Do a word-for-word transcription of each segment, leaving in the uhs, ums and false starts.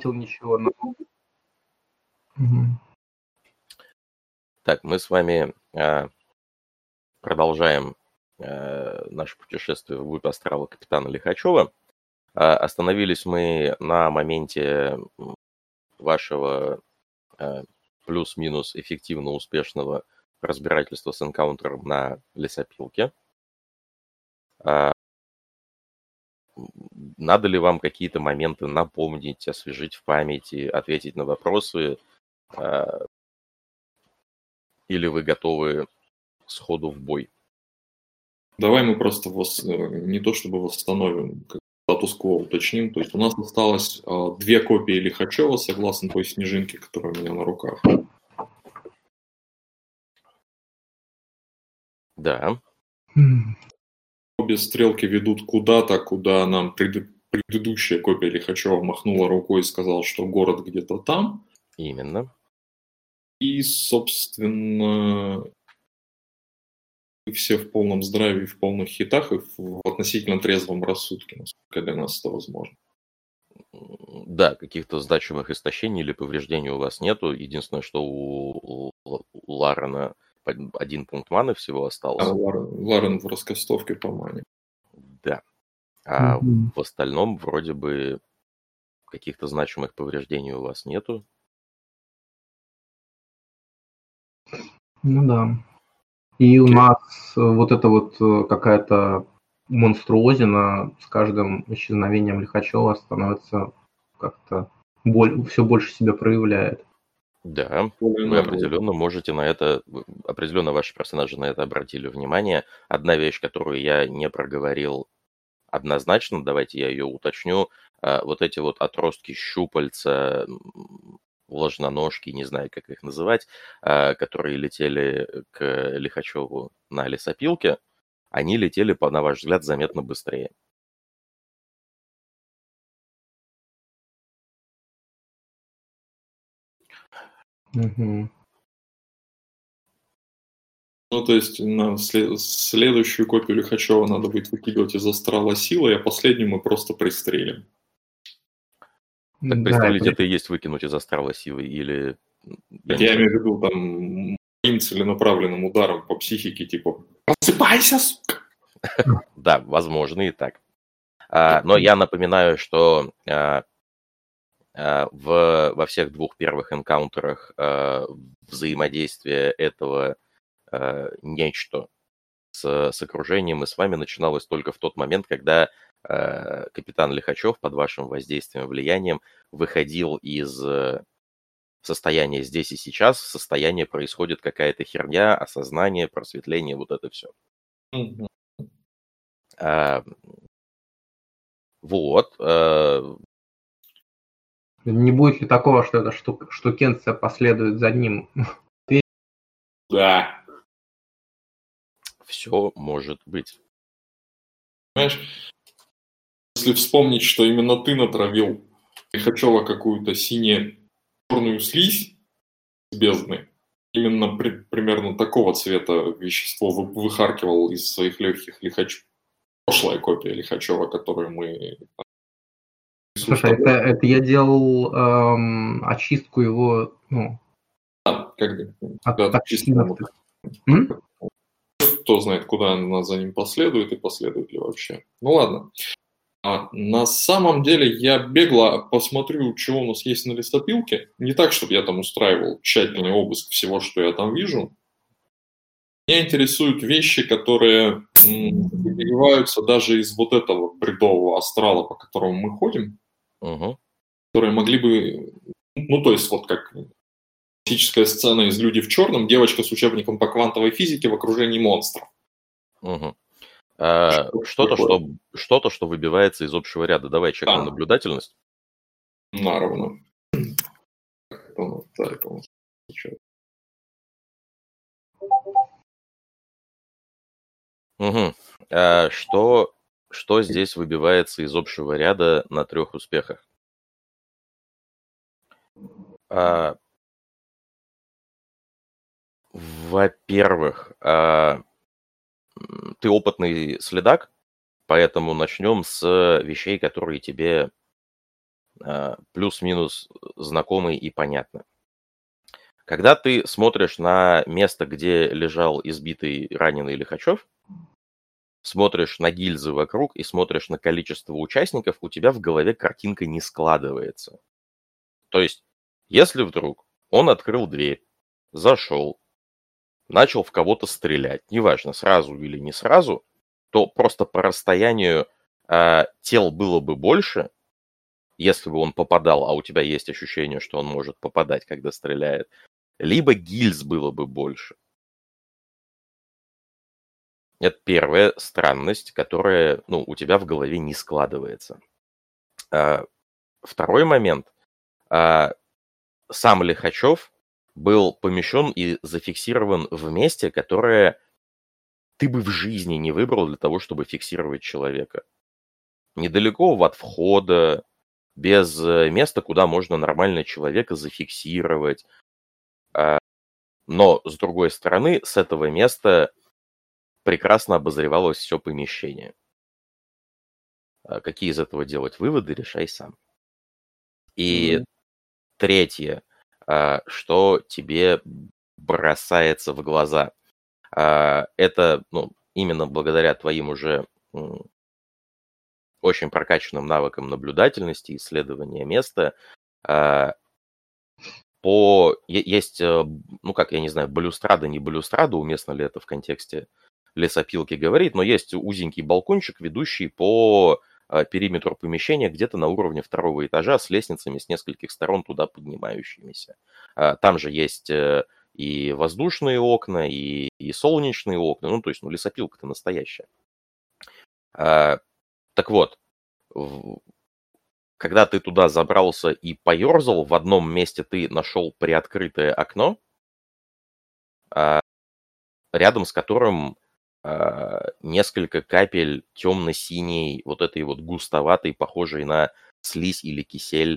ничего, но... Мгм. Так, мы с вами а, продолжаем а, наше путешествие вглубь астрала капитана Лихачева. А, остановились мы на моменте м, вашего а, плюс-минус эффективно успешного разбирательства с энкаунтером на лесопилке. А, м, надо ли вам какие-то моменты напомнить, освежить в памяти, ответить на вопросы, а, или вы готовы сходу в бой? Давай мы просто вос- э, не то чтобы восстановим, как статус-кво уточним. То есть у нас осталось а, две копии Лихачева, согласно той снежинке, которая у меня на руках. Да. М. Обе стрелки ведут куда-то, куда нам пред- предыдущая копия Лихачева махнула рукой и сказала, что город где-то там. Именно. И, собственно, мы все в полном здравии, в полных хитах и в относительно трезвом рассудке, насколько для нас это возможно. М, Да, каких-то значимых истощений или повреждений у вас нету. Единственное, что у, у- у Ларена под- один пункт маны всего А остался. Ларен, Ларен в раскастовке по мане. Да. А Мгм. в остальном вроде бы каких-то значимых повреждений у вас нету. Ну да. И у Окей. нас э, вот эта вот э, какая-то монструозина с каждым исчезновением Лихачева становится как-то все больше себя проявляет. Да, Более вы наглый. определенно можете на это, вы- определенно ваши персонажи на это обратили внимание. Одна вещь, которую я не проговорил однозначно, давайте я ее уточню. А, Вот эти вот отростки щупальца, м, ложноножки, не знаю, как их называть, а, которые летели к Лихачеву на лесопилке, они летели, по- на ваш взгляд, заметно быстрее. Мгм. Ну, то есть на след- следующую копию Лихачева надо будет выкидывать из астрала силы, а последнюю мы просто пристрелим. Так Да, пристрелить это это и есть выкинуть из астрала силы, или... м, Я Так не я имею в совсем... виду там моим целенаправленным ударом по психике, типа «Просыпайся, сука!» Да, возможно и так. А, но я напоминаю, что а, а, в, во всех двух первых энкаунтерах а, взаимодействие этого а, нечто с, с окружением и с вами начиналось только в тот момент, когда а, капитан Лихачев под вашим воздействием, влиянием выходил из э, состояния здесь и сейчас, в состояние происходит какая-то херня, осознание, просветление, вот это все. Мгм. А, вот. а, не будет ли такого, что эта штука, штукенция последует за ним? Да. Все может быть. Понимаешь, если вспомнить, что именно ты натравил Лихачева какую-то сине-черную слизь с бездны, именно при- примерно такого цвета вещество вы- выхаркивал из своих легких Лихач... прошлая копия Лихачева, которую мы Слушай, это, это я делал эм, очистку его, ну, как бы, от да, токсинов. чисто М? кто знает, куда она за ним последует и последует ли вообще. Ну ладно. А на самом деле я бегло посмотрю, что у нас есть на лесопилке. Не так, чтобы я там устраивал тщательный обыск всего, что я там вижу. Меня интересуют вещи, которые м, выбиваются даже из вот этого бредового астрала, по которому мы ходим, Угу. которые могли бы... Ну, то есть вот как классическая сцена из «Люди в черном», девочка с учебником по квантовой физике в окружении монстров. Угу. А, Что что-то, такое? что, что-то, что выбивается из общего ряда. Давай чек на А, наблюдательность. наравно. Это у нас, да, это у нас получается. Угу. А, что, что здесь выбивается из общего ряда на трех успехах? А, во-первых, а, м, ты опытный следак, поэтому начнем с вещей, которые тебе э, плюс-минус знакомый и понятный. Когда ты смотришь на место, где лежал избитый, раненый Лихачев, смотришь на гильзы вокруг и смотришь на количество участников, у тебя в голове картинка не складывается. То есть, если вдруг он открыл дверь, зашел, начал в кого-то стрелять, неважно, сразу или не сразу, то просто по расстоянию э, тел было бы больше, если бы он попадал, а у тебя есть ощущение, что он может попадать, когда стреляет, либо гильз было бы больше. Это первая странность, которая, ну, у тебя в голове не складывается. А, второй момент. А, сам Лихачев был помещен и зафиксирован в месте, которое ты бы в жизни не выбрал для того, чтобы фиксировать человека. Недалеко от входа, без места, куда можно нормально человека зафиксировать. Но, с другой стороны, с этого места прекрасно обозревалось все помещение. Какие из этого делать выводы, решай сам. И mm-hmm. третье, что тебе бросается в глаза. Это, ну, именно благодаря твоим уже очень прокачанным навыкам наблюдательности, исследования места, по... есть, ну как, я не знаю, балюстрада, не балюстрада, уместно ли это в контексте лесопилки говорить, но есть узенький балкончик, ведущий по периметру помещения где-то на уровне второго этажа с лестницами с нескольких сторон туда поднимающимися. Там же есть и воздушные окна, и, и солнечные окна, ну то есть, ну, лесопилка-то настоящая. Так вот, когда ты туда забрался и поерзал, в одном месте ты нашел приоткрытое окно, рядом с которым несколько капель темно-синей, вот этой вот густоватой, похожей на слизь или кисель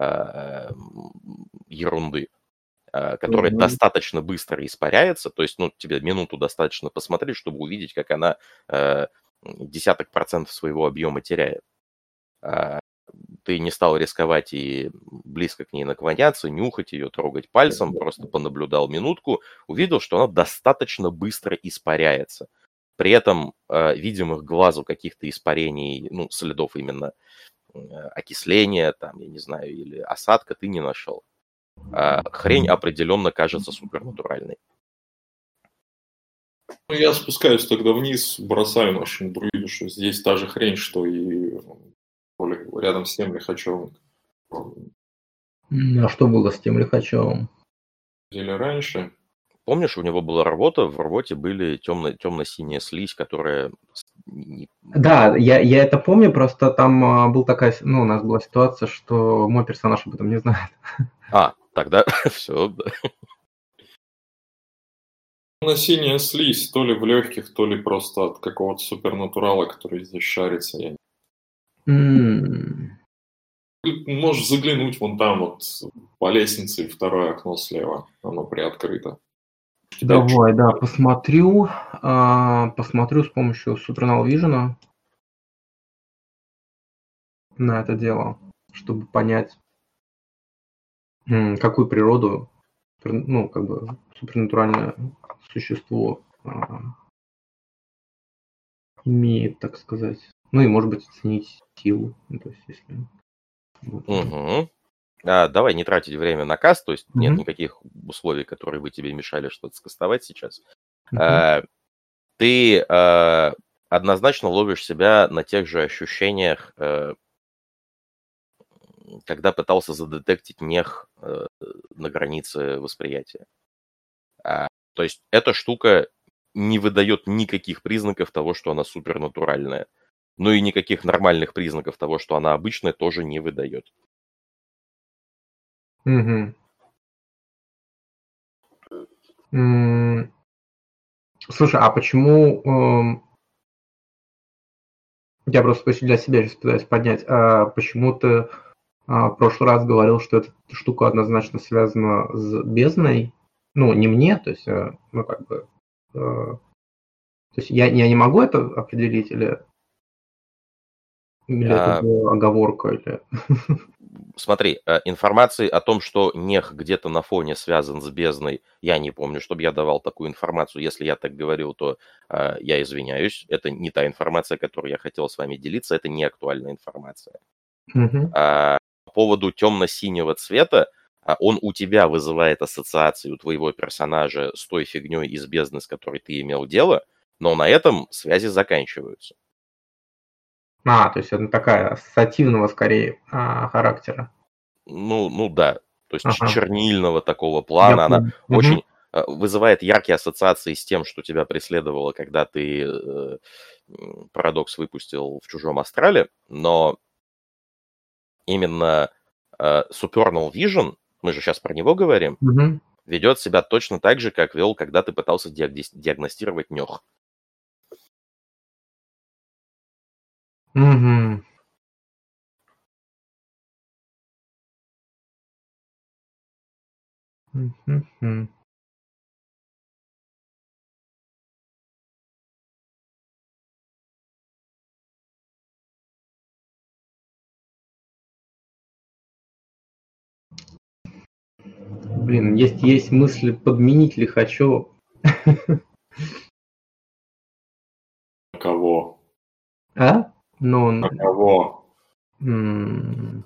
ерунды, которая mm-hmm. достаточно быстро испаряется, то есть, ну, тебе минуту достаточно посмотреть, чтобы увидеть, как она десяток процентов своего объема теряет. Ты не стал рисковать и близко к ней наклоняться, нюхать ее, трогать пальцем, просто понаблюдал минутку, увидел, что она достаточно быстро испаряется. При этом э, видимых глазу каких-то испарений, ну, следов именно э, окисления, там, я не знаю, или осадка ты не нашел. Э, хрень определенно кажется супернатуральной. Я спускаюсь тогда вниз, бросаю нашему друиду, что здесь та же хрень, что и рядом с тем Лихачевым. А что было с тем Лихачевым? Или раньше. Помнишь, у него была рвота, в рвоте были темно, темно-синяя слизь, которая... Да, я, я это помню, просто там а, был такая, ну, у нас была ситуация, что мой персонаж об этом не знает. А, тогда все, да. Темно-синяя слизь, то ли в легких, то ли просто от какого-то супернатурала, который здесь шарится, я не Mm. Можешь заглянуть вон там вот по лестнице, второе окно слева, оно приоткрыто. Давай, да, посмотрю, а, посмотрю с помощью Supernal Vision на это дело, чтобы понять, какую природу, ну, как бы, супернатуральное существо а, имеет, так сказать. Ну и, может быть, оценить силу. Ну, то есть, если... Угу. А, давай не тратить время на каст, то есть угу. нет никаких условий, которые бы тебе мешали что-то скастовать сейчас. Угу. А, ты а, однозначно ловишь себя на тех же ощущениях, а, когда пытался задетектить нех а, на границе восприятия. А, то есть эта штука не выдает никаких признаков того, что она супернатуральная. Ну и никаких нормальных признаков того, что она обычная, тоже не выдает. Угу. М- Слушай, а почему... Эм... Я просто для себя сейчас пытаюсь поднять. А почему ты а, в прошлый раз говорил, что эта штука однозначно связана с бездной? Ну, не мне, то есть, ну, как бы... Э, то есть я, я не могу это определить или... Или а... это была оговорка? Или... смотри, э, информации о том, что Нех где-то на фоне связан с бездной, я не помню, чтобы я давал такую информацию. Если я так говорил, то э, я извиняюсь. Это не та информация, которую я хотел с вами делиться, это не актуальная информация. Мгм. А, по поводу темно-синего цвета, а, он у тебя вызывает ассоциации, у твоего персонажа, с той фигней из бездны, с которой ты имел дело, но на этом связи заканчиваются. А, то есть она такая ассоциативного скорее а, характера. Ну, ну да, то есть ч- Ага, чернильного такого я плана, она понял. очень Мгм. э, вызывает яркие ассоциации с тем, что тебя преследовало, когда ты э, м, Парадокс выпустил в Чужом Астрале, но именно э, Supernal Vision, мы же сейчас про него говорим, Мгм. ведет себя точно так же, как вел, когда ты пытался диагнос- диагностировать Нех. Мгм. Мгм. Блин, есть, есть мысль подменить Лихачева. Кого? А? Но А он, кого? м,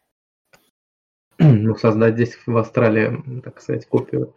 ну, создать здесь в Австралии, м, так сказать, копию,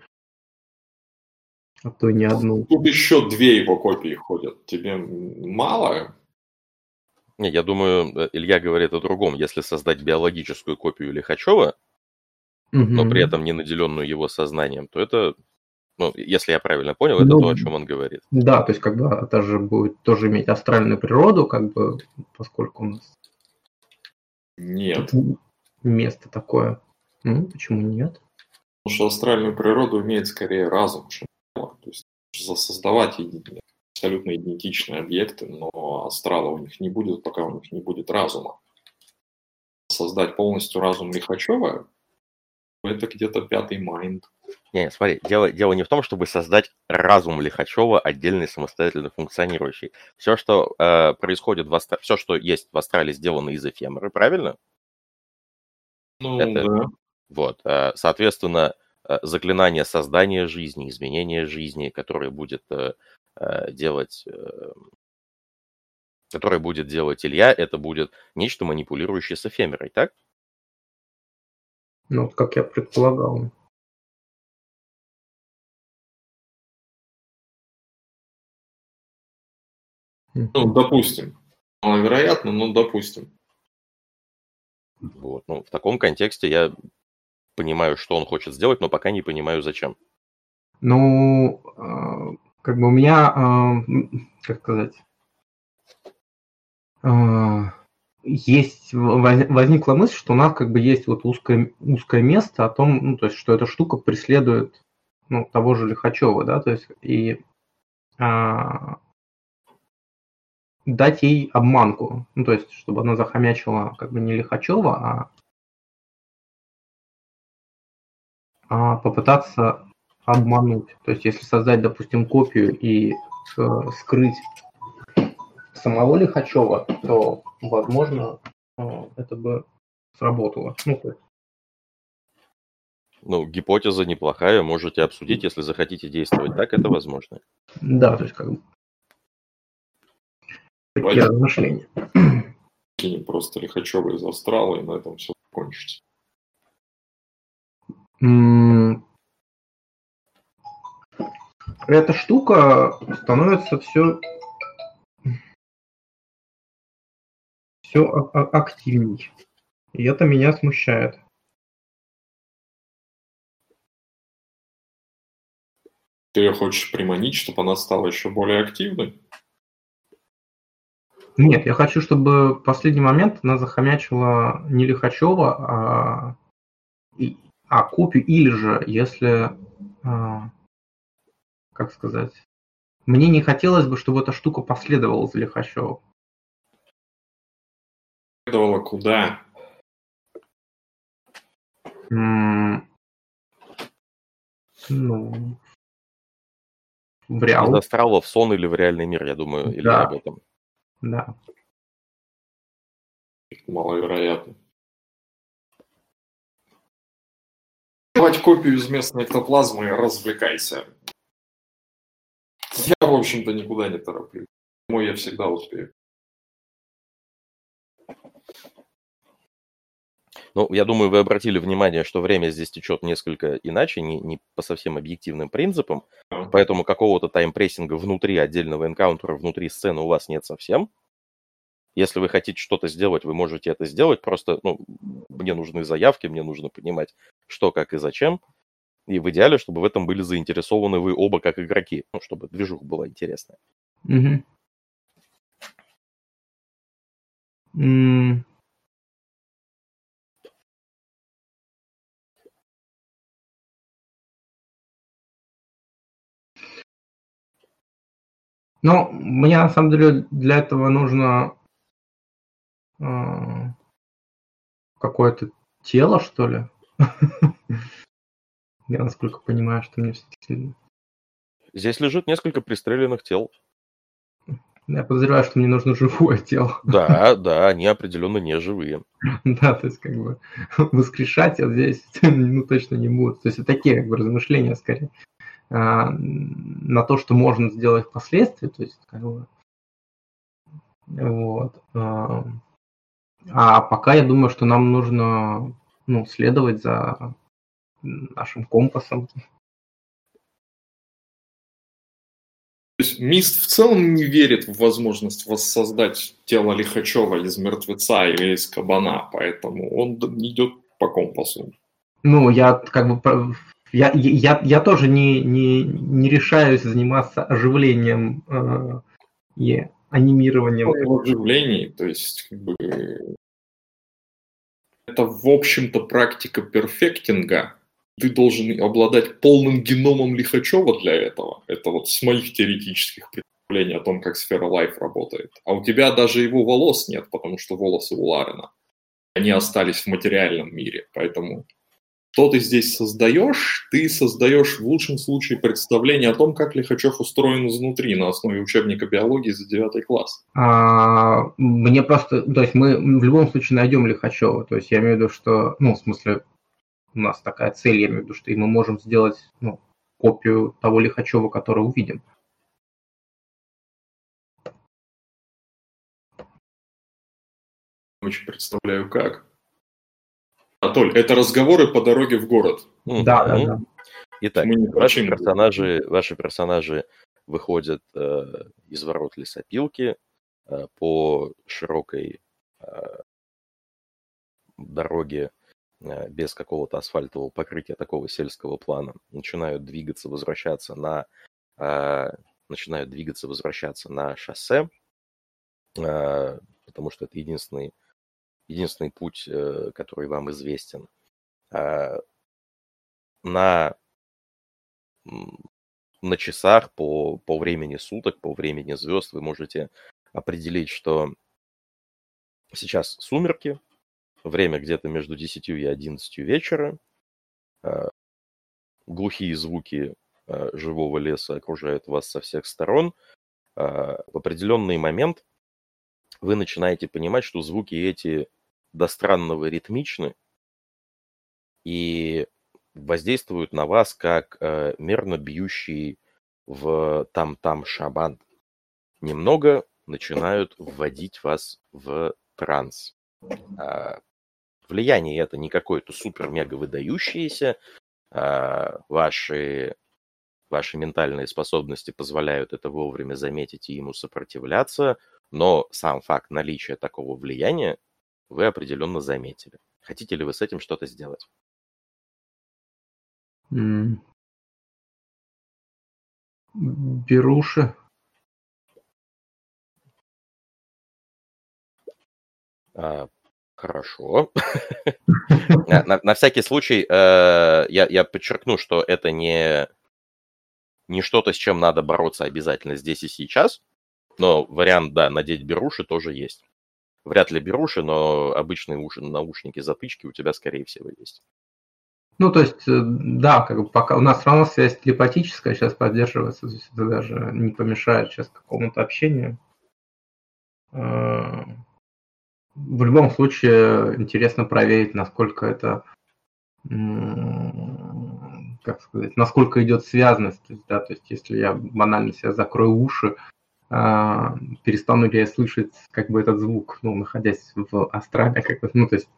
а то и не одну. Тут еще две его копии ходят. Тебе мало? Не, я думаю, э, Илья говорит о другом. Если создать биологическую копию Лихачева, но при Мгм. этом не наделенную его сознанием, то это, ну, если я правильно понял, это то, о Ну, чем он говорит. да, то есть как бы это же будет тоже иметь астральную природу, как бы, поскольку у нас Нет. м- место такое. Ну, почему нет? Потому что астральную природу имеет скорее разум, чем тело. То есть создавать иди- абсолютно идентичные объекты, но астрала у них не будет, пока у них не будет разума. Создать полностью разум Лихачева – это где-то пятый майнд. Не, смотри, дело, дело не в том, чтобы создать разум Лихачева отдельный, самостоятельно функционирующий. Все, что э, происходит в Астра... все, что есть в Астрале, сделано из эфемеры, правильно? Ну Это да. вот, э, соответственно, э, заклинание создания жизни, изменения жизни, которое будет э, э, делать, э, которое будет делать Илья, это будет нечто манипулирующее с эфемерой, так? Ну, вот как я предполагал. Ну, Мгм. допустим. Маловероятно, но допустим. Вот, ну, в таком контексте я понимаю, что он хочет сделать, но пока не понимаю, зачем. Ну, а, как бы у меня, а, м, как сказать, а, есть воз- возникла мысль, что у нас как бы есть вот узкое, узкое место о том, ну, то есть, что эта штука преследует, ну, того же Лихачева, да, то есть, и а, дать ей обманку, ну, то есть, чтобы она захомячила как бы не Лихачева, а, а попытаться обмануть. То есть, если создать, допустим, копию и э, скрыть самого Лихачева, то, возможно, э, это бы сработало. Ну, то есть, Ну, гипотеза неплохая, можете обсудить, если захотите действовать так, это возможно. да, то есть как бы такие Давайте размышления. кинем просто Лихачева из Астрала, и на этом все закончится. М, Эта штука становится все, все активней. И это меня смущает. Ты ее хочешь приманить, чтобы она стала еще более активной? Нет, я хочу, чтобы в последний момент она захомячила не Лихачева, а, и- а копию, или же, если, а, как сказать, мне не хотелось бы, чтобы эта штука последовала за Лихачевым. Следовало куда? М, Ну, в Из реал. астрала в сон или в реальный мир, я думаю, Илья об Да, этом. да. Маловероятно. создавать копию из местной эктоплазмы, развлекайся. Я, в общем-то, никуда не тороплюсь. Мой я всегда успею. Ну, я думаю, вы обратили внимание, что время здесь течет несколько иначе, не, не по совсем объективным принципам, А. поэтому какого-то таймпрессинга внутри отдельного энкаунтера, внутри сцены у вас нет совсем. Если вы хотите что-то сделать, вы можете это сделать, просто, ну, мне нужны заявки, мне нужно понимать, что, как и зачем, и в идеале, чтобы в этом были заинтересованы вы оба как игроки, ну, чтобы движуха была интересная. Угу. М. Ну, мне на самом деле для этого нужно э, какое-то тело, что ли. Я насколько понимаю, что мне все-таки... Здесь лежит несколько пристреленных тел. Я подозреваю, что мне нужно живое тело. Да, да, они определенно не живые. Да, то есть как бы воскрешать я здесь ну, точно не буду. То есть это такие как бы размышления скорее а, на то, что можно сделать впоследствии. То есть как бы вот. А, а пока я думаю, что нам нужно ну, следовать за нашим компасом. То есть Мист в целом не верит в возможность воссоздать тело Лихачева из мертвеца или из кабана, поэтому он идет по компасу. Ну, я как бы я, я, я тоже не, не, не решаюсь заниматься оживлением э, и анимированием. В оживлении, то есть как бы это, в общем-то, практика перфектинга. Ты должен обладать полным геномом Лихачева для этого. Это вот с моих теоретических представлений о том, как сфера Life работает. А у тебя даже его волос нет, потому что волосы у Ларена. Они остались в материальном мире. Поэтому что ты здесь создаешь? Ты создаешь в лучшем случае представление о том, как Лихачев устроен изнутри на основе учебника биологии за девятый класс. А, мне просто... То есть мы в любом случае найдем Лихачева. То есть я имею в виду, что... Ну, в смысле... У нас такая цель, я имею в виду, что и мы можем сделать ну, копию того Лихачева, который увидим. Очень представляю, как. Анатоль, это разговоры по дороге в город. Угу. Да, да, да. Итак, ваши персонажи, ваши персонажи выходят э, из ворот лесопилки э, по широкой э, дороге без какого-то асфальтового покрытия такого сельского плана, начинают двигаться, возвращаться на, э, начинают двигаться, возвращаться на шоссе, э, потому что это единственный, единственный путь, э, который вам известен. Э, на, на часах по, по времени суток, по времени звезд вы можете определить, что сейчас сумерки, время где-то между десятью и одиннадцатью вечера. Глухие звуки живого леса окружают вас со всех сторон. В определенный момент вы начинаете понимать, что звуки эти до странного ритмичны и воздействуют на вас как мерно бьющий в там-там шабан. Немного начинают вводить вас в транс. Влияние это не какое-то супер-мега выдающееся. Ваши, ваши ментальные способности позволяют это вовремя заметить и ему сопротивляться, но сам факт наличия такого влияния вы определенно заметили. Хотите ли вы с этим что-то сделать? Mm. Беруши. А, хорошо. на, на всякий случай э, я, я подчеркну, что это не, не что-то, с чем надо бороться обязательно здесь и сейчас, но вариант, да, надеть беруши тоже есть. Вряд ли беруши, но обычные уши, наушники, затычки у тебя, скорее всего, есть. Ну, то есть, да, как бы пока у нас все равно связь телепатическая сейчас поддерживается, то есть это даже не помешает сейчас какому-то общению. В любом случае интересно проверить, насколько это как сказать, насколько идет связанность, то есть, да, то есть если я банально себе закрою уши, а, перестану ли я слышать как бы этот звук, ну, находясь в астрале, как бы, ну, то есть...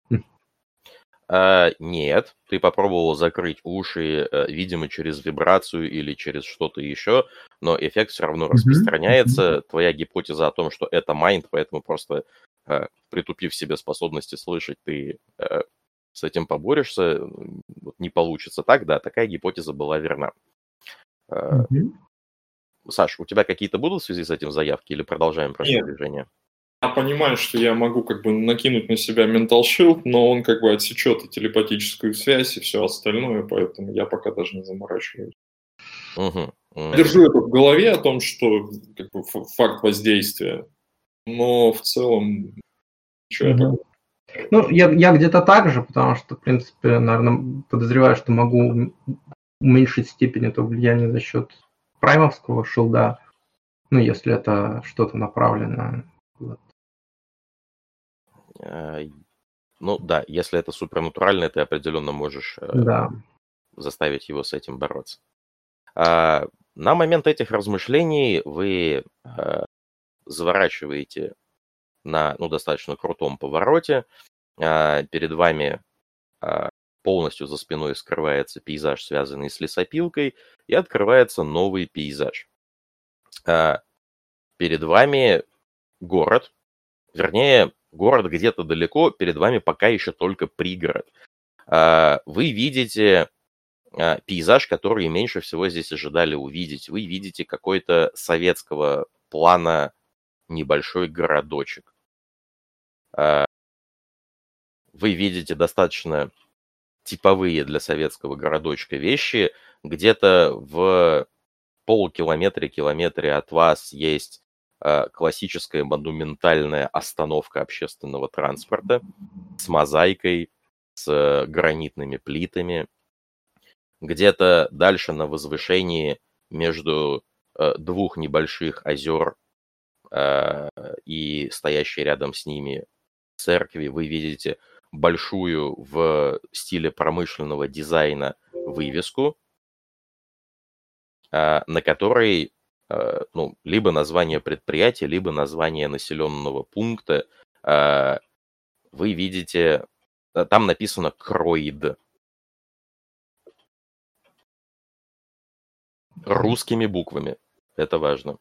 А, нет, ты попробовал закрыть уши, э, видимо, через вибрацию или через что-то еще, но эффект все равно Мгм, мгм. распространяется. Твоя гипотеза о том, что это майнд, поэтому просто э, притупив себе способности слышать, ты э, с этим поборешься, м, вот не получится так, да, такая гипотеза была верна. Э, Мгм. Саш, у тебя какие-то будут в связи с этим заявки или продолжаем просто Нет, движение? я понимаю, что я могу как бы накинуть на себя ментал шилд, но он как бы отсечет и телепатическую связь, и все остальное, поэтому я пока даже не заморачиваюсь. Угу. Держу это в голове о том, что как бы, ф- факт воздействия, но в целом ничего я Мгм. пока... Ну, я, я где-то так же, потому что, в принципе, наверное, подозреваю, что могу ум- уменьшить степень этого влияния за счет праймовского шилда, ну, если это что-то направленное. Вот. Э, Ну да, если это супернатуральное, ты определенно можешь э, Да. заставить его с этим бороться. А, На момент этих размышлений вы э, заворачиваете на, ну, достаточно крутом повороте. А, Перед вами а, полностью за спиной скрывается пейзаж, связанный с лесопилкой, и открывается новый пейзаж. А, Перед вами город, вернее, город где-то далеко, перед вами пока еще только пригород. А, Вы видите а, пейзаж, который меньше всего здесь ожидали увидеть. Вы видите какой-то советского плана небольшой городочек. А, Вы видите достаточно типовые для советского городочка вещи. Где-то в полукилометре, километре от вас есть а, классическая монументальная остановка общественного транспорта с мозаикой, с гранитными плитами. Где-то дальше на возвышении между э, двух небольших озер э, и стоящей рядом с ними церкви вы видите большую в стиле промышленного дизайна вывеску, э, на которой э, ну, либо название предприятия, либо название населенного пункта. Э, Вы видите, э, там написано «Кроид» русскими буквами. Это важно.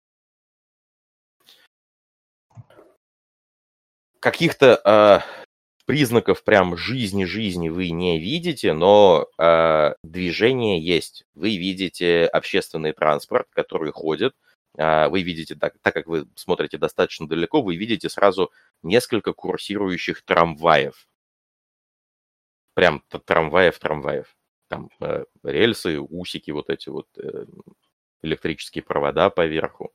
Каких-то э, признаков прям жизни-жизни вы не видите, но э, движение есть. Вы видите общественный транспорт, который ходит. Э, вы видите, так, так как вы смотрите достаточно далеко, вы видите сразу несколько курсирующих трамваев. Прям т- трамваев-трамваев. Там э, рельсы, усики, вот эти вот э, электрические провода поверху.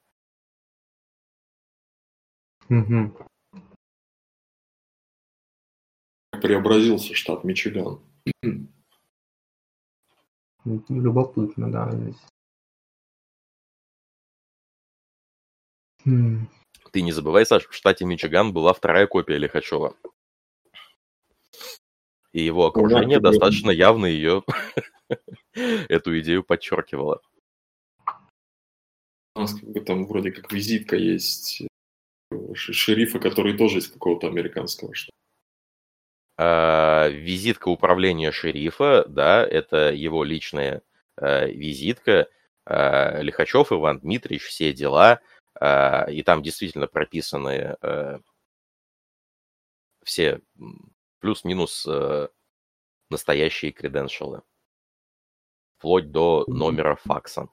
Мгм. Преобразился штат Мичиган. Любопытно, да, здесь. М. Ты не забывай, Саш, в штате Мичиган была вторая копия Лихачева. И его У нас окружение как бы, достаточно явно ее эту идею подчеркивало. у нас как бы там вроде как визитка есть э, ш- шерифа, который тоже из какого-то американского штата. А, Визитка управления шерифа, да, это его личная э, визитка. А, Лихачев Иван Дмитриевич, все дела. А, И там действительно прописаны э, все м, плюс-минус э, настоящие креденшалы, вплоть до номера факса.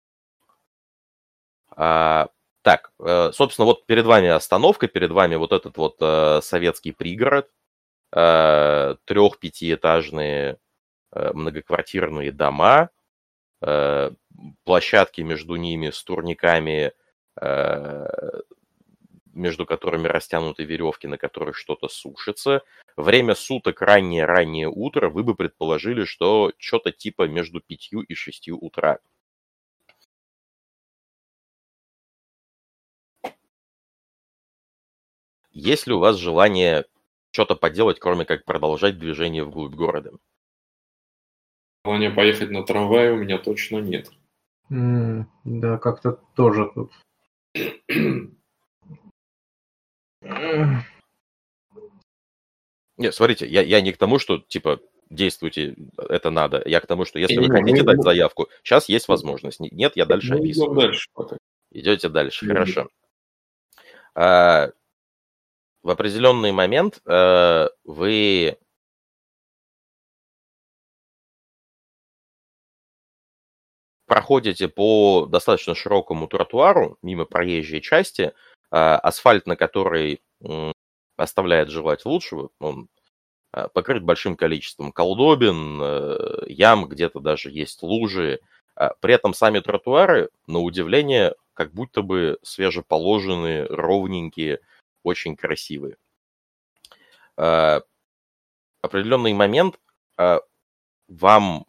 А, Так, э, собственно, вот перед вами остановка, перед вами вот этот вот э, советский пригород, э, трех-пятиэтажные э, многоквартирные дома, э, площадки между ними с турниками, э, между которыми растянуты веревки, на которых что-то сушится. Время суток раннее-раннее утро, вы бы предположили, что что-то типа между пятью и шестью утра. Есть ли у вас желание что-то поделать, кроме как продолжать движение вглубь города? Желания поехать на трамвае у меня точно нет. М, Да, как-то тоже тут. М, Нет, смотрите, я, я не к тому, что, типа, действуйте, это надо. Я к тому, что если вы Не-не, хотите мы, дать мы, заявку, сейчас есть возможность. Н- Нет, я дальше мы идем описываю. дальше пока. Идете дальше, Идем хорошо. А, в определенный момент э, вы проходите по достаточно широкому тротуару мимо проезжей части, а, асфальт, на который м, оставляет желать лучшего, он а, покрыт большим количеством колдобин, э, ям, где-то даже есть лужи. А, При этом сами тротуары, на удивление, как будто бы свежеположенные, ровненькие, очень красивые. А, В определенный момент а, вам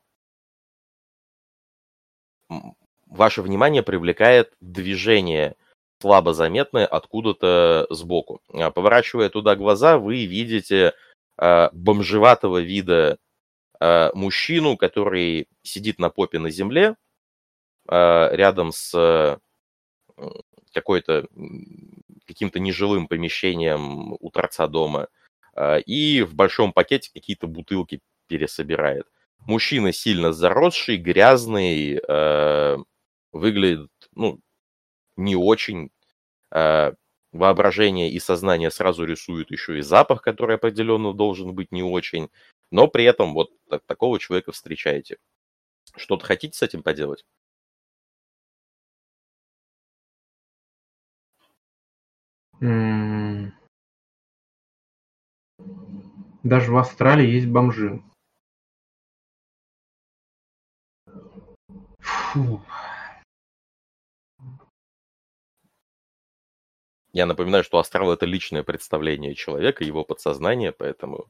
м, ваше внимание привлекает движение, слабо заметное откуда-то сбоку. А, Поворачивая туда глаза, вы видите а, бомжеватого вида а, мужчину, который сидит на попе на земле, а, рядом с м, какой-то м, каким-то нежилым помещением у торца дома, а, и в большом пакете какие-то бутылки пересобирает. Мужчина сильно заросший, грязный, э, выглядит, ну, не очень. Э, Воображение и сознание сразу рисуют еще и запах, который определенно должен быть не очень. Но при этом вот так- такого человека встречаете. Что-то хотите с этим поделать? м, Даже в Австралии есть бомжи. Фу. Я напоминаю, что астрал — это личное представление человека, его подсознание, поэтому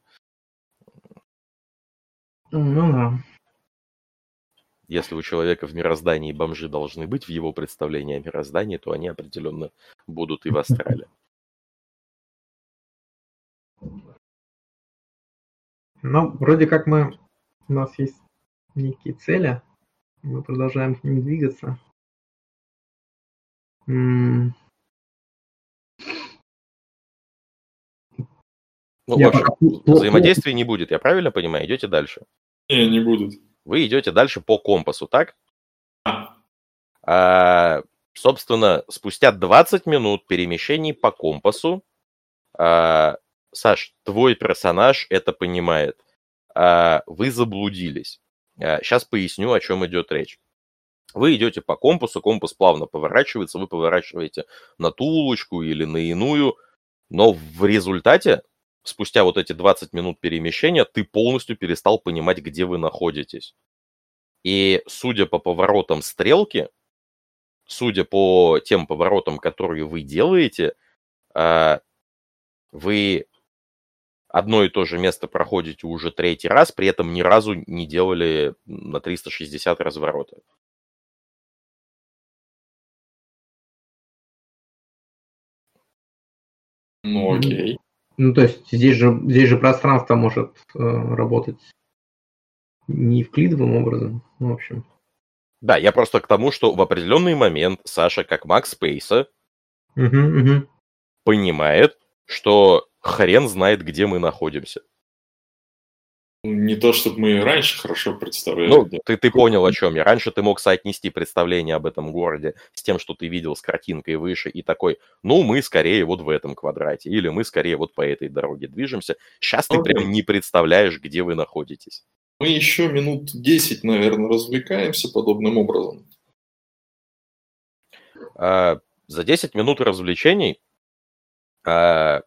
Ну да. если у человека в мироздании бомжи должны быть в его представлении о мироздании, то они определенно будут и в астрале. Ну, вроде как мы, у нас есть некие цели, мы продолжаем к ним двигаться. М, Ну, в Я общем, пока пл- пл- взаимодействия не будет, я правильно понимаю? Идете дальше. Не, не будет. Вы идете дальше по компасу, так? А, А, собственно, спустя двадцать минут перемещений по компасу, а, Саш, твой персонаж это понимает. А, вы заблудились. Сейчас поясню, о чем идет речь. Вы идете по компасу, компас плавно поворачивается, вы поворачиваете на ту улочку или на иную, но в результате, спустя вот эти двадцать минут перемещения, ты полностью перестал понимать, где вы находитесь. И судя по поворотам стрелки, судя по тем поворотам, которые вы делаете, а, вы одно и то же место проходите уже третий раз, при этом ни разу не делали на триста шестьдесят разворота. ну Мгм. окей. Ну, то есть здесь же, здесь же пространство может э, работать неевклидовым образом. Ну, в общем. Да, я просто к тому, что в определенный момент Саша, как маг Спейса, Мгм, мгм. понимает, что хрен знает, где мы находимся. Не то, чтобы мы раньше хорошо представляли, Ну, где. ты, ты понял, о чем я. Раньше ты мог соотнести представление об этом городе с тем, что ты видел с картинкой выше, и такой, ну, мы скорее вот в этом квадрате, или мы скорее вот по этой дороге движемся. Сейчас ты Окей. прям не представляешь, где вы находитесь. Мы еще минут десять, наверное, развлекаемся подобным образом. А, за десять минут развлечений а,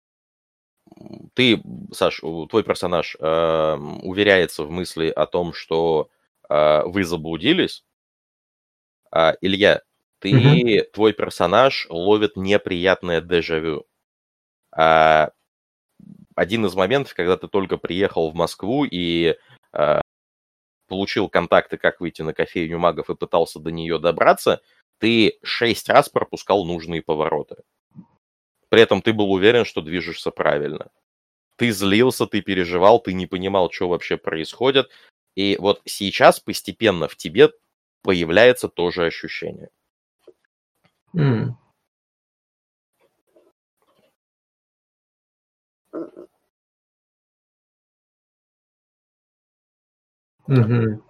ты, Саш, у- твой персонаж а, уверяется в мысли о том, что а, вы заблудились. А, Илья, Мгм. ты, твой персонаж ловит неприятное дежавю. А, один из моментов, когда ты только приехал в Москву и а, получил контакты, как выйти на кофейню магов и пытался до нее добраться, ты шесть раз пропускал нужные повороты. При этом ты был уверен, что движешься правильно. Ты злился, ты переживал, ты не понимал, что вообще происходит. И вот сейчас постепенно в тебе появляется тоже ощущение. М. Мгм.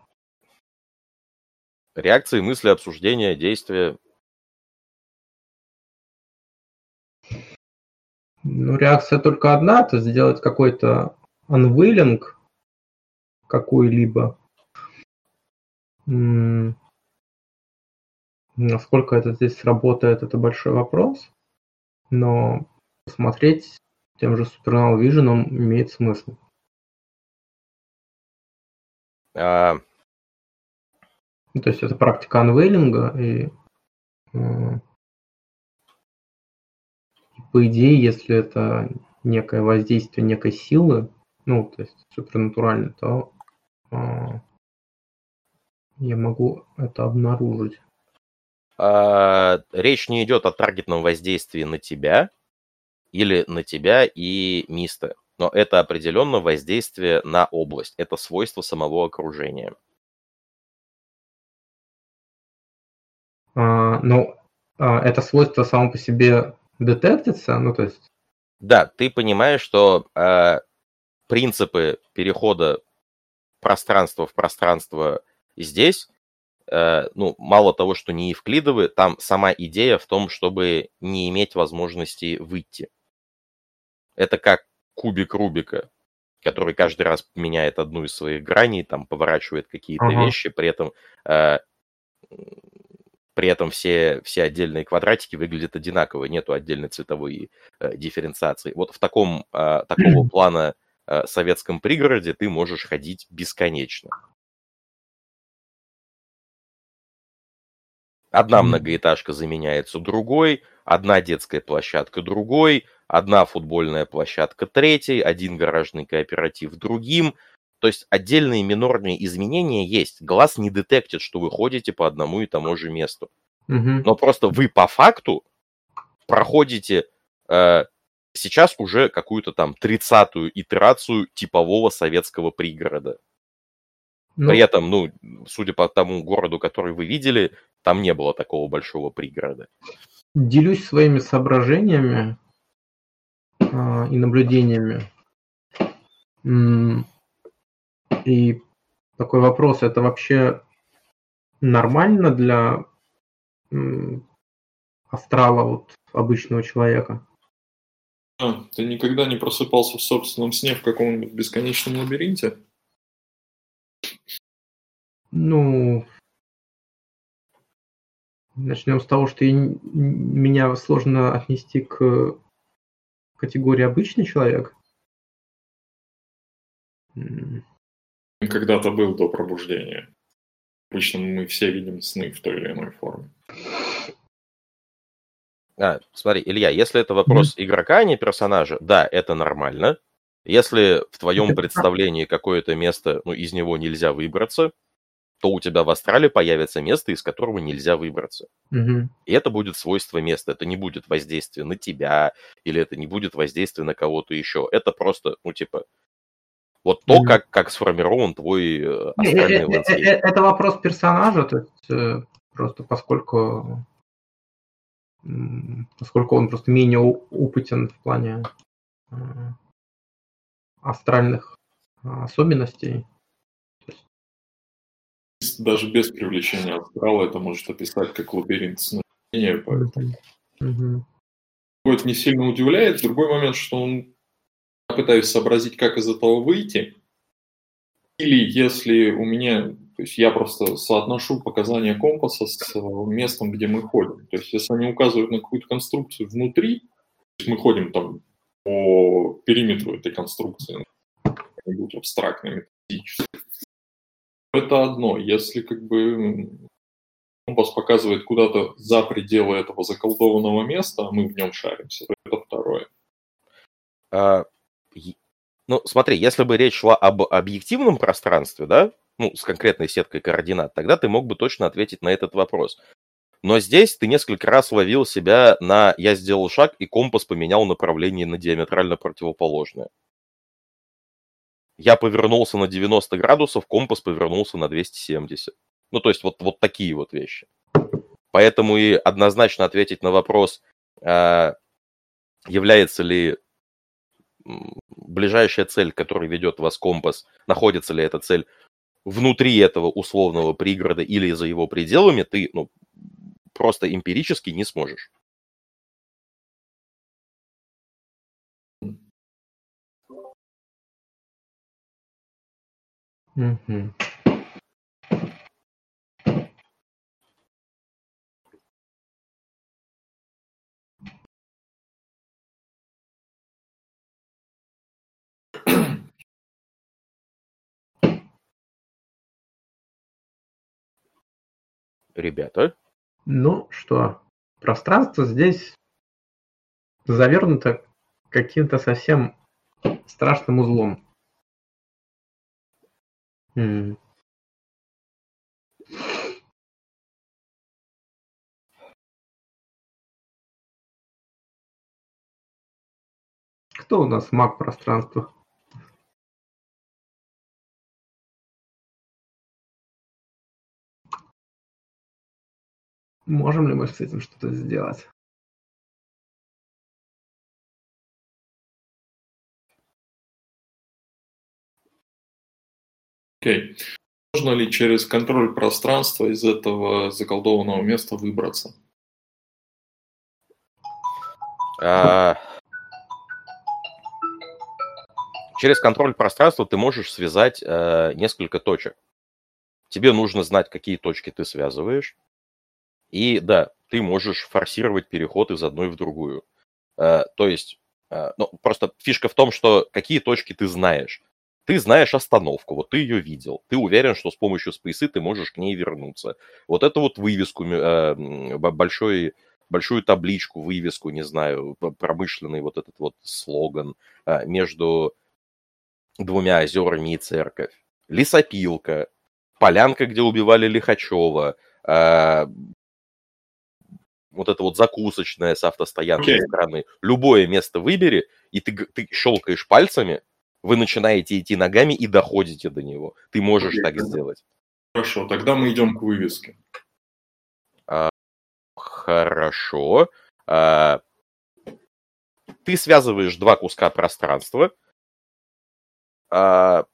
Реакции, мысли, обсуждения, действия. Ну, реакция только одна, то сделать какой-то unveiling какой-либо. М. Насколько это здесь сработает, это большой вопрос. Но посмотреть тем же Supernal Vision имеет смысл. А, Ну, то есть это практика анвейлинга, и, э, по идее, если это некое воздействие некой силы, ну, то есть супернатуральной, то а, я могу это обнаружить. а, речь не идет о таргетном воздействии на тебя или на тебя и Миста. Но это определенно воздействие на область. Это свойство самого окружения. А, ну, а, это свойство само по себе детектится, ну, то есть... Да, ты понимаешь, что а, принципы перехода пространства в пространство здесь, э, ну, мало того, что не евклидовы, там сама идея в том, чтобы не иметь возможности выйти. Это как кубик Рубика, который каждый раз меняет одну из своих граней, там поворачивает какие-то Ага. вещи, при этом, э, при этом все, все отдельные квадратики выглядят одинаково, нету отдельной цветовой э, дифференциации. Вот в таком, э, такого плана э, советском пригороде ты можешь ходить бесконечно. Одна многоэтажка заменяется другой, одна детская площадка другой, одна футбольная площадка третьей, один гаражный кооператив другим. То есть отдельные минорные изменения есть. Глаз не детектит, что вы ходите по одному и тому же месту. Мгм. Но просто вы по факту проходите э, сейчас уже какую-то там тридцатую итерацию типового советского пригорода. Ну, При этом, ну, судя по тому городу, который вы видели, там не было такого большого пригорода. делюсь своими соображениями а, и наблюдениями. М, И такой вопрос, это вообще нормально для м, астрала вот обычного человека? А, ты никогда не просыпался в собственном сне в каком-нибудь бесконечном лабиринте? Ну, начнем с того, что я н- меня сложно отнести к категории обычный человек. М, Когда-то был до пробуждения. Обычно мы все видим сны в той или иной форме. А, смотри, Илья, если это вопрос игрока, а не персонажа, да, это нормально. Если в твоем представлении какое-то место, ну, из него нельзя выбраться, то у тебя в астрале появится место, из которого нельзя выбраться. Мгм. И это будет свойство места. Это не будет воздействие на тебя, или это не будет воздействие на кого-то еще. Это просто, ну, типа, вот то, Мгм. как, как сформирован твой э, Не, э, астральный э, э, ландскейп. э, Это вопрос персонажа, то есть э, просто поскольку м, поскольку он просто менее о- опытен в плане э, астральных а, особенностей. Даже без привлечения астрала это может описать как лабиринт сновидения, поэтому Мгм. Мгм. это не сильно удивляет. Другой момент, что он... я пытаюсь сообразить, как из этого выйти. Или если у меня... То есть я просто соотношу показания компаса с местом, где мы ходим. То есть если они указывают на какую-то конструкцию внутри, то есть мы ходим там по периметру этой конструкции, какой-нибудь абстрактной, метафизической, это одно. Если как бы компас показывает куда-то за пределы этого заколдованного места, а мы в нем шаримся, то это второе. А, е- ну, смотри, если бы речь шла об объективном пространстве, да, ну, с конкретной сеткой координат, тогда ты мог бы точно ответить на этот вопрос. Но здесь ты несколько раз ловил себя на «я сделал шаг, и компас поменял направление на диаметрально противоположное». я повернулся на девяносто градусов, компас повернулся на двести семьдесят. Ну, то есть вот, вот такие вот вещи. Поэтому и однозначно ответить на вопрос, э, является ли ближайшая цель, к которой ведет вас компас, находится ли эта цель внутри этого условного пригорода или за его пределами, ты ну, просто эмпирически не сможешь. Мгм. Ребята, Ну что, пространство здесь завернуто каким-то совсем страшным узлом. М. Кто у нас маг пространства? Можем ли мы с этим что-то сделать? Окей. Можно ли через контроль пространства из этого заколдованного места выбраться? а, через контроль пространства ты можешь связать э, несколько точек. Тебе нужно знать, какие точки ты связываешь. И да, ты можешь форсировать переход из одной в другую. Э, то есть, э, ну, просто фишка в том, что какие точки ты знаешь. Ты знаешь остановку, вот ты ее видел. Ты уверен, что с помощью спейсы ты можешь к ней вернуться. Вот эту вот вывеску, э, большой, большую табличку, вывеску, не знаю, промышленный вот этот вот слоган э, между двумя озерами и церковь. Лесопилка, полянка, где убивали Лихачева, э, вот это вот закусочная с автостоянкой Окей. стороны. Любое место выбери, и ты, ты щелкаешь пальцами, вы начинаете идти ногами и доходите до него. Ты можешь Окей. так сделать. Хорошо, тогда мы идем к вывеске. А, хорошо. А, ты связываешь два куска пространства. А,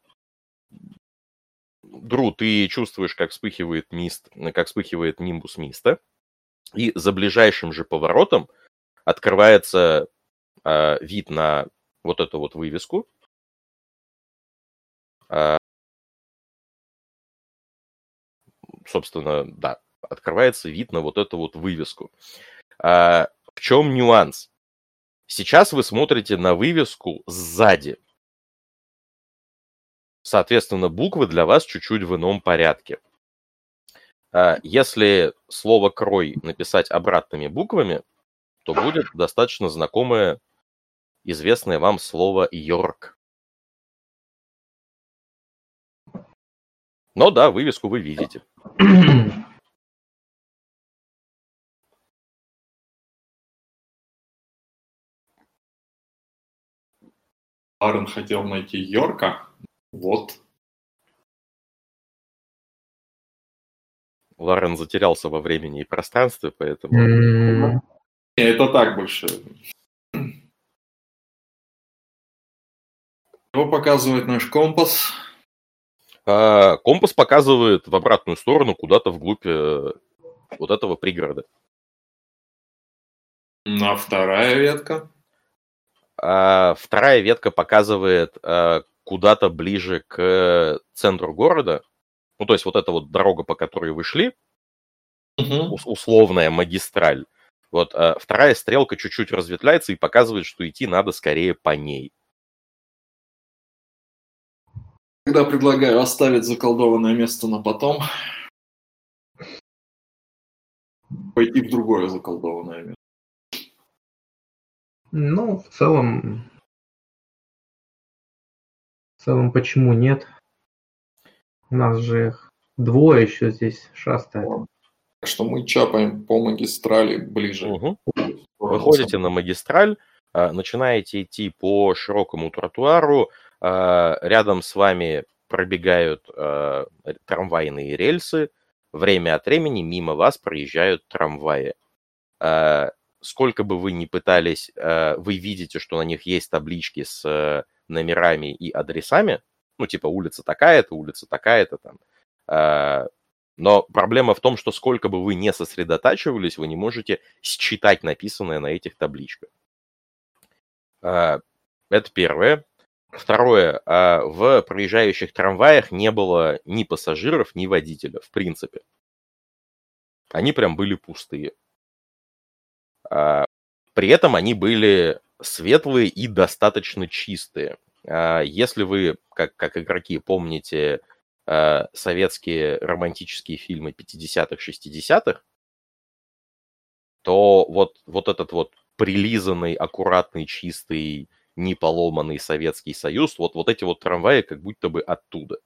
Дру, ты чувствуешь, как вспыхивает мист, как вспыхивает нимбус миста. И за ближайшим же поворотом открывается э, вид на вот эту вот вывеску. Э, собственно, да, открывается вид на вот эту вот вывеску. Э, в чем нюанс? Сейчас вы смотрите на вывеску сзади. Соответственно, буквы для вас чуть-чуть в ином порядке. Э, если слово «крой» написать обратными буквами, то будет достаточно знакомое, известное вам слово «Йорк». Но да, вывеску вы видите. Аарон хотел найти Йорка. Вот. Ларен затерялся во времени и пространстве, поэтому... М. Это так больше. Что показывает наш компас? А, компас показывает в обратную сторону, куда-то вглубь э, вот этого пригорода. А вторая ветка? А вторая ветка показывает э, куда-то ближе к центру города. Ну, то есть вот эта вот дорога, по которой вы шли, Угу. ус- условная магистраль. Вот э, вторая стрелка чуть-чуть разветвляется и показывает, что идти надо скорее по ней. Тогда предлагаю оставить заколдованное место на потом. Пойти в другое заколдованное место. Ну, в целом... В целом, почему нет? У нас же их двое еще здесь шастает. Так что мы чапаем по магистрали ближе. Угу. Выходите на магистраль, начинаете идти по широкому тротуару. э, рядом с вами пробегают э, трамвайные рельсы, время от времени мимо вас проезжают трамваи. Э, сколько бы вы ни пытались, э, вы видите, что на них есть таблички с э, номерами и адресами, ну, типа улица такая-то, улица такая-то там. Э, но проблема в том, что сколько бы вы не сосредотачивались, вы не можете считать написанное на этих табличках. Э, это первое. Второе. Э, в проезжающих трамваях не было ни пассажиров, ни водителя, в принципе. Они прям были пустые. При этом они были светлые и достаточно чистые. Если вы, как, как игроки, помните советские романтические фильмы пятидесятых, шестидесятых, то вот, вот этот вот прилизанный, аккуратный, чистый, неполоманный Советский Союз, вот, вот эти вот трамваи как будто бы оттуда.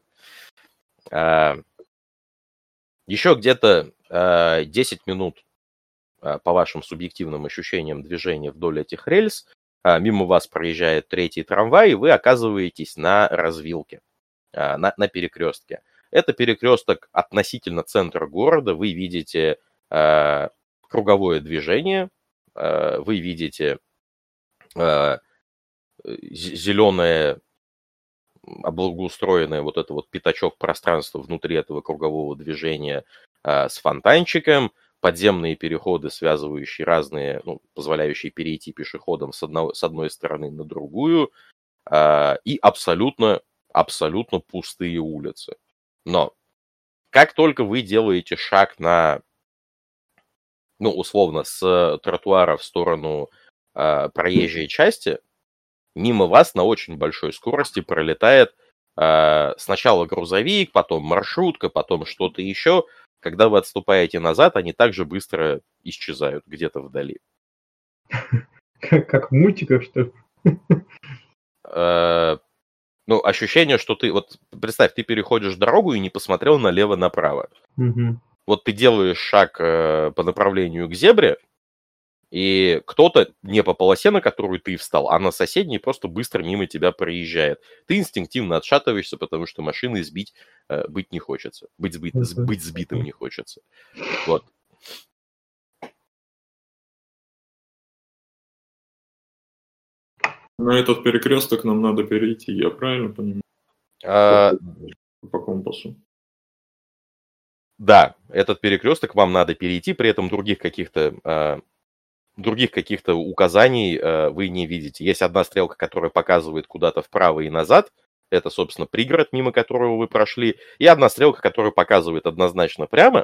Еще где-то десять минут по вашим субъективным ощущениям движения вдоль этих рельс, мимо вас проезжает третий трамвай, и вы оказываетесь на развилке, на, на перекрестке. Это перекресток относительно центра города, вы видите э, круговое движение, э, вы видите э, зеленое облагоустроенное вот это вот пятачок пространства внутри этого кругового движения э, с фонтанчиком, подземные переходы, связывающие разные, ну, позволяющие перейти пешеходам с, одного, с одной стороны на другую, э, и абсолютно, абсолютно пустые улицы. Но как только вы делаете шаг на, ну, условно, с тротуара в сторону э, проезжей части, мимо вас на очень большой скорости пролетает э, сначала грузовик, потом маршрутка, потом что-то еще. Когда вы отступаете назад, они также быстро исчезают где-то вдали. Как, как в мультиках, что ли? Э, ну, ощущение, что ты... Вот представь, ты переходишь дорогу и не посмотрел налево-направо. Угу. Вот ты делаешь шаг э, по направлению к зебре, и кто-то не по полосе, на которую ты встал, а на соседней просто быстро мимо тебя проезжает. Ты инстинктивно отшатываешься, потому что машины сбить э, быть не хочется. Быть, сбит, Мгм. быть сбитым не хочется. Вот. На этот перекресток нам надо перейти, я правильно понимаю? А, По компасу. да, этот перекресток вам надо перейти, при этом других каких-то а, других каких-то указаний а, вы не видите. Есть одна стрелка, которая показывает куда-то вправо и назад. Это, собственно, пригород, мимо которого вы прошли. И одна стрелка, которая показывает однозначно прямо,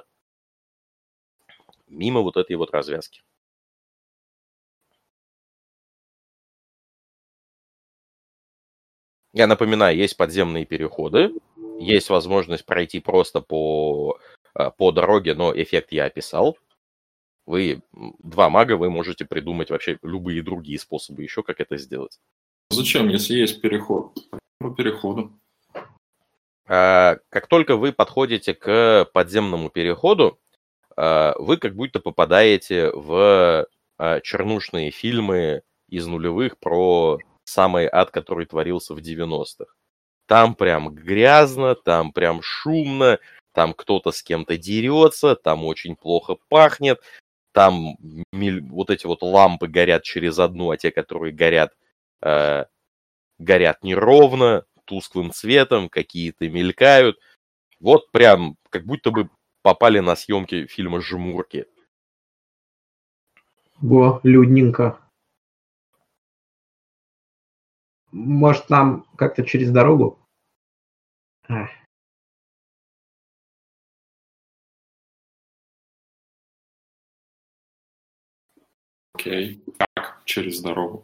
мимо вот этой вот развязки. Я напоминаю, есть подземные переходы, есть возможность пройти просто по, по дороге, но эффект я описал. Вы, два мага, вы можете придумать вообще любые другие способы еще, как это сделать. Зачем, если есть переход? По переходу. Как только вы подходите к подземному переходу, вы как будто попадаете в чернушные фильмы из нулевых про самый ад, который творился в девяностых. Там прям грязно, там прям шумно, там кто-то с кем-то дерется, там очень плохо пахнет, там вот эти вот лампы горят через одну, а те, которые горят, э, горят неровно, тусклым цветом, какие-то мелькают. Вот прям как будто бы попали на съемки фильма «Жмурки». Во, людненько. Может, нам как-то через дорогу? А. Окей. Как через дорогу?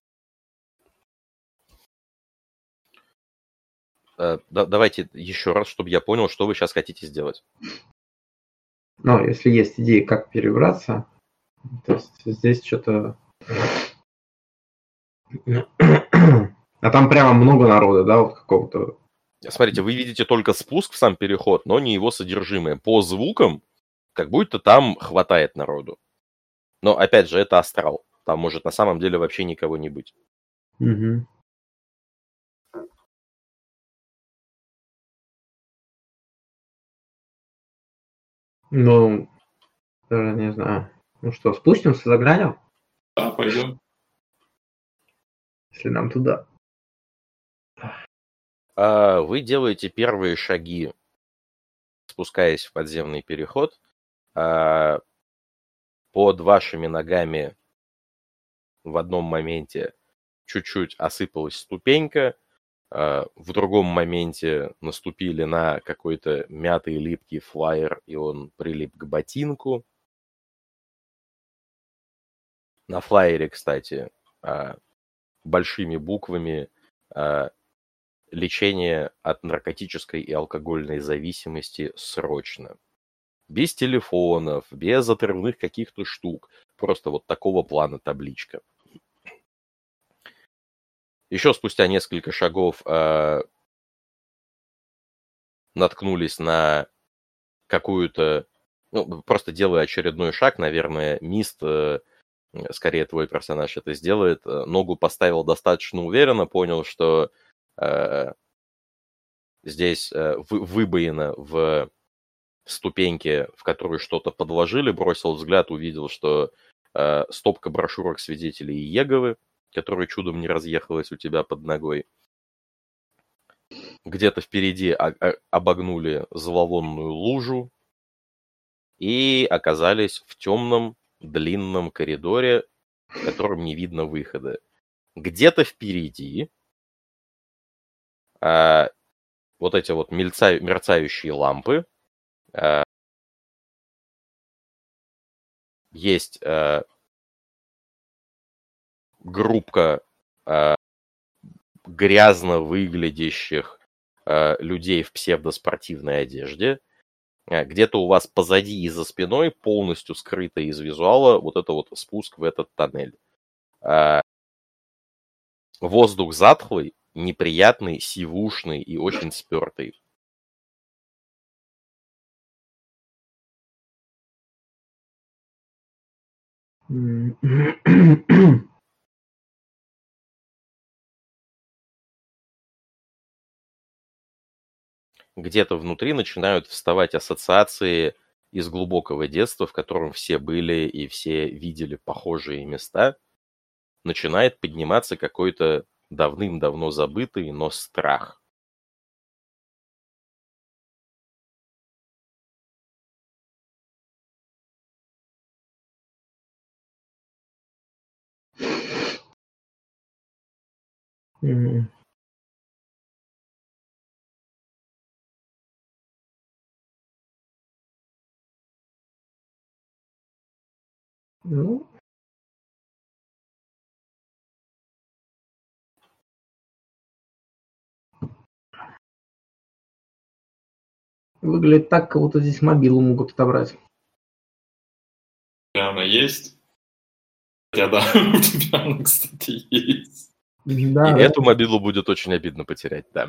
Э, да, давайте еще раз, чтобы я понял, что вы сейчас хотите сделать. Ну, если есть идеи, как перебраться, то есть здесь что-то... А там прямо много народа, да, вот какого-то... Смотрите, вы видите только спуск в сам переход, но не его содержимое. По звукам, как будто там хватает народу. Но, опять же, это астрал. Там может на самом деле вообще никого не быть. Угу. Ну, даже не знаю. Ну что, спустимся, заглянем, Да, пойдем. если нам туда. А, Вы делаете первые шаги, спускаясь в подземный переход. А, Под вашими ногами в одном моменте чуть-чуть осыпалась ступенька, а, в другом моменте наступили на какой-то мятый липкий флаер, и он прилип к ботинку. На флаере, кстати, а, большими буквами а, лечение от наркотической и алкогольной зависимости срочно. Без телефонов, без отрывных каких-то штук. Просто вот такого плана табличка. Еще спустя несколько шагов э, наткнулись на какую-то... Ну, просто делая очередной шаг, наверное, Мист, э, скорее твой персонаж это сделает, э, ногу поставил достаточно уверенно, понял, что э, здесь э, вы, выбоина в ступеньке, в которую что-то подложили, бросил взгляд, увидел, что э, стопка брошюрок свидетелей Иеговы, которая чудом не разъехалась у тебя под ногой. Где-то впереди о- о- обогнули зловонную лужу и оказались в темном длинном коридоре, в котором не видно выхода. Где-то впереди э, вот эти вот мельца- мерцающие лампы. Э, есть э, группка э, грязно выглядящих э, людей в псевдоспортивной одежде. Э, Где-то у вас позади и за спиной, полностью скрыто из визуала, вот это вот спуск в этот тоннель. Э, Воздух затхлый, неприятный, сивушный и очень спертый. Где-то внутри начинают вставать ассоциации из глубокого детства, в котором все были и все видели похожие места. Начинает подниматься какой-то давным-давно забытый, но страх. Мгм. Ну, выглядит так, как будто здесь мобилу могут отобрать. У тебя она есть? Хотя да, у тебя она, кстати, есть. И Да, да. эту мобилу будет очень обидно потерять, да.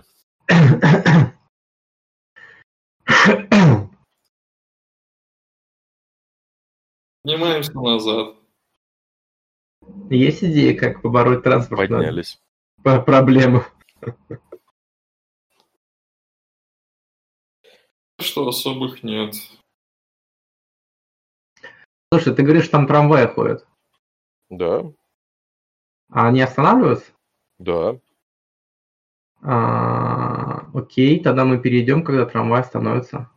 Поднимаемся назад. Есть идеи, как побороть транспортную Поднялись. п- проблему? Что особых нет. Слушай, ты говоришь, там трамваи ходят. Да, А они останавливаются? да. А, окей, тогда мы перейдем, когда трамвай остановится.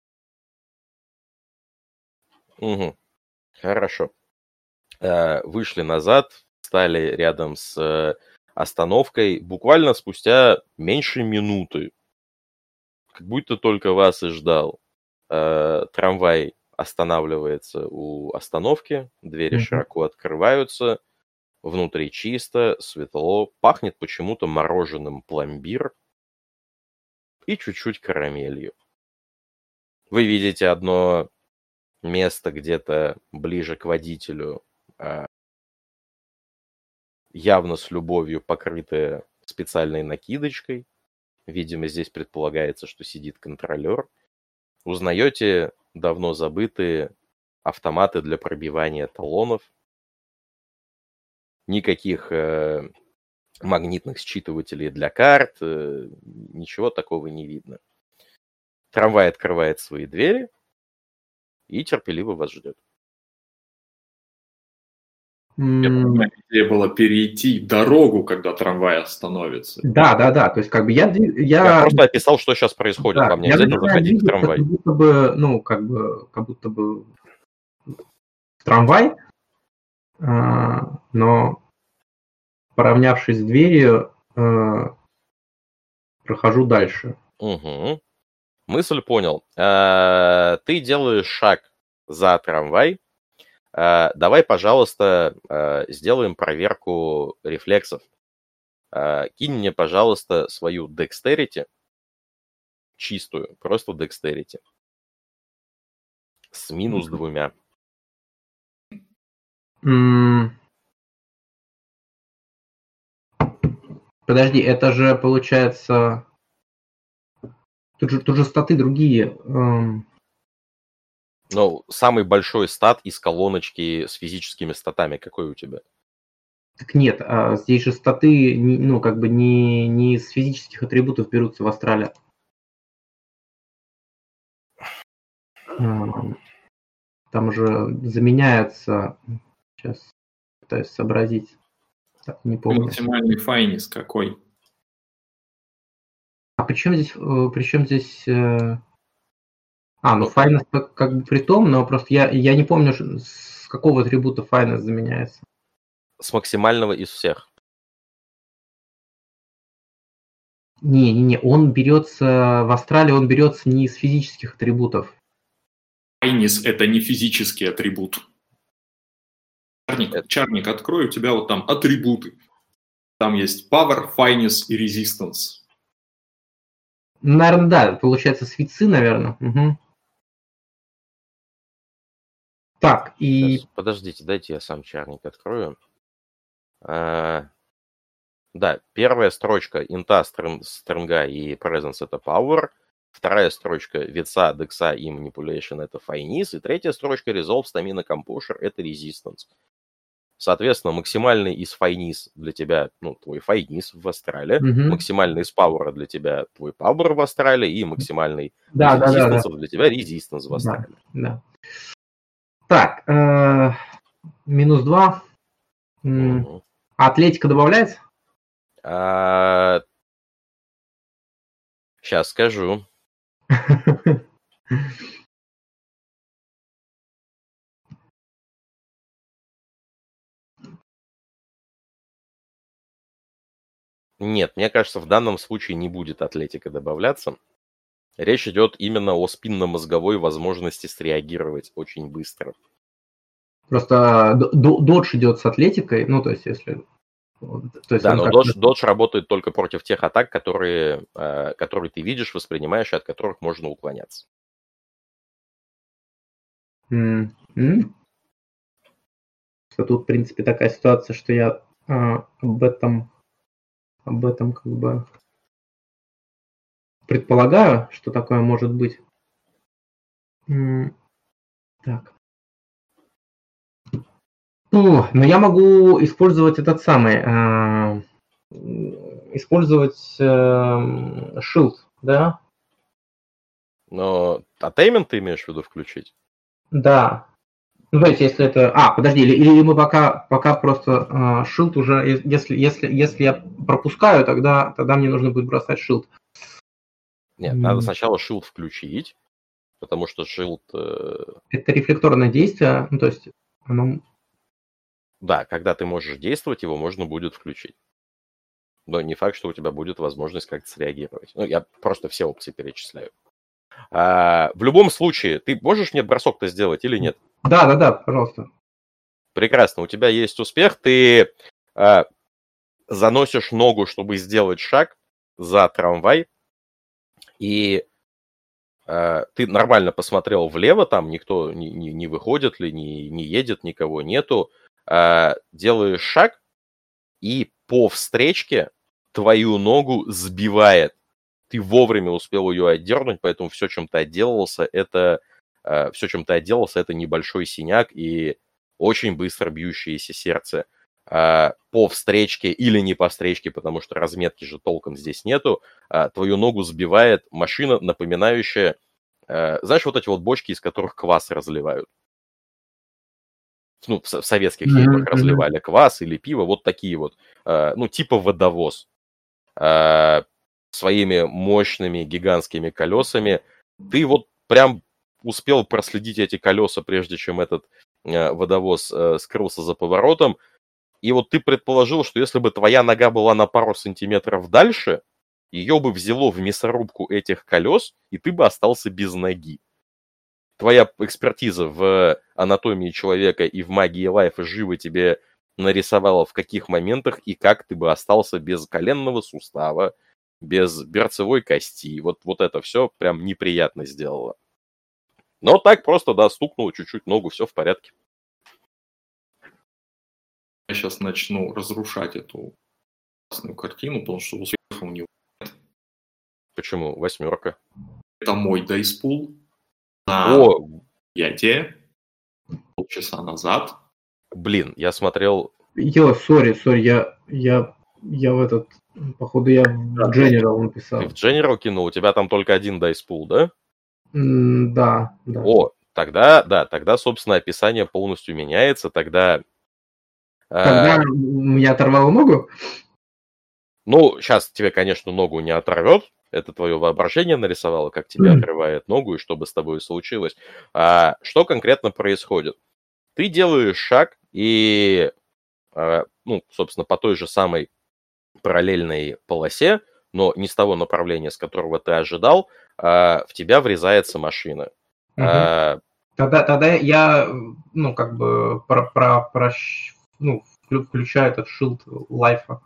Угу. Хорошо. Э, Вышли назад, стали рядом с э, остановкой. Буквально спустя меньше минуты, как будто только вас и ждал, э, трамвай останавливается у остановки, двери Мгм. широко открываются, внутри чисто, светло, пахнет почему-то мороженым пломбир и чуть-чуть карамелью. Вы видите одно место где-то ближе к водителю, а, явно с любовью покрытое специальной накидочкой. Видимо, здесь предполагается, что сидит контролер. Узнаете давно забытые автоматы для пробивания талонов. Никаких э, магнитных считывателей для карт, э, ничего такого не видно. Трамвай открывает свои двери, и терпеливо вас ждет. Я понимаю, идея была перейти дорогу, когда трамвай остановится. Да, да, да. То есть, как бы я... Я, я просто описал, что сейчас происходит. Да, Вам не обязательно заходить в трамвай. Как будто бы, ну, как бы, как будто бы в трамвай, а, но поравнявшись с дверью, а, прохожу дальше. Угу. Мысль понял. А, ты делаешь шаг за трамвай. А, давай, пожалуйста, а, сделаем проверку рефлексов. А, кинь мне, пожалуйста, свою dexterity. Чистую, просто dexterity. С минус двумя. М. Подожди, это же получается... Тут же, тут же статы другие. Эм, Ну, самый большой стат из колоночки с физическими статами какой у тебя? Так нет, а здесь же статы, не- ну, как бы не, не из физических атрибутов берутся в Астрале. Ам, Там же заменяется... Сейчас пытаюсь сообразить. Так, не помню. Максимальный файнис какой? А при чем здесь... э, При чем здесь... э, А, ну Ну. Finance как, как бы при том, но просто я, я не помню, ш- с какого атрибута Finance заменяется. С максимального из всех. Не-не-не, он берется... В Астрале он берется не из физических атрибутов. Файнис – это не физический атрибут. Чарник, Это- чарник, открой, у тебя вот там атрибуты. Там есть Power, Fineness и Resistance. Наверное, да, получается свитцы, наверное. Угу. Так, и... Сейчас, подождите, дайте я сам чарник открою. А, да, первая строчка инта, стрин- стринга и presence это power. Вторая строчка веца, декса и manipulation это файнис. И третья строчка resolve, stamina, composure это resistance. Соответственно, максимальный из файнис для тебя, ну, твой файнис в Астрале, Мгм. максимальный из пауэра для тебя твой пауэр в Астрале и максимальный Да, из да, да, да. резистенсов для тебя резистанс в Да, Астрале. да. Так, э, минус два. М, Мгм. а Атлетика добавляется? А, Сейчас скажу. Нет, мне кажется, в данном случае не будет атлетика добавляться. Речь идет именно о спинномозговой возможности среагировать очень быстро. Просто д- д- додж идет с атлетикой, ну, то есть, если... вот, то есть Да, он но как- додж, додж работает только против тех атак, которые, э, которые ты видишь, воспринимаешь, и от которых можно уклоняться. М, м. Что тут, в принципе, такая ситуация, что я а, об этом, об этом как бы предполагаю, что такое может быть. М, Так. Ну, но я могу использовать этот самый, а, м, использовать шилд, да? Но атеймент ты имеешь в виду включить? Да. Ну, то есть, если это... А, подожди, или, или мы пока, пока просто шилд уже... е- Если, если, если я пропускаю, тогда, тогда мне нужно будет бросать шилд. Нет, М. надо сначала шилд включить, потому что шилд... э, Это рефлекторное действие, ну, то есть оно... Да, когда ты можешь действовать, его можно будет включить. Но не факт, что у тебя будет возможность как-то среагировать. Ну, я просто все опции перечисляю. А, в любом случае, ты можешь мне бросок-то сделать или нет? Да, да, да, пожалуйста. Прекрасно, у тебя есть успех, ты а, заносишь ногу, чтобы сделать шаг за трамвай, и а, ты нормально посмотрел влево, там никто не, не, не выходит ли, не, не едет, никого нету, а, делаешь шаг, и по встречке твою ногу сбивает. Ты вовремя успел ее отдернуть, поэтому все, чем ты отделался, это э, все, чем ты отделался, это небольшой синяк и очень быстро бьющееся сердце. Э, по встречке или не по встречке, потому что разметки же толком здесь нету, э, твою ногу сбивает машина, напоминающая Э, знаешь, вот эти вот бочки, из которых квас разливают? Ну, в, в советских Мгм, фильмах мгм. разливали квас или пиво, вот такие вот, э, ну, типа водовоз. Э, своими мощными гигантскими колесами. Ты вот прям успел проследить эти колеса, прежде чем этот э, водовоз э, скрылся за поворотом. И вот ты предположил, что если бы твоя нога была на пару сантиметров дальше, ее бы взяло в мясорубку этих колес, и ты бы остался без ноги. Твоя экспертиза в анатомии человека и в магии лайфа живо тебе нарисовала, в каких моментах и как ты бы остался без коленного сустава, без берцевой кости. Вот, вот это все прям неприятно сделало. Но так просто, да, стукнуло чуть-чуть ногу, все в порядке. Я сейчас начну разрушать эту классную картину, потому что успеха у него. Почему? Восьмерка. Это мой дайспул на О, пятие полчаса назад. блин, я смотрел... Йо, сори, сори, я, я, я в этот, походу, я в General Ты написал. в General кинул, у тебя там только один dice pool, да? М, Да, да. О, тогда, да, тогда, собственно, описание полностью меняется, тогда... э, Когда меня оторвало ногу? Ну, сейчас тебе, конечно, ногу не оторвет. Это твое воображение нарисовало, как тебе Мгм. отрывает ногу и что бы с тобой случилось. А что конкретно происходит? Ты делаешь шаг и, а, ну, собственно, по той же самой параллельной полосе, но не с того направления, с которого ты ожидал, а, в тебя врезается машина. Мгм. А, Тогда, тогда я, ну, как бы, про, про, про, ну, вклю- включаю этот шилд лайфа.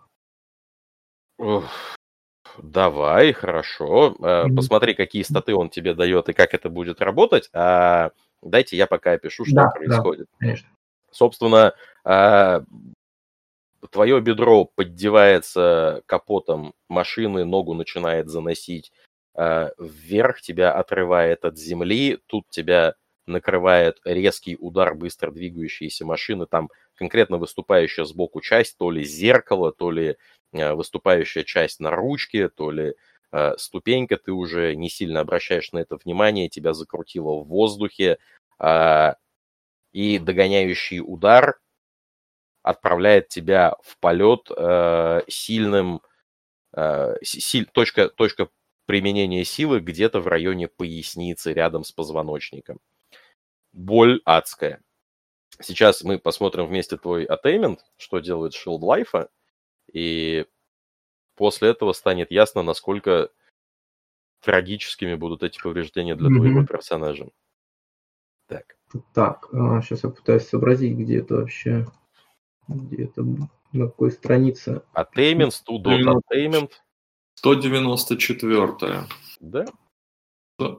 ух, Давай, хорошо. Э, Мгм. Посмотри, какие статы он тебе дает и как это будет работать. А дайте я пока опишу, что Да, да, происходит. конечно. Собственно, а, твое бедро поддевается капотом машины, ногу начинает заносить а, вверх, тебя отрывает от земли, тут тебя накрывает резкий удар быстро двигающейся машины, там конкретно выступающая сбоку часть, то ли зеркало, то ли а, выступающая часть на ручке, то ли а, ступенька, ты уже не сильно обращаешь на это внимание, тебя закрутило в воздухе, а, и догоняющий удар отправляет тебя в полет э, сильным, э, си- точка, точка применения силы где-то в районе поясницы, рядом с позвоночником. Боль адская. Сейчас мы посмотрим вместе твой attainment, что делает Shield Life, и после этого станет ясно, насколько трагическими будут эти повреждения для твоего Мгм. персонажа. Так. Так, сейчас я пытаюсь сообразить, где это вообще, где это, на какой странице. Attainment, Student Attainment. сто девяносто четвёртая. Да. Да.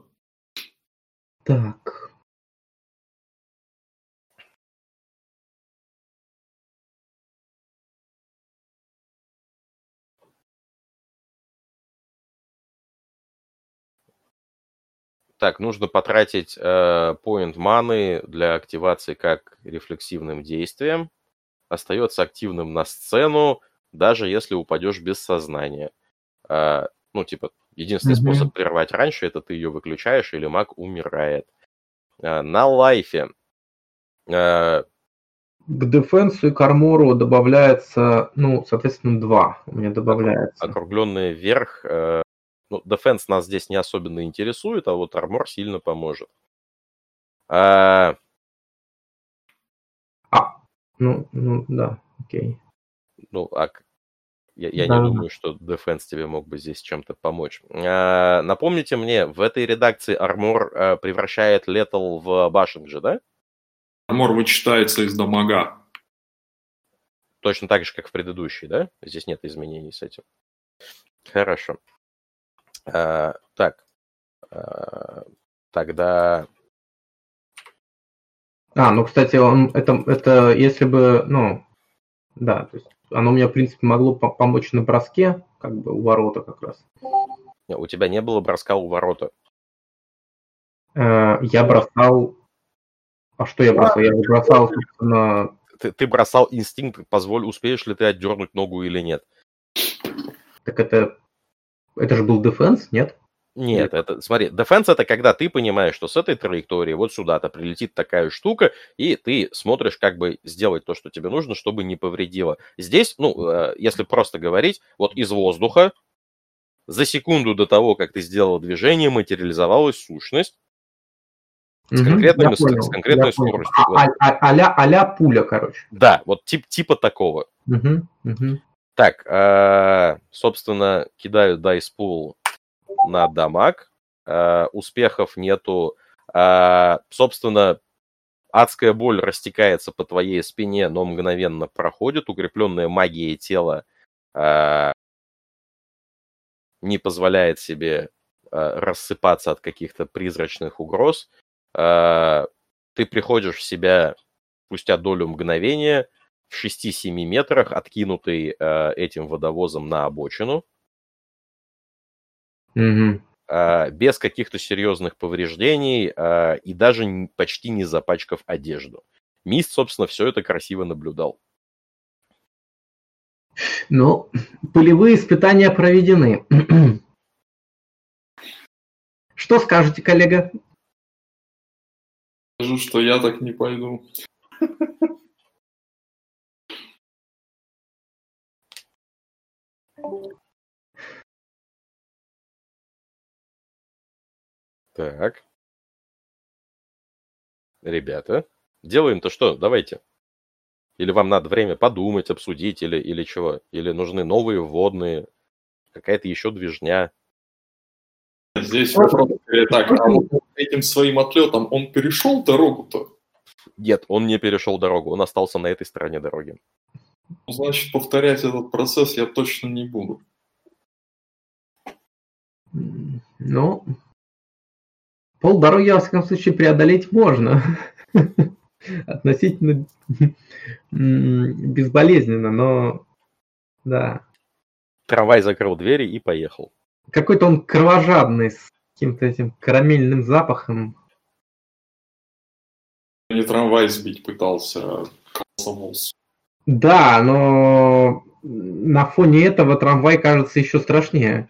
Так. Так, нужно потратить э, point money для активации как рефлексивным действием. Остается активным на сцену, даже если упадешь без сознания. Э, ну, типа, единственный Мгм. способ прервать раньше, это ты ее выключаешь, или маг умирает. Э, на лайфе. Э, К дефенсу и к армору добавляется, ну, соответственно, два у меня добавляется. округленный вверх. Э, ну, дефенс нас здесь не особенно интересует, а вот армор сильно поможет. Э, А, ну, ну, да, окей. ну, а к- Я, я Да. не думаю, что Defense тебе мог бы здесь чем-то помочь. А, напомните мне, в этой редакции Armor а, превращает Lethal в башинг же, да? Армор вычитается из дамага. Точно так же, как в предыдущей, да? Здесь нет изменений с этим. Хорошо. А, так. А, тогда... А, ну, кстати, он, это, это если бы, ну, да, то есть оно мне, в принципе, могло по- помочь на броске, как бы у ворота как раз. Не, у тебя не было броска у ворота. Э, Я бросал... А что я бросал? Я бросал, собственно... Ты, ты бросал инстинкт, позволь, успеешь ли ты отдернуть ногу или нет. Так это... Это же был дефенс, нет? Нет, это, смотри, дефенс это когда ты понимаешь, что с этой траектории вот сюда-то прилетит такая штука, и ты смотришь, как бы сделать то, что тебе нужно, чтобы не повредило. Здесь, ну, э, если просто говорить, вот из воздуха за секунду до того, как ты сделал движение, материализовалась сущность с, Мгм, конкретными, я с, понял, с конкретной я понял. скоростью. А- Вот. а- а- а-ля, а-ля пуля, короче. Да, вот тип, типа такого. Мгм, мгм. Так, э, собственно, кидаю Dice Pool на дамаг. Э, успехов нету. Э, собственно, адская боль растекается по твоей спине, но мгновенно проходит. Укрепленная магией тела э, не позволяет себе э, рассыпаться от каких-то призрачных угроз. Э, ты приходишь в себя спустя долю мгновения в шести-семи метрах, откинутый э, этим водовозом на обочину. Мгм. э, без каких-то серьезных повреждений э, и даже н- почти не запачкав одежду. Мист, собственно, все это красиво наблюдал. Ну, пулевые испытания проведены. Что скажете, коллега? Скажу, что я так не пойду. Так. Ребята, делаем-то что? Давайте. Или вам надо время подумать, обсудить, или, или чего? Или нужны новые вводные, какая-то еще движня? Здесь вопрос скорее так, а вот этим своим отлетом он перешел дорогу-то? Нет, он не перешел дорогу, он остался на этой стороне дороги. Ну, значит, повторять этот процесс я точно не буду. М, Ну, полдороги, во всяком случае, преодолеть можно. Относительно м, безболезненно, но да. Трамвай закрыл двери и поехал. Какой-то он кровожадный, с каким-то этим карамельным запахом. Не трамвай сбить пытался, а комсомолс. Да, но на фоне этого трамвай кажется еще страшнее.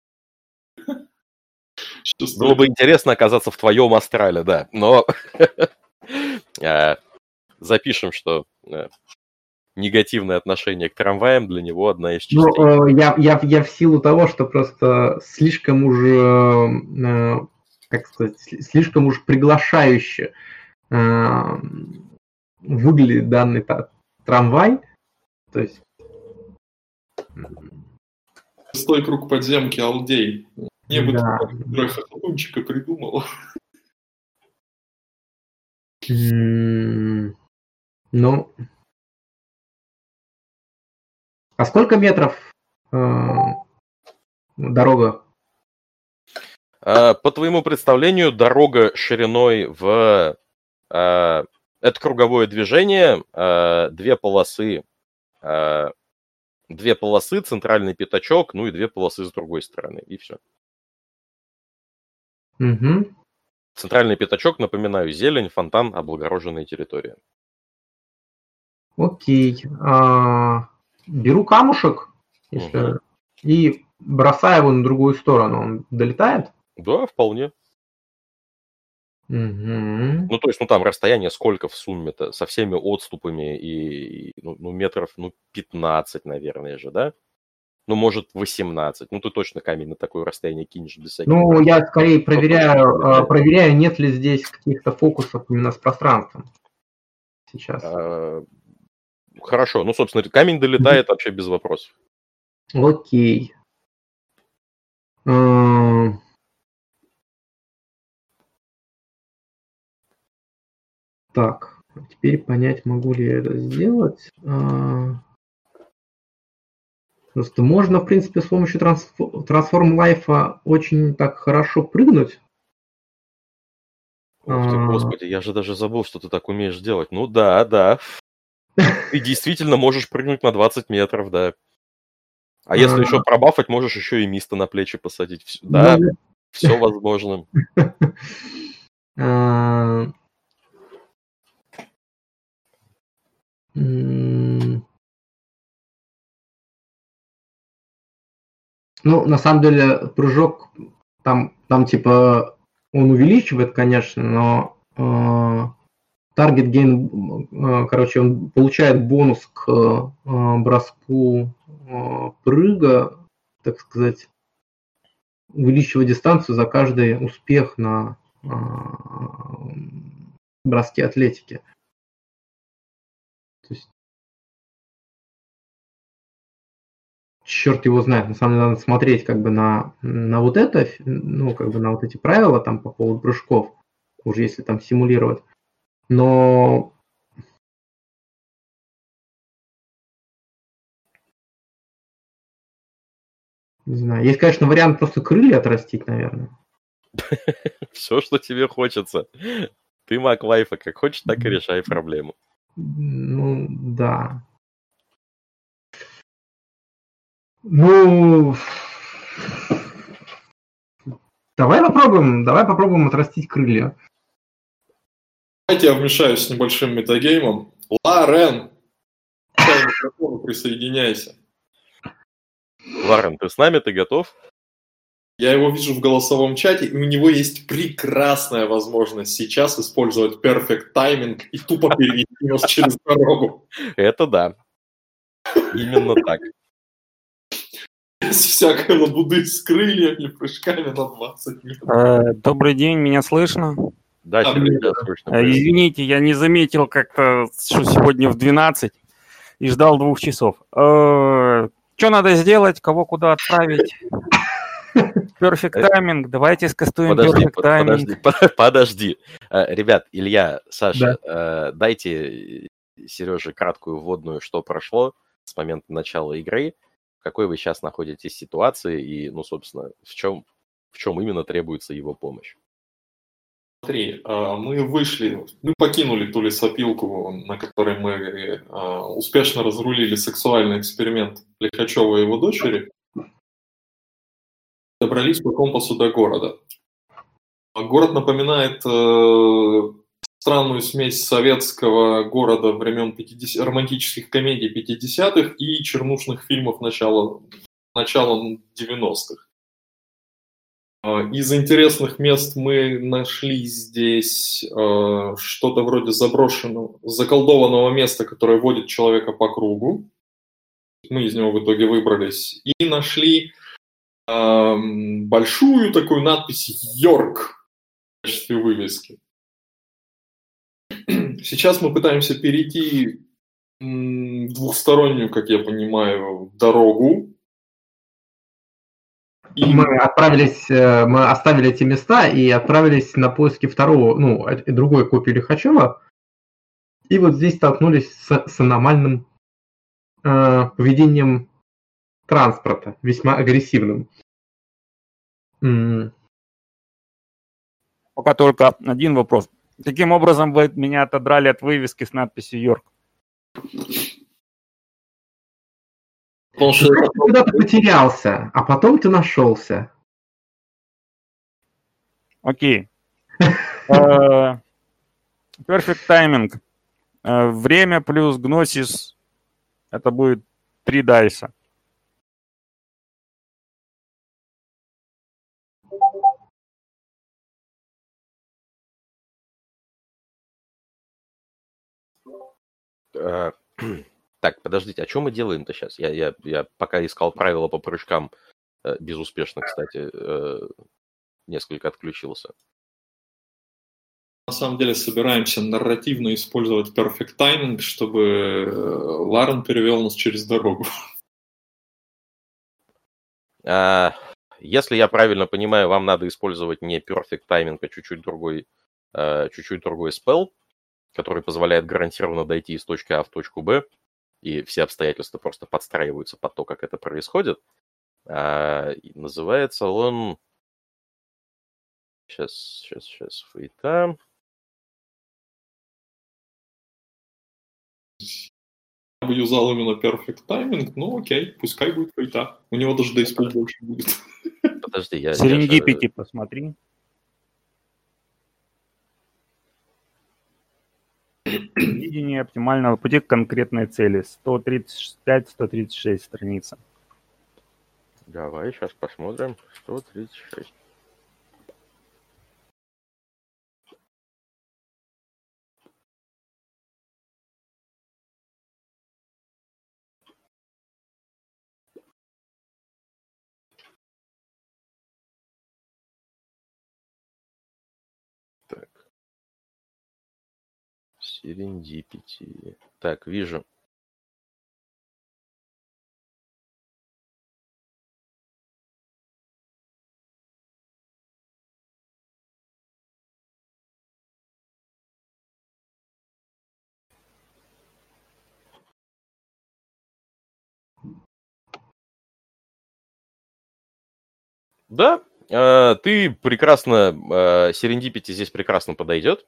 Сейчас Было бы интересно оказаться в твоем астрале, да, но э, запишем, что э, негативное отношение к трамваям для него одна из частей. Ну, э, я, я, я в силу того, что просто слишком уж, э, как сказать, сли- слишком уж приглашающе э, выглядит данный та- трамвай. То есть, Шестой круг подземки Алдей. Не бы да. такой хохотунчика придумал. М, Ну, а сколько метров э, дорога? Э, По твоему представлению, дорога шириной в... э, Это круговое движение, э, две полосы, э, две полосы, центральный пятачок, ну и две полосы с другой стороны, и все. Мгм. Центральный пятачок, напоминаю, зелень, фонтан, облагороженная территория. Окей. А, беру камушек, если, Мгм. и бросаю его на другую сторону. Он долетает? Да, вполне. Мгм. Ну, то есть, ну, там расстояние сколько в сумме-то, со всеми отступами, и, и, ну, ну, метров, ну, пятнадцать, наверное же, да? Ну, может, восемнадцать. Ну, ты точно камень на такое расстояние кинешь без всяких... Ну, я скорее точно проверяю, а, проверяет. проверяю, нет ли здесь каких-то фокусов именно с пространством сейчас. А, Хорошо, ну, собственно, камень долетает вообще без вопросов. Окей. М, Так, а теперь понять, могу ли я это сделать. А, Просто можно, в принципе, с помощью трансфо- трансформ лайфа очень так хорошо прыгнуть. Ух ты, А, господи, я же даже забыл, что ты так умеешь делать. Ну да, да. Ты действительно можешь прыгнуть на двадцать метров, да. А если а, еще пробафать, можешь еще и миста на плечи посадить. Вс- ну, Да, все возможно. а, м, Ну, на самом деле, прыжок там, там типа он увеличивает, конечно, но э, target gain, э, короче, он получает бонус к э, броску э, прыга, так сказать, увеличивая дистанцию за каждый успех на э, броске атлетики. То есть, черт его знает, на самом деле надо смотреть как бы на, на вот это, ну, как бы на вот эти правила там по поводу прыжков, уже если там симулировать. Но не знаю, есть, конечно, вариант просто крылья отрастить, наверное. Все, что тебе хочется. Ты маг лайфа, как хочешь, так и решай проблему. Ну, да. Ну, давай попробуем, давай попробуем отрастить крылья. Давайте я вмешаюсь с небольшим метагеймом. Ларен, присоединяйся. Ларен, ты с нами, ты готов? Я его вижу в голосовом чате, и у него есть прекрасная возможность сейчас использовать perfect timing и тупо перевести нас через дорогу. Это да. Именно так. Без всякой лабуды с крыльями, прыжками на двадцать минут. Э, добрый день, меня слышно? Да, А, Сергей, да. да, слышно. Э, извините, я не заметил как-то, что сегодня в двенадцать и ждал двух часов. Э, что надо сделать, кого куда отправить? Perfect timing, давайте скастуем Подожди, perfect под- timing. подожди, подожди. Э, Ребят, Илья, Саша, Да. э, дайте Сереже краткую вводную, что прошло с момента начала игры, в какой вы сейчас находитесь ситуации и, ну, собственно, в чем, в чем именно требуется его помощь. Смотри, а, мы вышли, мы покинули ту лесопилку, на которой мы а, успешно разрулили сексуальный эксперимент Лихачева и его дочери, добрались по компасу до города. А Город напоминает э, странную смесь советского города времен пятидесятых, романтических комедий пятидесятых и чернушных фильмов начала, начала девяностых. Из интересных мест мы нашли здесь э, что-то вроде заброшенного, заколдованного места, которое водит человека по кругу. Мы из него в итоге выбрались. И нашли э, большую такую надпись «Йорк» в качестве вывески. Сейчас мы пытаемся перейти м, двухстороннюю, как я понимаю, дорогу. И Мы отправились, э, мы оставили эти места и отправились на поиски второго, ну, э, другой копии Лихачева. И вот здесь столкнулись с, с аномальным э, поведением транспорта, весьма агрессивным. М, Пока только один вопрос. Каким образом вы меня отодрали от вывески с надписью «Йорк»? потому что Ты куда-то потерялся, а потом ты нашелся. Окей. Э, Perfect timing. Э, Время плюс гносис. Это будет три дайса. Э, Так, подождите, а что мы делаем-то сейчас? Я, я, я пока искал правила по прыжкам, э, безуспешно, кстати, э, несколько отключился. на самом деле собираемся нарративно использовать perfect timing, чтобы э, Ларен перевел нас через дорогу. А, Если я правильно понимаю, вам надо использовать не perfect timing, а чуть-чуть другой, э, чуть-чуть другой спелл, который позволяет гарантированно дойти из точки А в точку Б, и все обстоятельства просто подстраиваются под то, как это происходит. А, и называется он... Сейчас, сейчас, сейчас, фейта. Я бы юзал именно perfect timing, ну окей, пускай будет фейта. У него даже дейспул больше будет. Подожди, я... я же- Серендипити посмотри. Видение оптимального пути к конкретной цели. сто тридцать пять - сто тридцать шесть страница. Давай, сейчас посмотрим. сто тридцать шесть. Serendipity. Так, вижу. Да, э, ты прекрасно, э, Serendipity здесь прекрасно подойдет.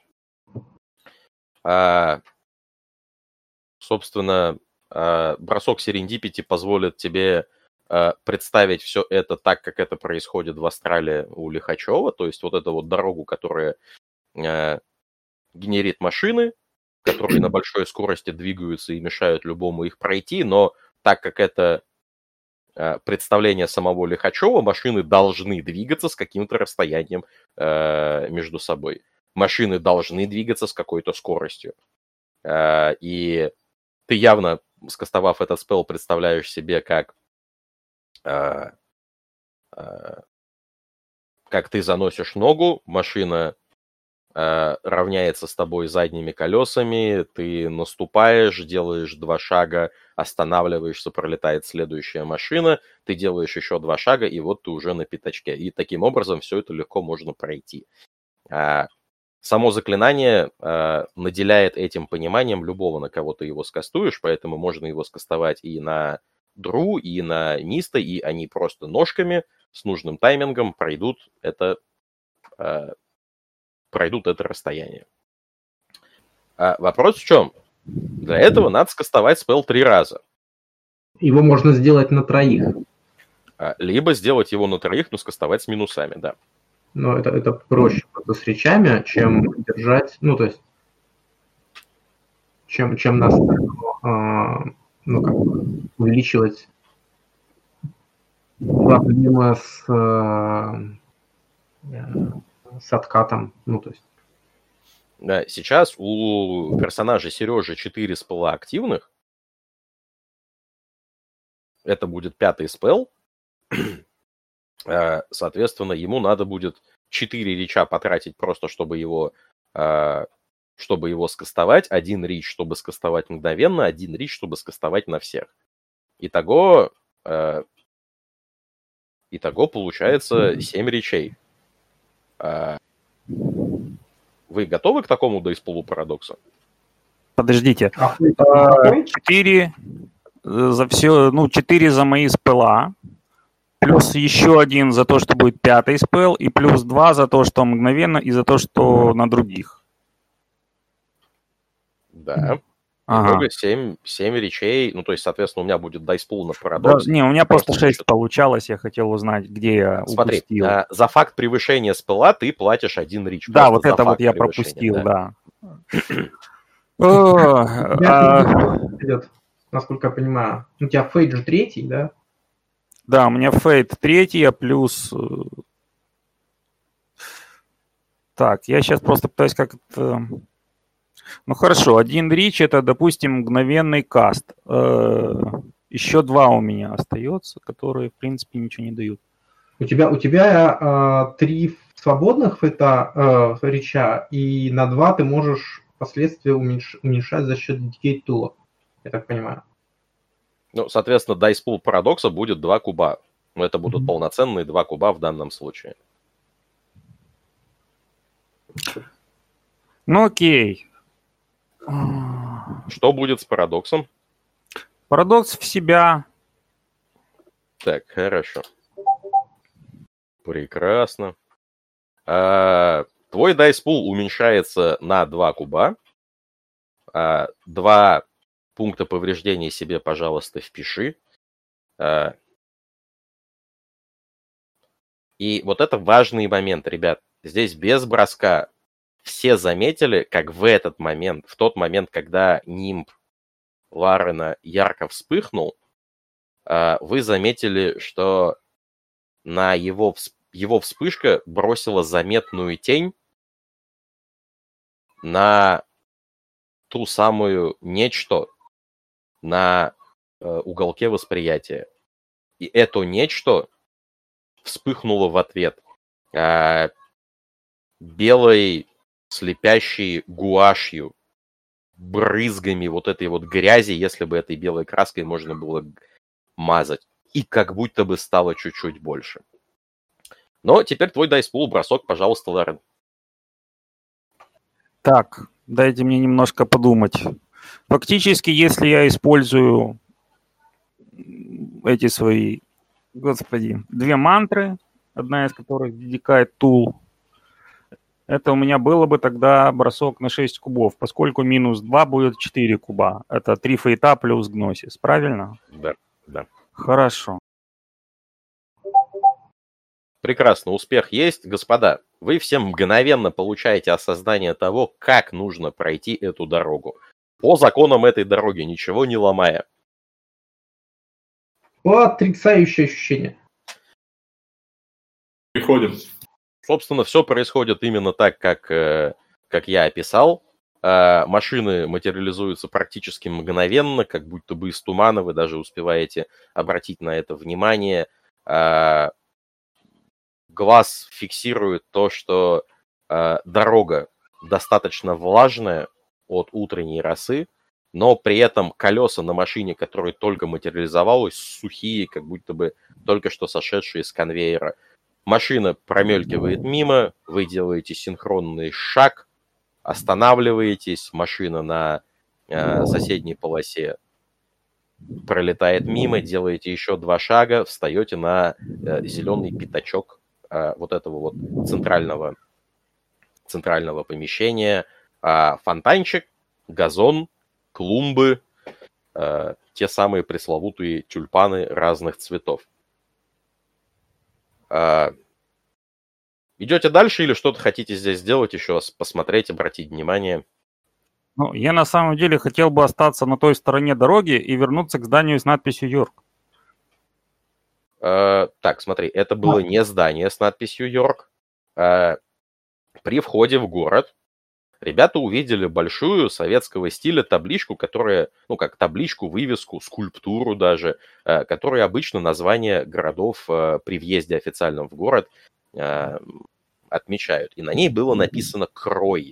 А, собственно, э, бросок Serendipity позволит тебе э, представить все это так, как это происходит в Астрале у Лихачева, то есть вот эту вот дорогу, которая э, генерит машины, которые на большой скорости двигаются и мешают любому их пройти, но так как это э, представление самого Лихачева, машины должны двигаться с каким-то расстоянием э, между собой. Машины должны двигаться с какой-то скоростью. Э, и ты явно, скастовав этот спелл, представляешь себе, как, э, э, как ты заносишь ногу, машина э, равняется с тобой задними колесами, ты наступаешь, делаешь два шага, останавливаешься, пролетает следующая машина, ты делаешь еще два шага, и вот ты уже на пятачке. И таким образом все это легко можно пройти. А, само заклинание э, наделяет этим пониманием любого, на кого ты его скастуешь, поэтому можно его скастовать и на Дру, и на Миста, и они просто ножками с нужным таймингом пройдут это, э, пройдут это расстояние. А вопрос в чем? Для этого надо скастовать спелл три раза. Его можно сделать на троих. А, либо сделать его на троих, но скастовать с минусами, да. Но это, это проще просто с речами, чем держать, ну, то есть, чем, чем на сцену, э, ну, как бы, увеличивать проблемы с, э, с откатом, ну, то есть. Да, сейчас у персонажа Сережи четыре спелла активных. Это будет пятый спелл. Соответственно, ему надо будет четыре реча потратить просто, чтобы его, чтобы его скастовать. Один рич, чтобы скастовать мгновенно. Один рич, чтобы скастовать на всех. Итого, итого получается семь речей. Вы готовы к такому дейспулу парадокса? Подождите. А, четыре за все, ну, четыре за мои спелла. Плюс еще один за то, что будет пятый спелл, и плюс два за то, что мгновенно, и за то, что на других. Да. Ага. Много, семь, семь речей. Ну, то есть, соответственно, у меня будет дайспул на парадокс. Да, не, у меня просто, просто шесть получалось. Я хотел узнать, где я Смотри, упустил. а, за факт превышения спелла ты платишь один рич. Да, вот за это вот факт я превышения, пропустил, да. Я А, идет, насколько я понимаю. У тебя фейт же третий, да? Да, у меня фейт третий, а плюс... э, Так, я сейчас просто пытаюсь как-то... Ну хорошо, один рич это, допустим, мгновенный каст. Э, Еще два у меня остается, которые, в принципе, ничего не дают. У тебя, у тебя э, три свободных фейта, э, реча, и на два ты можешь впоследствии уменьш, уменьшать за счет дикейт тула, я так понимаю. Ну, соответственно, дайспул парадокса будет два куба. Но это будут Мгм. полноценные два куба в данном случае. Ну окей. Что будет с парадоксом? Парадокс в себя. Так, хорошо. Прекрасно. А, твой дайспул уменьшается на два куба. А, два пункта повреждения себе, пожалуйста, впиши. А, и вот это важный момент, ребят. Здесь без броска все заметили, как в этот момент, в тот момент, когда нимб Ларена ярко вспыхнул, а, вы заметили, что на его, всп- его вспышка бросила заметную тень на ту самую нечто на э, уголке восприятия. И это нечто вспыхнуло в ответ а, белой слепящей гуашью, брызгами вот этой вот грязи, если бы этой белой краской можно было мазать. И как будто бы стало чуть-чуть больше. Но теперь твой дайспул, бросок, пожалуйста, Ларен. Так, дайте мне немножко подумать. Фактически, если я использую эти свои, господи, две мантры, одна из которых Dedicate Tool, это у меня было бы тогда бросок на шесть кубов, поскольку минус два будет четыре куба. Это три фейта плюс гносис, правильно? Да, да. Хорошо. Прекрасно, успех есть. Господа, вы все мгновенно получаете осознание того, как нужно пройти эту дорогу. По законам этой дороги, ничего не ломая. Потрясающее ощущение. Приходим. Собственно, все происходит именно так, как, э, как я описал. Э, машины материализуются практически мгновенно, как будто бы из тумана. Вы даже успеваете обратить на это внимание. Э, глаз фиксирует то, что э, дорога достаточно влажная от утренней росы, но при этом колеса на машине, которая только материализовалась, сухие, как будто бы только что сошедшие с конвейера. Машина промелькивает мимо, вы делаете синхронный шаг, останавливаетесь, машина на э, соседней полосе пролетает мимо, делаете еще два шага, встаете на э, зеленый пятачок э, вот этого вот центрального, центрального помещения. Э, фонтанчик, газон, клумбы, э, те самые пресловутые тюльпаны разных цветов. Uh, идете дальше или что-то хотите здесь сделать, еще посмотреть, обратить внимание? Ну, я на самом деле хотел бы остаться на той стороне дороги и вернуться к зданию с надписью «Йорк». Uh, так, смотри, это было А. не здание с надписью «Йорк». Uh, при входе в город ребята увидели большую советского стиля табличку, которая, ну как табличку, вывеску, скульптуру даже, э, которая обычно названия городов э, при въезде официальном в город э, отмечают. И на ней было написано «Крой».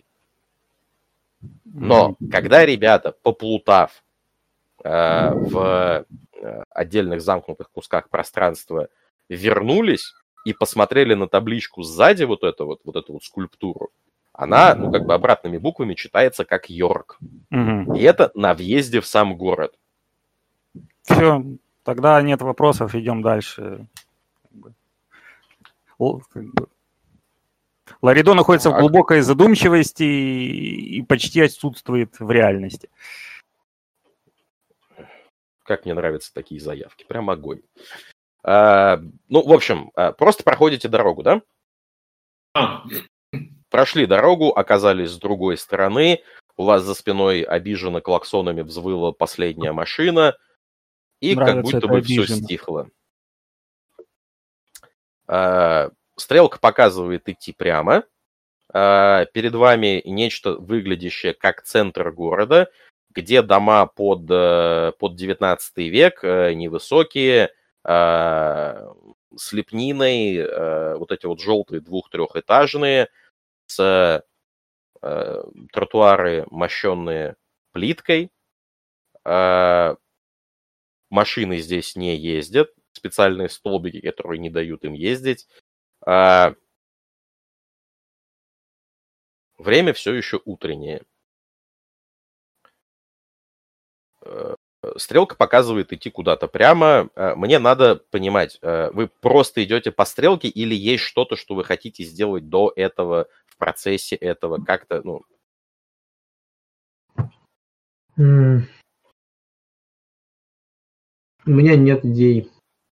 Но когда ребята, поплутав э, в отдельных замкнутых кусках пространства, вернулись и посмотрели на табличку сзади вот эту вот, вот эту вот скульптуру, она, ну, как бы обратными буквами читается как «Йорк». Угу. И это на въезде в сам город. Все, тогда нет вопросов, идем дальше. Ларидо находится так в глубокой задумчивости и почти отсутствует в реальности. Как мне нравятся такие заявки. Прям огонь. А, ну, в общем, просто проходите дорогу, да? А. Прошли дорогу, оказались с другой стороны, у вас за спиной обиженно клаксонами взвыла последняя машина, и нравится, как будто бы обиженно. Все стихло. А, стрелка показывает идти прямо. А, перед вами нечто выглядящее как центр города, где дома под, под девятнадцатый век, невысокие, а, с лепниной, а, вот эти вот желтые двух-трехэтажные, с э, тротуары, мощенные плиткой. Э, машины здесь не ездят. Специальные столбики, которые не дают им ездить. Э, время все еще утреннее. Э, стрелка показывает идти куда-то прямо. Э, мне надо понимать, э, вы просто идете по стрелке или есть что-то, что вы хотите сделать до этого, в процессе этого, как-то, ну... Mm. У меня нет идей.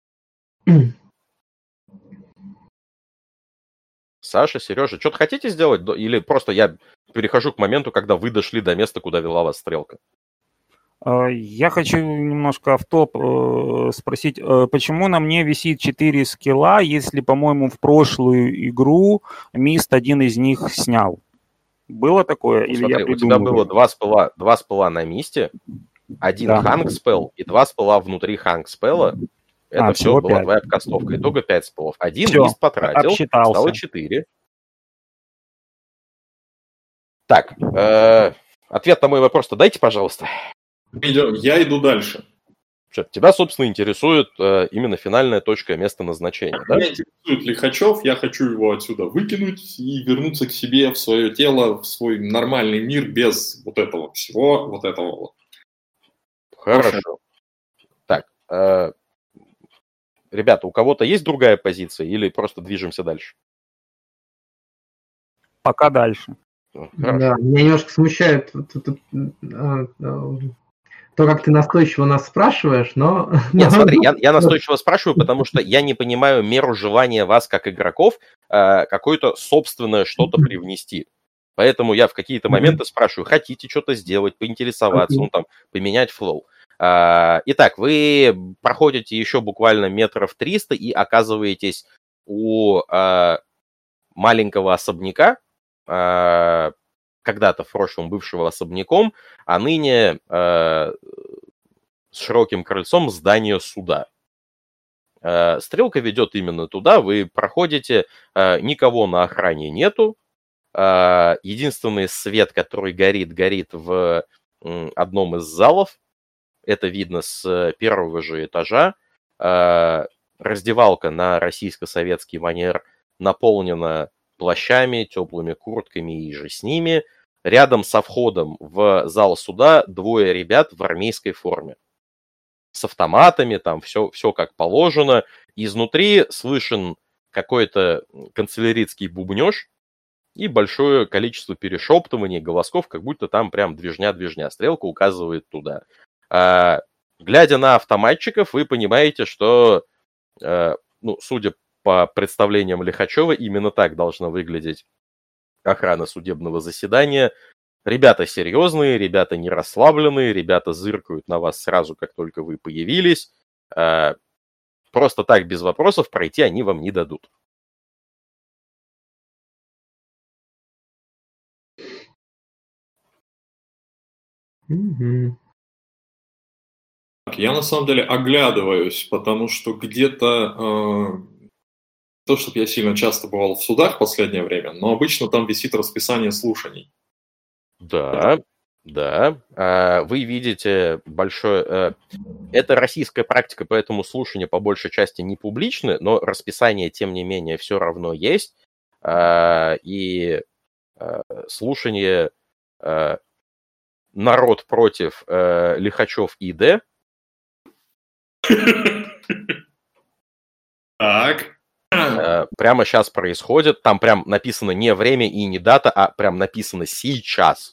Саша, Сережа, что-то хотите сделать? Или просто я перехожу к моменту, когда вы дошли до места, куда вела вас стрелка? Я хочу немножко автоп э, спросить, э, почему на мне висит четыре скилла, если, по-моему, в прошлую игру Мист один из них снял? Было такое? Ну, или смотри, я у тебя было два спелла, два спелла на Мисте, один да. Ханг спелл и два спелла внутри Ханг спелла. Это а, все была пять. Твоя кастовка. Итого пять спеллов. Один все, Мист потратил, стало четыре. Так, э, ответ на мой вопрос-то дайте, пожалуйста. Я иду дальше. Тебя, собственно, интересует э, именно финальная точка места назначения, да? Меня интересует Лихачев, я хочу его отсюда выкинуть и вернуться к себе, в свое тело, в свой нормальный мир без вот этого всего, вот этого вот. Хорошо. Так, э, ребята, у кого-то есть другая позиция или просто движемся дальше? Пока дальше. Хорошо. Да, меня немножко смущает то, как ты настойчиво нас спрашиваешь, но... Нет, смотри, я, я настойчиво спрашиваю, потому что я не понимаю меру желания вас, как игроков, э, какое-то собственное что-то привнести. Поэтому я в какие-то моменты спрашиваю, хотите что-то сделать, поинтересоваться, okay. ну там, поменять флоу. Э, итак, вы проходите еще буквально метров триста и оказываетесь у э, маленького особняка, э, когда-то в прошлом бывшего особняком, а ныне э, с широким крыльцом здания суда. Э, стрелка ведет именно туда, вы проходите, э, никого на охране нету, э, единственный свет, который горит, горит в э, одном из залов, это видно с первого же этажа, э, раздевалка на российско-советский манер наполнена плащами, теплыми куртками и же с ними. Рядом со входом в зал суда двое ребят в армейской форме. С автоматами, там все, все как положено. Изнутри слышен какой-то канцеляритский бубнеж и большое количество перешептываний, голосков, как будто там прям движня-движня. Стрелка указывает туда. А, глядя на автоматчиков, вы понимаете, что, а, ну, судя по представлениям Лихачева, именно так должна выглядеть охрана судебного заседания. Ребята серьезные, ребята не расслабленные, ребята зыркают на вас сразу, как только вы появились. Просто так, без вопросов, пройти они вам не дадут. Mm-hmm. Я на самом деле оглядываюсь, потому что где-то... Э... То, чтобы я сильно часто бывал в судах в последнее время, но обычно там висит расписание слушаний. Да, да. Вы видите большое... Это российская практика, поэтому слушания по большей части не публичны, но расписание, тем не менее, все равно есть. И слушание «Народ против Лихачев и Д». Так. Прямо сейчас происходит. Там прям написано не время и не дата, а прям написано сейчас.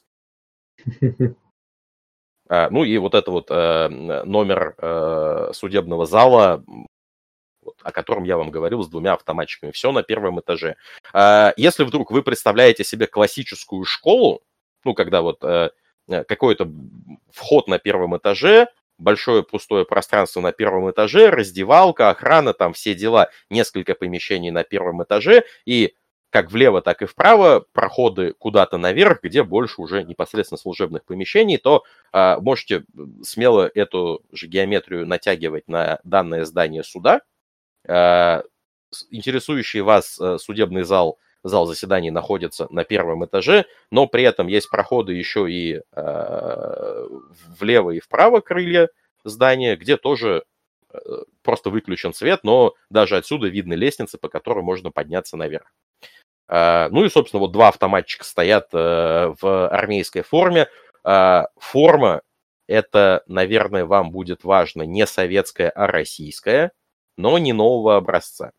Ну и вот это вот номер судебного зала, о котором я вам говорил, с двумя автоматчиками. Все на первом этаже. Если вдруг вы представляете себе классическую школу, ну, когда вот какой-то вход на первом этаже, большое пустое пространство на первом этаже, раздевалка, охрана, там все дела, несколько помещений на первом этаже, и как влево, так и вправо проходы куда-то наверх, где больше уже непосредственно служебных помещений, то э, можете смело эту же геометрию натягивать на данное здание суда. Э, интересующий вас э, судебный зал, зал заседаний находится на первом этаже, но при этом есть проходы еще и э, влево и вправо крылья здания, где тоже э, просто выключен свет, но даже отсюда видны лестницы, по которым можно подняться наверх. Э, ну и, собственно, вот два автоматчика стоят э, в армейской форме. Э, форма — это, наверное, вам будет важно не советская, а российская, но не нового образца.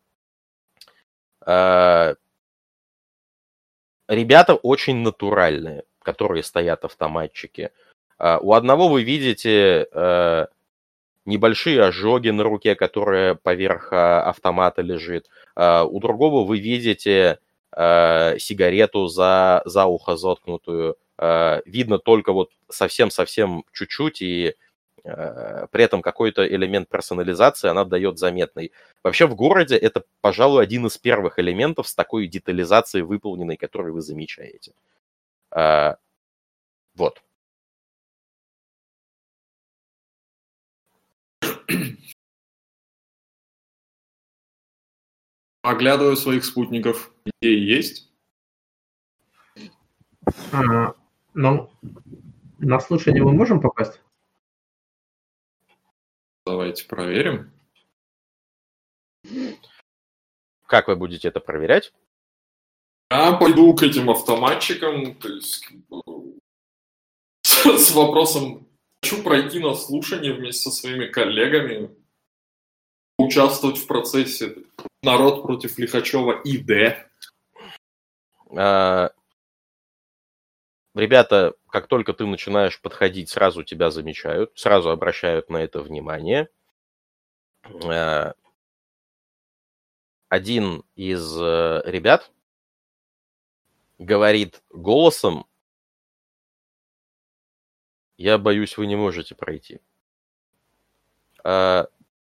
Э, Ребята очень натуральные, которые стоят автоматчики. У одного вы видите э, небольшие ожоги на руке, которая поверх автомата лежит. Э, у другого вы видите э, сигарету за, за ухо заткнутую. Э, видно только вот совсем-совсем чуть-чуть, и э, при этом какой-то элемент персонализации она дает заметный. Вообще в городе это, пожалуй, один из первых элементов с такой детализацией выполненной, которую вы замечаете. А, вот. Оглядываю своих спутников. Идеи есть? А, ну, На слушание мы можем попасть? Давайте проверим. Как вы будете это проверять? Я пойду к этим автоматчикам, то есть с, с вопросом, хочу пройти на слушание вместе со своими коллегами, участвовать в процессе «Народ против Лихачева» ИД. А, ребята, как только ты начинаешь подходить, сразу тебя замечают, сразу обращают на это внимание. А, один из э, ребят говорит голосом: «Я боюсь, вы не можете пройти». А,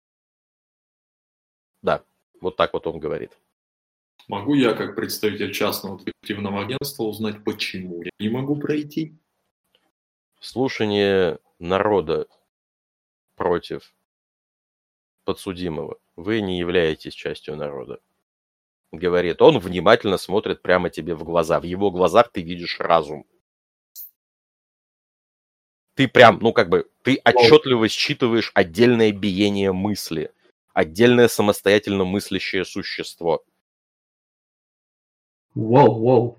да, вот так вот он говорит. Могу я, как представитель частного детективного агентства, узнать, почему я не могу пройти? Слушание народа против подсудимого. Вы не являетесь частью народа. Говорит он, внимательно смотрит прямо тебе в глаза. В его глазах ты видишь разум. Ты прям, ну как бы, ты отчетливо считываешь отдельное биение мысли. Отдельное самостоятельно мыслящее существо. Воу, воу.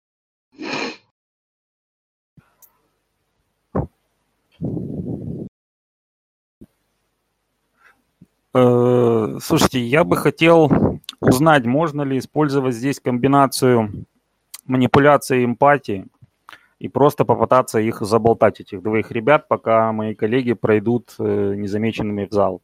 Э, Слушайте, я бы хотел узнать, можно ли использовать здесь комбинацию манипуляции и эмпатии и просто попытаться их заболтать, этих двоих ребят, пока мои коллеги пройдут э, незамеченными в зал.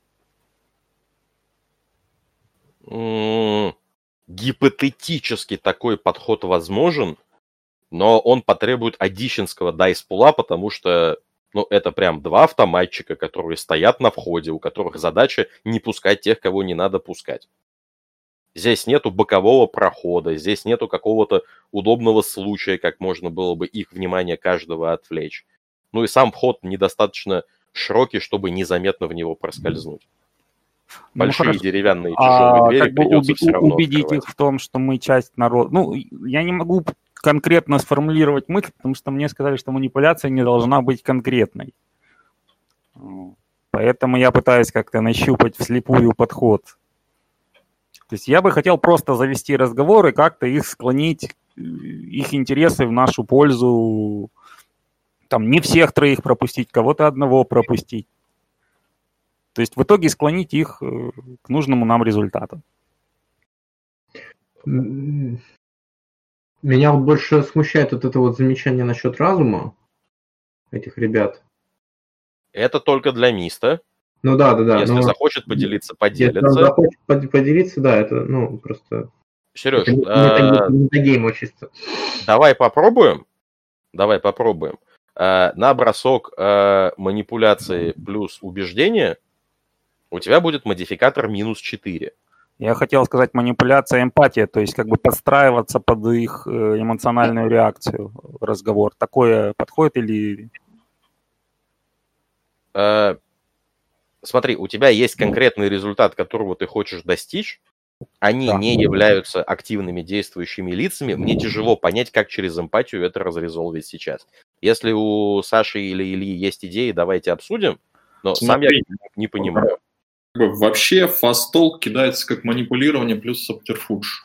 М, Гипотетически такой подход возможен, но он потребует аддищенского дайс-пула, потому что, ну, это прям два автоматчика, которые стоят на входе, у которых задача не пускать тех, кого не надо пускать. Здесь нету бокового прохода, здесь нету какого-то удобного случая, как можно было бы их внимание каждого отвлечь. Ну и сам вход недостаточно широкий, чтобы незаметно в него проскользнуть. Ну, Большие хорошо. деревянные А, тяжелые двери как бы придется уби- все равно убедить открывать. их в том, что мы часть народа. Ну, я не могу конкретно сформулировать мысль, потому что мне сказали, что манипуляция не должна быть конкретной. Поэтому я пытаюсь как-то нащупать вслепую подход. То есть я бы хотел просто завести разговор и как-то их склонить, их интересы в нашу пользу. Там не всех троих пропустить, кого-то одного пропустить. То есть в итоге склонить их к нужному нам результату. М, Меня вот больше смущает вот это вот замечание насчет разума этих ребят. Это только для Миста. Ну да, да, да. Если но захочет поделиться, Если он поделится. захочет под- поделиться, да, это, ну, просто... Сереж, это не- э, не метагейм чисто. давай попробуем. Давай попробуем. Э, на бросок э, манипуляции плюс убеждение у тебя будет модификатор минус четыре. Я хотел сказать манипуляция, эмпатия, то есть как бы подстраиваться под их э, эмоциональную реакцию в разговор. Такое подходит или... Э, смотри, у тебя есть конкретный результат, которого ты хочешь достичь. Они Да. не являются активными действующими лицами. Мне тяжело понять, как через эмпатию это разрезолвить сейчас. Если у Саши или Ильи есть идеи, давайте обсудим. Но сам я Смотри. не понимаю. Как бы вообще фаст-толк кидается как манипулирование плюс субтерфудж.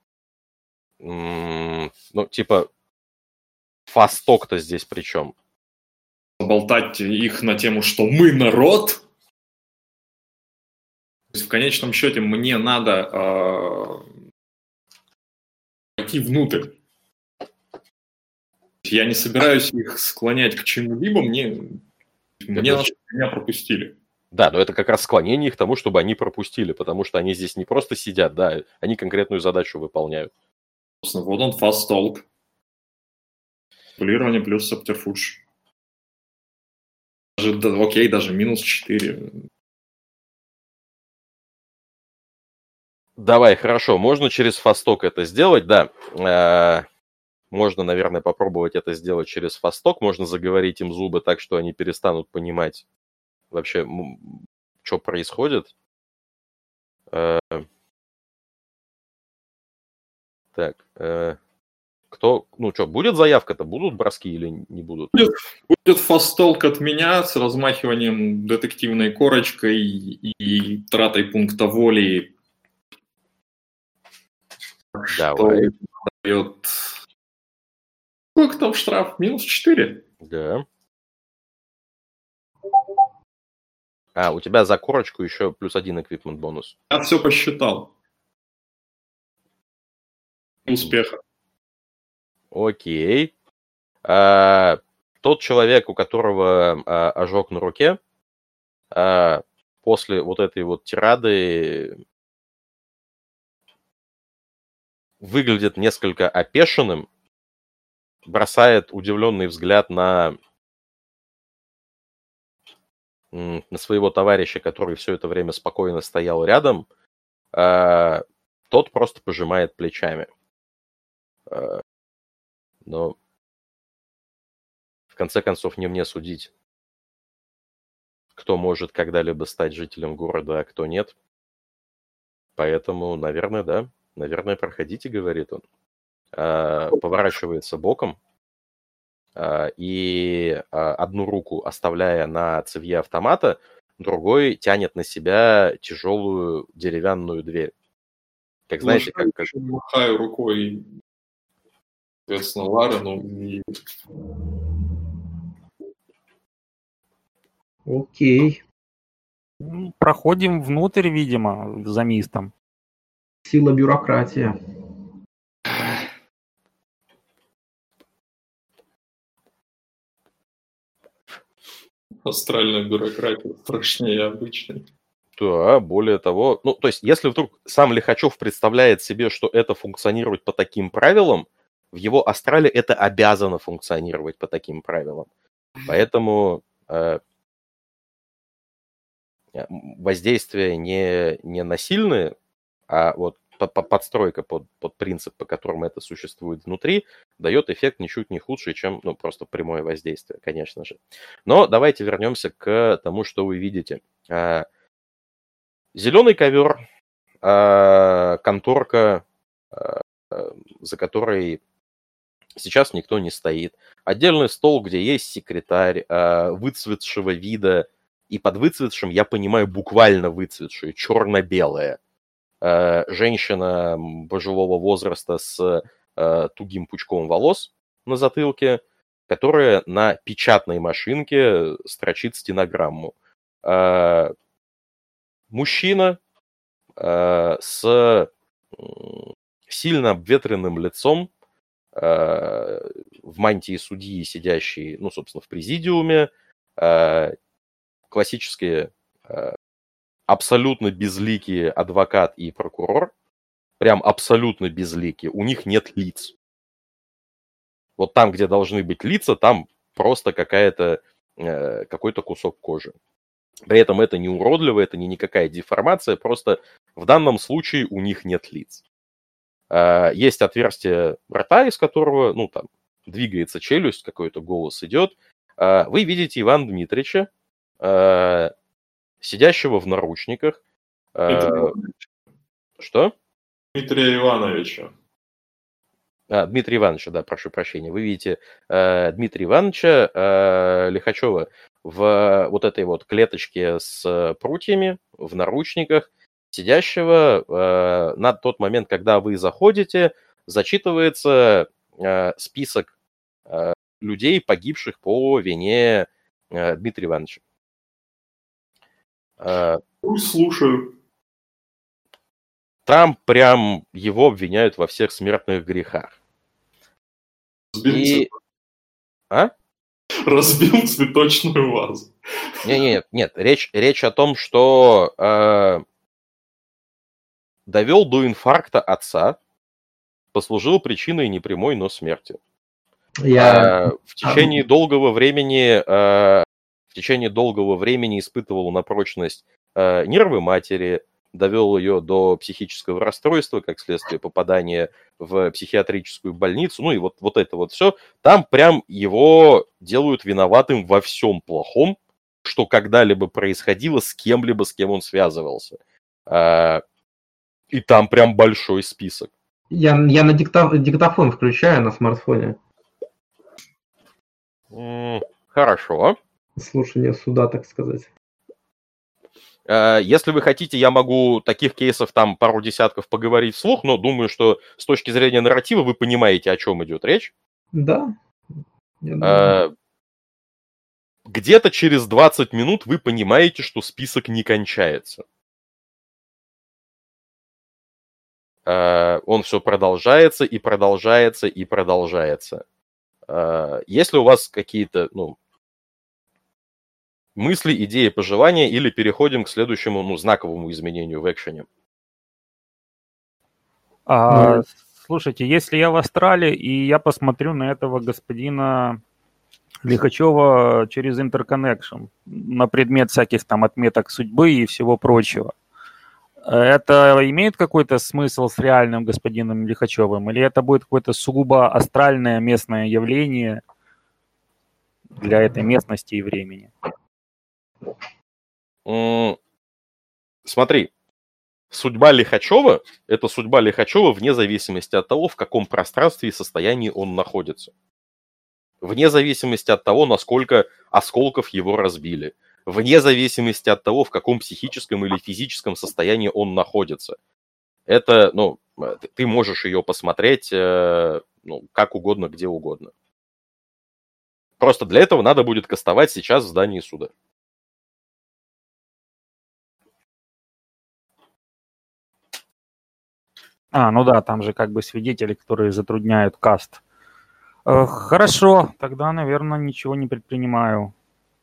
М, Ну, типа, фасток-то здесь при чем? Болтать их на тему, что мы народ. То есть в конечном счете мне надо э, пойти внутрь. Я не собираюсь их склонять к чему-либо, мне, мне надо, чтобы меня пропустили. Да, но это как раз склонение их к тому, чтобы они пропустили, потому что они здесь не просто сидят, да, они конкретную задачу выполняют. Собственно, вот он фаст-толк. Манипулирование плюс субтерфудж. Даже, да, окей, даже минус четыре. Давай, хорошо, можно через фасток это сделать, да. Э, Можно, наверное, попробовать это сделать через фасток, можно заговорить им зубы так, что они перестанут понимать вообще, м, что происходит. Э, Так, э, кто, ну что, будет заявка-то, будут броски или не будут? Будет, будет фастолк от меня с размахиванием детективной корочкой и, и тратой пункта воли. Давай. Что дает... Сколько там штраф? Минус четыре? Да. А, у тебя за корочку еще плюс один эквипмент бонус. Я все посчитал. Успеха. Окей. А, тот человек, у которого а, ожог на руке, а, после вот этой вот тирады выглядит несколько опешенным, бросает удивленный взгляд на, на своего товарища, который все это время спокойно стоял рядом. А, тот просто пожимает плечами. А, но в конце концов не мне судить, кто может когда-либо стать жителем города, а кто нет. Поэтому, наверное, да. Наверное, проходите, говорит он. А, поворачивается боком а, и а, одну руку оставляя на цевье автомата, другой тянет на себя тяжелую деревянную дверь. Как знаете, как... как... Махаю рукой, соответственно, Ларену и... Окей. Проходим внутрь, видимо, за мистом. Сила бюрократии. Астральная бюрократия страшнее обычной. Да, более того, ну, то есть, если вдруг сам Лихачев представляет себе, что это функционирует по таким правилам, в его астрале это обязано функционировать по таким правилам. Поэтому э, воздействия не, не насильные, а вот подстройка под, под принцип, по которому это существует внутри, дает эффект ничуть не худший, чем ну, просто прямое воздействие, конечно же. Но давайте вернемся к тому, что вы видите. Зеленый ковер, конторка, за которой сейчас никто не стоит. Отдельный стол, где есть секретарь выцветшего вида, и под выцветшим я понимаю буквально выцветшую, черно-белая. Женщина пожилого возраста с тугим пучком волос на затылке, которая на печатной машинке строчит стенограмму. Мужчина с сильно обветренным лицом, в мантии судьи, сидящий, ну, собственно, в президиуме, классические абсолютно безликие адвокат и прокурор, прям абсолютно безликие, у них нет лиц. Вот там, где должны быть лица, там просто какая-то, э, какой-то кусок кожи. При этом это не уродливо, это не никакая деформация, просто в данном случае у них нет лиц. Э, есть отверстие рта, из которого, ну, там, двигается челюсть, какой-то голос идет. Э, вы видите Ивана Дмитриевича, э, сидящего в наручниках. Э, что? Дмитрия Ивановича. А, Дмитрия Ивановича, да, прошу прощения. Вы видите э, Дмитрия Ивановича э, Лихачева в вот этой вот клеточке с прутьями, в наручниках, сидящего. Э, на тот момент, когда вы заходите, зачитывается э, список э, людей, погибших по вине э, Дмитрия Ивановича. Э, Слушаю. Там прям его обвиняют во всех смертных грехах. Разбил, И... цвет... а? Разбил цветочную вазу. Нет, нет, нет. Речь, речь о том, что э, довел до инфаркта отца, послужил причиной непрямой, но смерти. Я... Э, в течение долгого времени, э, в течение долгого времени испытывал на прочность э, нервы матери, довел ее до психического расстройства, как следствие попадания в психиатрическую больницу, ну и вот, вот это вот все. Там прям его делают виноватым во всем плохом, что когда-либо происходило с кем-либо, с кем он связывался. И там прям большой список. Я, я на дикта, диктофон включаю на смартфоне. М, Хорошо. Слушание суда, так сказать. Э, Если вы хотите, я могу таких кейсов там пару десятков поговорить вслух, но думаю, что с точки зрения нарратива вы понимаете, о чем идет речь. Да. Я думаю. Э, Где-то через двадцать минут вы понимаете, что список не кончается. Э, Он все продолжается и продолжается и продолжается. Э, Если у вас какие-то, ну, мысли, идеи, пожелания, или переходим к следующему, ну, знаковому изменению в экшене. А, Ну, слушайте, если я в Астрале, и я посмотрю на этого господина Лихачева через интерконнекшн на предмет всяких там отметок судьбы и всего прочего, это имеет какой-то смысл с реальным господином Лихачевым? Или это будет какое-то сугубо астральное местное явление для этой местности и времени? М, Смотри, судьба Лихачева – это судьба Лихачева вне зависимости от того, в каком пространстве и состоянии он находится. Вне зависимости от того, насколько осколков его разбили. Вне зависимости от того, в каком психическом или физическом состоянии он находится. Это, ну, ты- ты можешь ее посмотреть, э, ну, как угодно, где угодно. Просто для этого надо будет кастовать сейчас в здании суда. А, ну да, там же как бы свидетели, которые затрудняют каст. Э, Хорошо, тогда, наверное, ничего не предпринимаю.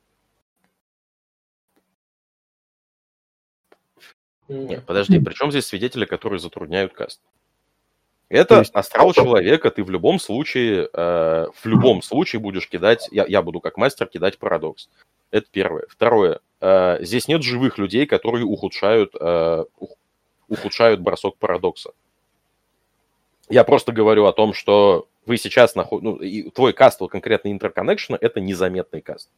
Нет, подожди, при чем здесь свидетели, которые затрудняют каст? То Это есть- астрал человека, ты в любом случае, э, в любом случае будешь кидать, я, я буду как мастер кидать парадокс. Это первое. Второе, э, здесь нет живых людей, которые ухудшают, э, ух- ухудшают бросок парадокса. Я просто говорю о том, что вы сейчас находитесь, ну, и твой каст, вот конкретно интерконнекшн, это незаметный каст.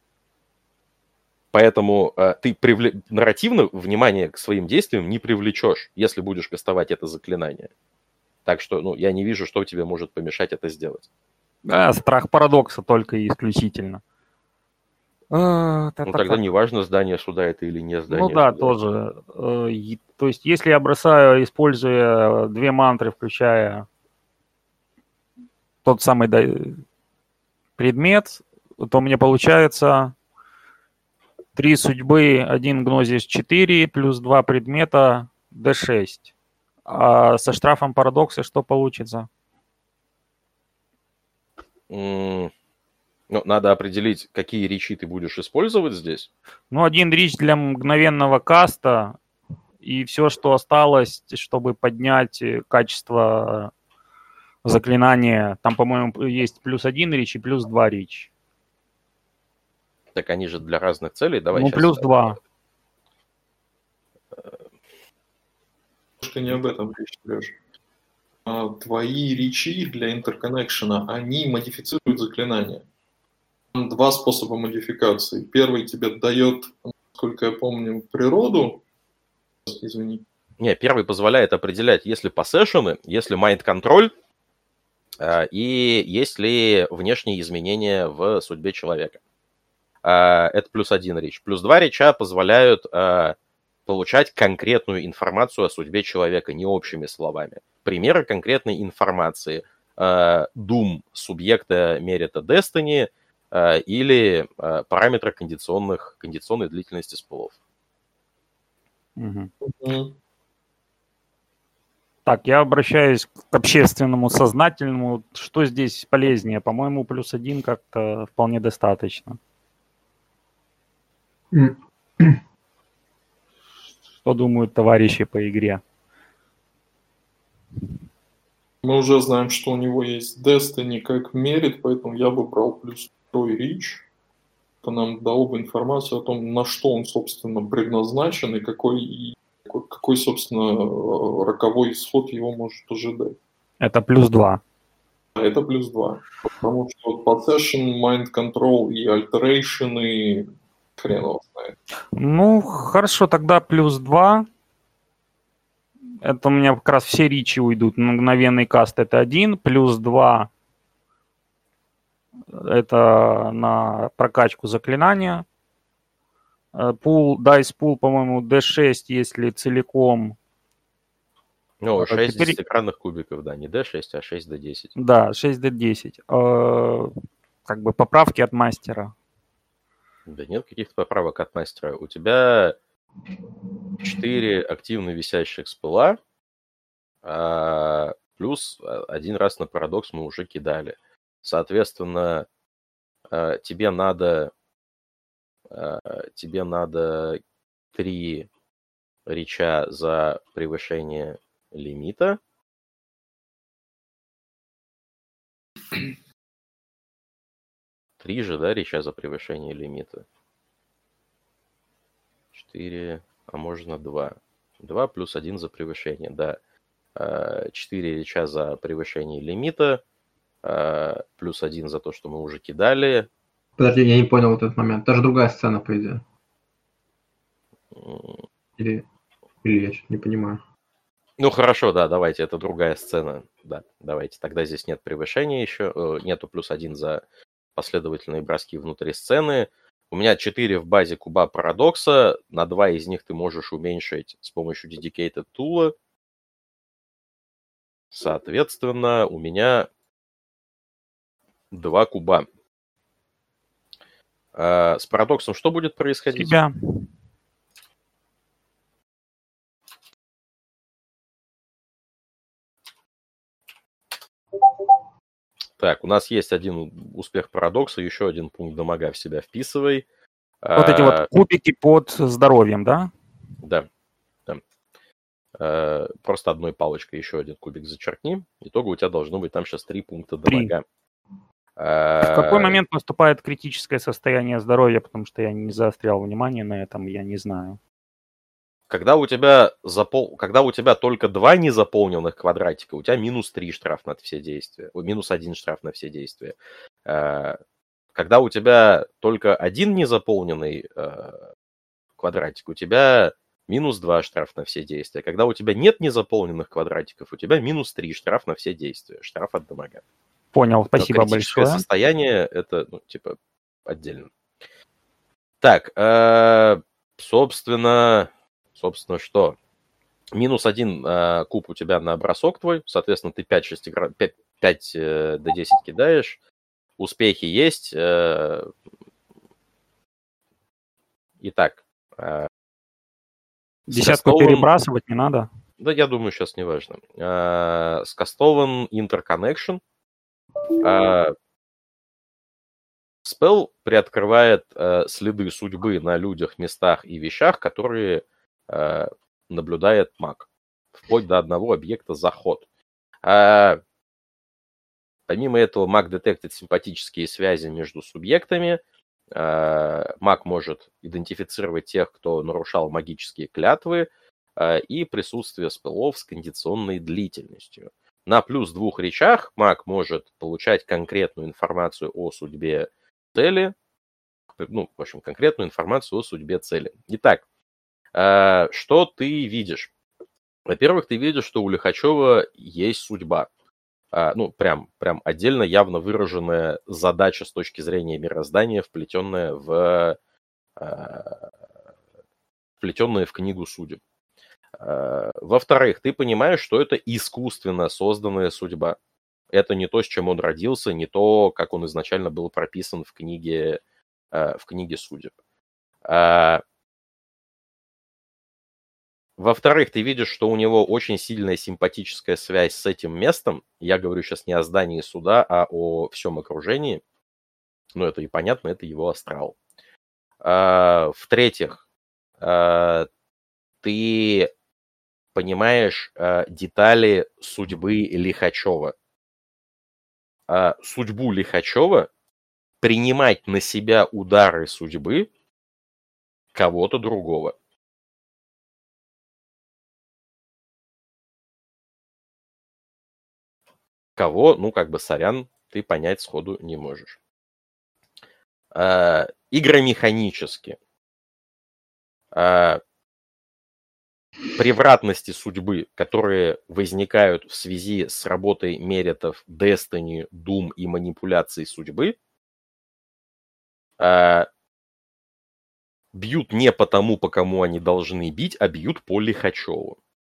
Поэтому э, ты привле... нарративно внимание к своим действиям не привлечешь, если будешь кастовать это заклинание. Так что, ну, я не вижу, что тебе может помешать это сделать. Да, страх парадокса только и исключительно. Э, Ну, та-та-та. тогда неважно, здание суда это или не здание Ну да, суда. тоже. Э, и- То есть, если я бросаю, используя две мантры, включая тот самый да- предмет, то у меня получается три судьбы, один гнозис четыре, плюс два предмета дэ шесть. А со штрафом парадокса что получится? М, Ну, надо определить, какие речи ты будешь использовать здесь. Ну, один рич для мгновенного каста, и все, что осталось, чтобы поднять э, качество заклинания. Там, по-моему, есть плюс один рич и плюс два рич. Так они же для разных целей. Давай Ну, сейчас. плюс два. Немножко не об этом речь, Сереж. А твои речи для интерконнекшена, они модифицируют заклинания. Там два способа модификации. Первый тебе дает, насколько я помню, природу. Извини. Не, первый позволяет определять, есть ли поссешены, есть ли майнд-контроль, э, и есть ли внешние изменения в судьбе человека. Э, Это плюс один речь. Плюс два реча позволяют э, получать конкретную информацию о судьбе человека, не общими словами. Примеры конкретной информации. Э, Doom субъекта мерита Destiny э, или э, параметры кондиционных, кондиционной длительности спылов. Мгм. Мгм. Так, я обращаюсь к общественному, сознательному. Что здесь полезнее? По-моему, плюс один как-то вполне достаточно. м, Что думают товарищи по игре? Мы уже знаем, что у него есть Destiny как мерит, поэтому я бы брал плюс второй рич. Это нам дало бы информацию о том, на что он, собственно, предназначен и какой, какой, какой, собственно, роковой исход его может ожидать. Это плюс два. Это плюс два. Потому что Possession, Mind Control и Alteration, и хрен его знает. Ну, хорошо, тогда плюс два. Это у меня как раз все ричи уйдут. Мгновенный каст это один, плюс два это на прокачку заклинания. Пул, дайс пул, по-моему, ди шесть, если целиком. Ну, шесть Теперь... десятикранных кубиков, да, не ди шесть, а шесть ди десять. Да, шесть ди десять. Как бы поправки от мастера. Да нет каких-то поправок от мастера. У тебя четыре активно висящих спыла, а плюс один раз на парадокс мы уже кидали. Соответственно, тебе надо тебе надо три реча за превышение лимита. Три же, да, реча за превышение лимита. Четыре, а можно два. Два плюс один за превышение, да. Четыре реча за превышение лимита, плюс один за то, что мы уже кидали. Подожди, я не понял вот этот момент. Это же другая сцена, по идее. Или, или я что-то не понимаю. Ну, хорошо, да, давайте, это другая сцена. Да, давайте. Тогда здесь нет превышения еще. Нету плюс один за последовательные броски внутри сцены. У меня четыре в базе куба парадокса. На два из них ты можешь уменьшить с помощью Dedicated Tool. Соответственно, у меня два куба. А с парадоксом что будет происходить? Тебя. Так, у нас есть один успех парадокса, еще один пункт дамага в себя вписывай. Вот эти вот кубики под здоровьем, да? Да. да. Просто одной палочкой еще один кубик зачеркни. Итого у тебя должно быть там сейчас три пункта дамага. В какой момент наступает критическое состояние здоровья, потому что я не заострял внимание на этом, я не знаю. Когда у тебя, запол... Когда у тебя только два незаполненных квадратика, у тебя минус три штраф на все действия. Минус один штраф на все действия. Когда у тебя только один незаполненный квадратик, у тебя минус два штраф на все действия. Когда у тебя нет незаполненных квадратиков, у тебя минус три штраф на все действия. Штраф от дамага. Понял, спасибо большое. Критическое состояние, это, ну, типа, отдельно. Так, э, собственно, собственно, что? Минус один э, куб у тебя на бросок твой, соответственно, ты пять, шестигра... пять, пять э, до десяти кидаешь, успехи есть. Э, итак. Э, Десятку скастован... перебрасывать не надо? Да, я думаю, сейчас не важно. Э, скастован Interconnection. Uh, спелл приоткрывает uh, следы судьбы на людях, местах и вещах, которые uh, наблюдает маг. Вплоть до одного объекта заход. Uh, помимо этого, маг детектит симпатические связи между субъектами. Uh, маг может идентифицировать тех, кто нарушал магические клятвы, uh, и присутствие спеллов с кондиционной длительностью. На плюс двух речах маг может получать конкретную информацию о судьбе цели, ну, в общем, конкретную информацию о судьбе цели. Итак, что ты видишь? Во-первых, ты видишь, что у Лихачева есть судьба. Ну, прям, прям отдельно явно выраженная задача с точки зрения мироздания, вплетенная в, вплетенная в книгу судеб. Во-вторых, ты понимаешь, что это искусственно созданная судьба. Это не то, с чем он родился, не то, как он изначально был прописан в книге, в книге судеб. Во-вторых, ты видишь, что у него очень сильная симпатическая связь с этим местом. Я говорю сейчас не о здании суда, а о всем окружении. Ну, это и понятно, это его астрал. В-третьих, ты понимаешь э, детали судьбы Лихачева. Э, судьбу Лихачева принимать на себя удары судьбы кого-то другого. Кого, ну, как бы, сорян, ты понять сходу не можешь. Э, игромеханически. Э, превратности судьбы, которые возникают в связи с работой меритов Destiny, Doom и манипуляцией судьбы, э, бьют не по тому, по кому они должны бить, а бьют по Лихачеву.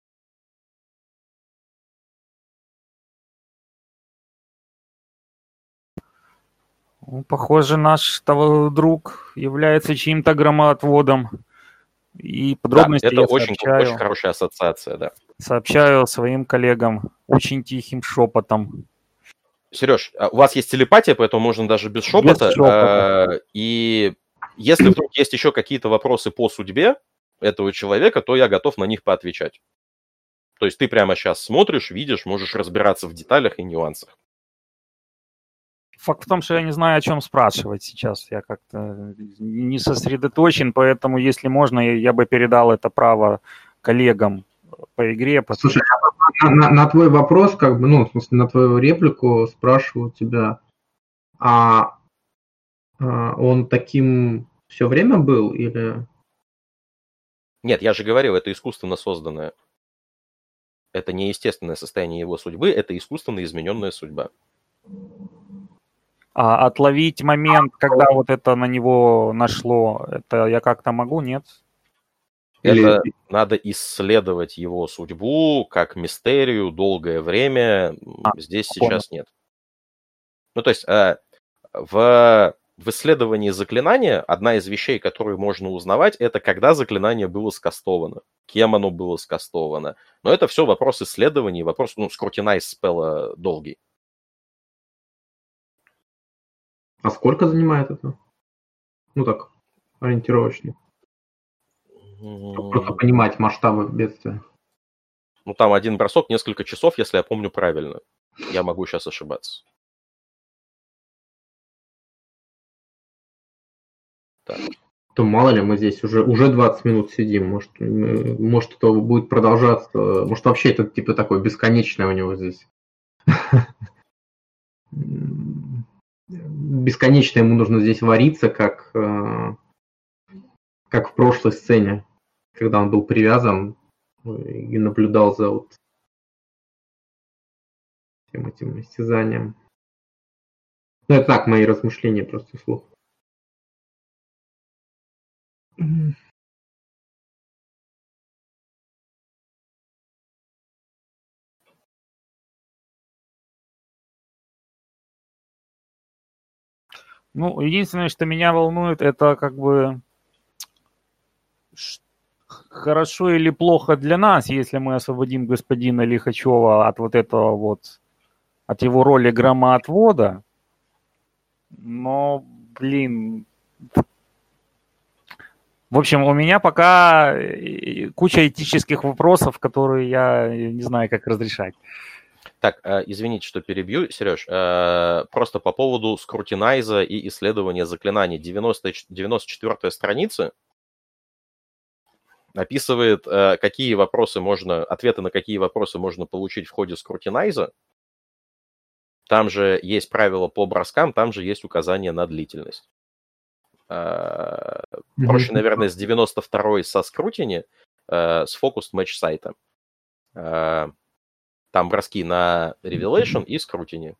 Ну, похоже, наш того друг является чьим-то громоотводом. И подробности да, это я очень, сообщаю, очень хорошая ассоциация, да. сообщаю своим коллегам очень тихим шепотом. Сереж, у вас есть телепатия, поэтому можно даже без шепота. Без шепота. И если вдруг есть еще какие-то вопросы по судьбе этого человека, то я готов на них поотвечать. То есть ты прямо сейчас смотришь, видишь, можешь разбираться в деталях и нюансах. Факт в том, что я не знаю, о чем спрашивать сейчас. Я как-то не сосредоточен, поэтому, если можно, я, я бы передал это право коллегам по игре. Потому... Слушай, на, на, на твой вопрос, как бы, ну, в смысле, на твою реплику спрашиваю тебя, а, а он таким все время был или... Нет, я же говорил, это искусственно созданное. Это не естественное состояние его судьбы, это искусственно измененная судьба. А отловить момент, когда вот это на него нашло, это я как-то могу, нет? Это Или... надо исследовать его судьбу как мистерию долгое время. А, Здесь понял. Сейчас нет. Ну, то есть э, в, в исследовании заклинания одна из вещей, которую можно узнавать, это когда заклинание было скастовано, кем оно было скастовано. Но это все вопрос исследований, вопрос, ну, скрутинайз спелла долгий. А сколько занимает это? Ну так, ориентировочно. Просто понимать масштабы бедствия. Ну, там один бросок, несколько часов, если я помню правильно. Я могу сейчас ошибаться. Так. То мало ли, мы здесь уже, уже двадцать минут сидим. Может, может, это будет продолжаться. Может, вообще это типа такое бесконечное у него здесь. Бесконечно ему нужно здесь вариться, как, как в прошлой сцене, когда он был привязан и наблюдал за вот всем этим истязанием. Ну, это так, мои размышления просто вслух. Ну, единственное, что меня волнует, это как бы хорошо или плохо для нас, если мы освободим господина Лихачева от вот этого вот, от его роли громоотвода. Но, блин... В общем, у меня пока куча этических вопросов, которые я не знаю, как разрешать. Так, извините, что перебью, Сереж. Просто по поводу скрутинайза и исследования заклинаний. девяносто, девяносто четвёртая страница описывает, какие вопросы можно, ответы на какие вопросы можно получить в ходе скрутинайза. Там же есть правила по броскам, там же есть указание на длительность. Проще, наверное, с девяносто второй со скрутини, с фокус матч сайта. Там броски на Revelation и скрутини.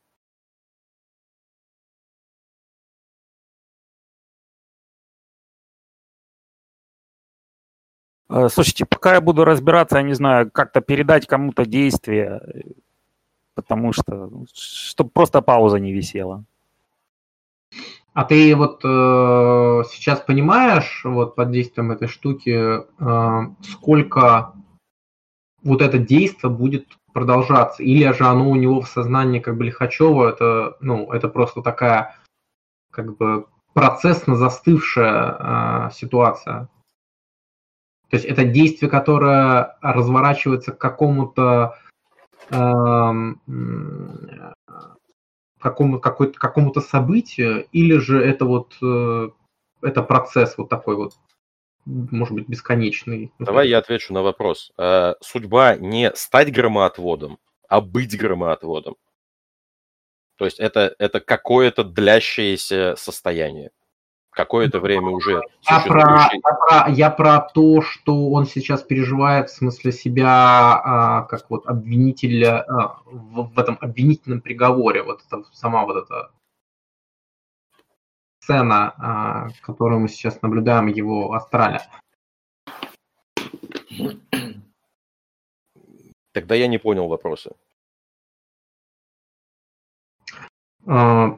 Слушайте, пока я буду разбираться, я не знаю, как-то передать кому-то действие, потому что, чтобы просто пауза не висела. А ты вот э, сейчас понимаешь, вот под действием этой штуки, э, сколько вот это действие будет продолжаться, или же оно у него в сознании как бы Лихачева, это, ну, это просто такая как бы процессно застывшая э, ситуация. То есть это действие, которое разворачивается к какому-то э, какому, какой-то, какому-то событию, или же это вот э, это процесс вот такой вот, может быть, бесконечный. Давай я отвечу на вопрос. Судьба не стать громоотводом, а быть громоотводом. То есть это, это какое-то длящееся состояние. какое-то время уже Я про, существующий... я, про, я про то, что он сейчас переживает, в смысле себя, а, как вот обвинитель а, в, в этом обвинительном приговоре. Вот это сама вот эта сцена, а, которую мы сейчас наблюдаем, его астрале. Тогда я не понял вопроса. А,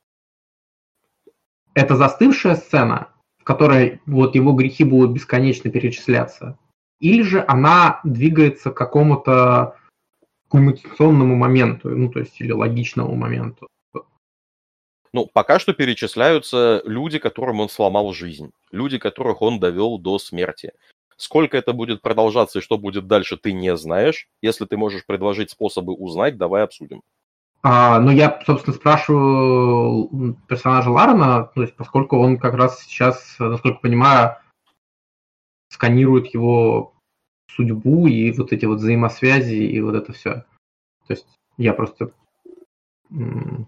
это застывшая сцена, в которой вот его грехи будут бесконечно перечисляться, или же она двигается к какому-то кульминационному моменту, ну, то есть, или логичному моменту. Ну, пока что перечисляются люди, которым он сломал жизнь, люди, которых он довел до смерти. Сколько это будет продолжаться и что будет дальше, ты не знаешь. Если ты можешь предложить способы узнать, давай обсудим. А, ну, я, собственно, спрашиваю персонажа Ларена, то есть, поскольку он как раз сейчас, насколько понимаю, сканирует его судьбу и вот эти вот взаимосвязи и вот это все. То есть я просто м,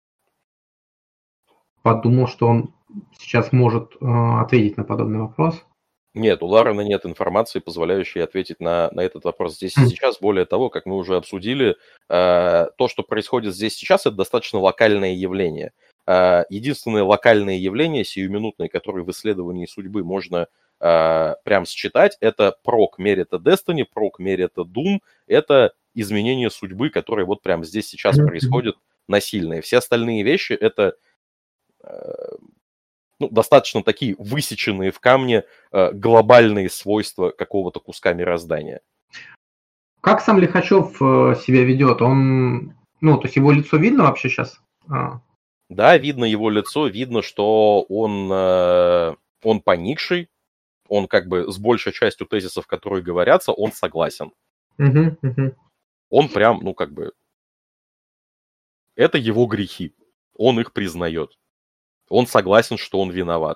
подумал, что он сейчас может э, ответить на подобный вопрос. Нет, у Ларена нет информации, позволяющей ответить на, на этот вопрос здесь и сейчас. Более того, как мы уже обсудили, э, то, что происходит здесь сейчас, это достаточно локальное явление. Э, единственное локальное явление, сиюминутное, которое в исследовании судьбы можно э, прям считать, это прок Мерита Destiny, прок Мерита Doom, это изменение судьбы, которое вот прям здесь сейчас происходит насильное. Все остальные вещи это... Э, Ну, достаточно такие высеченные в камне э, глобальные свойства какого-то куска мироздания. Как сам Лихачев э, себя ведет? Он, ну, то есть его лицо видно вообще сейчас? А. Да, видно его лицо, видно, что он, э, он поникший, он как бы с большей частью тезисов, которые говорятся, он согласен. Угу, угу. Он прям, ну, как бы, это его грехи, он их признает. Он согласен, что он виноват.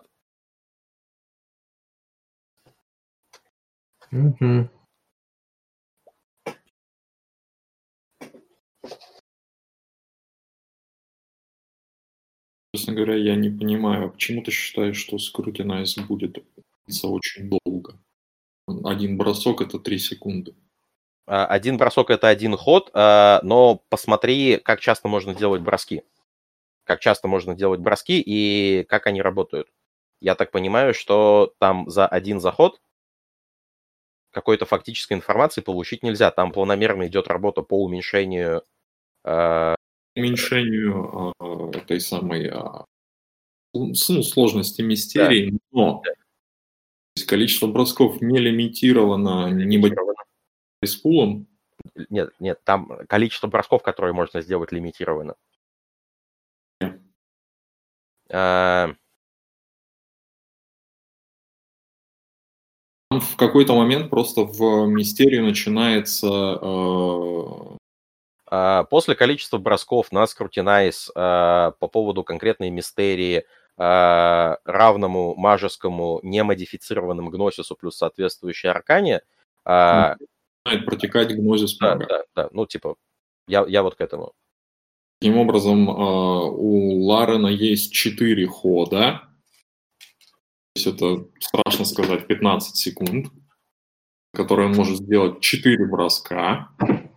Угу. Честно говоря, я не понимаю, почему ты считаешь, что Scrutinize будет длиться очень долго? Один бросок – это три секунды. Один бросок – это один ход, но посмотри, как часто можно делать броски. Как часто можно делать броски и как они работают. Я так понимаю, что там за один заход какой-то фактической информации получить нельзя. Там планомерно идет работа по уменьшению... Э... Уменьшению э, этой самой э, ну, сложности мистерии, да. Но да. Количество бросков не лимитировано небольшим пулом. Нет, нет, там количество бросков, которые можно сделать, лимитировано. В какой-то момент просто в мистерию начинается... Э... После количества бросков на Scrutinize э, по поводу конкретной мистерии, э, равному мажескому немодифицированному гносису плюс соответствующей аркане... Э... Начинает протекать гнозис да, мага. Да, да, ну типа, я, я вот к этому. Таким образом, у Ларена есть четыре хода. То есть это, страшно сказать, пятнадцать секунд, которые он может сделать четыре броска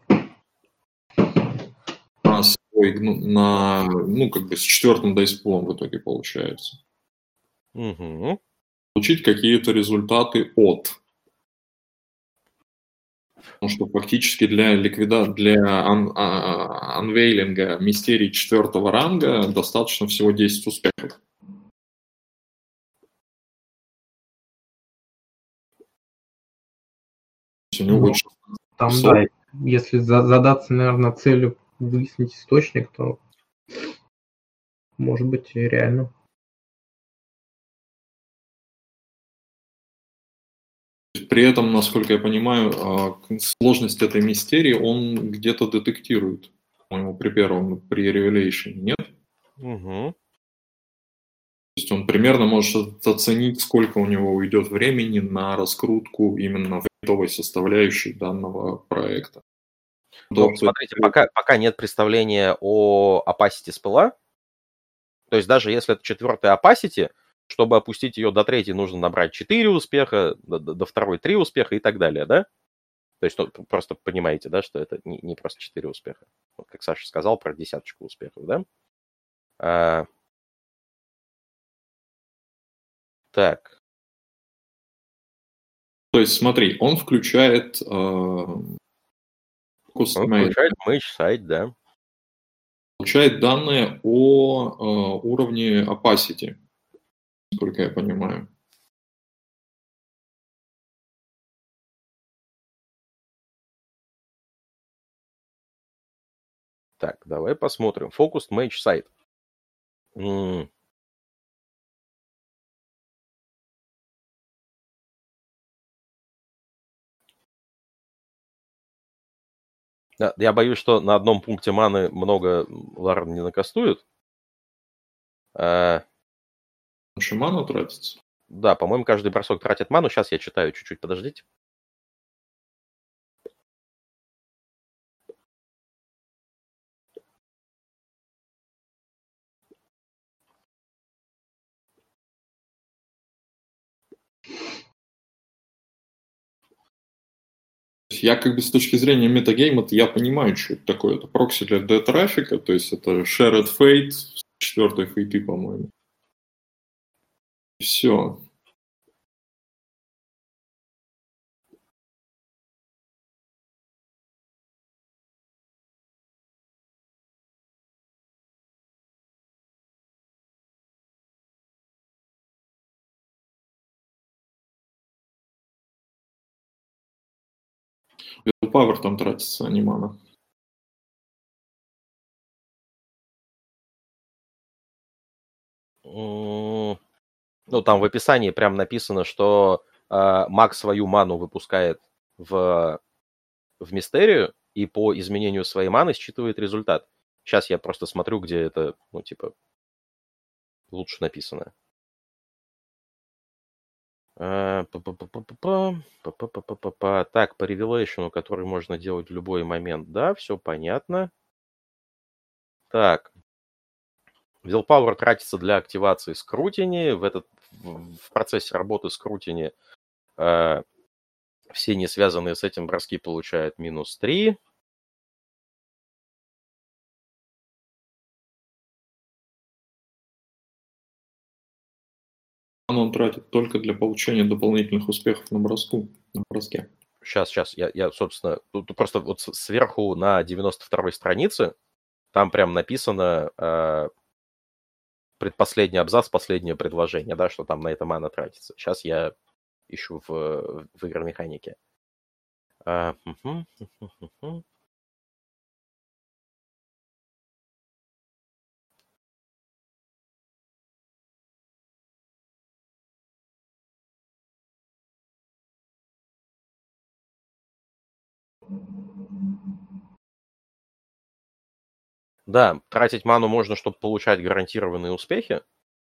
на свой, на, ну, как бы с четвертым дайспулом в итоге получается. Угу. Получить какие-то результаты от. Потому что фактически для ликвида, для ан, а, анвейлинга мистерий четвертого ранга достаточно всего десять успехов. У него ну, там, да, если задаться, наверное, целью выяснить источник, то может быть и реально. При этом, насколько я понимаю, сложность этой мистерии он где-то детектирует, по-моему, при первом, при Revelation, нет? Угу. То есть он примерно может оценить, сколько у него уйдет времени на раскрутку именно файтовой составляющей данного проекта. Ну, смотрите, пока, пока нет представления о opacity спела, то есть даже если это четвертый opacity, Чтобы опустить ее до третьей, нужно набрать четыре успеха, до, до второй три успеха и так далее, да? То есть, ну, просто понимаете, да, что это не, не просто четыре успеха. Вот как Саша сказал про десяточку успехов, да? А, так. То есть, смотри, он включает... Э, он включает Mage Sight, да. Получает данные о э, уровне opacity, насколько я понимаю. Так, давай посмотрим. Focused Mage Sight. М- Да, я боюсь, что на одном пункте маны много Ларн не накастует. А, Потому ману тратится. да, по-моему, каждый бросок тратит ману. Сейчас я читаю чуть-чуть, подождите. Я как бы с точки зрения метагейма, я понимаю, что это такое. Это прокси для D-трафика, то есть это Shared Fate, четвертой фейты, по-моему. Все. Willpower там тратится, а не мана. М, Ну, там в описании прям написано, что э, маг свою ману выпускает в, в Мистерию и по изменению своей маны считывает результат. Сейчас я просто смотрю, где это, ну, типа, лучше написано. Э, па-па-па-па-па, па-па-па-па-па. Так, по ревелейшену, который можно делать в любой момент. Да, все понятно. Так. Willpower тратится для активации скрутини. В, этот, в, в процессе работы скрутини э, все не связанные с этим броски получают минус три. Он тратит только для получения дополнительных успехов на броску, на броске. Сейчас, сейчас, я, я собственно, тут просто вот сверху на девяносто второй странице там прям написано э, предпоследний абзац, последнее предложение, да, что там на это мана тратится. Сейчас я ищу в, в игромеханике. А, угу, угу, угу. Да, тратить ману можно, чтобы получать гарантированные успехи,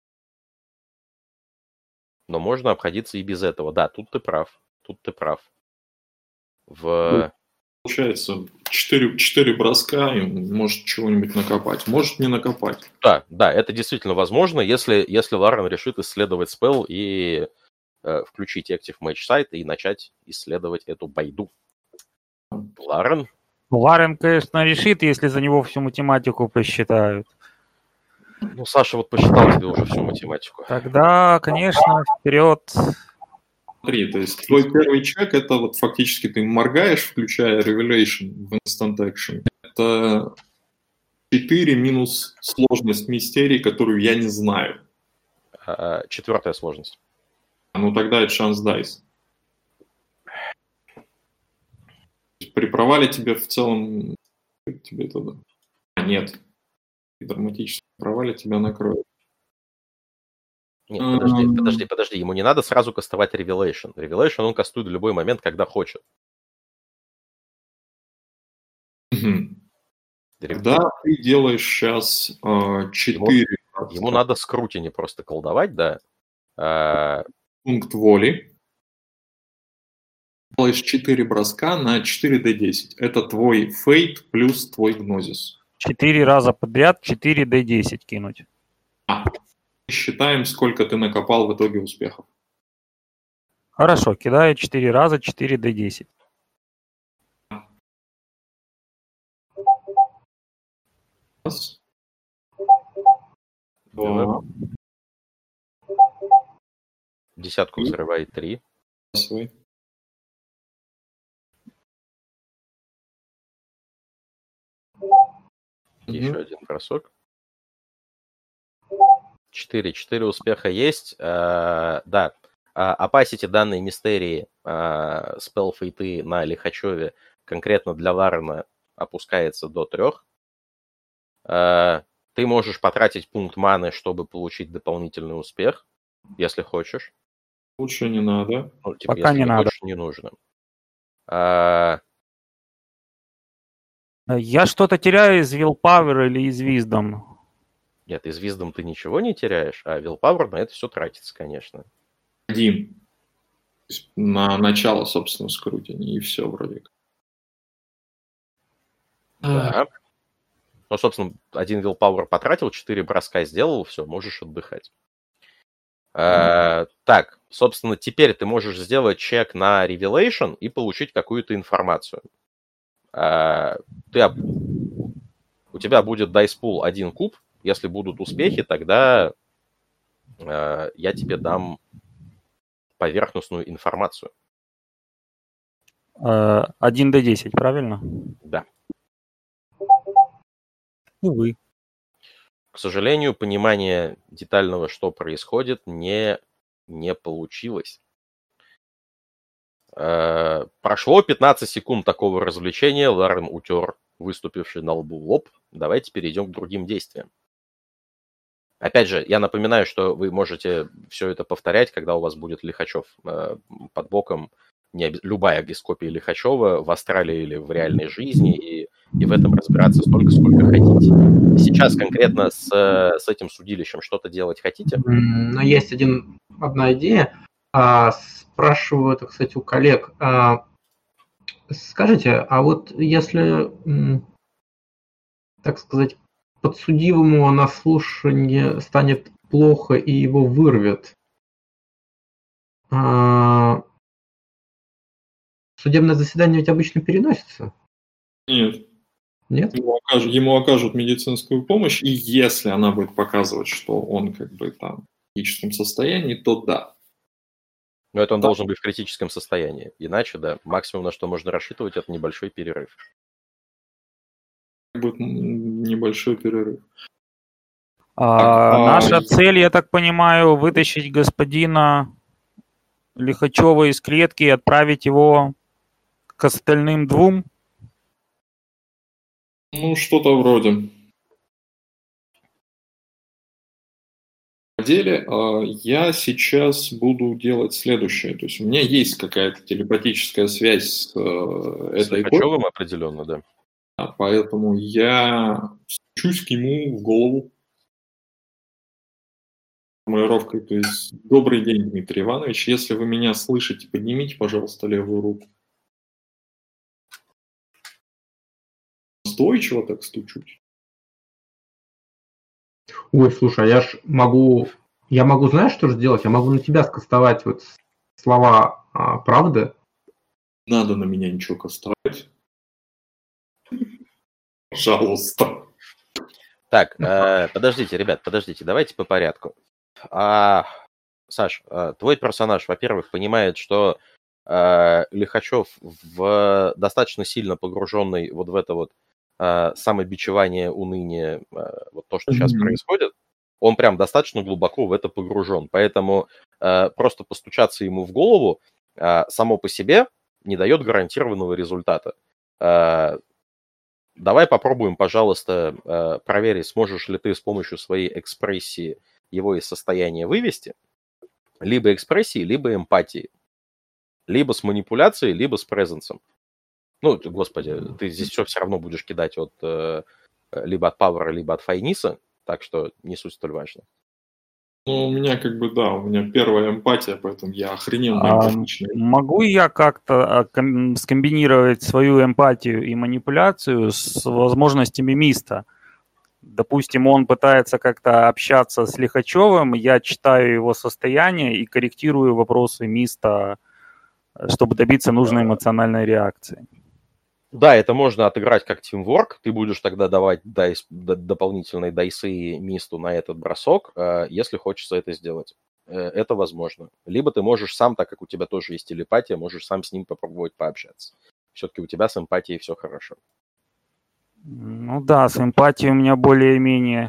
но можно обходиться и без этого. Да, тут ты прав. Тут ты прав. В... Получается, четыре, четыре броска, и может чего-нибудь накопать. Может не накопать. Да, да, это действительно возможно, если, если Ларен решит исследовать спелл и э, включить Active Mage Sight и начать исследовать эту байду. Ларен? Ларен, конечно, решит, если за него всю математику посчитают. Ну, Саша вот посчитал тебе уже всю математику. Тогда, конечно, вперед. Смотри, то есть твой первый чек, это вот фактически ты моргаешь, включая Revelation в Instant Action. Это четыре минус сложность мистерии, которую я не знаю. А, четвертая сложность. Ну тогда это шанс дайс. При провале тебе в целом... Тебе туда... А, нет. При драматическом провале тебя накроют. Нет, подожди, подожди, подожди. Ему не надо сразу кастовать Revelation. Revelation он кастует в любой момент, когда хочет. Когда ты делаешь сейчас э, четыре... Ему, ему надо скрутини просто колдовать, да. А... Пункт воли. Делаешь четыре броска на четыре дэ десять. Это твой фейт плюс твой гнозис. четыре раза подряд четыре дэ десять кинуть. А. считаем, сколько ты накопал в итоге успехов. Хорошо, кидаю четыре раза, четыре дэ десять. Раз. Два. Десятку взрывай три. Свой. Еще угу. один бросок. Четыре. Четыре успеха есть. А, да. Опасити данной мистерии а, спелл-фейты на Лихачеве конкретно для Ларена опускается до трех. А, ты можешь потратить пункт маны, чтобы получить дополнительный успех, если хочешь. Лучше не надо. Ну, типа, Пока если не, не надо. Хочешь, не нужно. А... Я что-то теряю из Willpower или из Wisdom? Нет, из Wisdom ты ничего не теряешь, а Willpower на это все тратится, конечно. Один. На начало, собственно, скрутини, и все вроде как. Да. Ну, собственно, один Willpower потратил, четыре броска сделал, все, можешь отдыхать. Uh, так, собственно, теперь ты можешь сделать чек на Revelation и получить какую-то информацию. Uh, ты, у тебя будет Dice Pool один куб. Если будут успехи, тогда uh, я тебе дам поверхностную информацию. один дэ десять, правильно? Да. Увы. К сожалению, понимание детального, что происходит, не, не получилось. Э, прошло пятнадцать секунд такого развлечения. Ларен утер выступивший на лбу лоб. Давайте перейдем к другим действиям. Опять же, я напоминаю, что вы можете все это повторять, когда у вас будет Лихачев э, под боком. Не об... Любая из копий Лихачева в Астрале или в реальной жизни, и, и в этом разбираться столько, сколько хотите. Сейчас конкретно с, с этим судилищем что-то делать хотите? Но есть один, одна идея. А, спрашиваю это, кстати, у коллег. А, скажите, а вот если, так сказать, подсудимому на слушание станет плохо и его вырвет, а, судебное заседание ведь обычно переносится? Нет. Нет? Ему окажут, ему окажут медицинскую помощь, и если она будет показывать, что он как бы там в критическом состоянии, то да. Но это он да. должен быть в критическом состоянии. Иначе, да, максимум, на что можно рассчитывать, это небольшой перерыв. Будет небольшой перерыв. А, так, наша а... цель, я так понимаю, вытащить господина Лихачева из клетки и отправить его к остальным двум? Ну, что-то вроде. На деле я сейчас буду делать следующее. То есть у меня есть какая-то телепатическая связь с, с этой Лихачевым копией. Определенно, да. А, поэтому я стучусь к нему в голову формулировкой. То есть добрый день, Дмитрий Иванович. Если вы меня слышите, поднимите, пожалуйста, левую руку. Настойчиво так стучусь. Ой, слушай, я ж могу, я могу, знаешь, что же сделать? Я могу на тебя скастовать вот слова а, правды. Надо на меня ничего кастовать. Пожалуйста. Так, э, подождите, ребят, подождите, давайте по порядку. А, Саш, а, твой персонаж, во-первых, понимает, что а, Лихачев в достаточно сильно погруженный вот в это вот а, самобичевание, уныние, а, вот то, что mm-hmm. сейчас происходит, он прям достаточно глубоко в это погружен. Поэтому а, просто постучаться ему в голову а, само по себе не дает гарантированного результата. А, давай попробуем, пожалуйста, а, проверить, сможешь ли ты с помощью своей экспрессии его из состояния вывести, либо экспрессии, либо эмпатии, либо с манипуляцией, либо с презенсом. Ну, господи, ты здесь все все равно будешь кидать от, либо от Павара, либо от Файниса, так что не суть столь важно. Ну, у меня как бы, да, у меня первая эмпатия, поэтому я охрененно эмпатичный. А могу я как-то скомбинировать свою эмпатию и манипуляцию с возможностями Миста? допустим, он пытается как-то общаться с Лихачевым, я читаю его состояние и корректирую вопросы Миста, чтобы добиться нужной эмоциональной реакции. Да, это можно отыграть как тимворк. Ты будешь тогда давать дайс, д- дополнительные дайсы Мисту на этот бросок, э, если хочется это сделать. Э, это возможно. Либо ты можешь сам, так как у тебя тоже есть телепатия, можешь сам с ним попробовать пообщаться. Все-таки у тебя с эмпатией все хорошо. Ну да, с эмпатией у меня более-менее.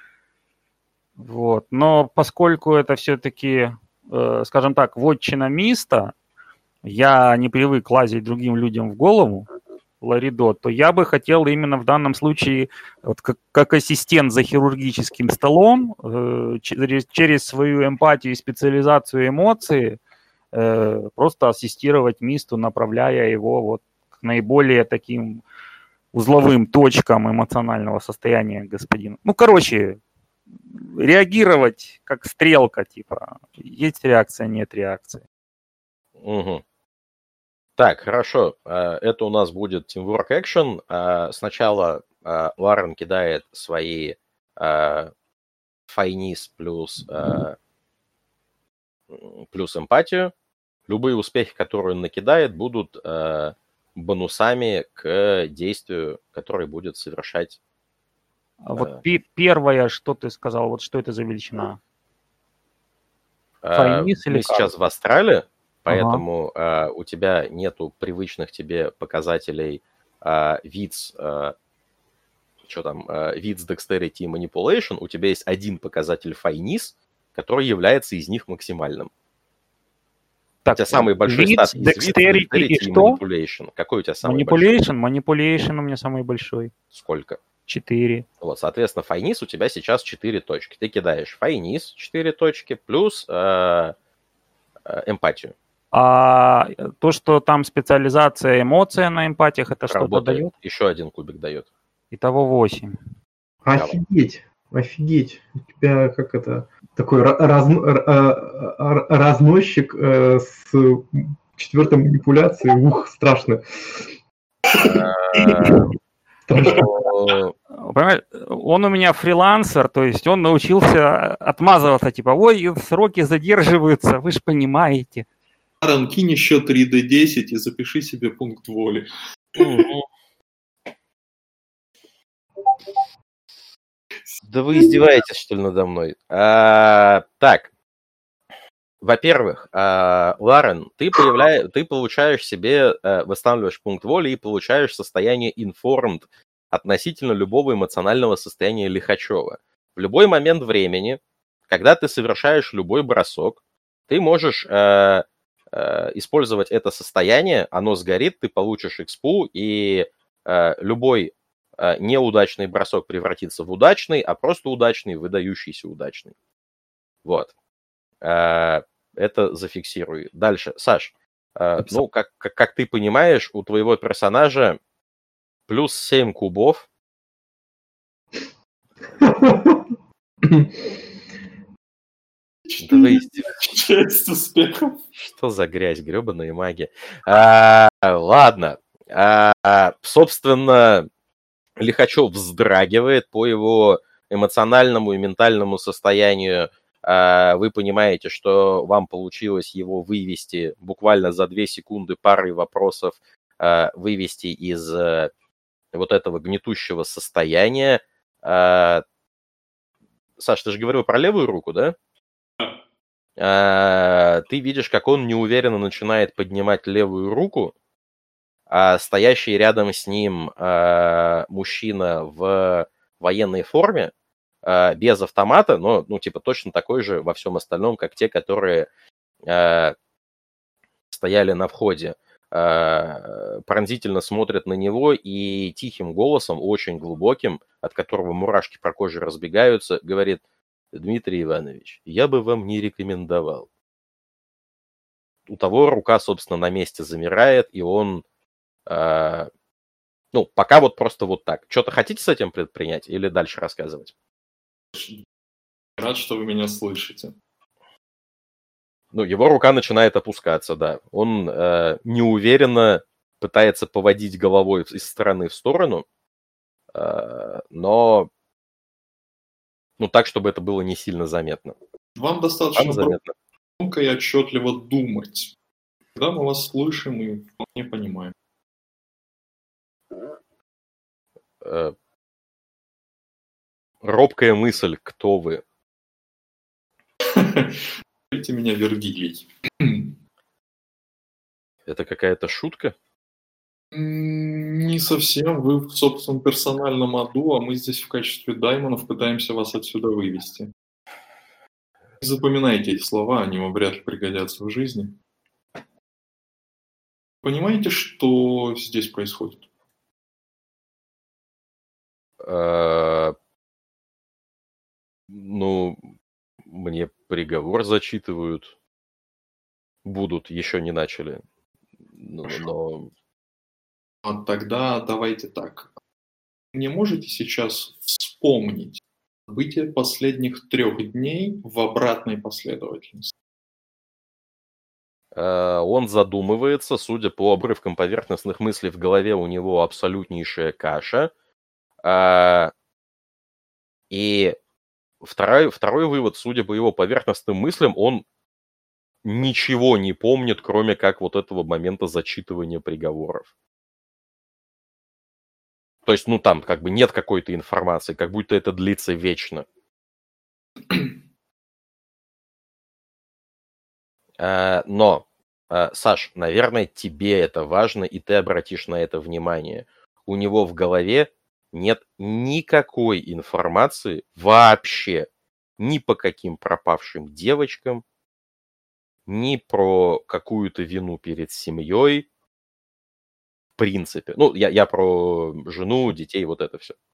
Вот. Но поскольку это все-таки, э, скажем так, вотчина Миста, я не привык лазить другим людям в голову, Ларидо, то я бы хотел именно в данном случае, вот как, как ассистент за хирургическим столом, э, через, через свою эмпатию и специализацию эмоций, э, просто ассистировать Мисту, направляя его вот к наиболее таким узловым точкам эмоционального состояния господина. Ну, короче, реагировать как стрелка, типа, есть реакция, нет реакции. Угу. Так, хорошо. Это у нас будет Teamwork Action. Сначала Ларен кидает свои файнис плюс, плюс эмпатию. Любые успехи, которые он накидает, будут бонусами к действию, которое будет совершать. А вот пи- первое, что ты сказал, вот что это за величина? Файнис или Мы как? сейчас в Астрале, поэтому Ага. э, у тебя нету привычных тебе показателей э, видс, э, что там, э, видс, dexterity и manipulation. У тебя есть один показатель файнис, который является из них максимальным. Так, у тебя самый большой видс, стат из видс, dexterity dexterity и и что? manipulation. Какой у тебя самый большой? Manipulation, manipulation у меня самый большой. Сколько? Четыре. Вот, соответственно, файнис у тебя сейчас четыре точки. Ты кидаешь файнис четыре точки плюс э, э, эмпатию. А то, что там специализация эмоция на эмпатиях, это что-то Работает. дает? Еще один кубик дает. Итого восемь. Офигеть, офигеть. У тебя как это, такой ra- разно- р- а- р- разносчик э, с четвертой манипуляцией. Ух, страшно. Страшно. Но Понимаешь, он у меня фрилансер, то есть он научился отмазываться, типа, ой, сроки задерживаются, вы же понимаете. Аарон, кинь еще три дэ десять и запиши себе пункт воли. Да вы издеваетесь, что ли, надо мной? А, так, во-первых, а, Ларен, ты, появля... ты получаешь себе, а, восстанавливаешь пункт воли и получаешь состояние informed относительно любого эмоционального состояния Лихачева. В любой момент времени, когда ты совершаешь любой бросок, ты можешь а, а, использовать это состояние, оно сгорит, ты получишь экспу, и а, любой неудачный бросок превратится в удачный, а просто удачный, выдающийся удачный. Вот. Это зафиксируй. Дальше. Саш, ну, как, как, как ты понимаешь, у твоего персонажа плюс семь кубов. Да вы Часть успехов. Что за грязь, гребаные маги. А, ладно. А, собственно, Лихачев вздрагивает по его эмоциональному и ментальному состоянию. Вы понимаете, что вам получилось его вывести буквально за две секунды парой вопросов, вывести из вот этого гнетущего состояния. Саш, ты же говорил про левую руку, да? Ты видишь, как он неуверенно начинает поднимать левую руку, а стоящий рядом с ним э, мужчина в военной форме, э, без автомата, но, ну, типа, точно такой же во всем остальном, как те, которые э, стояли на входе, э, пронзительно смотрят на него и тихим голосом, очень глубоким, от которого мурашки по коже разбегаются, говорит: Дмитрий Иванович, я бы вам не рекомендовал. У того рука, собственно, на месте замирает, и он Uh, ну, пока вот просто вот так. Что-то хотите с этим предпринять или дальше рассказывать? Рад, что вы меня слышите. Ну, его рука начинает опускаться, да. Он uh, неуверенно пытается поводить головой из стороны в сторону, uh, но Ну, так, чтобы это было не сильно заметно. Вам Вам достаточно заметно. громко и отчетливо думать. Тогда мы вас слышим и вполне понимаем. Э, Робкая мысль, кто вы? Назовите меня Вергилий. Это какая-то шутка? М, Не совсем. Вы в собственном персональном аду, а мы здесь в качестве даймонов пытаемся вас отсюда вывести. Не запоминайте эти слова, они вам вряд ли пригодятся в жизни. Понимаете, что здесь происходит? Э, Ну, мне приговор зачитывают. Будут, еще не начали. Ну, Но А тогда давайте так. Не можете сейчас вспомнить события последних трех дней в обратной последовательности? э, он задумывается, судя по обрывкам поверхностных мыслей в голове, у него абсолютнейшая каша. Э, И второй, второй вывод, судя по его поверхностным мыслям, он ничего не помнит, кроме как вот этого момента зачитывания приговоров. То есть, ну там как бы нет какой-то информации, как будто это длится вечно. Э, Но, э, Саш, наверное, тебе это важно, и ты обратишь на это внимание. У него в голове нет никакой информации вообще ни по каким пропавшим девочкам, ни про какую-то вину перед семьей, в принципе. Ну, я, я про жену, детей, вот это все.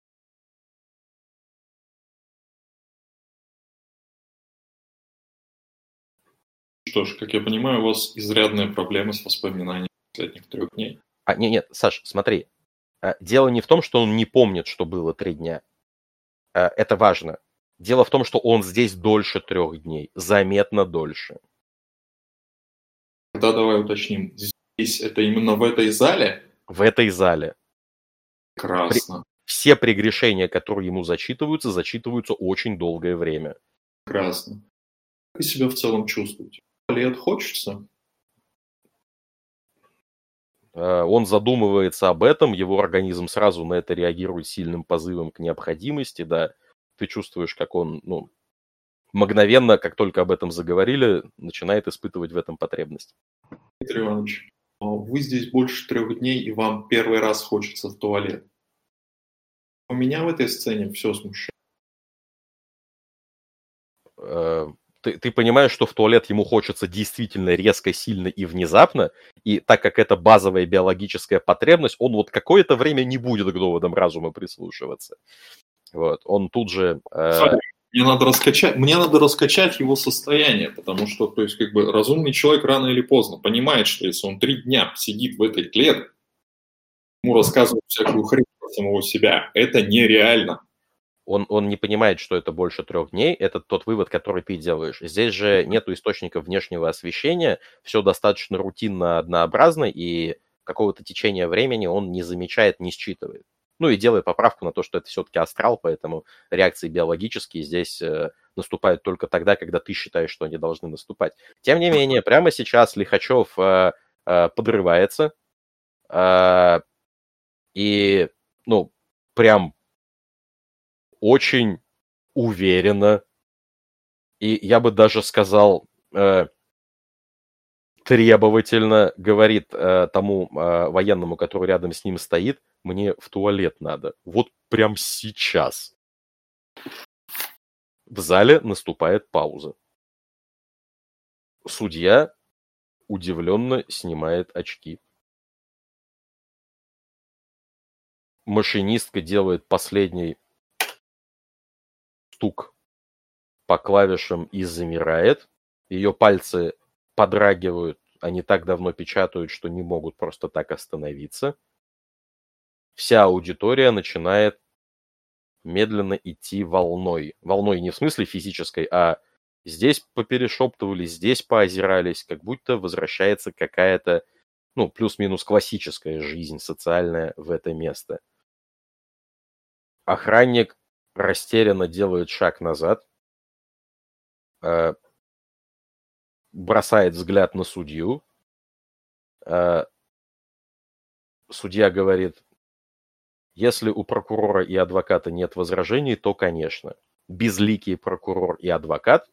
Что ж, как я понимаю, у вас изрядная проблема с воспоминанием последних трех дней. А, нет, нет, Саш, смотри. э, Дело не в том, что он не помнит, что было три дня. Э, Это важно. Дело в том, что он здесь дольше трех дней. Заметно дольше. Тогда давай уточним. Здесь это именно в этой зале? В этой зале. Прекрасно. Все прегрешения, которые ему зачитываются, зачитываются очень долгое время. Прекрасно. Как вы себя в целом чувствуете? Лет хочется? Э, Он задумывается об этом, его организм сразу на это реагирует сильным позывом к необходимости, да. Ты чувствуешь, как он, ну, мгновенно, как только об этом заговорили, начинает испытывать в этом потребность. Дмитрий Иванович, а вы здесь больше трех дней, и вам первый раз хочется в туалет. У меня в этой сцене все смущает. Э, Ты, ты понимаешь, что в туалет ему хочется действительно резко, сильно и внезапно, и так как это базовая биологическая потребность, он вот какое-то время не будет к доводам разума прислушиваться. Вот. Он тут же... э, Мне надо раскачать, мне надо раскачать его состояние, потому что, то есть, как бы разумный человек рано или поздно понимает, что если он три дня сидит в этой клетке, ему рассказывают всякую хрень про самого себя, это нереально. Он, он не понимает, что это больше трех дней. Это тот вывод, который ты делаешь. Здесь же нету источника внешнего освещения. Все достаточно рутинно, однообразно, и какого-то течения времени он не замечает, не считывает. Ну и делает поправку на то, что это все-таки астрал, поэтому реакции биологические здесь э, наступают только тогда, когда ты считаешь, что они должны наступать. Тем не менее, прямо сейчас Лихачев э, э, подрывается. э, и, ну, прям очень уверенно, и я бы даже сказал, э, требовательно говорит э, тому э, военному, который рядом с ним стоит: мне в туалет надо. Вот прям сейчас. В зале наступает пауза. Судья удивленно снимает очки. Машинистка делает последний стук по клавишам и замирает. Ее пальцы подрагивают, они так давно печатают, что не могут просто так остановиться. Вся аудитория начинает медленно идти волной. Волной не в смысле физической, а здесь поперешептывались, здесь поозирались, как будто возвращается какая-то, ну, плюс-минус классическая жизнь социальная в это место. Охранник растерянно делает шаг назад, э, бросает взгляд на судью. Э, судья говорит: если у прокурора и адвоката нет возражений, то, конечно. Безликий прокурор и адвокат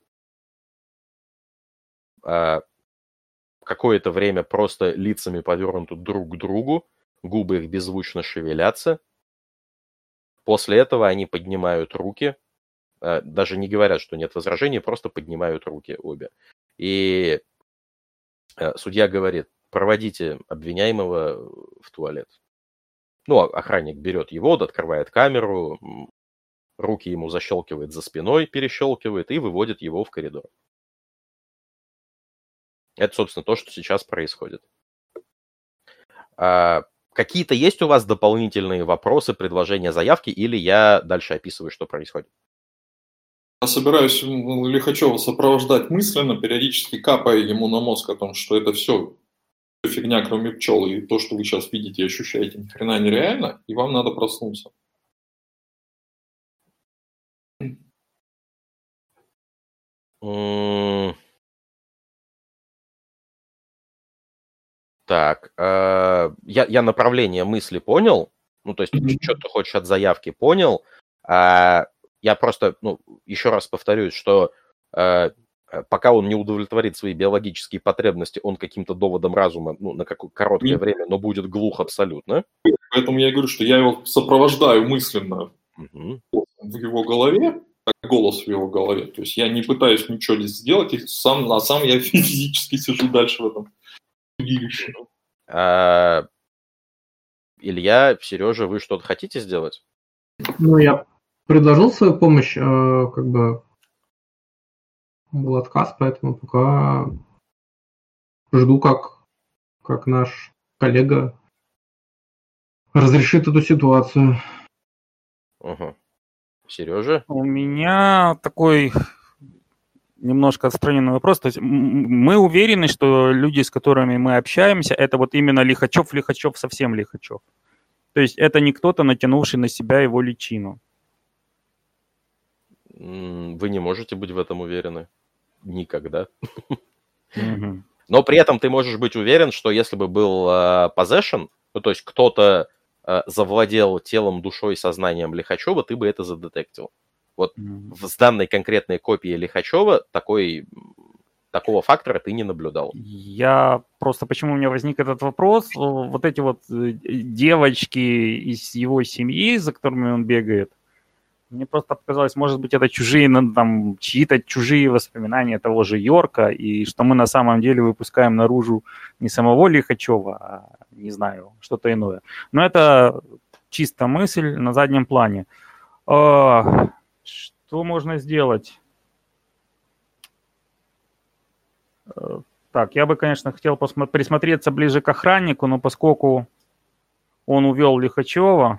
э, какое-то время просто лицами повернуты друг к другу, губы их беззвучно шевелятся. После этого они поднимают руки, э, даже не говорят, что нет возражений, просто поднимают руки обе. И э, судья говорит: проводите обвиняемого в туалет. Ну, охранник берет его, открывает камеру, руки ему защелкивает за спиной, перещелкивает и выводит его в коридор. Это, собственно, то, что сейчас происходит. А, какие-то есть у вас дополнительные вопросы, предложения, заявки, или я дальше описываю, что происходит? Я собираюсь Лихачева сопровождать мысленно, периодически капая ему на мозг о том, что это все фигня, кроме пчел, и то, что вы сейчас видите и ощущаете, ни хрена нереально, и вам надо проснуться. Mm. Так, э, я, я направление мысли понял, ну, то есть, mm-hmm. что ты хочешь от заявки, понял. А, я просто, ну, еще раз повторюсь, что э, пока он не удовлетворит свои биологические потребности, он каким-то доводом разума, ну, на какое короткое mm-hmm. время, но будет глух абсолютно. Поэтому я говорю, что я его сопровождаю мысленно mm-hmm. в его голове, как голос в его голове. То есть я не пытаюсь ничего здесь сделать, и сам, а сам я физически сижу дальше в этом. А, Илья, Сережа, вы что-то хотите сделать? Ну, я предложил свою помощь, э, как бы был отказ, поэтому пока жду, как, как наш коллега разрешит эту ситуацию. Угу. Сережа? У меня такой немножко отстраненный вопрос. То есть мы уверены, что люди, с которыми мы общаемся, это вот именно Лихачев, Лихачев, совсем Лихачев. То есть это не кто-то, натянувший на себя его личину. Вы не можете быть в этом уверены. Никогда. Mm-hmm. Но при этом ты можешь быть уверен, что если бы был uh, possession, ну то есть кто-то uh, завладел телом, душой, сознанием Лихачева, ты бы это задетектил. Вот mm-hmm. в данной конкретной копии Лихачева такой, такого фактора ты не наблюдал. Я просто, почему у меня возник этот вопрос, вот эти вот девочки из его семьи, за которыми он бегает, мне просто показалось, может быть, это чужие, там, чьи-то чужие воспоминания того же Йорка, и что мы на самом деле выпускаем наружу не самого Лихачева, а, не знаю, что-то иное. Но это чисто мысль на заднем плане. А, что можно сделать? Так, я бы, конечно, хотел посмотри- присмотреться ближе к охраннику, но поскольку он увел Лихачева...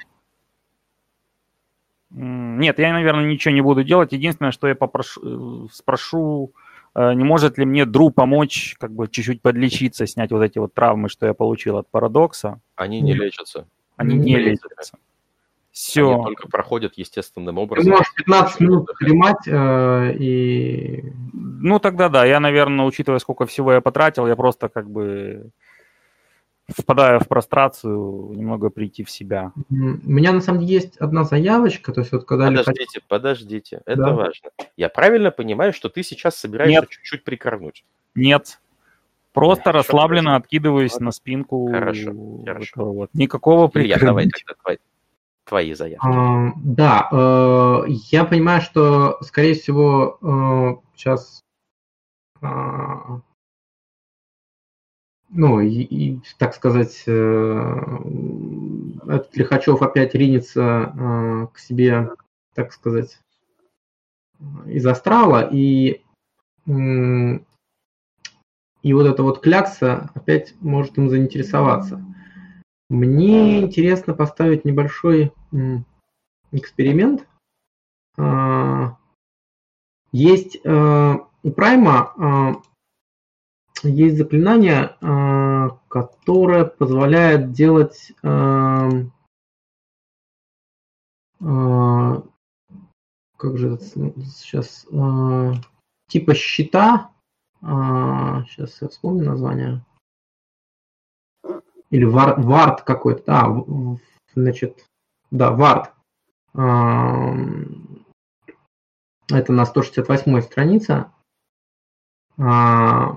Нет, я, наверное, ничего не буду делать. Единственное, что я попрошу, спрошу, не может ли мне Дру помочь как бы чуть-чуть подлечиться, снять вот эти вот травмы, что я получил от парадокса. Они не лечатся. Они не, не лечатся. Все. Они только проходят естественным образом. Ты можешь пятнадцать минут хремать э, и... Ну, тогда да. Я, наверное, учитывая, сколько всего я потратил, я просто как бы впадаю в прострацию, немного прийти в себя. У меня, на самом деле, есть одна заявочка. То есть, вот, когда подождите, Лихачев... подождите. Это да? важно. Я правильно понимаю, что ты сейчас собираешься Нет. чуть-чуть прикорнуть? Нет. Просто Хорошо, расслабленно хорошо. откидываюсь Ладно. на спинку. Хорошо, хорошо. Вот. Никакого Илья, давай прикрытия. тогда твои, твои заявки. А, да, э, я понимаю, что, скорее всего, э, сейчас, э, ну, и, и, так сказать, э, этот Лихачев опять ринется э, к себе, так сказать, из астрала, и, э, и вот эта вот клякса опять может им заинтересоваться. Мне интересно поставить небольшой м, эксперимент. А, есть а, у Прайма а, есть заклинание, а, которое позволяет делать а, а, как же это сейчас, э, типа щита, э, сейчас я вспомню название, или вар, вард какой-то, а, в- в- значит, да, вард, Э, это на сто шестьдесят восьмой странице, э,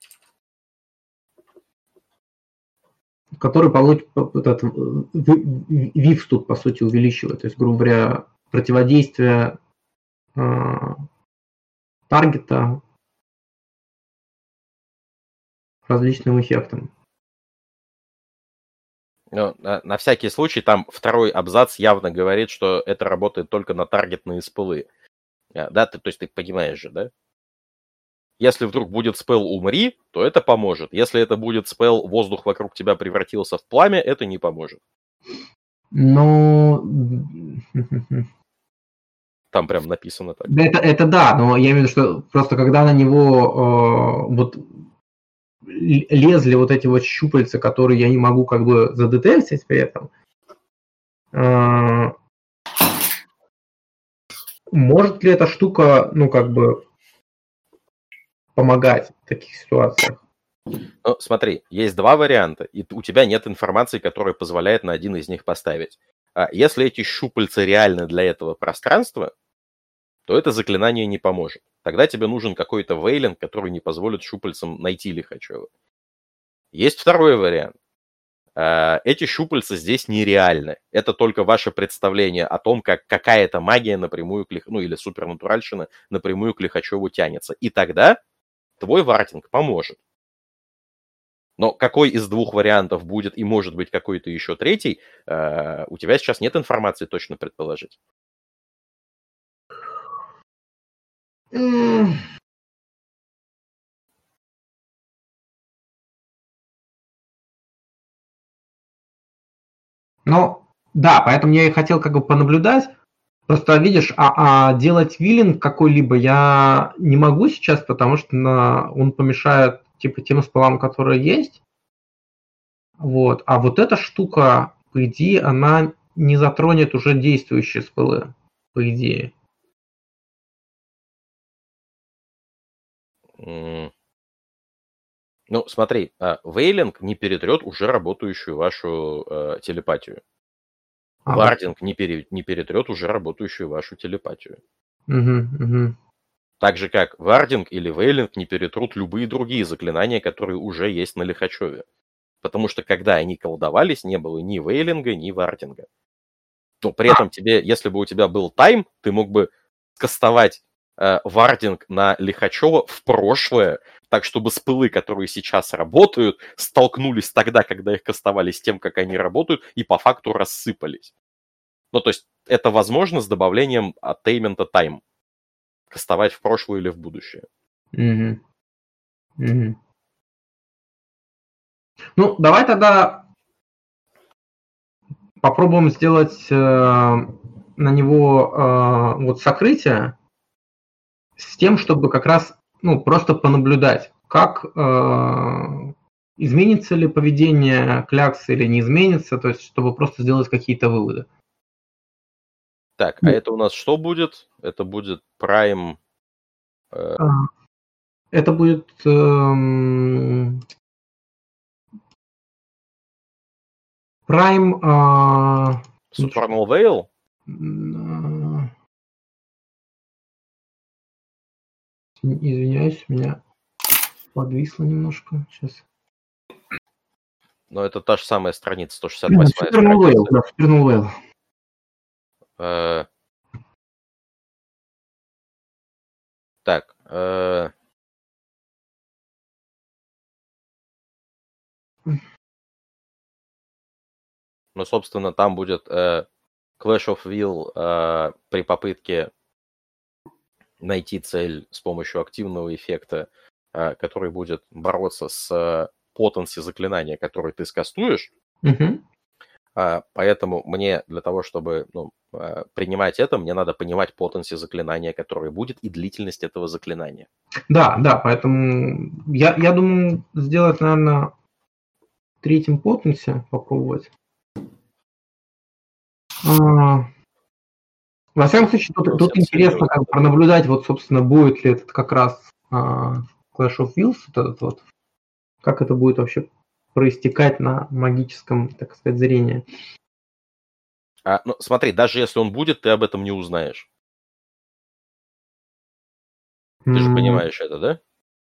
который получит этот вив тут, по сути, увеличивает, то есть, грубо говоря, противодействие э, таргета различным эффектам. Ну, на, на всякий случай, там второй абзац явно говорит, что это работает только на таргетные спылы. Да, ты, то есть ты понимаешь же, да? Если вдруг будет спел «умри», то это поможет. Если это будет спел «воздух вокруг тебя превратился в пламя», это не поможет. Ну, Там прям написано так. это, это да, но я имею в виду, что просто когда на него э, вот лезли вот эти вот щупальца, которые я не могу как бы задетектить при этом, э, может ли эта штука, ну, как бы помогать в таких ситуациях? Ну, смотри, есть два варианта, и у тебя нет информации, которая позволяет на один из них поставить. А если эти щупальца реальны для этого пространства, то это заклинание не поможет. Тогда тебе нужен какой-то вейлинг, который не позволит щупальцам найти Лихачева. Есть второй вариант. Эти щупальца здесь нереальны. Это только ваше представление о том, как какая-то магия напрямую к Лих... ну или супернатуральщина напрямую к Лихачеву тянется. И тогда твой вартинг поможет. Но какой из двух вариантов будет и может быть какой-то еще третий, у тебя сейчас нет информации точно предположить. Mm. Ну, да, поэтому я и хотел как бы понаблюдать. Просто, видишь, а, а делать виллинг какой-либо я не могу сейчас, потому что на, он помешает типа тем спелам, которые есть. Вот. А вот эта штука, по идее, она не затронет уже действующие спелы, по идее. Mm. Ну, смотри, вейлинг не перетрет уже работающую вашу э, телепатию. А, Вардинг да. не, пере, не перетрет уже работающую вашу телепатию. Угу, угу. Так же, как вардинг или вейлинг не перетрут любые другие заклинания, которые уже есть на Лихачеве. Потому что когда они колдовались, не было ни вейлинга, ни вардинга. Но при этом тебе, если бы у тебя был тайм, ты мог бы кастовать э, вардинг на Лихачева в прошлое, так чтобы спылы, которые сейчас работают, столкнулись тогда, когда их кастовали, с тем, как они работают, и по факту рассыпались. Ну, то есть это возможно с добавлением attainment time. Кастовать в прошлое или в будущее. Mm-hmm. Mm-hmm. Ну, давай тогда попробуем сделать э, на него э, вот сокрытие с тем, чтобы как раз ну, просто понаблюдать, как э, изменится ли поведение кляксы или не изменится, то есть чтобы просто сделать какие-то выводы. Так, а это у нас что будет? Это будет Prime... Э... Это будет... Э, Prime... Э, Supernal Veil? Извиняюсь, у меня подвисло немножко. Сейчас. Но это та же самая страница, сто шестьдесят восьмая Supernal Veil, да, Supernal Veil. Э... Так. Э... Ну, собственно, там будет э, Clash of Will э, при попытке найти цель с помощью активного эффекта, э, который будет бороться с потенси заклинания, которое ты скастуешь. Mm-hmm. Э, поэтому мне для того, чтобы ну, э, принимать это, мне надо понимать потенси заклинания, которое будет, и длительность этого заклинания. Да, да, поэтому я, я думаю сделать, наверное, в третьем потенсе попробовать. А, Во всяком случае, тут, тут интересно как бы пронаблюдать, вот, собственно, будет ли этот как раз а, Clash of Wills, вот этот вот, как это будет вообще проистекать на магическом, так сказать, зрении. А, ну, смотри, даже если он будет, ты об этом не узнаешь. Ты же понимаешь это, да?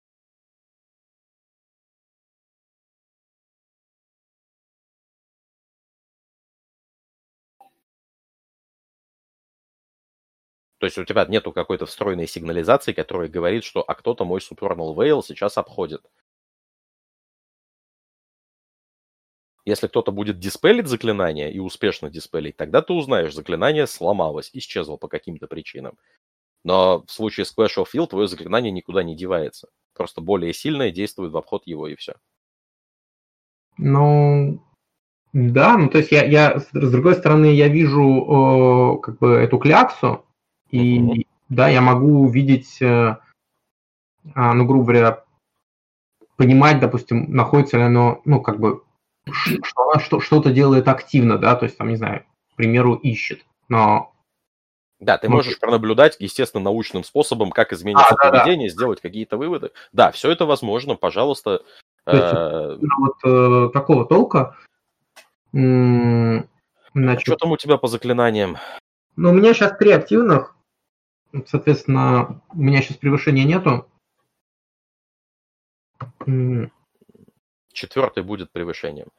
То есть у тебя нету какой-то встроенной сигнализации, которая говорит, что а кто-то мой Supernal Veil сейчас обходит. Если кто-то будет диспелить заклинание и успешно диспелить, тогда ты узнаешь, заклинание сломалось, исчезло по каким-то причинам. Но в случае с Clash of Field твое заклинание никуда не девается. Просто более сильное действует в обход его, и все. Ну, да, ну то есть я, я с другой стороны, я вижу о, как бы эту кляксу, и uh-huh. да, я могу увидеть, а, ну, грубо говоря, понимать, допустим, находится ли оно, ну, как бы, что она что, что-то делает активно, да, то есть, там, не знаю, к примеру, ищет, но... Да, ты можешь пронаблюдать, естественно, научным способом, как изменится а, поведение, да, да. сделать какие-то выводы. Да, все это возможно, пожалуйста. То есть, ну, вот э, такого толка. М- значит, а что там у тебя по заклинаниям? Ну, у меня сейчас три активных, соответственно, у меня сейчас превышения нету. Четвертый будет превышением.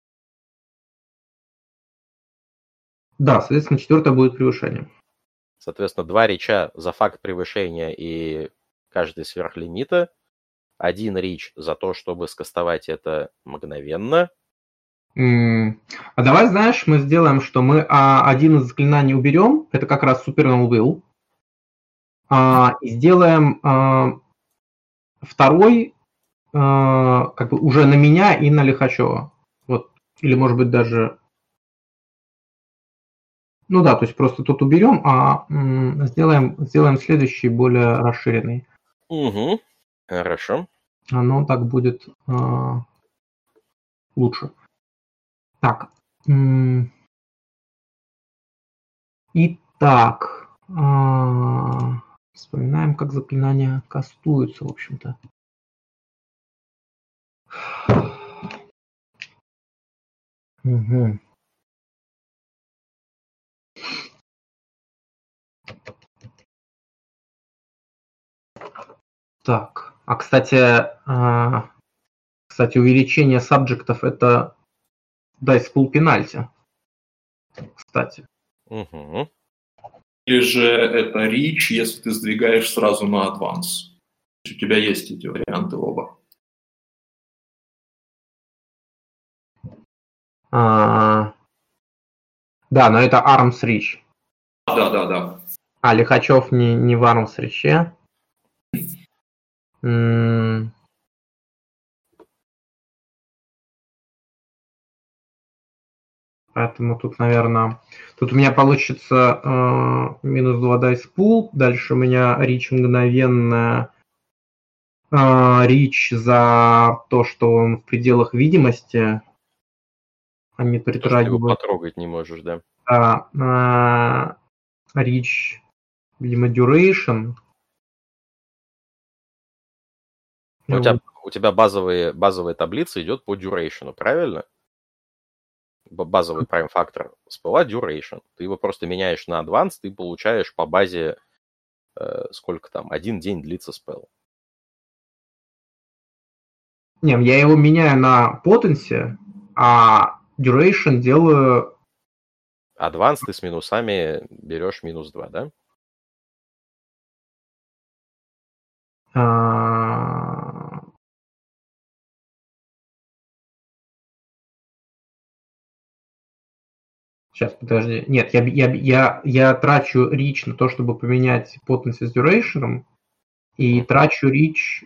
Да, соответственно, четвертое будет превышением. Соответственно, два рича за факт превышения и каждый сверхлимита. Один рич за то, чтобы скастовать это мгновенно. Mm. А давай, знаешь, мы сделаем, что мы а, один из заклинаний уберем, это как раз Supernal Will, а, и сделаем а, второй а, как бы уже на меня и на Лихачева. Вот. Или, может быть, даже... Ну да, то есть просто тут уберем, а м, сделаем, сделаем следующий, более расширенный. Угу. Хорошо. Оно так будет а, лучше. Так. М- Итак. А- Вспоминаем, как заклинания кастуются, в общем-то. Угу. Так, а кстати, а, кстати, увеличение сабжектов это dice pool пенальти. Кстати. Угу. Или же это рич, если ты сдвигаешь сразу на адванс. У тебя есть эти варианты оба. А, да, но это arms reach. Да, да, да. А Лихачев не, не в arms reach. М- Поэтому тут, наверное, тут у меня получится э, минус два dice pool. Дальше у меня рич мгновенно. Э, рич за то, что он в пределах видимости. А не притрагивает. Ты его потрогать не можешь, да? Да. Э, рич, видимо, duration. У тебя, у тебя базовые, базовая таблица идет по duration, правильно? Базовый prime фактор спела duration. Ты его просто меняешь на advanced, ты получаешь по базе э, сколько там, один день длится спел. Не, я его меняю на potency, а duration делаю... Advanced ты с минусами берешь минус два, да? А... Сейчас, подожди. Нет, я, я, я, я трачу reach на то, чтобы поменять potency с duration, и mm-hmm. трачу reach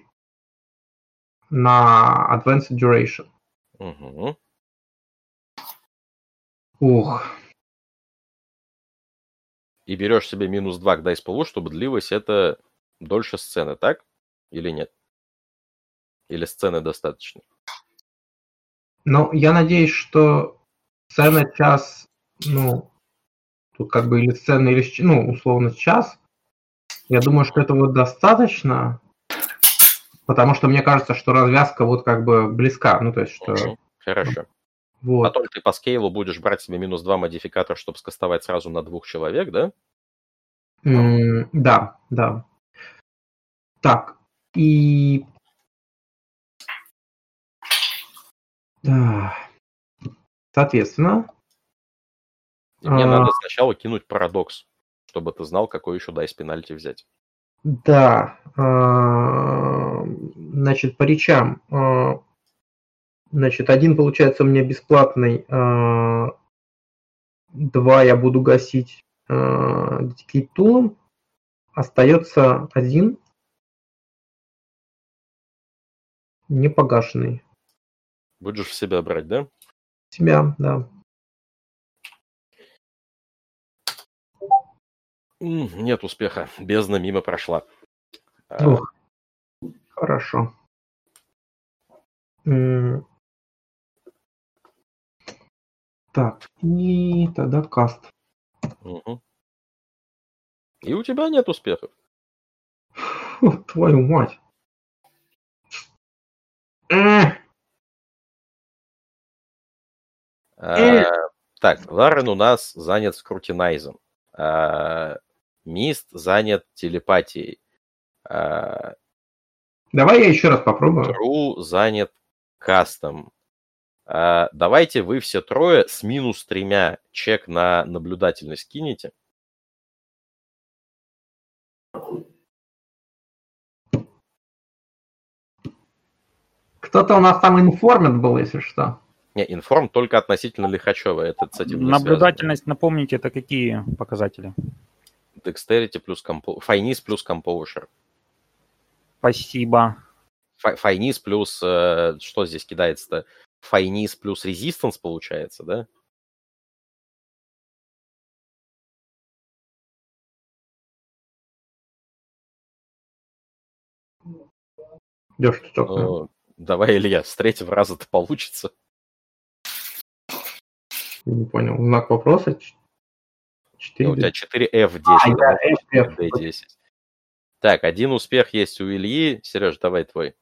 на advanced duration. Mm-hmm. Ух. И берешь себе минус два к dice pool, чтобы длилось это дольше сцены, так? Или нет? Или сцены достаточно? Ну, я надеюсь, что сцена час, ну, тут как бы или сцена, или, ну, условно, час. Я думаю, что этого достаточно, потому что мне кажется, что развязка вот как бы близка. Ну, то есть, что... Угу. Хорошо. Вот. Потом ты по скейлу будешь брать себе минус два модификатор, чтобы скастовать сразу на двух человек, да? М, да, да. Так, и... Да. Соответственно... И мне а, надо сначала кинуть парадокс, чтобы ты знал, какой еще дайс пенальти взять. Да. а, Значит, по речам. а, Значит, один получается у меня бесплатный. а, Два я буду гасить детективом. Остается один непогашенный. Будешь в себя брать, да? Себя, да. М, Нет успеха. Бездна мимо прошла. А, Ух, хорошо. М, Так, и тогда каст. мгм. И у тебя нет успехов. Фу, твою мать. Эх, А, Так, Ларен у нас занят скрутинайзом. А, Мист занят телепатией. А, Давай я еще раз попробую. Тру занят кастом. А, Давайте вы все трое с минус тремя чек на наблюдательность кинете. Кто-то у нас там информент был, если что. Не, информ только относительно Лихачева. Это с этим не связано. Наблюдательность, напомните, это какие показатели? Dexterity плюс компо... Файнис плюс компоушер. Спасибо. Фай- Файнис плюс... э, что здесь кидается-то? Файнис плюс резистанс получается, да? Леш, ты что? Ну, давай, Илья, с третьего раза-то получится. Не понял. Знак вопроса. Ч- Ну, четыре. у тебя четыре эф десять. А, да, я четыре F, ди десять. Так, один успех есть у Ильи. Сереж, давай твой.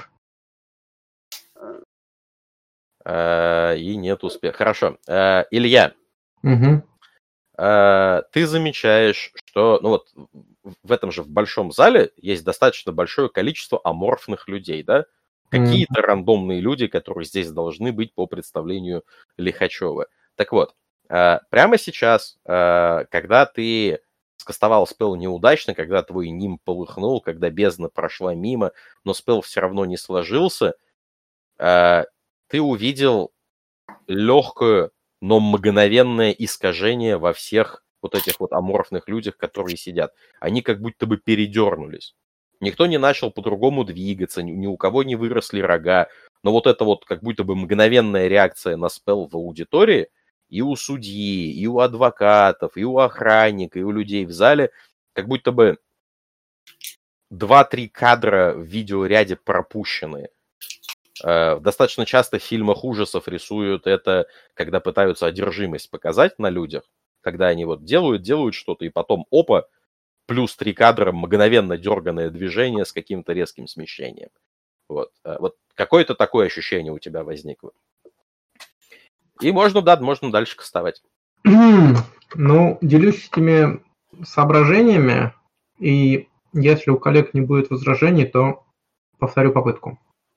А, И нет успеха. Хорошо. А, Илья, Угу. а, ты замечаешь, что ну вот в этом же в большом зале есть достаточно большое количество аморфных людей, да? Какие-то рандомные люди, которые здесь должны быть по представлению Лихачева. Так вот, а, прямо сейчас, а, когда ты скастовал спел неудачно, когда твой ним полыхнул, когда бездна прошла мимо, но спел все равно не сложился, а, ты увидел легкое, но мгновенное искажение во всех вот этих вот аморфных людях, которые сидят. Они как будто бы передернулись. Никто не начал по-другому двигаться, ни, ни у кого не выросли рога. Но вот это вот как будто бы мгновенная реакция на спел в аудитории и у судьи, и у адвокатов, и у охранника, и у людей в зале, как будто бы два-три кадра в видеоряде пропущенные. Достаточно часто в фильмах ужасов рисуют это, когда пытаются одержимость показать на людях, когда они вот делают, делают что-то, и потом, опа, плюс три кадра, мгновенно дерганное движение с каким-то резким смещением. Вот, вот какое-то такое ощущение у тебя возникло. И можно, да, можно дальше кастовать. Ну, делюсь этими соображениями, и если у коллег не будет возражений, то повторю попытку.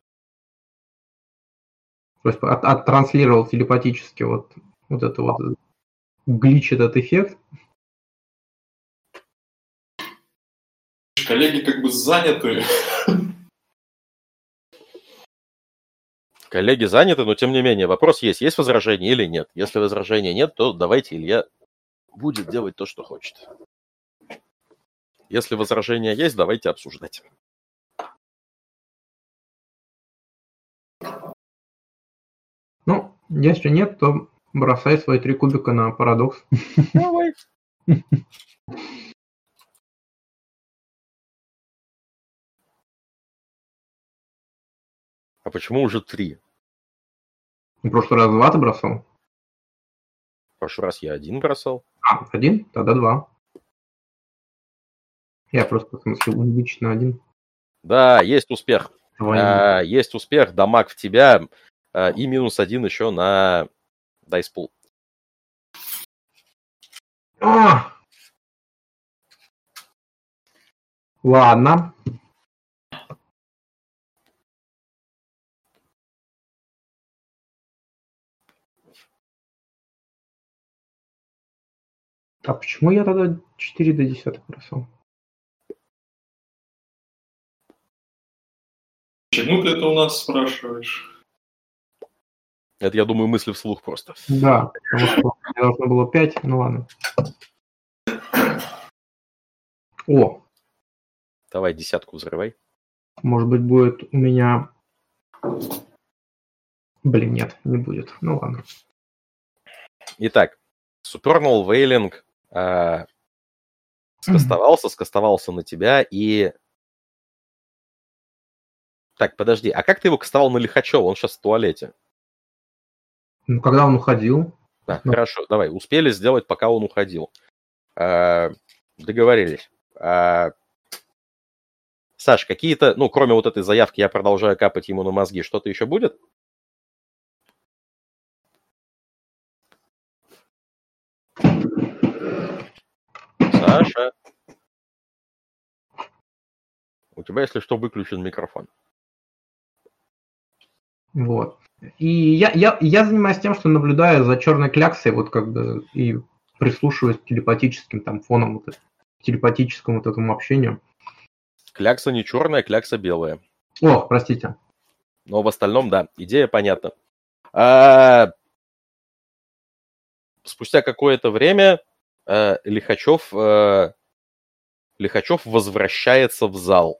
То есть от, оттранслировал телепатически вот, вот это вот глич, этот эффект. Коллеги как бы заняты. Коллеги заняты, но тем не менее вопрос есть, есть возражение или нет. Если возражения нет, то давайте Илья будет делать то, что хочет. Если возражения есть, давайте обсуждать. Ну, если нет, то бросай свои три кубика на парадокс. Давай. А почему уже три? В прошлый раз два ты бросал? В прошлый раз я один бросал. А, один? Тогда два. Я просто, в смысле, увеличить на один. Да, есть успех. Двойной. А, есть успех, дамаг в тебя, а, и минус один еще на Dice Pool. А! Ладно. А почему я тогда четыре до десятых бросал? Почему ты это у нас спрашиваешь? Это, я думаю, мысли вслух просто. Да, потому что мне должно было пять, ну ладно. О, Давай десятку взрывай. может быть, будет у меня... Блин, нет, не будет. Ну ладно. Итак, Supernal Wailing а, скастовался, скастовался на тебя и... Так, подожди, а как ты его кастовал на Лихачева? Он сейчас в туалете. Ну, когда он уходил... Да, Ну. хорошо, давай, успели сделать, пока он уходил. А, договорились. А, Саш, какие-то, ну, кроме вот этой заявки, я продолжаю капать ему на мозги, что-то еще будет? Саша. У тебя, если что, выключен микрофон. Вот. И я, я, я занимаюсь тем, что наблюдаю за черной кляксой, вот как бы, и прислушиваюсь к телепатическим там фонам, вот, телепатическому вот этому общению. Клякса не черная, клякса белая. О, простите. Но в остальном, да, идея понятна. А... Спустя какое-то время а, Лихачев, а... Лихачев возвращается в зал.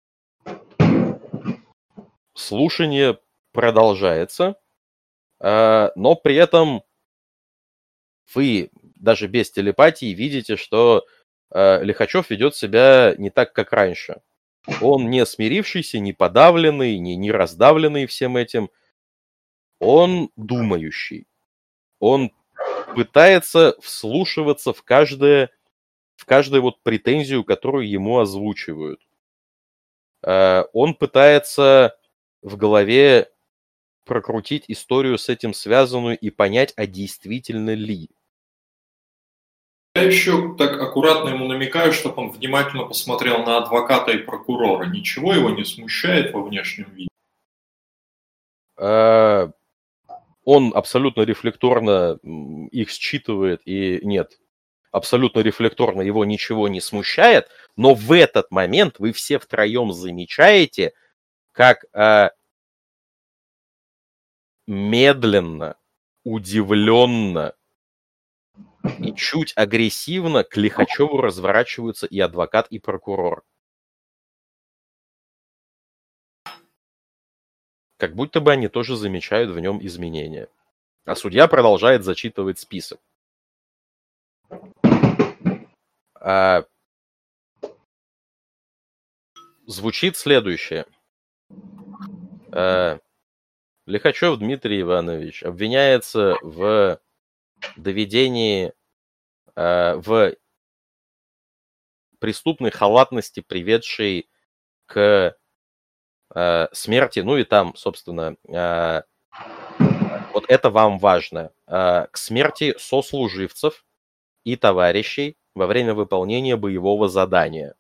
Слушание продолжается, а... но при этом вы даже без телепатии видите, что а, Лихачев ведет себя не так, как раньше. Он не смирившийся, не подавленный, не, не раздавленный всем этим. Он думающий. Он пытается вслушиваться в каждое, в каждую вот претензию, которую ему озвучивают. Он пытается в голове прокрутить историю с этим связанную и понять, а действительно ли. Я еще так аккуратно ему намекаю, чтобы он внимательно посмотрел на адвоката и прокурора. Ничего его не смущает во внешнем виде? Он абсолютно рефлекторно их считывает, и нет, абсолютно рефлекторно его ничего не смущает, но в этот момент вы все втроем замечаете, как а, медленно, удивленно и чуть агрессивно к Лихачеву разворачиваются и адвокат, и прокурор. Как будто бы они тоже замечают в нем изменения. А судья продолжает зачитывать список. А... Звучит следующее. А... Лихачев Дмитрий Иванович обвиняется в доведении, а, в преступной халатности, приведшей к а, смерти, ну и там, собственно, а, вот это вам важно, а, к смерти сослуживцев и товарищей во время выполнения боевого задания.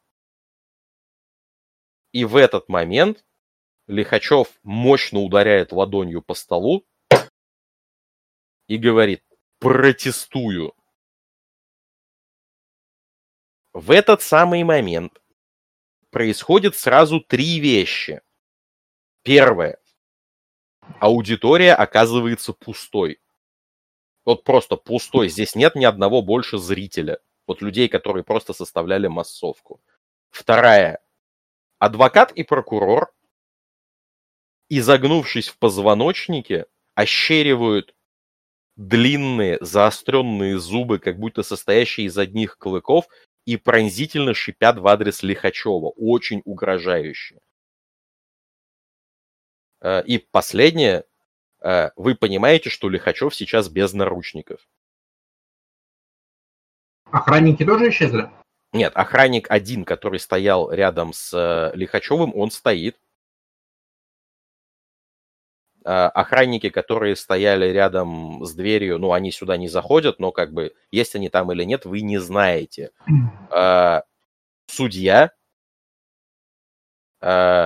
И в этот момент Лихачев мощно ударяет ладонью по столу и говорит: протестую. В этот самый момент происходит сразу три вещи. Первое. Аудитория оказывается пустой. Вот просто пустой. Здесь нет ни одного больше зрителя. Вот людей, которые просто составляли массовку. Вторая. Адвокат и прокурор, изогнувшись в позвоночнике, ощеривают длинные заостренные зубы, как будто состоящие из одних клыков, и пронзительно шипят в адрес Лихачева. Очень угрожающе. И последнее. Вы понимаете, что Лихачев сейчас без наручников. Охранники тоже исчезли? Нет, охранник один, который стоял рядом с э, Лихачевым, он стоит. Э, охранники, которые стояли рядом с дверью, ну, они сюда не заходят, но как бы есть они там или нет, вы не знаете. Э, судья э,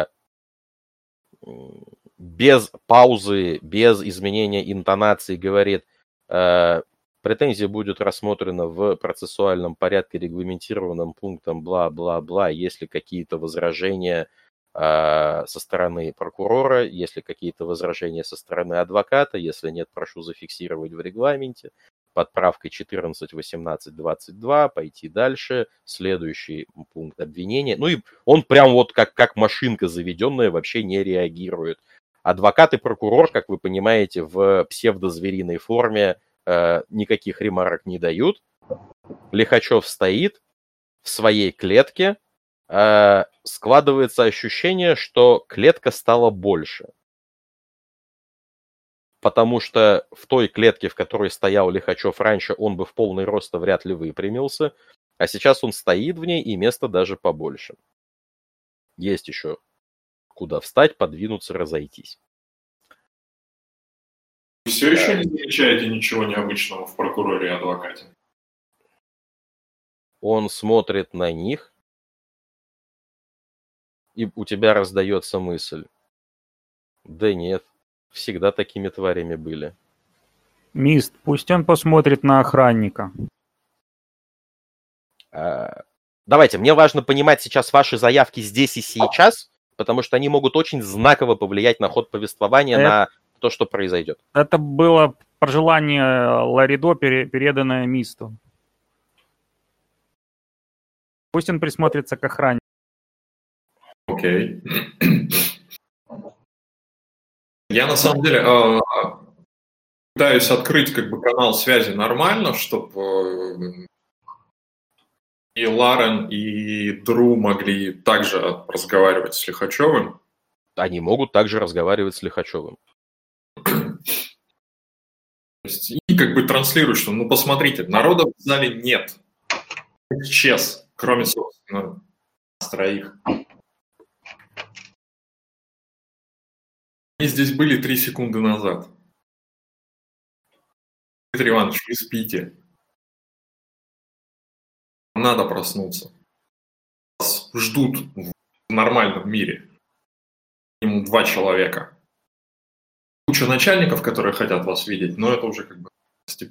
без паузы, без изменения интонации говорит, э, претензия будет рассмотрена в процессуальном порядке, регламентированным пунктом бла-бла-бла, если какие-то возражения э, со стороны прокурора, если какие-то возражения со стороны адвоката, если нет, прошу зафиксировать в регламенте, под правкой четырнадцать, восемнадцать, двадцать два, пойти дальше, следующий пункт обвинения. Ну и он прям вот как, как машинка заведенная вообще не реагирует. Адвокат и прокурор, как вы понимаете, в псевдозвериной форме э, никаких ремарок не дают. Лихачев стоит в своей клетке. Э, складывается ощущение, что клетка стала больше. Потому что в той клетке, в которой стоял Лихачев раньше, он бы в полный рост вряд ли выпрямился. А сейчас он стоит в ней, и места даже побольше. Есть еще куда встать, подвинуться, разойтись. Вы все еще не замечаете ничего необычного в прокуроре и адвокате? Он смотрит на них, и у тебя раздается мысль. Да нет, всегда такими тварями были. Мист, пусть он посмотрит на охранника. А, давайте, мне важно понимать сейчас ваши заявки здесь и сейчас, потому что они могут очень знаково повлиять на ход повествования, Это... на то, что произойдет. Это было пожелание Ларидо, переданное Мисту. Пусть он присмотрится к охране. Окей. Я на самом деле э, пытаюсь открыть как бы канал связи нормально, чтобы и Ларен, и Дру могли также разговаривать с Лихачевым. Они могут также разговаривать с Лихачевым. И как бы транслируют, что, ну, посмотрите, народа в зале нет. Исчез, кроме, собственно, нас троих. Они здесь были три секунды назад. Дмитрий Иванович, вы спите. Надо проснуться. Вас ждут в нормальном мире. Ему два человека. Куча начальников, которые хотят вас видеть, но это уже как бы постепенно.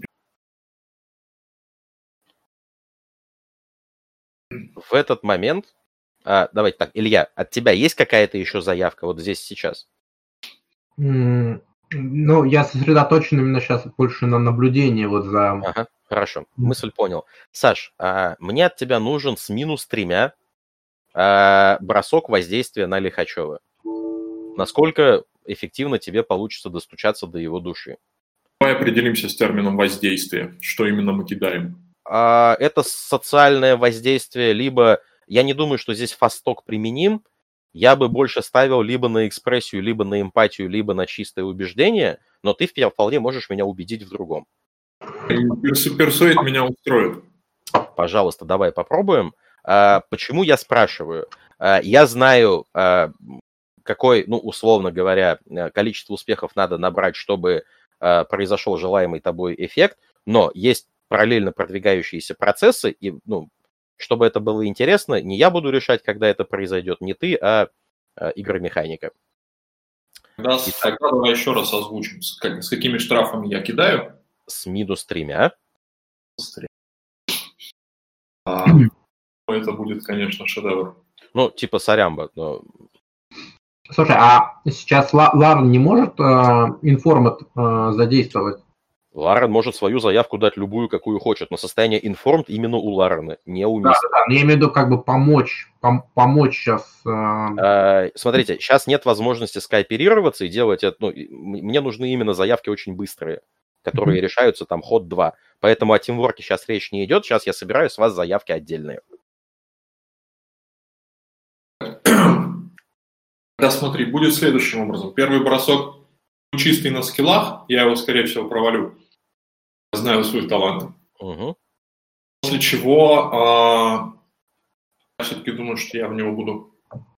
В этот момент, а, давайте так, Илья, от тебя есть какая-то еще заявка вот здесь сейчас? Mm, ну, я сосредоточен именно сейчас больше на наблюдении вот за... Ага, хорошо, мысль понял. Саш, а, мне от тебя нужен с минус тремя а, бросок воздействия на Лихачева. Насколько эффективно тебе получится достучаться до его души? Давай определимся с термином воздействия. Что именно мы кидаем? А, это социальное воздействие, либо... Я не думаю, что здесь фасток применим. Я бы больше ставил либо на экспрессию, либо на эмпатию, либо на чистое убеждение, но ты вполне можешь меня убедить в другом. Персуэйд меня устроит. Пожалуйста, давай попробуем. А, почему я спрашиваю? А, я знаю... А, какой, ну, условно говоря, количество успехов надо набрать, чтобы э, произошел желаемый тобой эффект, но есть параллельно продвигающиеся процессы, и, ну, чтобы это было интересно, не я буду решать, когда это произойдет, не ты, а э, игромеханика. Да, тогда давай еще раз озвучим, с, как, с какими штрафами я кидаю. С минус тремя. А, это будет, конечно, шедевр. Ну, типа сорямба, но... Слушай, а сейчас Ларен не может э, информат э, задействовать? Ларен может свою заявку дать любую, какую хочет, но состояние информат именно у Ларена, не у Миста. Да, да, я имею в виду как бы помочь, пом- помочь сейчас. Э... Смотрите, сейчас нет возможности скооперироваться и делать это. Ну, мне нужны именно заявки очень быстрые, которые mm-hmm. решаются там ход два. Поэтому о тимворке сейчас речь не идет. Сейчас я собираю с вас заявки отдельные. Да, смотри, будет следующим образом. Первый бросок чистый на скиллах, я его, скорее всего, провалю. Знаю свой талант. Угу. После чего а, я все-таки думаю, что я в него буду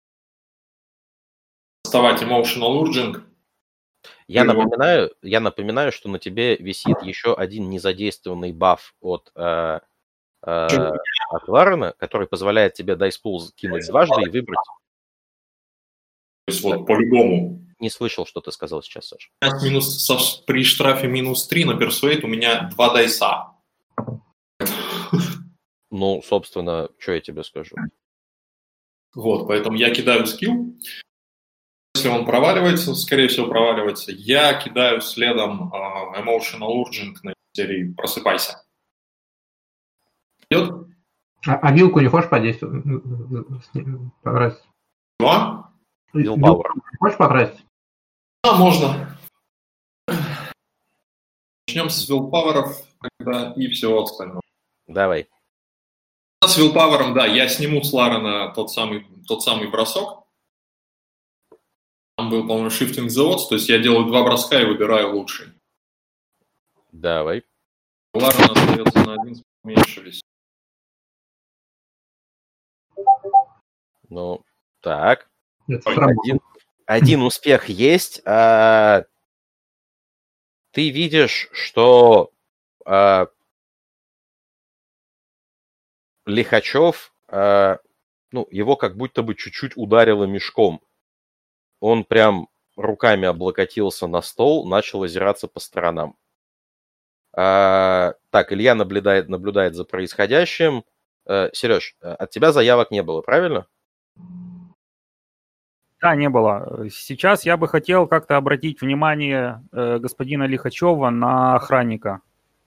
доставать Emotional Urging. Я напоминаю, я напоминаю, что на тебе висит еще один незадействованный баф от, э, э, от Ларена, который позволяет тебе Dice Pool кинуть дважды и выбрать. То есть вот по-любому. Не слышал, что ты сказал сейчас, Саша. Минус, со, при штрафе минус три на Persuade у меня два дайса. Ну, собственно, что я тебе скажу. Вот, поэтому я кидаю скилл. Если он проваливается, скорее всего проваливается, я кидаю следом uh, Emotional Urging на серии «Просыпайся». Идет? А, а вилку не хочешь подействовать? Потратить? Два? Вилку не хочешь потратить? А, можно. Начнем с вилпауэров и всего остального. Давай. С вилпауэром, да, я сниму с Ларена тот самый, тот самый бросок. Там был, по-моему, Shifting the Odds, то есть я делаю два броска и выбираю лучший. Давай. Ларен остается на один меньше висит. Ну, так. Это один, один успех есть. А, ты видишь, что а, Лихачев, а, ну, его как будто бы чуть-чуть ударило мешком. Он прям руками облокотился на стол, начал озираться по сторонам. А, так, Илья наблюдает, наблюдает за происходящим. А, Сереж, от тебя заявок не было, правильно? Да, не было. Сейчас я бы хотел как-то обратить внимание э, господина Лихачева на охранника.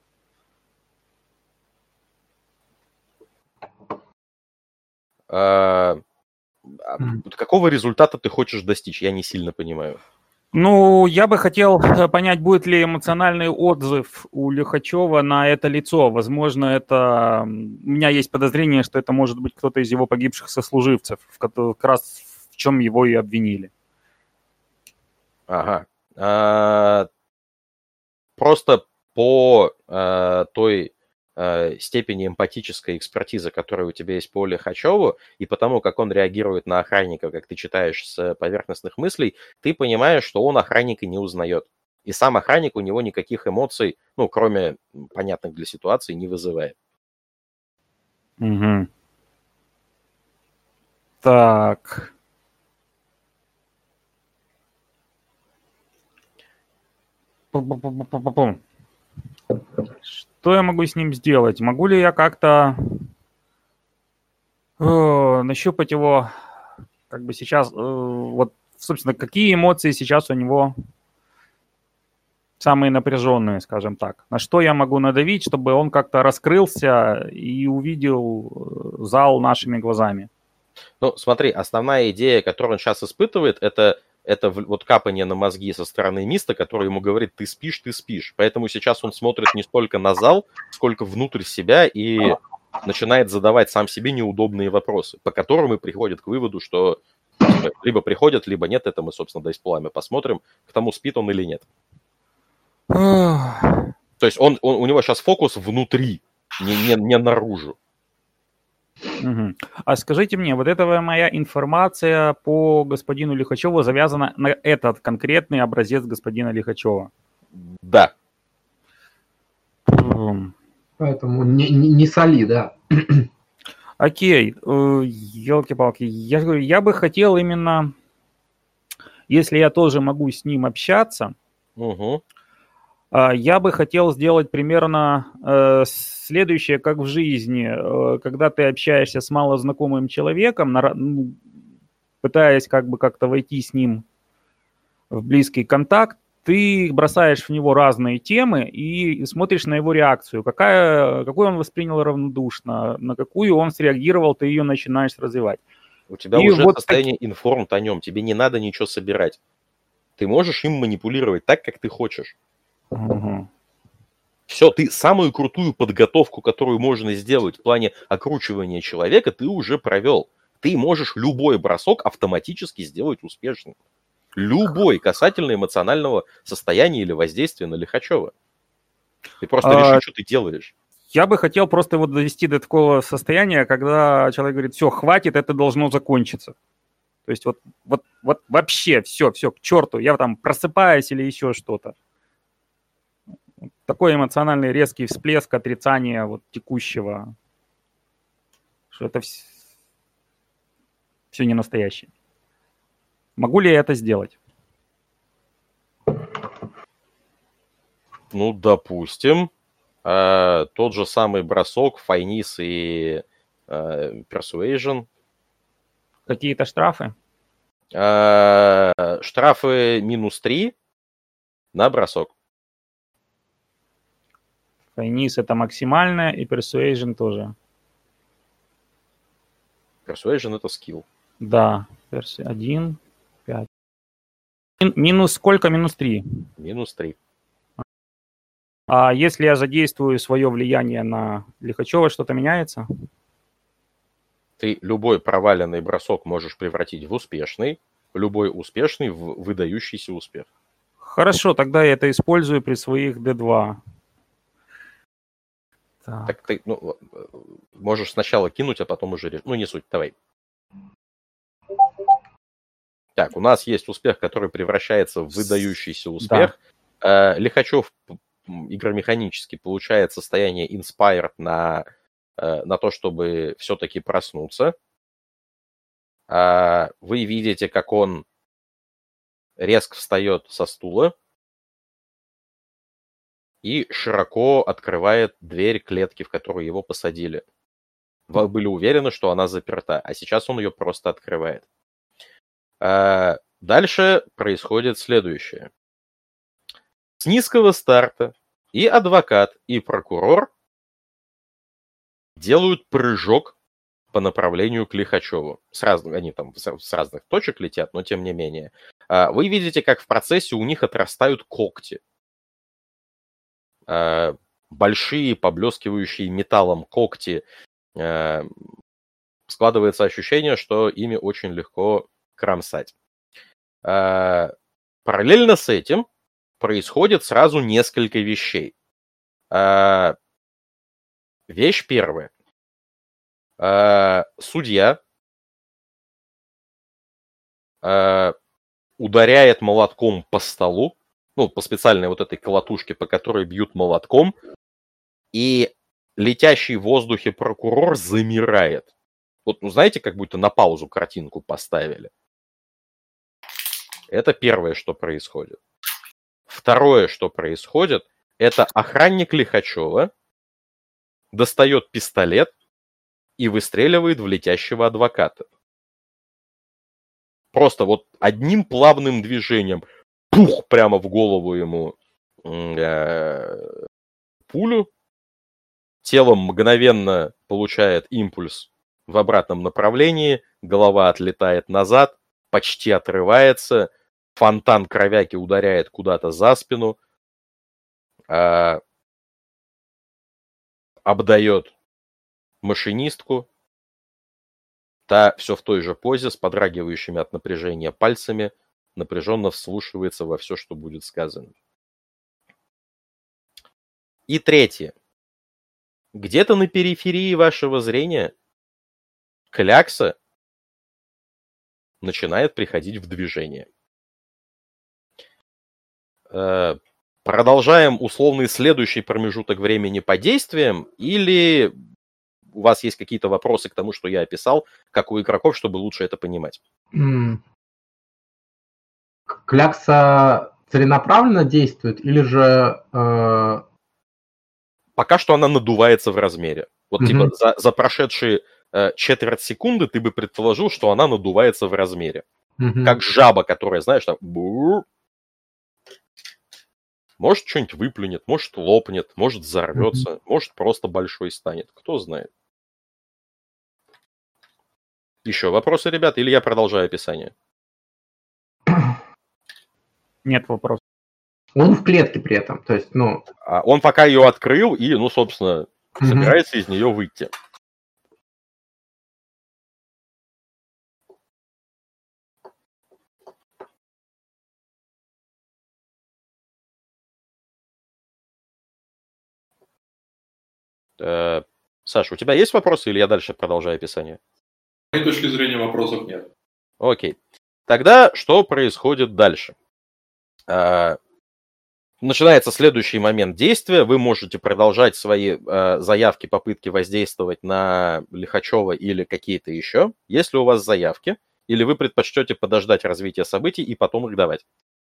А, какого результата ты хочешь достичь? Я не сильно понимаю. Ну, я бы хотел понять, будет ли эмоциональный отзыв у Лихачева на это лицо. Возможно, это... У меня есть подозрение, что это может быть кто-то из его погибших сослуживцев, в как раз в чем его и обвинили. Ага. А, просто по а, той а, степени эмпатической экспертизы, которая у тебя есть по Лихачеву, и потому, как он реагирует на охранника, как ты читаешь с поверхностных мыслей, ты понимаешь, что он охранника не узнает. И сам охранник у него никаких эмоций, ну, кроме понятных для ситуации, не вызывает. Угу. Так... Что я могу с ним сделать? Могу ли я как-то э, нащупать его, как бы сейчас, э, вот, собственно, какие эмоции сейчас у него самые напряженные, скажем так? На что я могу надавить, чтобы он как-то раскрылся и увидел зал нашими глазами? Ну, смотри, основная идея, которую он сейчас испытывает, это... Это вот капание на мозги со стороны Миста, который ему говорит, ты спишь, ты спишь. Поэтому сейчас он смотрит не столько на зал, сколько внутрь себя и начинает задавать сам себе неудобные вопросы, по которым и приходит к выводу, что либо приходят, либо нет. Это мы, собственно, дайсплами посмотрим, к тому, спит он или нет. То есть он, он, у него сейчас фокус внутри, не, не, не наружу. Угу. А скажите мне, вот эта моя информация по господину Лихачеву завязана на этот конкретный образец господина Лихачева? Да. Поэтому не, не, не соли, да. Окей, елки-палки, я говорю, я бы хотел именно, если я тоже могу с ним общаться, угу. Я бы хотел сделать примерно э, следующее, как в жизни. Э, когда ты общаешься с малознакомым человеком, на, ну, пытаясь как бы как-то войти с ним в близкий контакт, ты бросаешь в него разные темы и смотришь на его реакцию. Какая, какую он воспринял равнодушно, на какую он среагировал, ты ее начинаешь развивать. У тебя и уже вот состояние так... информт о нем, тебе не надо ничего собирать. Ты можешь им манипулировать так, как ты хочешь. Угу. Все, ты самую крутую подготовку, которую можно сделать в плане окручивания человека, ты уже провел. Ты можешь любой бросок автоматически сделать успешным. Любой, касательно эмоционального состояния или воздействия на Лихачева. Ты просто а... решишь, что ты делаешь. Я бы хотел просто его довести до такого состояния, когда человек говорит, все, хватит, это должно закончиться. То есть вот, вот, вот вообще все, все, к черту, я там просыпаюсь или еще что-то. Такой эмоциональный резкий всплеск отрицания вот текущего, что это все, все не настоящее. Могу ли я это сделать? Ну, допустим. Uh, тот же самый бросок, Файнис и uh, Persuasion. Какие-то штрафы? Uh, штрафы минус три на бросок. Файнис это максимальное, и Persuasion тоже. Persuasion это скилл. Да, версия один, пять. Минус сколько? Минус три. Минус три. А если я задействую свое влияние на Лихачева, что-то меняется? Ты любой проваленный бросок можешь превратить в успешный, любой успешный в выдающийся успех. Хорошо, тогда я это использую при своих дэ два. Так, так ты ну, можешь сначала кинуть, а потом уже решить. Ну, не суть, давай. Так, у нас есть успех, который превращается в выдающийся успех. Да. Лихачев игромеханически получает состояние inspired на, на то, чтобы все-таки проснуться. Вы видите, как он резко встает со стула и широко открывает дверь клетки, в которую его посадили. Вы были уверены, что она заперта, а сейчас он ее просто открывает. Дальше происходит следующее. С низкого старта и адвокат, и прокурор делают прыжок по направлению к Лихачеву. С разных, они там с разных точек летят, но тем не менее. Вы видите, как в процессе у них отрастают когти. Большие, поблескивающие металлом когти. Складывается ощущение, что ими очень легко кромсать. Параллельно с этим происходит сразу несколько вещей. Вещь первая. Судья ударяет молотком по столу, ну, по специальной вот этой колотушке, по которой бьют молотком, и летящий в воздухе прокурор замирает. Вот, ну, знаете, как будто на паузу картинку поставили. Это первое, что происходит. Второе, что происходит, это охранник Лихачева достает пистолет и выстреливает в летящего адвоката. Просто вот одним плавным движением пух прямо в голову ему э, пулю. Тело мгновенно получает импульс в обратном направлении, голова отлетает назад, почти отрывается, фонтан кровяки ударяет куда-то за спину, э, обдает машинистку. Та все в той же позе, с подрагивающими от напряжения пальцами, напряженно вслушивается во все, что будет сказано. И третье. Где-то на периферии вашего зрения клякса начинает приходить в движение. Продолжаем условный следующий промежуток времени по действиям, или у вас есть какие-то вопросы к тому, что я описал, как у игроков, чтобы лучше это понимать? Клякса целенаправленно действует, или же... Э... Пока что она надувается в размере. Вот mm-hmm. типа за, за прошедшие э, четверть секунды ты бы предположил, что она надувается в размере. Mm-hmm. Как жаба, которая, знаешь, там... Может, что-нибудь выплюнет, может, лопнет, может, взорвется, mm-hmm. может, просто большой станет. Кто знает. Еще вопросы, ребята, или я продолжаю описание? Нет вопросов. Он в клетке при этом, то есть, ну... А он пока ее открыл и, ну, собственно, mm-hmm. собирается из нее выйти. Э, Саша, у тебя есть вопросы или я дальше продолжаю описание? С моей точки зрения вопросов нет. Окей. Тогда что происходит дальше? Э, Начинается следующий момент действия. Вы можете продолжать свои э, заявки, попытки воздействовать на Лихачева или какие-то еще, если у вас заявки, или вы предпочтете подождать развития событий и потом их давать.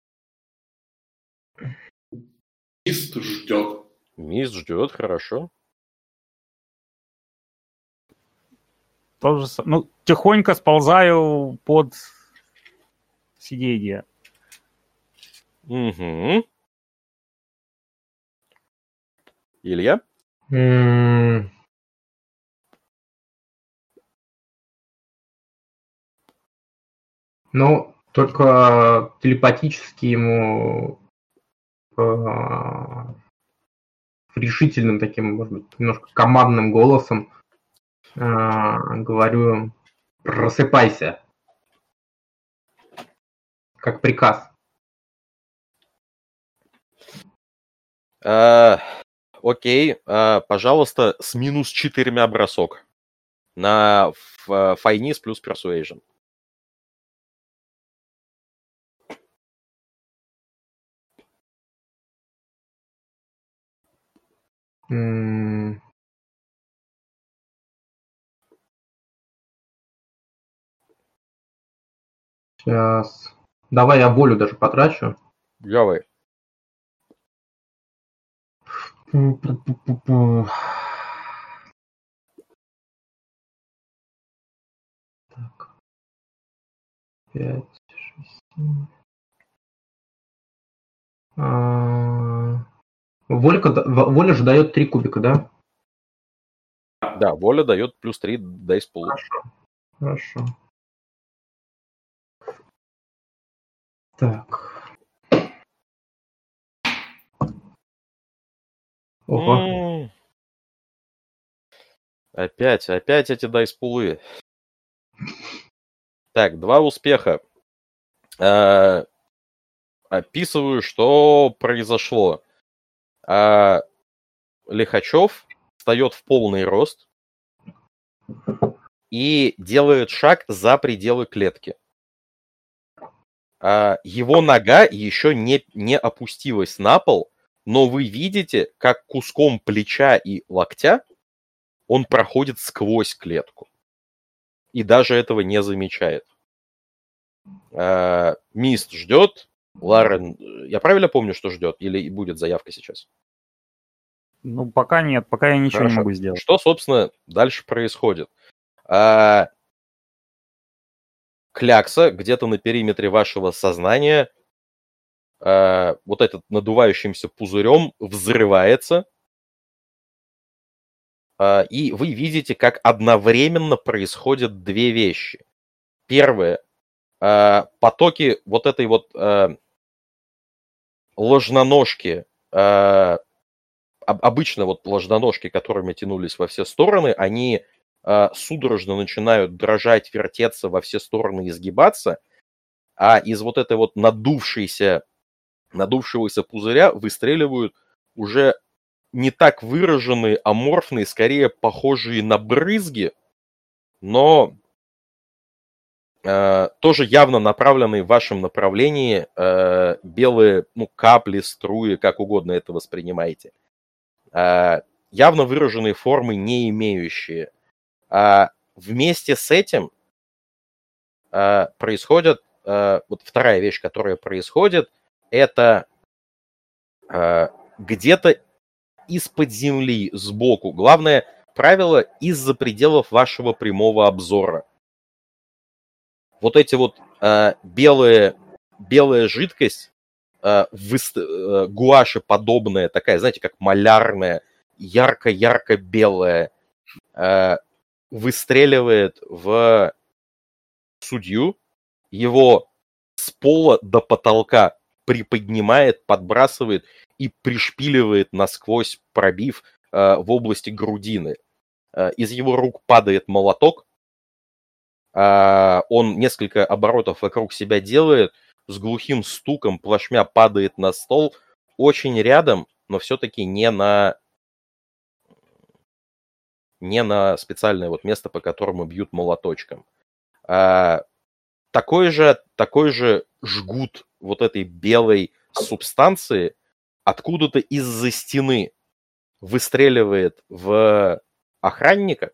Мист ждет. Мист ждет, хорошо. Тоже, с- ну, тихонько сползаю под сиденье. Угу. Илья? М, Ну, только телепатически ему э, решительным таким, может быть, немножко командным голосом э, говорю: просыпайся, как приказ. А, окей, а, пожалуйста, с минус четырьмя бросок на Файнис плюс Persuasion. М, Сейчас. Давай я волю даже потрачу. Давай. Пу-пу-пу-пу-пу. Так. Пять, шесть, семь. А, Волька, да- в- воля же дает три кубика, да? Да, воля дает плюс три Dice Pool. Хорошо. Хорошо. Так. Ого. М. Опять, опять эти Dice Pool'ы. Так, два успеха. А, описываю, что произошло. А, Лихачев встает в полный рост и делает шаг за пределы клетки. А, его нога еще не, не опустилась на пол, но вы видите, как куском плеча и локтя он проходит сквозь клетку. И даже этого не замечает. А, Мист ждет. Ларен, я правильно помню, что ждет? Или будет заявка сейчас? Ну, пока нет, пока я ничего Хорошо. не могу сделать. Что, собственно, дальше происходит? А, клякса где-то на периметре вашего сознания, а, вот этот надувающимся пузырем взрывается, а, и вы видите, как одновременно происходят две вещи. Первое. А, потоки вот этой вот а, ложноножки, а, обычно вот ложноножки, которыми тянулись во все стороны, они а, судорожно начинают дрожать, вертеться во все стороны, изгибаться, а из вот этой вот надувшейся, надувшегося пузыря выстреливают уже не так выраженные, аморфные, скорее похожие на брызги, но э, тоже явно направленные в вашем направлении э, белые, ну, капли, струи, как угодно это воспринимаете. Э, явно выраженные формы не имеющие. А вместе с этим э, происходит, э, вот вторая вещь, которая происходит, это э, где-то из-под земли, сбоку. Главное правило, из-за пределов вашего прямого обзора. Вот эти вот э, белые, белая жидкость, э, выст... э, гуашеподобная, такая, знаете, как малярная, ярко-ярко белая, э, выстреливает в судью, его с пола до потолка приподнимает, подбрасывает и пришпиливает насквозь, пробив э, в области грудины. Э, из его рук падает молоток, э, он несколько оборотов вокруг себя делает, с глухим стуком плашмя падает на стол, очень рядом, но все-таки не на, не на специальное вот место, по которому бьют молоточком. А, такой же, такой же жгут вот этой белой субстанции откуда-то из-за стены выстреливает в охранника,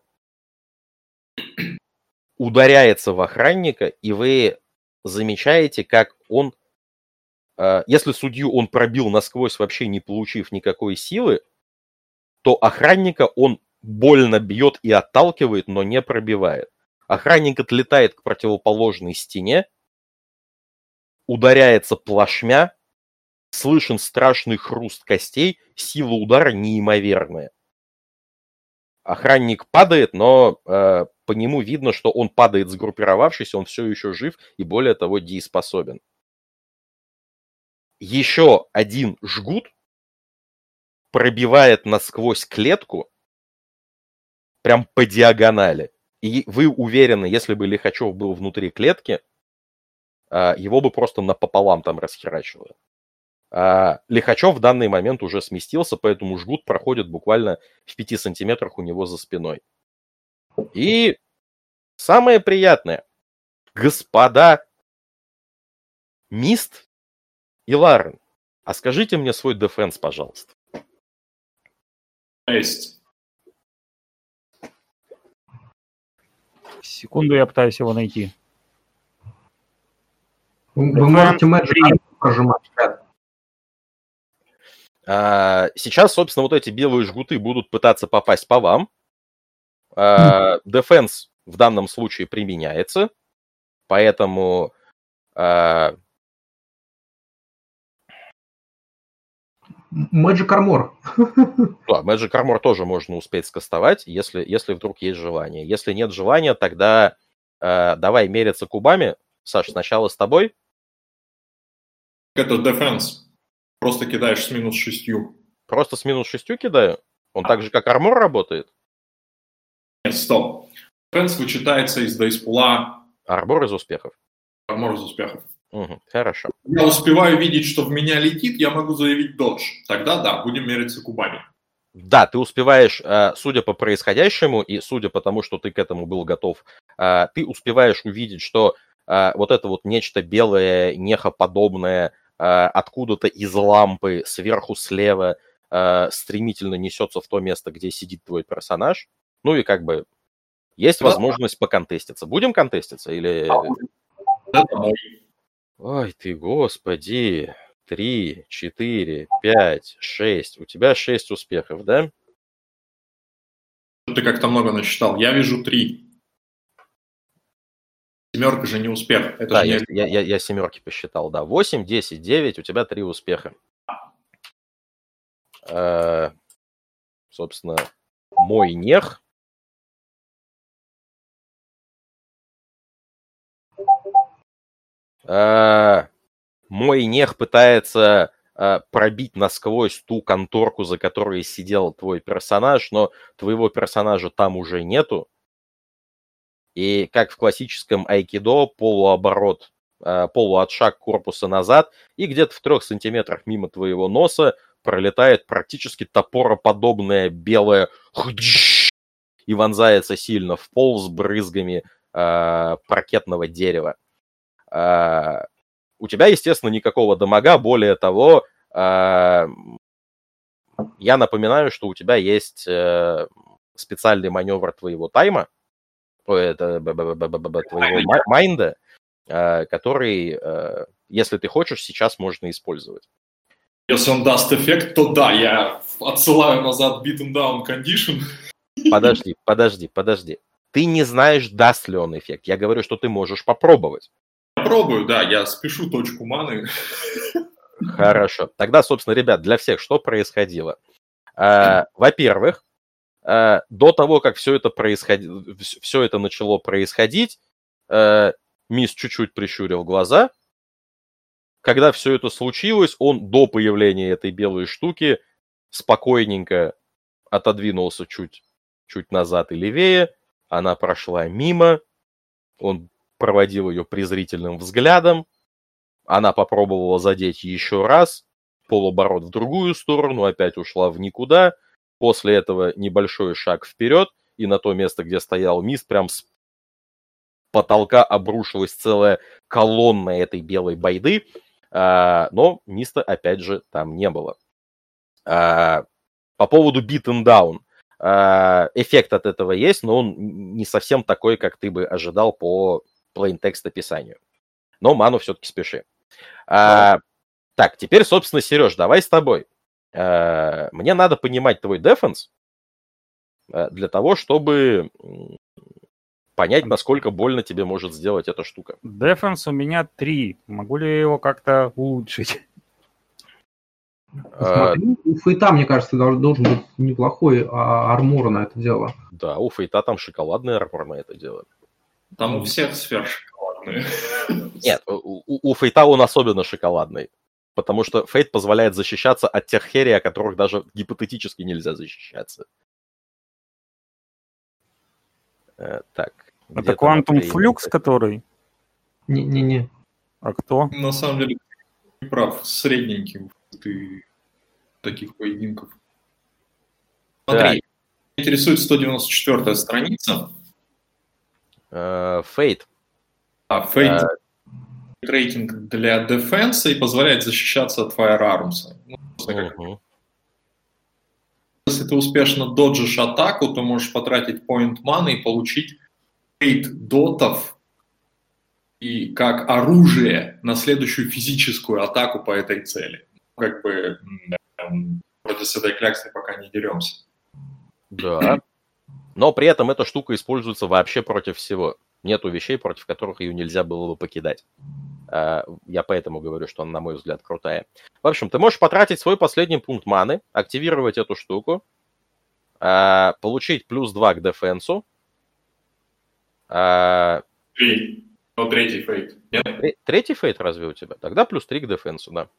ударяется в охранника, и вы замечаете, как он, э, если судью он пробил насквозь, вообще не получив никакой силы, то охранника он больно бьет и отталкивает, но не пробивает. Охранник отлетает к противоположной стене, ударяется плашмя, слышен страшный хруст костей, сила удара неимоверная. Охранник падает, но э, по нему видно, что он падает сгруппировавшись, он все еще жив и, более того, дееспособен. Еще один жгут пробивает насквозь клетку прям по диагонали. И вы уверены, если бы Лихачев был внутри клетки, э, его бы просто напополам там расхерачило. А Лихачев в данный момент уже сместился, поэтому жгут проходит буквально в пяти сантиметрах у него за спиной. И самое приятное, господа Мист и Ларен, а скажите мне свой дефенс, пожалуйста. Есть. Секунду, я пытаюсь его найти. Вы, вы можете Magic прожимать. Сейчас, собственно, вот эти белые жгуты будут пытаться попасть по вам. Дефенс в данном случае применяется, поэтому Magic Armor. Да, Magic Armor тоже можно успеть скастовать, если, если вдруг есть желание. Если нет желания, тогда э, давай мериться кубами. Саш, сначала с тобой. Это дефенс. Просто кидаешь с минус шестью. Просто с минус шестью кидаю? Он а. так же, как армор работает? Нет, стоп. Дефенс вычитается из дейспула. Армор из успехов. Армор из успехов. Угу, хорошо. Я успеваю видеть, что в меня летит, я могу заявить додж. Тогда да, будем мериться кубами. Да, ты успеваешь, судя по происходящему и судя по тому, что ты к этому был готов, ты успеваешь увидеть, что вот это вот нечто белое, нехоподобное, откуда-то из лампы сверху слева стремительно несется в то место, где сидит твой персонаж. Ну и как бы есть возможность поконтеститься. Будем контеститься или... Ой ты, господи. Три, четыре, пять, шесть. У тебя шесть успехов, да? Ты как-то много насчитал. Я вижу три. Семерка же не успех. Это да, же я, не... я, я, я семерки посчитал, да. Восемь, десять, девять, у тебя три успеха. Э, собственно, мой нех. Э, мой нех пытается э, пробить насквозь ту конторку, за которой сидел твой персонаж, но твоего персонажа там уже нету. И как в классическом айкидо, полуоборот, э, полуотшаг корпуса назад, и где-то в трех сантиметрах мимо твоего носа пролетает практически топороподобное белое и вонзается сильно в пол с брызгами э, паркетного дерева. Э, у тебя, естественно, никакого дамага, более того, э, я напоминаю, что у тебя есть э, специальный маневр твоего тайма, это, твоего майнда, который, если ты хочешь, сейчас можно использовать. Если он даст эффект, то да, я отсылаю назад beaten down condition. Подожди, подожди, подожди. Ты не знаешь, даст ли он эффект. Я говорю, что ты можешь попробовать. Попробую, да, я спешу точку маны. Хорошо. Тогда, собственно, ребят, для всех что происходило? Во-первых, до того, как все это, происход... все это начало происходить, Мисс чуть-чуть прищурил глаза. Когда все это случилось, он до появления этой белой штуки спокойненько отодвинулся чуть, чуть назад и левее. Она прошла мимо. Он проводил ее презрительным взглядом. Она попробовала задеть еще раз. Полуоборот в другую сторону, опять ушла в никуда. После этого небольшой шаг вперед и на то место, где стоял Мист, прям с потолка обрушилась целая колонна этой белой байды, а, но Миста, опять же, там не было. А, по поводу beaten down. А, эффект от этого есть, но он не совсем такой, как ты бы ожидал по plain text описанию. Но ману все-таки спеши. А, так, теперь, собственно, Сереж, давай с тобой. А, мне надо понимать твой дефенс для того, чтобы понять, насколько больно тебе может сделать эта штука. Дефенс у меня три. Могу ли я его как-то улучшить? Смотри, у Фейта, мне кажется, должен быть неплохой армор на это дело. Да, у Фейта там шоколадный армор на это дело. Там у всех сфер шоколадные. Нет, у, у Фейта он особенно шоколадный. Потому что Фейт позволяет защищаться от тех херей, о которых даже гипотетически нельзя защищаться. Э, так. Это Quantum Flux, который? Не-не-не. А кто? На самом деле, ты прав, средненький ты таких поединков. Смотри, да. Интересует сто девяносто четвёртая страница. Фейт. А, Фейт. Рейтинг для дефенса и позволяет защищаться от Firearms. Ну, uh-huh. Если ты успешно доджишь атаку, то можешь потратить point mana и получить пять дотов и как оружие на следующую физическую атаку по этой цели. Как бы вроде с этой кляксой пока не деремся. Да. Но при этом эта штука используется вообще против всего. Нету вещей, против которых ее нельзя было бы покидать. Я поэтому говорю, что она, на мой взгляд, крутая. В общем, ты можешь потратить свой последний пункт маны, активировать эту штуку, получить плюс два к дефенсу. Три. Ну, третий фейт. Нет? Третий фейт разве у тебя? Тогда плюс три к дефенсу, да.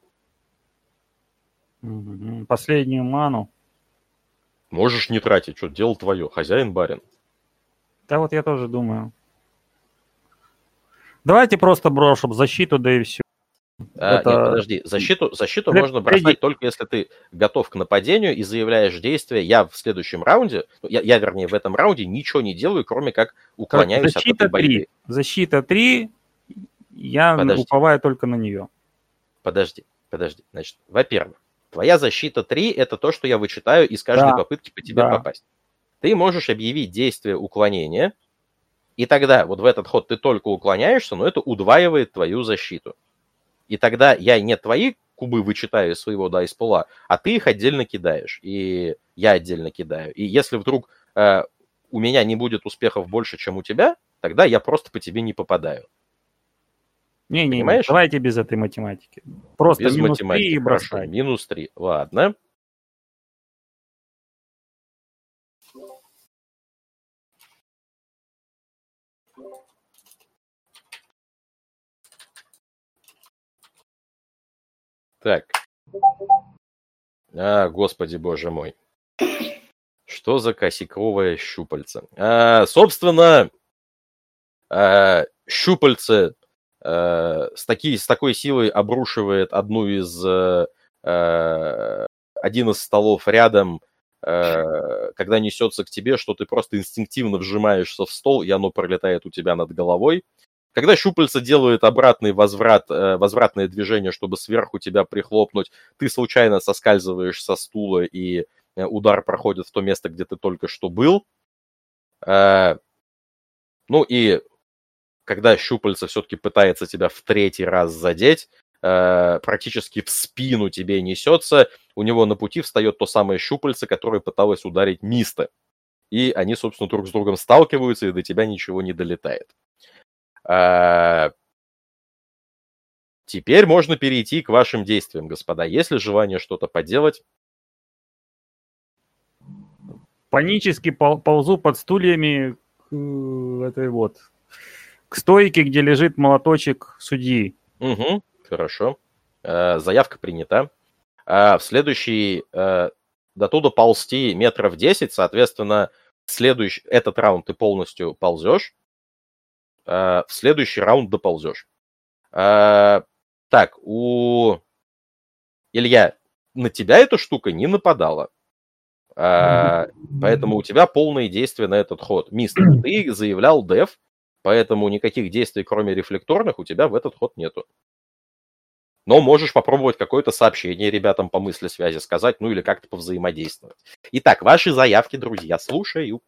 Последнюю ману. Можешь не тратить, что дело твое, хозяин-барин. Да вот я тоже думаю. Давайте просто брошу защиту, да и все. А, это... Нет, подожди, защиту, защиту Пред... можно бросать Пред... только если ты готов к нападению и заявляешь действие. Я в следующем раунде, я, я вернее в этом раунде ничего не делаю, кроме как уклоняюсь защита от этой борьбы. Защита три, я подожди. уповаю только на нее. Подожди, подожди. Значит, во-первых, твоя защита три это то, что я вычитаю из каждой да. попытки по тебе да. попасть. Ты можешь объявить действие уклонения, и тогда вот в этот ход ты только уклоняешься, но это удваивает твою защиту. И тогда я не твои кубы вычитаю из своего дайс-пула, а ты их отдельно кидаешь. И я отдельно кидаю. И если вдруг э, у меня не будет успехов больше, чем у тебя, тогда я просто по тебе не попадаю. Не-не, давайте без этой математики. Просто без минус математики, три и бросай. Минус три, ладно. Так. А, господи, боже мой. Что за косяковое щупальце? А, собственно, а, щупальце а, с, таки, с такой силой обрушивает одну из... А, один из столов рядом, а, когда несется к тебе, что ты просто инстинктивно вжимаешься в стол, и оно пролетает у тебя над головой. Когда щупальца делают обратный возврат, возвратное движение, чтобы сверху тебя прихлопнуть, ты случайно соскальзываешь со стула, и удар проходит в то место, где ты только что был. Ну и когда щупальце все-таки пытается тебя в третий раз задеть, практически в спину тебе несется, у него на пути встает то самое щупальце, которое пыталось ударить Миста. И они, собственно, друг с другом сталкиваются, и до тебя ничего не долетает. А... Теперь можно перейти к вашим действиям, господа. Есть ли желание что-то поделать? Панически пол- ползу под стульями к этой вот к стойке, где лежит молоточек судьи. Угу, хорошо. А, заявка принята. А, в следующий а, до туда ползти метров десять, соответственно, следующий этот раунд ты полностью ползешь. В следующий раунд доползешь. А, так, у Илья, на тебя эта штука не нападала. А, поэтому у тебя полные действия на этот ход. Мистер, ты заявлял деф, поэтому никаких действий, кроме рефлекторных, у тебя в этот ход нету. Но можешь попробовать какое-то сообщение ребятам по мысли связи сказать, ну или как-то повзаимодействовать. Итак, ваши заявки, друзья, слушаю.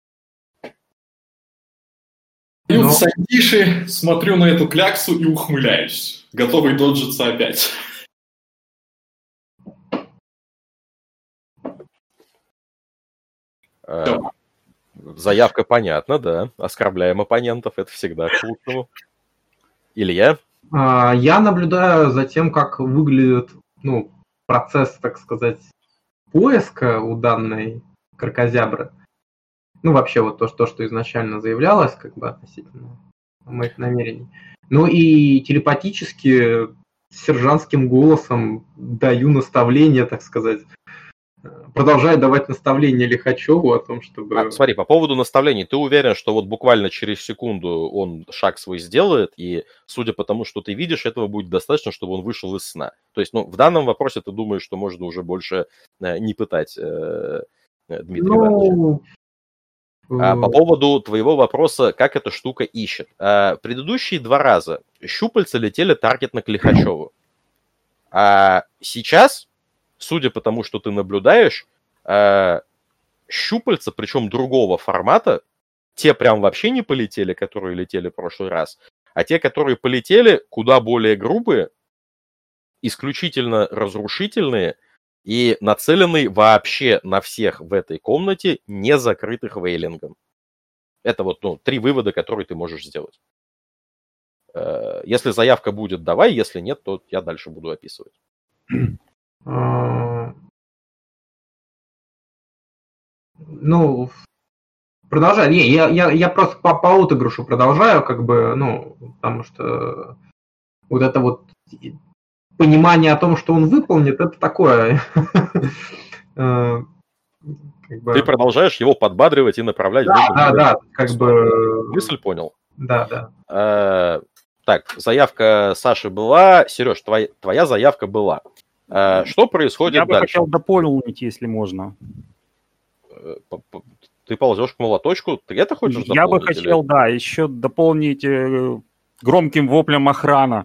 И Но- в Сандише смотрю на эту кляксу и ухмыляюсь, готовый доджиться опять. А, заявка понятна, да. Оскорбляем оппонентов, это всегда к лучшему. Илья? А, Я наблюдаю за тем, как выглядит, ну, процесс, так сказать, поиска у данной кракозябры. Ну, вообще, вот то, что, что изначально заявлялось, как бы, относительно моих намерений. Ну и телепатически, сержантским голосом даю наставление, так сказать, продолжаю давать наставления Лихачеву о том, чтобы... А, смотри, по поводу наставлений, ты уверен, что вот буквально через секунду он шаг свой сделает, и судя по тому, что ты видишь, этого будет достаточно, чтобы он вышел из сна? То есть, ну, в данном вопросе ты думаешь, что можно уже больше э, не пытать э, Дмитрия Ивановича? Ну, А, по поводу твоего вопроса, как эта штука ищет. А, предыдущие два раза щупальца летели таргетно к Лихачеву. А сейчас, судя по тому, что ты наблюдаешь, а, щупальца, причем другого формата, те прям вообще не полетели, которые летели в прошлый раз, а те, которые полетели, куда более грубые, исключительно разрушительные и нацеленные вообще на всех в этой комнате, не закрытых вейлингом. Это вот, ну, три вывода, которые ты можешь сделать. Если заявка будет, давай, если нет, то я дальше буду описывать. а, ну, продолжаю. Не, я, я, я просто по, по отыгрышу продолжаю, как бы, ну, потому что вот это вот понимание о том, что он выполнит, это такое. э, как бы- Ты продолжаешь его подбадривать и направлять. в Да, нужном да, направлении. да, как бы... Мысль понял. Да, да. Э, Так, заявка Саши была. Сереж, твоя, твоя заявка была. Э, Что происходит Я бы дальше? хотел дополнить, если можно. Э, п- п- Ты ползешь к молоточку? Ты это хочешь Я бы дополнить или- хотел, да, еще дополнить э, громким воплем охрана.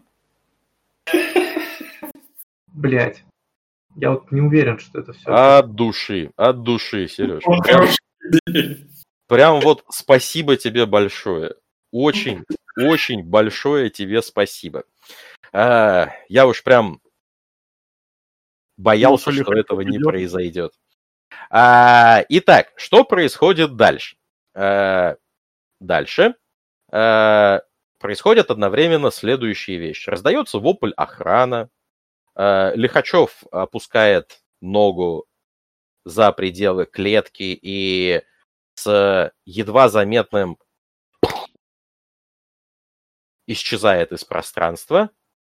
Блять. Я вот не уверен, что это все. От души, от души, Сереж. Вот Прям, хорошая идея. прям вот спасибо тебе большое. Очень, очень большое тебе спасибо. А, я уж прям боялся, Ну, что Лихачев этого не идет. произойдет. А, итак, что происходит дальше? А, дальше а, происходят одновременно следующие вещи. Раздается вопль охрана. А, Лихачев опускает ногу за пределы клетки и с едва заметным исчезает из пространства.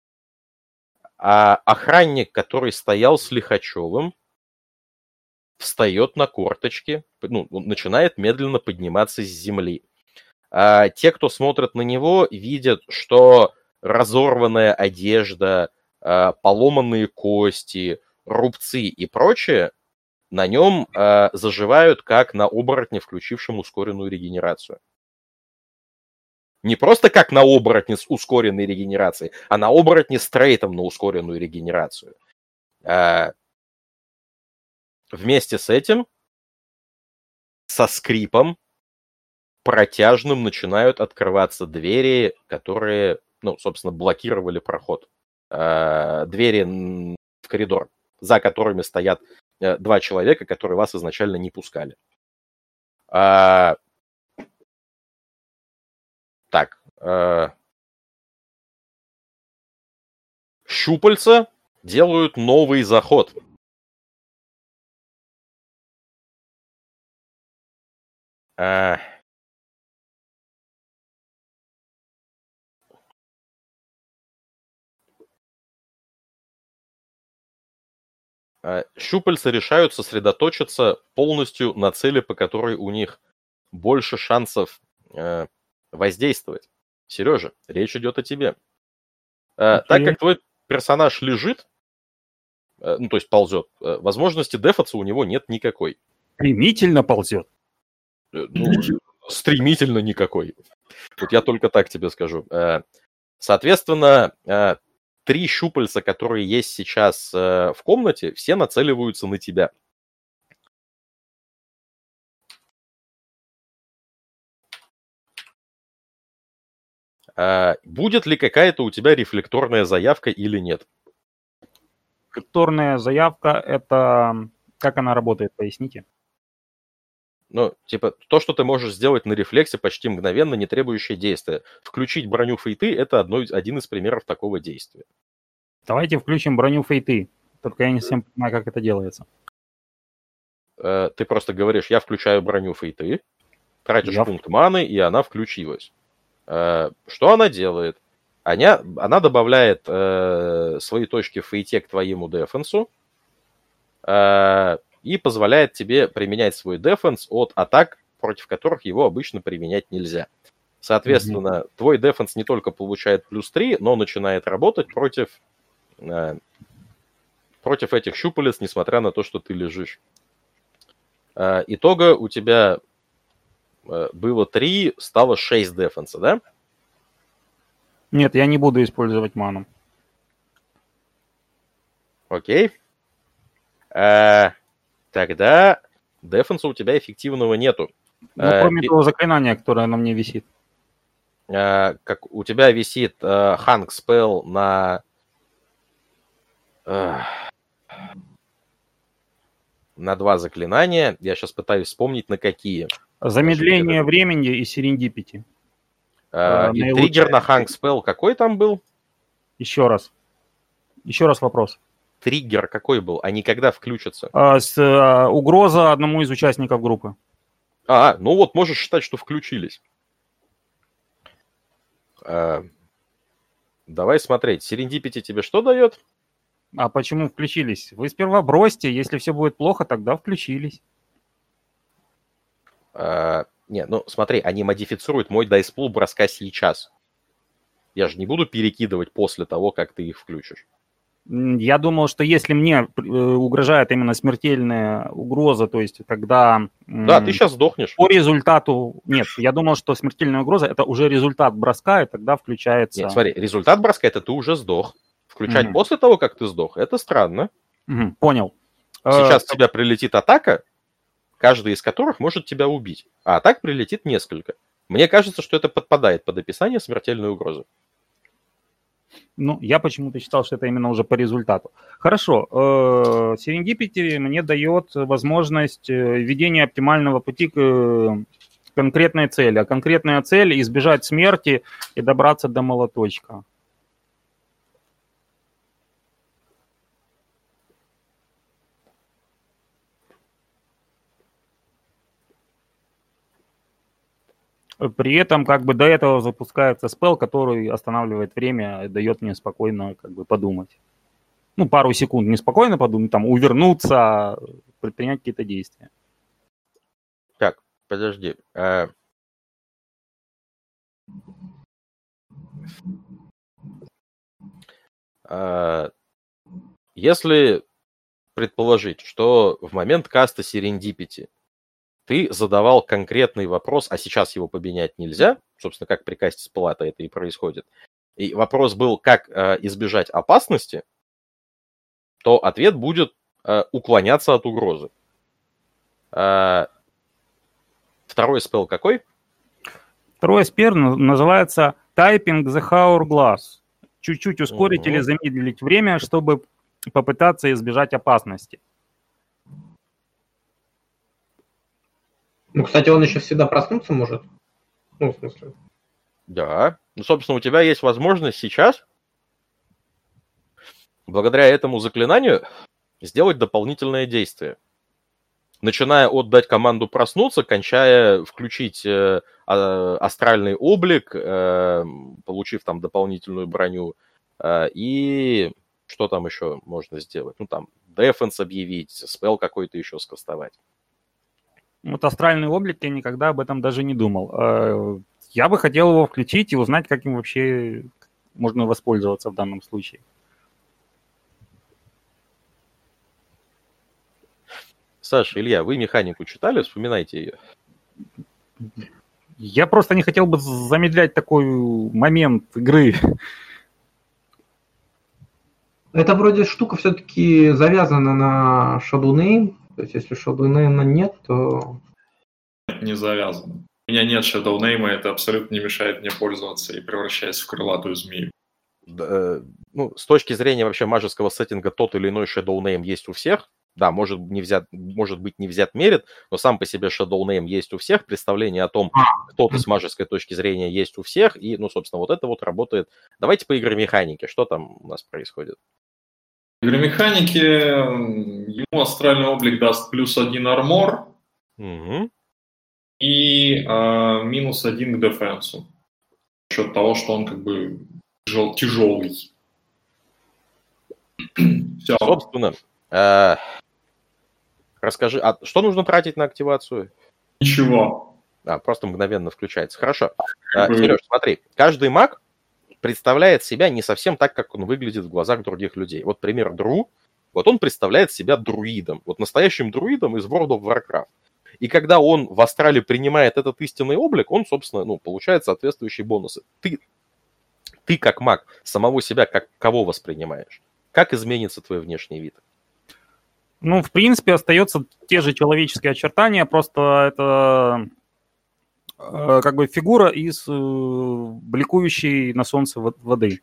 А охранник, который стоял с Лихачевым, встает на корточки, ну, он начинает медленно подниматься с земли. А те, кто смотрят на него, видят, что разорванная одежда, а, поломанные кости, рубцы и прочее на нем а, заживают, как на оборотне, включившем ускоренную регенерацию. Не просто как на оборотне с ускоренной регенерацией, а на оборотне с трейтом на ускоренную регенерацию. А, вместе с этим, со скрипом протяжным начинают открываться двери, которые, ну, собственно, блокировали проход. А, двери в коридор, за которыми стоят а, два человека, которые вас изначально не пускали. А, так. А, щупальца делают новый заход. А, а, щупальца решают сосредоточиться полностью на цели, по которой у них больше шансов а, воздействовать. Сережа, речь идет о тебе. А, Окей. так как твой персонаж лежит, а, ну, то есть ползет, а, возможности дефаться у него нет никакой. Стремительно ползет. Ну, стремительно никакой. Вот я только так тебе скажу. Соответственно, три щупальца, которые есть сейчас в комнате, все нацеливаются на тебя. Будет ли какая-то у тебя рефлекторная заявка или нет? Рефлекторная заявка — это... Как она работает, поясните? Ну, типа, то, что ты можешь сделать на рефлексе почти мгновенно, не требующее действия. Включить броню фейты — это одно, один из примеров такого действия. Давайте включим броню фейты. Только я не совсем понимаю, как это делается. Ты просто говоришь, я включаю броню фейты, тратишь Я... пункт маны, и она включилась. Что она делает? Она, она добавляет э, свои точки в фейте к твоему дефенсу э, и позволяет тебе применять свой дефенс от атак, против которых его обычно применять нельзя. Соответственно, mm-hmm. твой дефенс не только получает плюс три, но начинает работать против, э, против этих щупалец, несмотря на то, что ты лежишь. Э, итога у тебя э, было три, стало шесть дефенса, да? Нет, я не буду использовать ману. Окей. А, тогда дефенса у тебя эффективного нету. Ну, а, кроме и... того заклинания, которое на мне висит. А, как у тебя висит а, Hang Spell на... А, на два заклинания. Я сейчас пытаюсь вспомнить, на какие. Замедление времени и Serendipity. Uh, и триггер на Hang Spell какой там был? Еще раз. Еще раз вопрос. Триггер какой был? Они когда включатся? А, с, а, угроза одному из участников группы. А, ну вот можешь считать, что включились. А, давай смотреть. Serendipity тебе что дает? А почему включились? Вы сперва бросьте. Если все будет плохо, тогда включились. А... Не, ну смотри, они модифицируют мой дайспул броска сейчас. Я же не буду перекидывать после того, как ты их включишь. Я думал, что если мне угрожает именно смертельная угроза, то есть когда... Да, ты сейчас сдохнешь. По результату... Нет, я думал, что смертельная угроза — это уже результат броска, и тогда включается... Нет, смотри, результат броска — это ты уже сдох. Включать mm-hmm. после того, как ты сдох, это странно. Mm-hmm, понял. Сейчас в тебя прилетит атака, каждый из которых может тебя убить. А атак прилетит несколько. Мне кажется, что это подпадает под описание смертельной угрозы. Ну, я почему-то считал, что это именно уже по результату. Хорошо. Serendipity мне дает возможность ведения оптимального пути к конкретной цели. А конкретная цель — избежать смерти и добраться до молоточка. При этом как бы до этого запускается спелл, который останавливает время и дает мне спокойно как бы подумать. Ну, пару секунд неспокойно подумать, там, увернуться, предпринять какие-то действия. Так, подожди. А... А... Если предположить, что в момент каста Serendipity ты задавал конкретный вопрос, а сейчас его поменять нельзя, собственно, как при касте Сплата это и происходит, и вопрос был, как э, избежать опасности, то ответ будет э, уклоняться от угрозы. Э, второй спелл какой? Второй спелл называется Typing the Hourglass. Чуть-чуть ускорить mm-hmm. или замедлить время, чтобы попытаться избежать опасности. Ну, кстати, он еще всегда проснуться может. Ну, в смысле. Да. Ну, собственно, у тебя есть возможность сейчас, благодаря этому заклинанию, сделать дополнительное действие. Начиная от дать команду проснуться, кончая включить э, э, астральный облик, э, получив там дополнительную броню, э, и что там еще можно сделать? Ну, там, дефенс объявить, спелл какой-то еще скастовать. Вот астральный облик, я никогда об этом даже не думал. Я бы хотел его включить и узнать, как им вообще можно воспользоваться в данном случае. Саша, Илья, вы механику читали? Вспоминайте ее. Я просто не хотел бы замедлять такой момент игры. Это вроде штука все-таки завязана на Shadow Name. То есть если Shadow Name нет, то... Не завязано. У меня нет Shadow Name, и это абсолютно не мешает мне пользоваться и превращаясь в крылатую змею. Да, ну, с точки зрения вообще мажеского сеттинга, тот или иной Shadow Name есть у всех. Да, может, не взят, может быть, не взят мерит, но сам по себе Shadow Name есть у всех. Представление о том, кто ты с мажеской точки зрения, есть у всех. И, ну, собственно, вот это вот работает. Давайте по игромеханике. Что там у нас происходит? В игромеханике ему астральный облик даст плюс один армор Угу. и э, минус один к дефенсу. За счет того, что он как бы тяжел, тяжелый. Все. Собственно, э, расскажи, а что нужно тратить на активацию? Ничего. А, просто мгновенно включается. Хорошо. Э, Сереж, смотри, каждый маг представляет себя не совсем так, как он выглядит в глазах других людей. Вот пример Дру, вот он представляет себя друидом, вот настоящим друидом из World of Warcraft. И когда он в астрале принимает этот истинный облик, он, собственно, ну, получает соответствующие бонусы. Ты, ты как маг самого себя как кого воспринимаешь? Как изменится твой внешний вид? Ну, в принципе, остаются те же человеческие очертания, просто это э, как бы фигура из э, бликующей на солнце воды.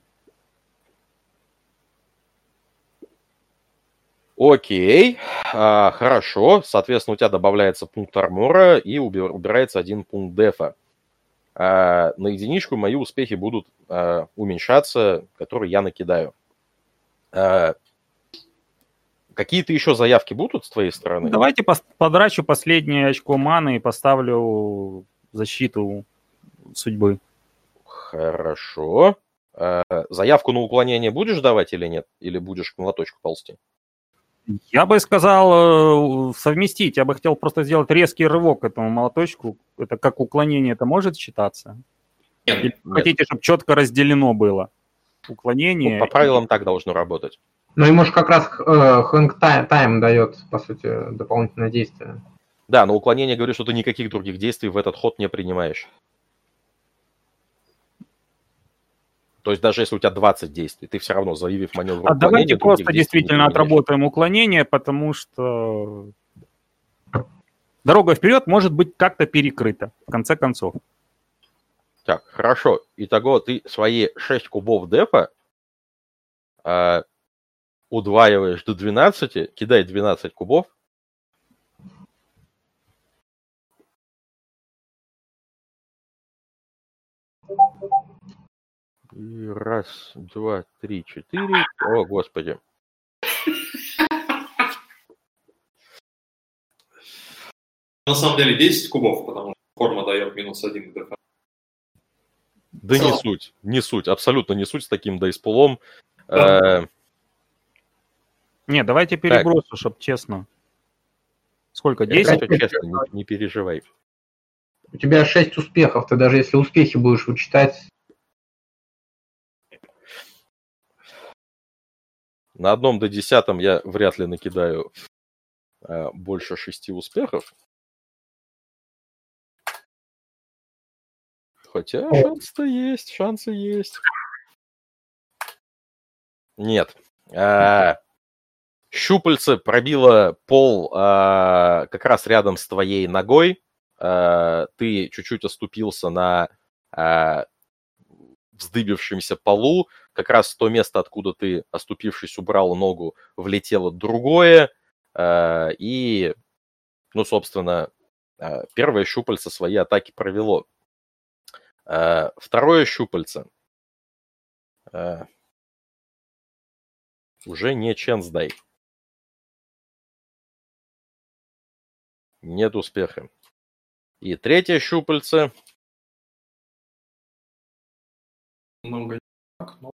Окей, а, хорошо. Соответственно, у тебя добавляется пункт армора и уби- убирается один пункт дефа. А, на единичку мои успехи будут а, уменьшаться, которые я накидаю. А, какие-то еще заявки будут с твоей стороны? Давайте пос- подрачу последнее очко маны и поставлю защиту судьбы. Хорошо. А, заявку на уклонение будешь давать или нет? Или будешь к молоточку ползти? Я бы сказал э, совместить. Я бы хотел просто сделать резкий рывок к этому молоточку. Это как уклонение, это может считаться? Нет, Или нет. хотите, чтобы четко разделено было? Уклонение. Ну, по правилам так должно работать. Ну, ему же как раз э, хэнг тайм дает, по сути, дополнительное действие. Да, но уклонение говорит, что ты никаких других действий в этот ход не принимаешь. То есть даже если у тебя двадцать действий, ты все равно, заявив маневр А уклонения, давайте других просто действий не действительно применяешь. отработаем уклонение, потому что дорога вперед может быть как-то перекрыта, в конце концов. Так, хорошо. Итого ты свои шесть кубов дефа э, удваиваешь до двенадцати, кидай двенадцать кубов. И раз, два, три, четыре. О, господи. на самом деле десять кубов, потому что форма дает минус один к дефенсу. Да не суть, не суть, абсолютно не суть с таким дейспулом. Да. Э, Не, давайте переброшу, чтобы честно. Сколько? это десять? всё честно, не, не переживай. У тебя шесть успехов, ты даже если успехи будешь вычитать... На одном до десятом я вряд ли накидаю э, больше шести успехов. Хотя шансы-то есть, шансы есть. Нет. А, щупальце пробило пол а, как раз рядом с твоей ногой. А, ты чуть-чуть оступился на а, вздыбившемся полу. Как раз в то место, откуда ты, оступившись, убрал ногу, влетело другое. А, и, ну, собственно, а, первое щупальце свои атаки провело. А, второе щупальце. А, уже не Ченсдай. Нет успеха. И третье щупальце. Много так, но...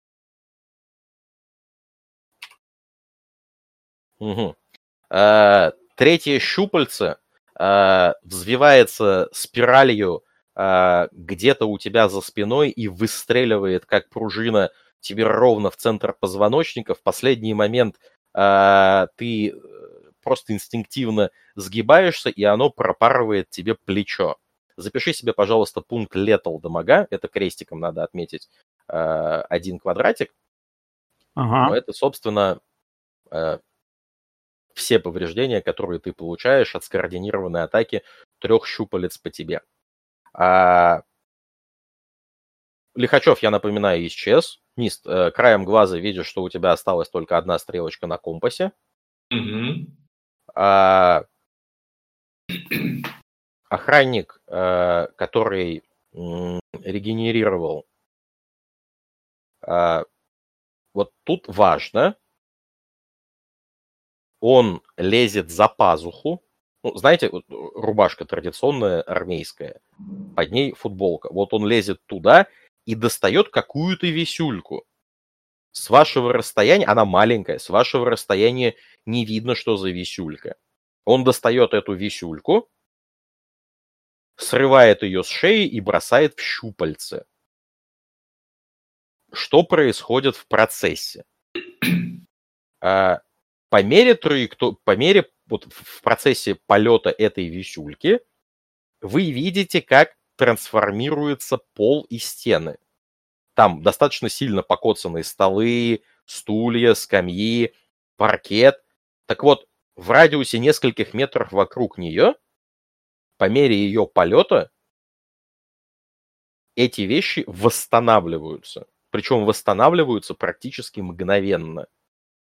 Угу. А, третье щупальце а, взвивается спиралью а, где-то у тебя за спиной и выстреливает, как пружина, тебе ровно в центр позвоночника. В последний момент а, ты просто инстинктивно сгибаешься, и оно пропарывает тебе плечо. Запиши себе, пожалуйста, пункт lethal дамага, это крестиком надо отметить э, один квадратик. Ага. Но это, собственно, э, все повреждения, которые ты получаешь от скоординированной атаки трех щупалец по тебе. А... Лихачев, я напоминаю, исчез. Нист, э, краем глаза видишь, что у тебя осталась только одна стрелочка на компасе. Угу. А... Охранник, э, который м, регенерировал, э, вот тут важно, он лезет за пазуху. Ну, знаете, вот рубашка традиционная армейская, под ней футболка. Вот он лезет туда и достает какую-то висюльку. С вашего расстояния, она маленькая, с вашего расстояния не видно, что за висюлька. Он достает эту висюльку, срывает ее с шеи и бросает в щупальце. Что происходит в процессе? По мере траектории, по мере вот в процессе полета этой висюльки вы видите, как трансформируется пол и стены. Там достаточно сильно покоцанные столы, стулья, скамьи, паркет. Так вот, в радиусе нескольких метров вокруг нее, по мере ее полета, эти вещи восстанавливаются. Причем восстанавливаются практически мгновенно.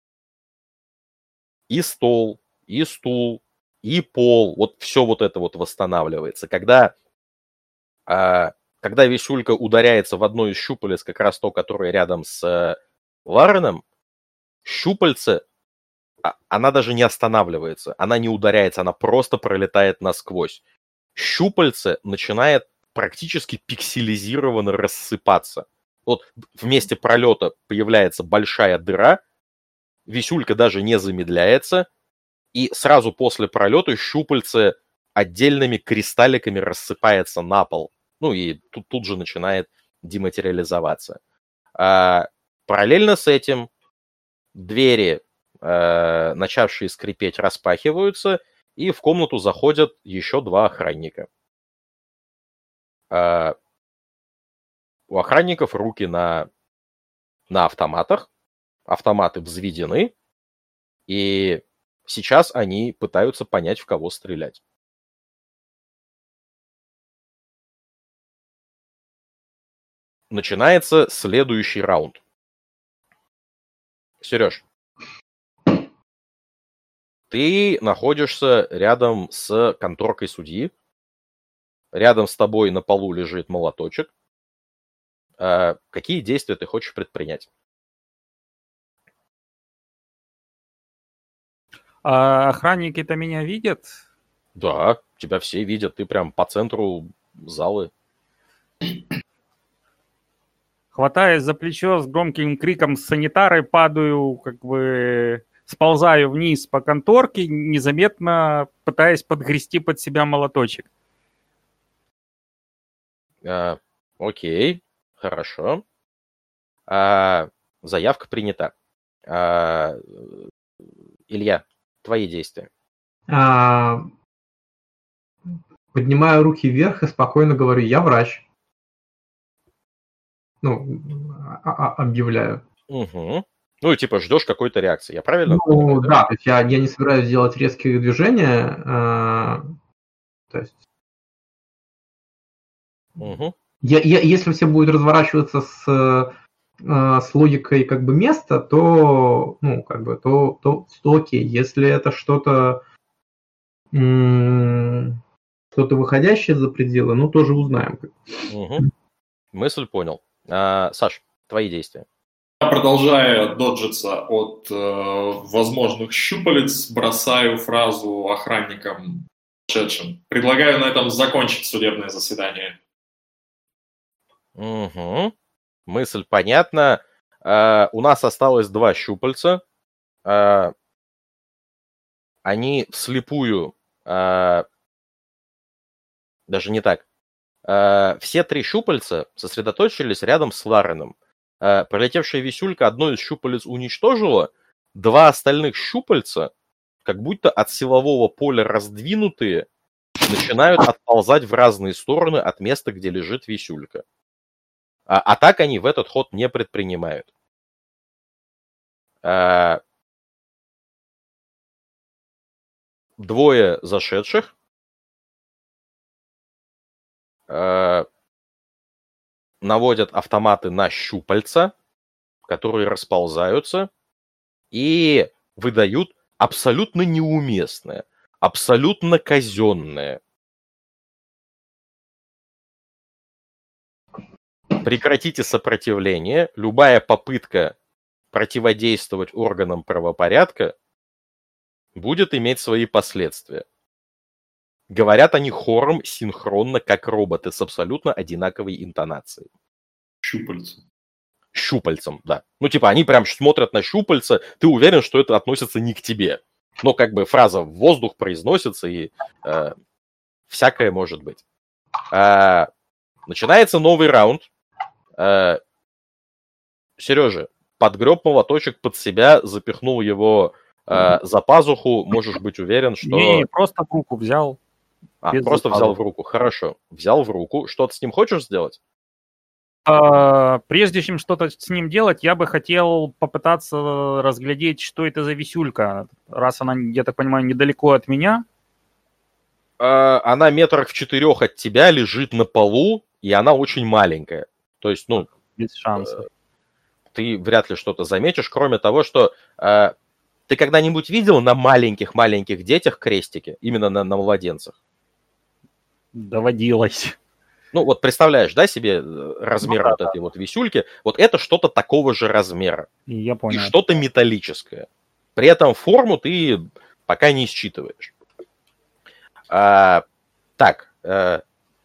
И стол, и стул, и пол. Вот все вот это вот восстанавливается. Когда, а, когда висюлька ударяется в одно из щупалец, как раз то, которое рядом с а, Лареном, щупальце, а, она даже не останавливается. Она не ударяется, она просто пролетает насквозь. Щупальце начинает практически пикселизированно рассыпаться. Вот в месте пролета появляется большая дыра, висюлька даже не замедляется, и сразу после пролета щупальце отдельными кристалликами рассыпается на пол. Ну и тут, тут же начинает дематериализоваться. А, параллельно с этим двери, а, начавшие скрипеть, распахиваются, и в комнату заходят еще два охранника. А, у охранников руки на, на автоматах. Автоматы взведены, и сейчас они пытаются понять, в кого стрелять. Начинается следующий раунд. Сереж, ты находишься рядом с конторкой судьи. Рядом с тобой на полу лежит молоточек. А какие действия ты хочешь предпринять? А охранники-то меня видят? Да, тебя все видят. Ты прям по центру залы. Хватаясь за плечо, с громким криком с санитарой падаю, как бы сползаю вниз по конторке, незаметно пытаясь подгрести под себя молоточек. А, окей, хорошо. А, заявка принята. А, Илья, твои действия. А, поднимаю руки вверх и спокойно говорю: я врач. Ну, а- а- объявляю. Угу. Ну и типа ждешь какой-то реакции, я правильно Ну, понимаю? да, то есть я, я не собираюсь делать резкие движения. а, то есть Угу. я, я- если все будет разворачиваться с, а, с логикой как бы места, то, ну, как бы, то, то, то окей. Если это что-то м, что-то выходящее за пределы, ну, тоже узнаем. Угу. Мысль понял. А, Саш, твои действия. Я, продолжая доджиться от э, возможных щупалец, бросаю фразу охранникам шедшим. Предлагаю на этом закончить судебное заседание. Угу. Мысль понятна. А, у нас осталось два щупальца. А, они вслепую... А, даже не так. А, все три щупальца сосредоточились рядом с Лареном. А, пролетевшая висюлька одно из щупалец уничтожила. Два остальных щупальца, как будто от силового поля раздвинутые, начинают отползать в разные стороны от места, где лежит висюлька. А, а так они в этот ход не предпринимают. А, двое зашедших а, наводят автоматы на щупальца, которые расползаются, и выдают абсолютно неуместное, абсолютно казенное. Прекратите сопротивление. Любая попытка противодействовать органам правопорядка будет иметь свои последствия. Говорят они хором, синхронно, как роботы, с абсолютно одинаковой интонацией. Щупальца. Щупальцем, да. Ну, типа, они прям смотрят на щупальца, ты уверен, что это относится не к тебе. Но как бы фраза в воздух произносится, и э, всякое может быть. Э, начинается новый раунд. Э, Сережа, подгреб молоточек под себя, запихнул его э, за пазуху, можешь быть уверен, что... Не, просто в руку взял. А, без просто запазухи. взял в руку. Хорошо. Взял в руку. Что ты с ним хочешь сделать? А, прежде чем что-то с ним делать, я бы хотел попытаться разглядеть, что это за висюлька. Раз она, я так понимаю, недалеко от меня. Э, она метрах в четырех от тебя лежит на полу, и она очень маленькая. То есть, ну... Без шансов. Э, ты вряд ли что-то заметишь, кроме того, что... Э, ты когда-нибудь видел на маленьких-маленьких детях крестики? Именно на, на младенцах? Доводилось. Ну, вот представляешь, да, себе размер Ну, вот да, этой вот висюльки? Вот это что-то такого же размера. И я понял. И что-то металлическое. При этом форму ты пока не считываешь. А, так. А...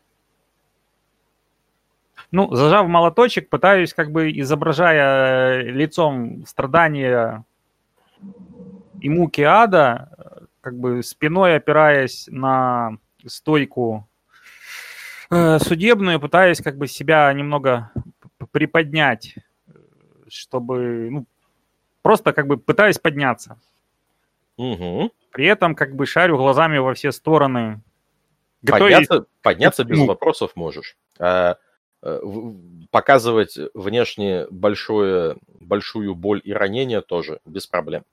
Ну, зажав молоточек, пытаюсь, как бы изображая лицом страдания и муки ада, как бы спиной опираясь на стойку э, судебную, пытаюсь как бы себя немного приподнять, чтобы, ну, просто как бы пытаюсь подняться. Угу. При этом как бы шарю глазами во все стороны. Подняться, Готовясь... подняться без ну, вопросов можешь. А, показывать внешне большое, большую боль и ранение тоже без проблем.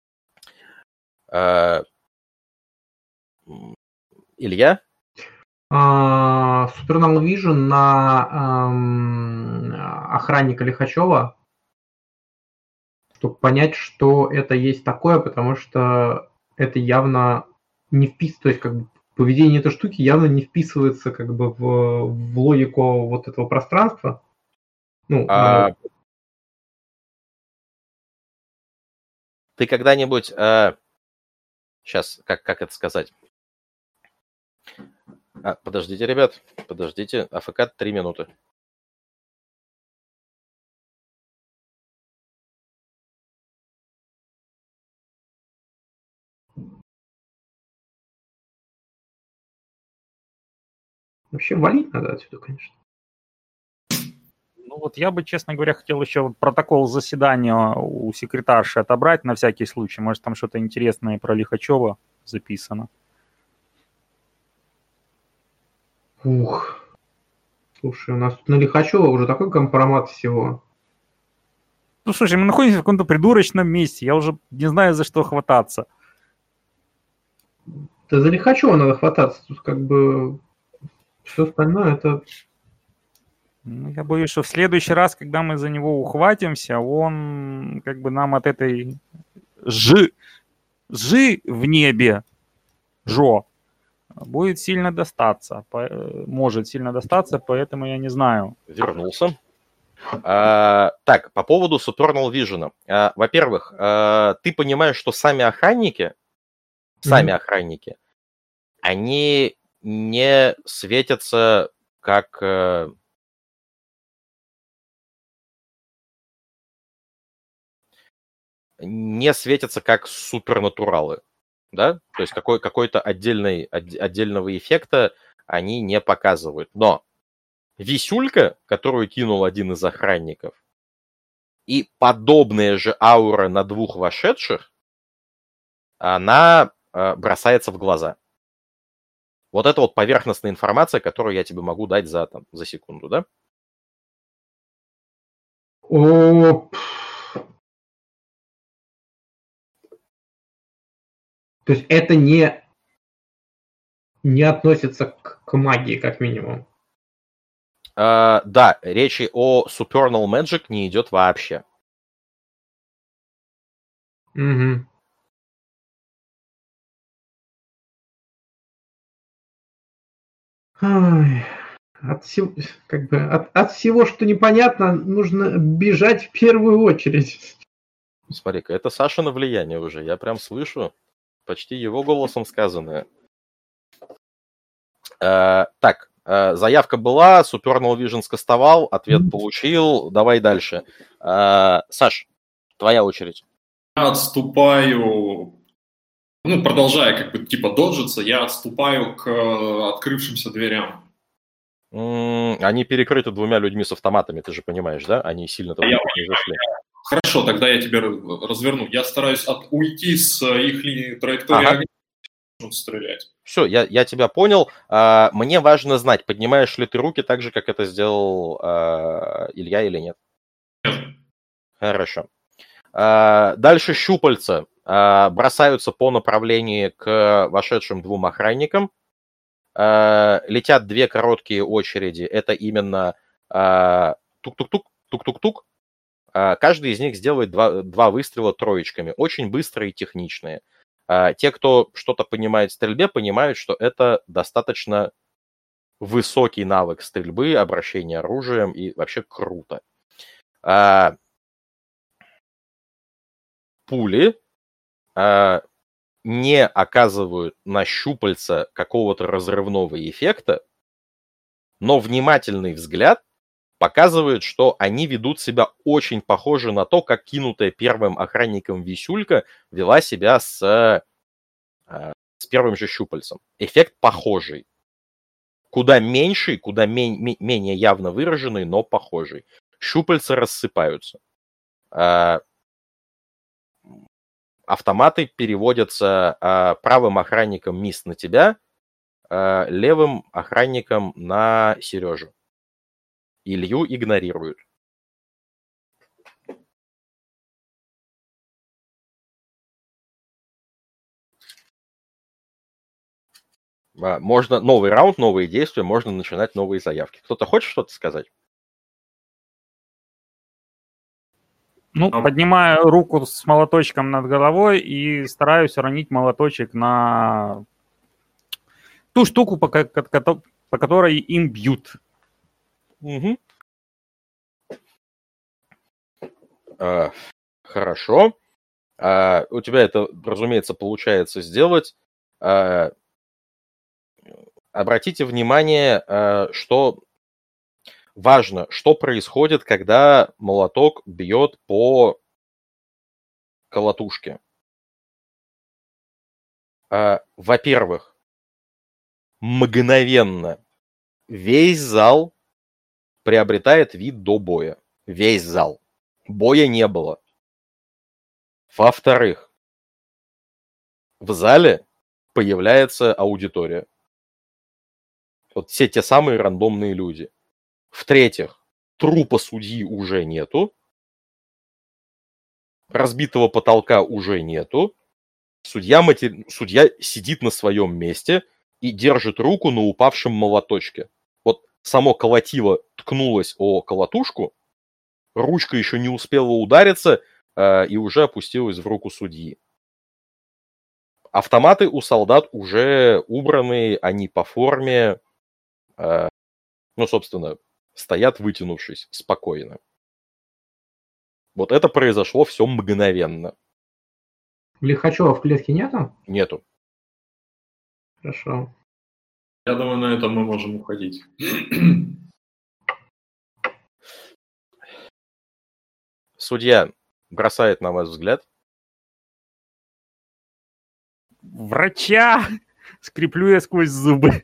А, Илья? А, Supernal Vision на эм, охранника Лихачева, чтобы понять, что это есть такое, потому что это явно не вписывается, то есть как бы поведение этой штуки явно не вписывается как бы в, в логику вот этого пространства. Ну, А, на... Ты когда-нибудь... А, сейчас, как, как это сказать? А, подождите, ребят, подождите. АФК три минуты. Вообще валить надо отсюда, конечно. Ну вот я бы, честно говоря, хотел еще протокол заседания у секретарши отобрать на всякий случай. Может, там что-то интересное про Лихачева записано. Ух. Слушай, у нас тут на Лихачева уже такой компромат всего. Ну, слушай, мы находимся в каком-то придурочном месте. Я уже не знаю, за что хвататься. Да за Лихачева надо хвататься. Тут как бы все остальное это... Ну, я боюсь, что в следующий раз, когда мы за него ухватимся, он как бы нам от этой жи, жи в небе, жо, будет сильно достаться. Может сильно достаться, поэтому я не знаю. Вернулся. А, так, по поводу Supernal Vision. А, во-первых, а, ты понимаешь, что сами охранники, сами mm-hmm. охранники, они не светятся как... не светятся как супернатуралы, да? То есть какой, какой-то отдельный, отдельного эффекта они не показывают. Но висюлька, которую кинул один из охранников, и подобная же аура на двух вошедших, она э, бросается в глаза. Вот это вот поверхностная информация, которую я тебе могу дать за, там, за секунду, да? О, то есть это не, не относится к, к магии, как минимум. Uh, да, речи о Supernal Magic не идет вообще. Угу. Ой, от, всего, как бы, от, от всего, что непонятно, нужно бежать в первую очередь. Смотри-ка, это Сашино влияние уже, я прям слышу почти его голосом сказанное. Uh, так, uh, заявка была, Supernal Vision скастовал, ответ mm-hmm. получил, давай дальше. Uh, Саш, твоя очередь. Я отступаю, ну, продолжая как бы типа доджиться, я отступаю к открывшимся дверям. Mm, они перекрыты двумя людьми с автоматами, ты же понимаешь, да? Они сильно там я не зашли. Хорошо, тогда я тебя разверну. Я стараюсь от, уйти с их линии траектории ага. огня, нужно стрелять. Все, я, я тебя понял. А, мне важно знать, поднимаешь ли ты руки так же, как это сделал а, Илья или нет? Нет. Хорошо. А, дальше щупальца а, бросаются по направлению к вошедшим двум охранникам. А, летят две короткие очереди. Это именно а, тук-тук-тук, тук-тук-тук. А, каждый из них сделает два, два выстрела троечками. Очень быстрые и техничные. А, те, кто что-то понимает в стрельбе, понимают, что это достаточно высокий навык стрельбы, обращения оружием и вообще круто. А, пули а, не оказывают на щупальца какого-то разрывного эффекта, но внимательный взгляд показывает, что они ведут себя очень похоже на то, как кинутая первым охранником висюлька вела себя с, с первым же щупальцем. Эффект похожий. Куда меньший, куда мень, менее явно выраженный, но похожий. Щупальца рассыпаются. Автоматы переводятся правым охранником мисс на тебя, левым охранником на Сережу. Илью игнорируют. Можно новый раунд, новые действия, можно начинать новые заявки. Кто-то хочет что-то сказать? Ну, поднимаю руку с молоточком над головой и стараюсь уронить молоточек на ту штуку, по, по которой им бьют. Угу. А, хорошо. А, у тебя это, разумеется, получается сделать. А, обратите внимание, а, что важно, что происходит, когда молоток бьет по колотушке. А, во-первых, мгновенно весь зал приобретает вид до боя. Весь зал. Боя не было. Во-вторых, в зале появляется аудитория. Вот все те самые рандомные люди. В-третьих, трупа судьи уже нету. Разбитого потолка уже нету. Судья, матери... Судья сидит на своем месте и держит руку на упавшем молоточке. Вот само колотило ткнулось о колотушку, ручка еще не успела удариться э, и уже опустилась в руку судьи. Автоматы у солдат уже убраны, они по форме, э, ну, собственно, стоят вытянувшись спокойно. Вот это произошло все мгновенно. Лихачева в клетке нету? Нету. Хорошо. Я думаю, на этом мы можем уходить. Судья бросает на вас взгляд. Врача! Скреплю я сквозь зубы.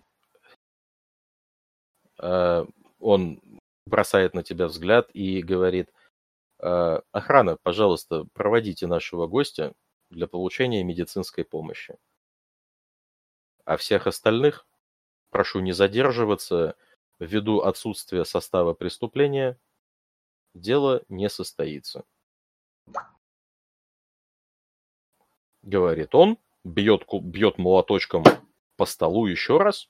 Uh, он бросает на тебя взгляд и говорит: uh, охрана, пожалуйста, проводите нашего гостя. для получения медицинской помощи. А всех остальных прошу не задерживаться. Ввиду отсутствия состава преступления дело не состоится. Говорит он, бьет, бьет молоточком по столу еще раз.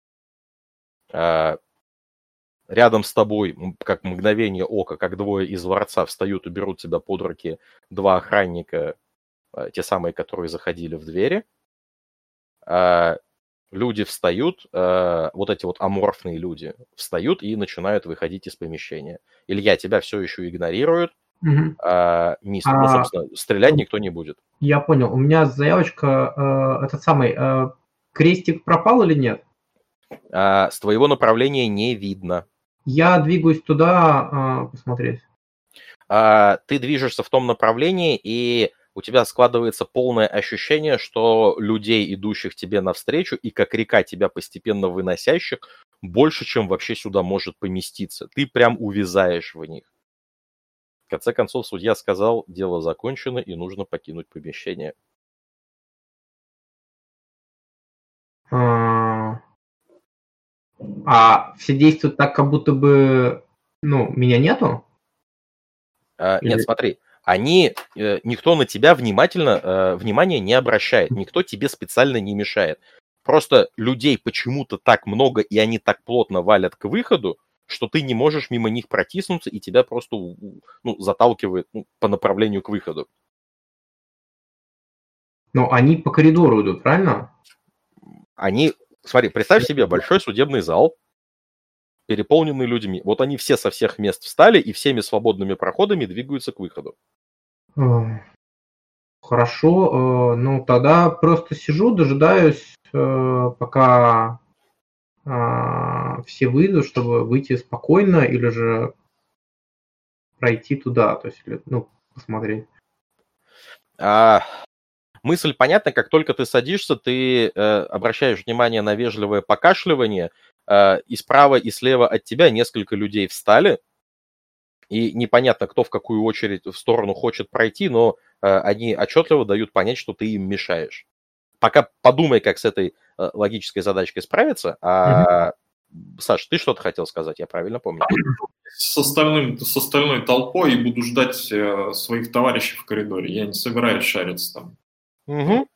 А рядом с тобой, как мгновение ока, как двое из дворца встают и берут тебя под руки два охранника, те самые, которые заходили в двери. А люди встают, вот эти вот аморфные люди, встают и начинают выходить из помещения. Илья, тебя все еще игнорируют. Угу. А, мисс, а, ну, собственно, стрелять никто не будет. Я понял. У меня заявочка, э, этот самый, э, крестик пропал или нет? А, с твоего направления не видно. Я двигаюсь туда э, посмотреть. А, ты движешься в том направлении, и у тебя складывается полное ощущение, что людей, идущих тебе навстречу, и как река тебя постепенно выносящих, больше, чем вообще сюда может поместиться. Ты прям увязаешь в них. В конце концов, судья сказал, дело закончено, и нужно покинуть помещение. А, а все действуют так, как будто бы, ну, меня нету? А, Или... Нет, смотри, они, э, никто на тебя внимательно, э, внимания не обращает, никто тебе специально не мешает. Просто людей почему-то так много, и они так плотно валят к выходу, что ты не можешь мимо них протиснуться, и тебя просто ну, заталкивает ну, по направлению к выходу. Но они по коридору идут, правильно? Они, смотри, представь себе большой судебный зал, переполненный людьми. Вот они все со всех мест встали и всеми свободными проходами двигаются к выходу. Хорошо, ну тогда просто сижу, дожидаюсь, пока все выйдут, чтобы выйти спокойно или же пройти туда, то есть, ну, посмотреть. А, мысль понятна, как только ты садишься, ты э, обращаешь внимание на вежливое покашливание, э, и справа, и слева от тебя несколько людей встали, и непонятно, кто в какую очередь в сторону хочет пройти, но э, они отчетливо дают понять, что ты им мешаешь. Пока подумай, как с этой э, логической задачкой справиться. А, mm-hmm. Саш, ты что-то хотел сказать, я правильно помню? С, остальным, с остальной толпой и буду ждать э, своих товарищей в коридоре. Я не собираюсь шариться там. Угу.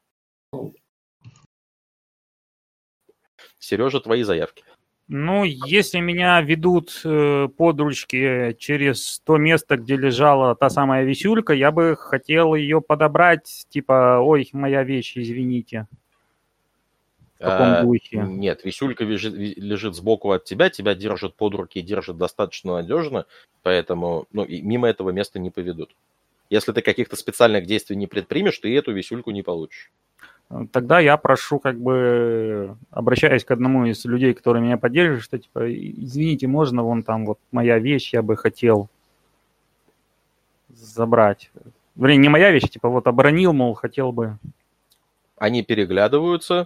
Сережа, твои заявки. Ну, если меня ведут э, под ручки через то место, где лежала та самая висюлька, я бы хотел ее подобрать, типа, ой, моя вещь, извините. В таком а, духе. Нет, висюлька лежит, лежит сбоку от тебя, тебя держат под руки, держат достаточно надежно, поэтому ну, и мимо этого места не поведут. Если ты каких-то специальных действий не предпримешь, ты эту висюльку не получишь. Тогда я прошу, как бы, обращаясь к одному из людей, который меня поддерживает, что, типа, извините, можно вон там вот моя вещь, я бы хотел забрать. Вернее, не моя вещь, типа, вот оборонил, мол, хотел бы. Они переглядываются,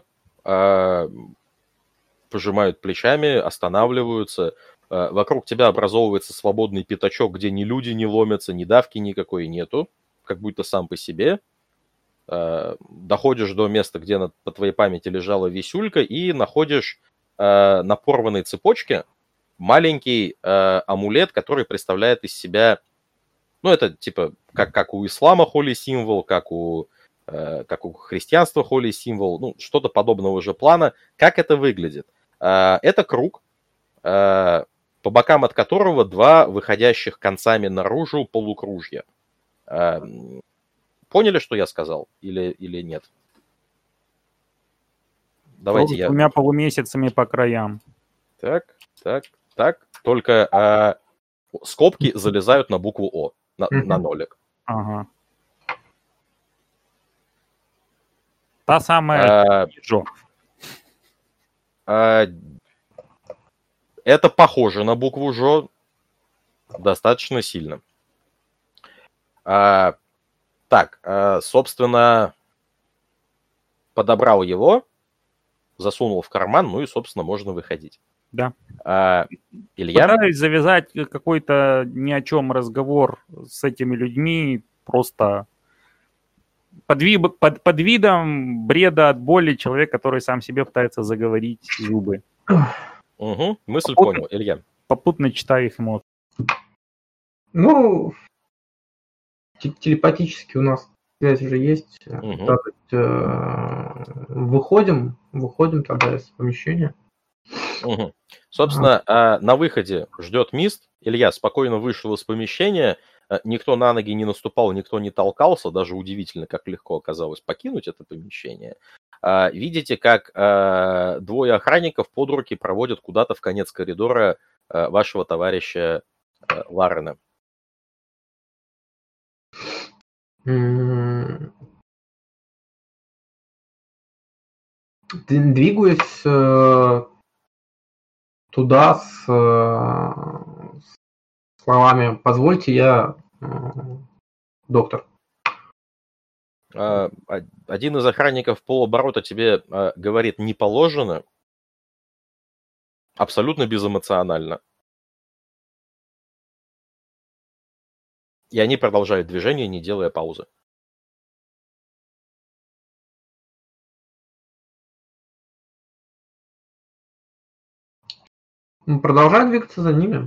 пожимают плечами, останавливаются. Вокруг тебя образовывается свободный пятачок, где ни люди не ломятся, ни давки никакой нету, как будто сам по себе. Доходишь до места, где на, по твоей памяти лежала висюлька, и находишь э, на порванной цепочке маленький э, амулет, который представляет из себя, ну, это типа как, как у ислама holy символ, как у, э, как у христианства holy символ, ну, что-то подобного же плана. Как это выглядит? Э, это круг, э, по бокам от которого два выходящих концами наружу полукружья. Э, Поняли, что я сказал, или, или нет? Давайте я... Двумя полумесяцами по краям. Так, так, так. Только а, скобки залезают на букву О, на, на нолик. Ага. Та самая а, а, это похоже на букву Ж достаточно сильно. А, Так, собственно, подобрал его, засунул в карман, ну и, собственно, можно выходить. Да. А, Илья? Пытаюсь завязать какой-то ни о чем разговор с этими людьми, просто под, ви, под, под видом бреда от боли человек, который сам себе пытается заговорить зубы. Угу. Мысль Попутно, понял, Илья. Попутно читаю их эмоции. Ну, телепатически у нас связь уже есть. Угу. Да, э, выходим, выходим тогда из помещения. Угу. Собственно, а. на выходе ждет Мист. Илья спокойно вышел из помещения. Никто на ноги не наступал, никто не толкался. Даже удивительно, как легко оказалось покинуть это помещение. Видите, как двое охранников под руки проводят куда-то в конец коридора вашего товарища Ларена. Двигаюсь туда с, с словами «Позвольте, я доктор». Один из охранников полоборота тебе говорит «не положено», абсолютно безэмоционально. И они продолжают движение, не делая паузы. Продолжаю двигаться за ними.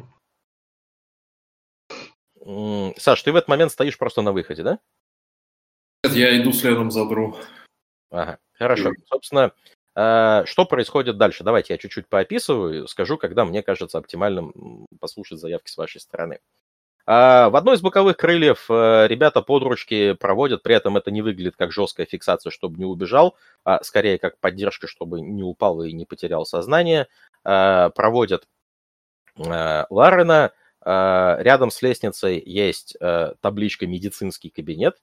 Саш, ты в этот момент стоишь просто на выходе, да? Нет, я иду следом за Дру. Ага, хорошо. Собственно, что происходит дальше? Давайте я чуть-чуть поописываю, скажу, когда мне кажется оптимальным послушать заявки с вашей стороны. В одной из боковых крыльев ребята под ручки проводят, при этом это не выглядит как жесткая фиксация, чтобы не убежал, а скорее как поддержка, чтобы не упал и не потерял сознание. Проводят Ларена. Рядом с лестницей есть табличка «Медицинский кабинет»,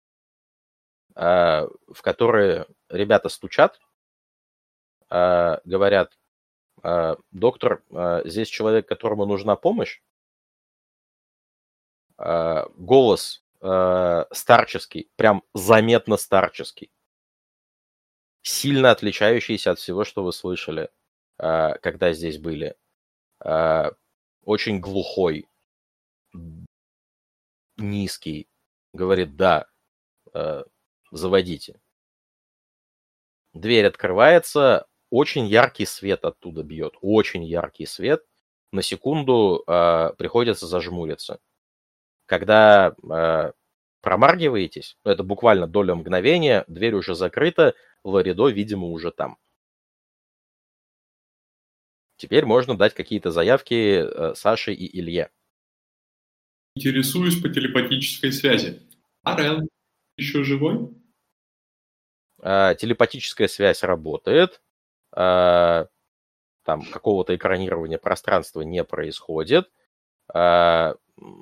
в который ребята стучат, говорят: «Доктор, здесь человек, которому нужна помощь». Голос старческий, прям заметно старческий, сильно отличающийся от всего, что вы слышали, когда здесь были. Очень глухой, низкий. Говорит: «Да, заводите». Дверь открывается, очень яркий свет оттуда бьет, очень яркий свет. На секунду приходится зажмуриться. Когда э, промаргиваетесь, ну, это буквально доля мгновения, дверь уже закрыта, Ларидо, видимо, уже там. Теперь можно дать какие-то заявки э, Саше и Илье. Интересуюсь по телепатической связи. Арен еще живой? Э, телепатическая связь работает. Э, там какого-то экранирования пространства не происходит. Э,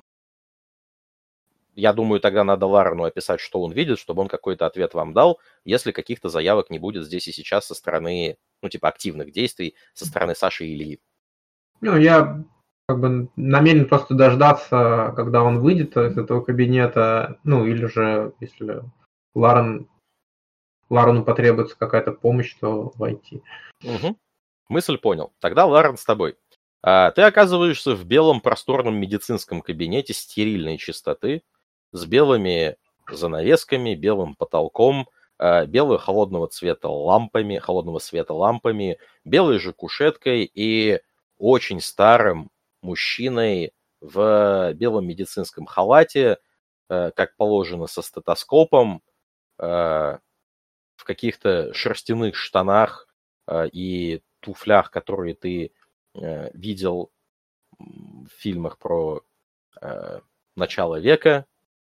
Я думаю, тогда надо Ларену описать, что он видит, чтобы он какой-то ответ вам дал, если каких-то заявок не будет здесь и сейчас со стороны, ну, типа, активных действий со стороны Саши и Ильи. Ну, я как бы намерен просто дождаться, когда он выйдет из этого кабинета, ну, или же, если Ларен, Ларену потребуется какая-то помощь, то войти. Угу. Мысль понял. Тогда Ларен с тобой. А, ты оказываешься в белом просторном медицинском кабинете стерильной чистоты, с белыми занавесками, белым потолком, э, белой холодного цвета лампами, холодного света лампами, белой же кушеткой и очень старым мужчиной в белом медицинском халате, э, как положено, со стетоскопом, э, в каких-то шерстяных штанах э, и туфлях, которые ты э, видел в фильмах про э, начало века,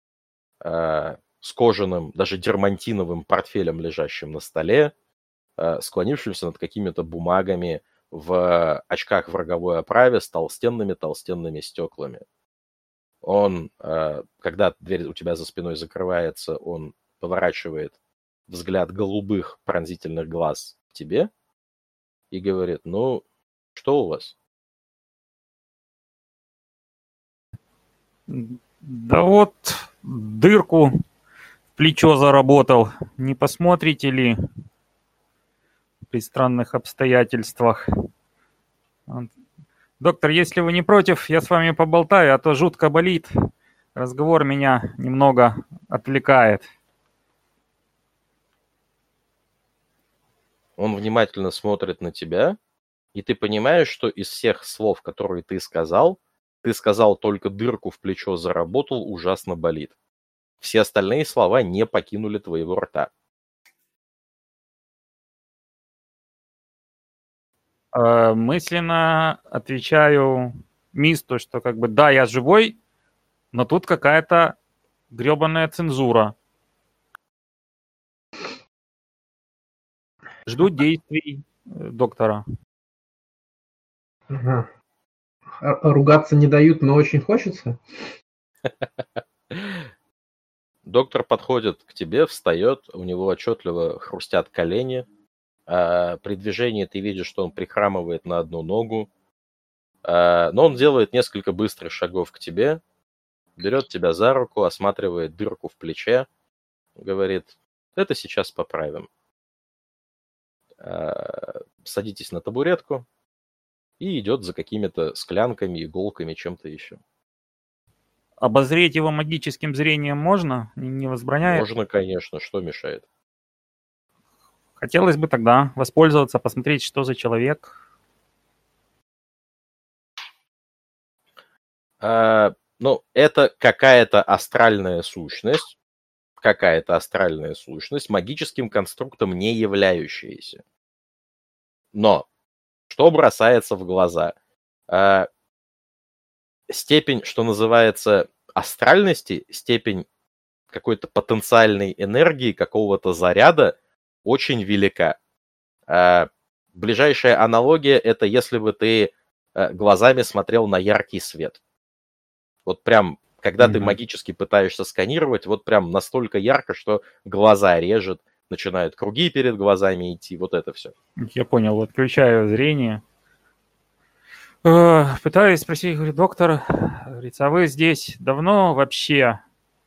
с кожаным, даже дермантиновым портфелем, лежащим на столе, склонившимся над какими-то бумагами, в очках в роговой оправе с толстенными-толстенными стеклами. Он, когда дверь у тебя за спиной закрывается, он поворачивает взгляд голубых пронзительных глаз к тебе и говорит: «Ну, что у вас?» Да вот, дырку в плечо заработал. Не посмотрите ли при странных обстоятельствах? Доктор, если вы не против, я с вами поболтаю, а то жутко болит. Разговор меня немного отвлекает. Он внимательно смотрит на тебя, и ты понимаешь, что из всех слов, которые ты сказал, ты сказал только дырку в плечо заработал, ужасно болит. Все остальные слова не покинули твоего рта. Э, мысленно отвечаю Мисту, что как бы да, я живой, но тут какая-то гребаная цензура. Жду действий э, доктора. Ага. А- Ругаться не дают, но очень хочется. Доктор подходит к тебе, встает, у него отчетливо хрустят колени. А при движении ты видишь, что он прихрамывает на одну ногу. А, но он делает несколько быстрых шагов к тебе, берет тебя за руку, осматривает дырку в плече, говорит, это сейчас поправим. А, садитесь на табуретку и идет за какими-то склянками, иголками, чем-то еще. Обозреть его магическим зрением можно? Не не возбраняет? Можно, конечно, что мешает? Хотелось бы тогда воспользоваться, посмотреть, что за человек. А, ну, это какая-то астральная сущность, какая-то астральная сущность, магическим конструктом не являющаяся. Но что бросается в глаза? А, степень, что называется, астральности, степень какой-то потенциальной энергии, какого-то заряда очень велика. А, ближайшая аналогия – это если бы ты а, глазами смотрел на яркий свет. Вот прям, когда ты Мгм. магически пытаешься сканировать, вот прям настолько ярко, что глаза режет, начинают круги перед глазами идти, вот это все. Я понял, вот включаю зрение. Э, Пытаюсь спросить, говорю, доктор, говорится, а вы здесь давно вообще?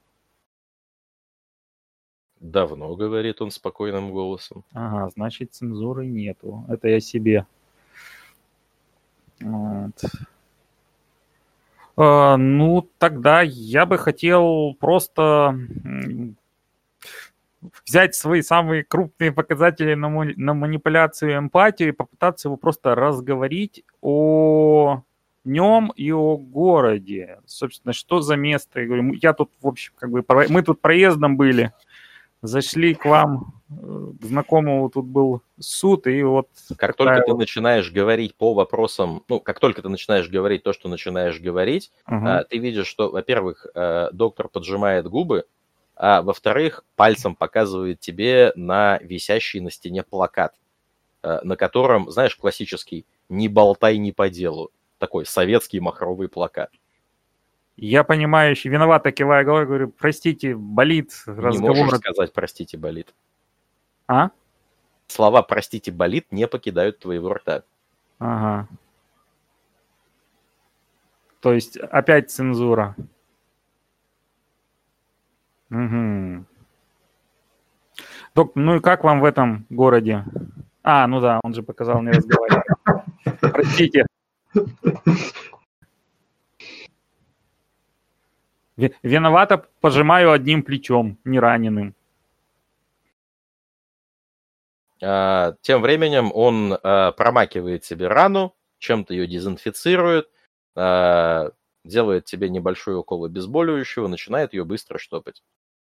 Давно, говорит он спокойным голосом. Ага, значит, цензуры нету. Это я себе. Вот. Э, Ну, тогда я бы хотел просто м, взять свои самые крупные показатели на, мо- на манипуляцию и эмпатию и попытаться его просто разговорить о нем и о городе. Собственно, что за место? Я говорю, «Мы- я тут, в общем, как бы, про- мы тут проездом были, зашли к вам, э, к знакомому тут был суд, и вот Как такая только ты вот... начинаешь говорить по вопросам, ну, как только ты начинаешь говорить то, что начинаешь говорить, Ага. а, ты видишь, что, во-первых, а, доктор поджимает губы, а во-вторых, пальцем показывает тебе на висящий на стене плакат, а, на котором, знаешь, классический «Не болтай не по делу», такой советский махровый плакат. Я понимающий, виновато кивая головой, говорю, простите, болит Ты не можешь разговор. сказать «простите, болит». А? Слова «простите, болит» не покидают твоего рта. Ага. То есть опять цензура. Угу. Док, ну и как вам в этом городе? А, ну да, он же показал не разговаривать. Простите. Ви- Виновато пожимаю одним плечом, не раненым. А, Тем временем он а, промакивает себе рану, чем-то ее дезинфицирует, а, делает тебе небольшой укол обезболивающего, начинает ее быстро штопать.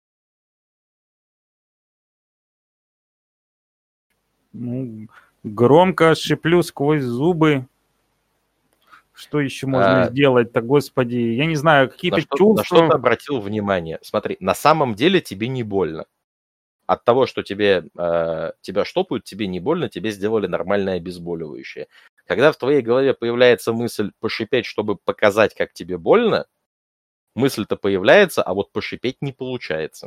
Ну, громко шиплю сквозь зубы. Что еще можно А, сделать-то, господи? Я не знаю, На какие-то что, на чувства. что ты обратил внимание? Смотри, на самом деле тебе не больно. От того, что тебе, а, тебя штопают, тебе не больно, тебе сделали нормальное обезболивающее. Когда в твоей голове появляется мысль пошипеть, чтобы показать, как тебе больно, мысль-то появляется, а вот пошипеть не получается.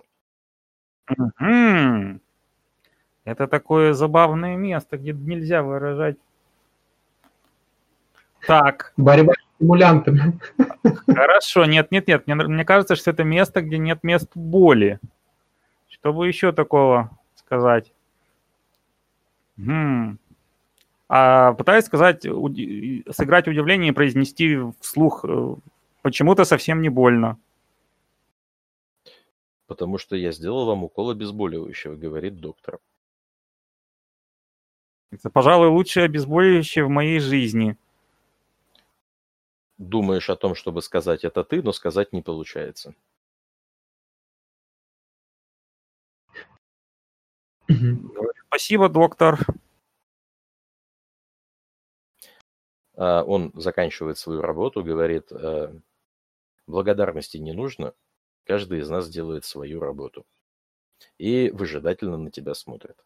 Мгм. Это такое забавное место, где нельзя выражать. Так, Борьба с стимулянтами. хорошо. Нет, нет, нет. Мне, нр- мне кажется, что это место, где нет мест боли. Что бы еще такого сказать? М. А пытаюсь сказать, уди- сыграть удивление и произнести вслух. э, Почему-то совсем не больно. Потому что я сделал вам укол обезболивающего, говорит доктор. Это, пожалуй, лучшее обезболивающее в моей жизни. Думаешь о том, чтобы сказать это ты, но сказать не получается. Спасибо, доктор. А, Он заканчивает свою работу, говорит, «Э, благодарности не нужно, каждый из нас делает свою работу. И выжидательно на тебя смотрит.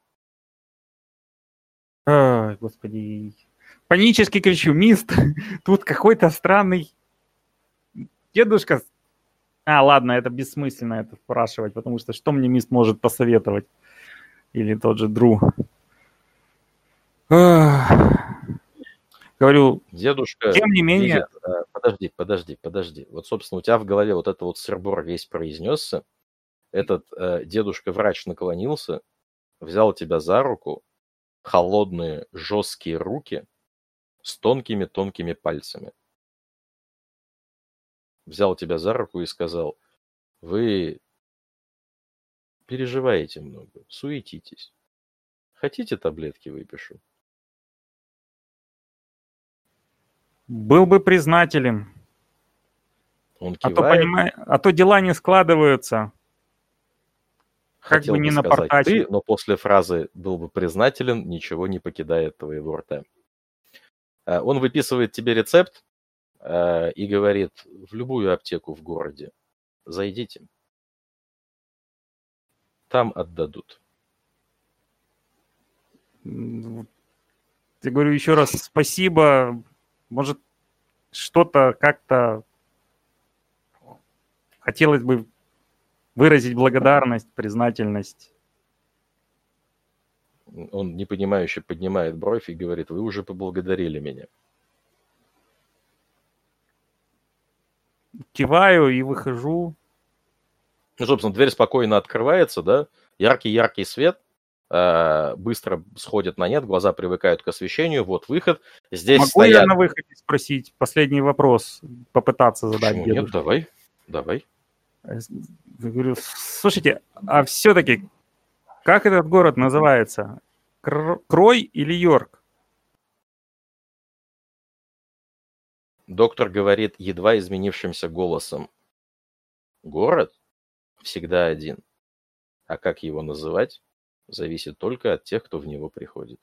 Ой, господи. Панически кричу: мист, тут какой-то странный дедушка. А, ладно, это бессмысленно это спрашивать, потому что что мне мист может посоветовать? Или тот же Дру. Ах. Говорю, Дедушка тем не менее... видит... а, Подожди, подожди, подожди. Вот, собственно, у тебя в голове вот этот вот сырбор весь произнесся. Этот э, дедушка-врач наклонился, взял тебя за руку, холодные, жесткие руки с тонкими-тонкими пальцами. Взял тебя за руку и сказал: вы переживаете много, суетитесь. Хотите, таблетки выпишу? Был бы признателен. Он А то, кивает. понимай, а то дела не складываются. Как Хотел бы не бы сказать напортачить. ты, но после фразы «был бы признателен» ничего не покидает твоего рта. А, Он выписывает тебе рецепт а, и говорит: в любую аптеку в городе зайдите. Там отдадут. М, Я говорю еще раз спасибо. Может, что-то как-то хотелось бы выразить благодарность, признательность. Он непонимающе поднимает бровь и говорит: вы уже поблагодарили меня. Киваю и выхожу. Ну, собственно, дверь спокойно открывается, да, яркий-яркий свет, а, быстро сходит на нет, глаза привыкают к освещению, вот выход. Здесь Могу стоят... я на выходе спросить последний вопрос, попытаться задать Почему нет? дедушке? Давай, давай. Я говорю, слушайте, а все-таки как этот город называется? Кр- Крой или Йорк? Доктор говорит едва изменившимся голосом: город всегда один, а как его называть, зависит только от тех, кто в него приходит.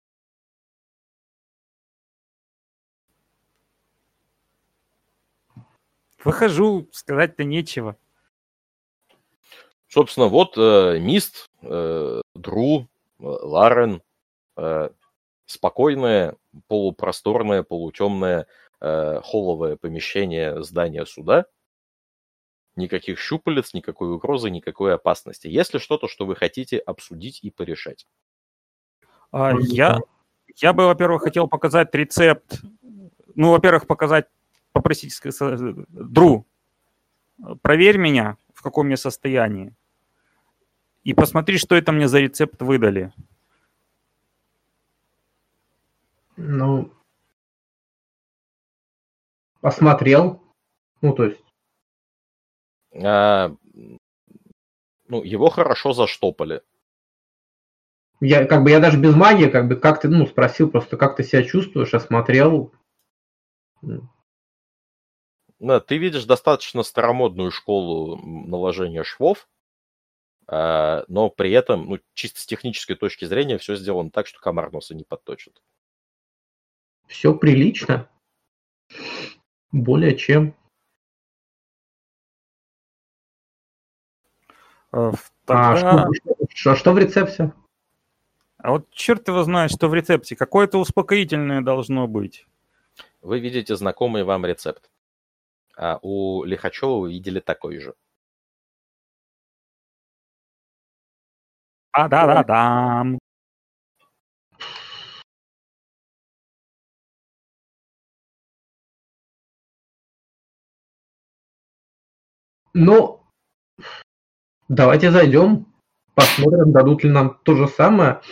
Выхожу, сказать-то нечего. Собственно, вот э, Мист, э, Дру, э, Ларен, э, спокойное, полупросторное, полутемное э, холловое помещение здания суда. Никаких щупалец, никакой угрозы, никакой опасности. Если что-то, что вы хотите обсудить и порешать. А, я, я бы, во-первых, хотел показать рецепт. Ну, во-первых, показать, попросить сказать, Дру, проверь меня, в каком я состоянии. И посмотри, что это мне за рецепт выдали. Ну, посмотрел. Ну, то есть, А, ну, его хорошо заштопали. я как бы я даже без магии, как бы как ты, ну, спросил просто, как ты себя чувствуешь, осмотрел. Да, ты видишь достаточно старомодную школу наложения швов, а, но при этом, ну, чисто с технической точки зрения, все сделано так, что комар носа не подточит. Все прилично. Более чем. А, А Тогда... что, что, что в рецепте? А вот черт его знает, что в рецепте. Какое-то успокоительное должно быть. Вы видите знакомый вам рецепт. А у Лихачева вы видели такой же. А, да-да-дам. Ну, давайте зайдем, посмотрим, дадут ли нам то же самое.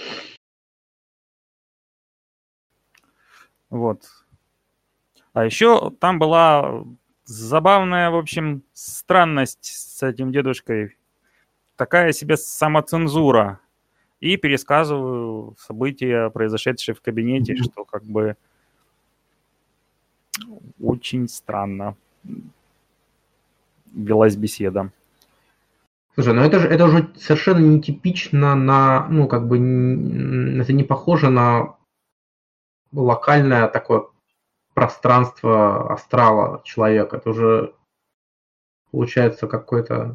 Вот. А еще там была забавная, в общем, странность с этим дедушкой. Такая себе самоцензура. и пересказываю события, произошедшие в кабинете, mm-hmm. что как бы очень странно велась беседа. Слушай, ну это же это уже совершенно нетипично на, ну как бы это не похоже на локальное такое пространство астрала человека. Это уже получается какой-то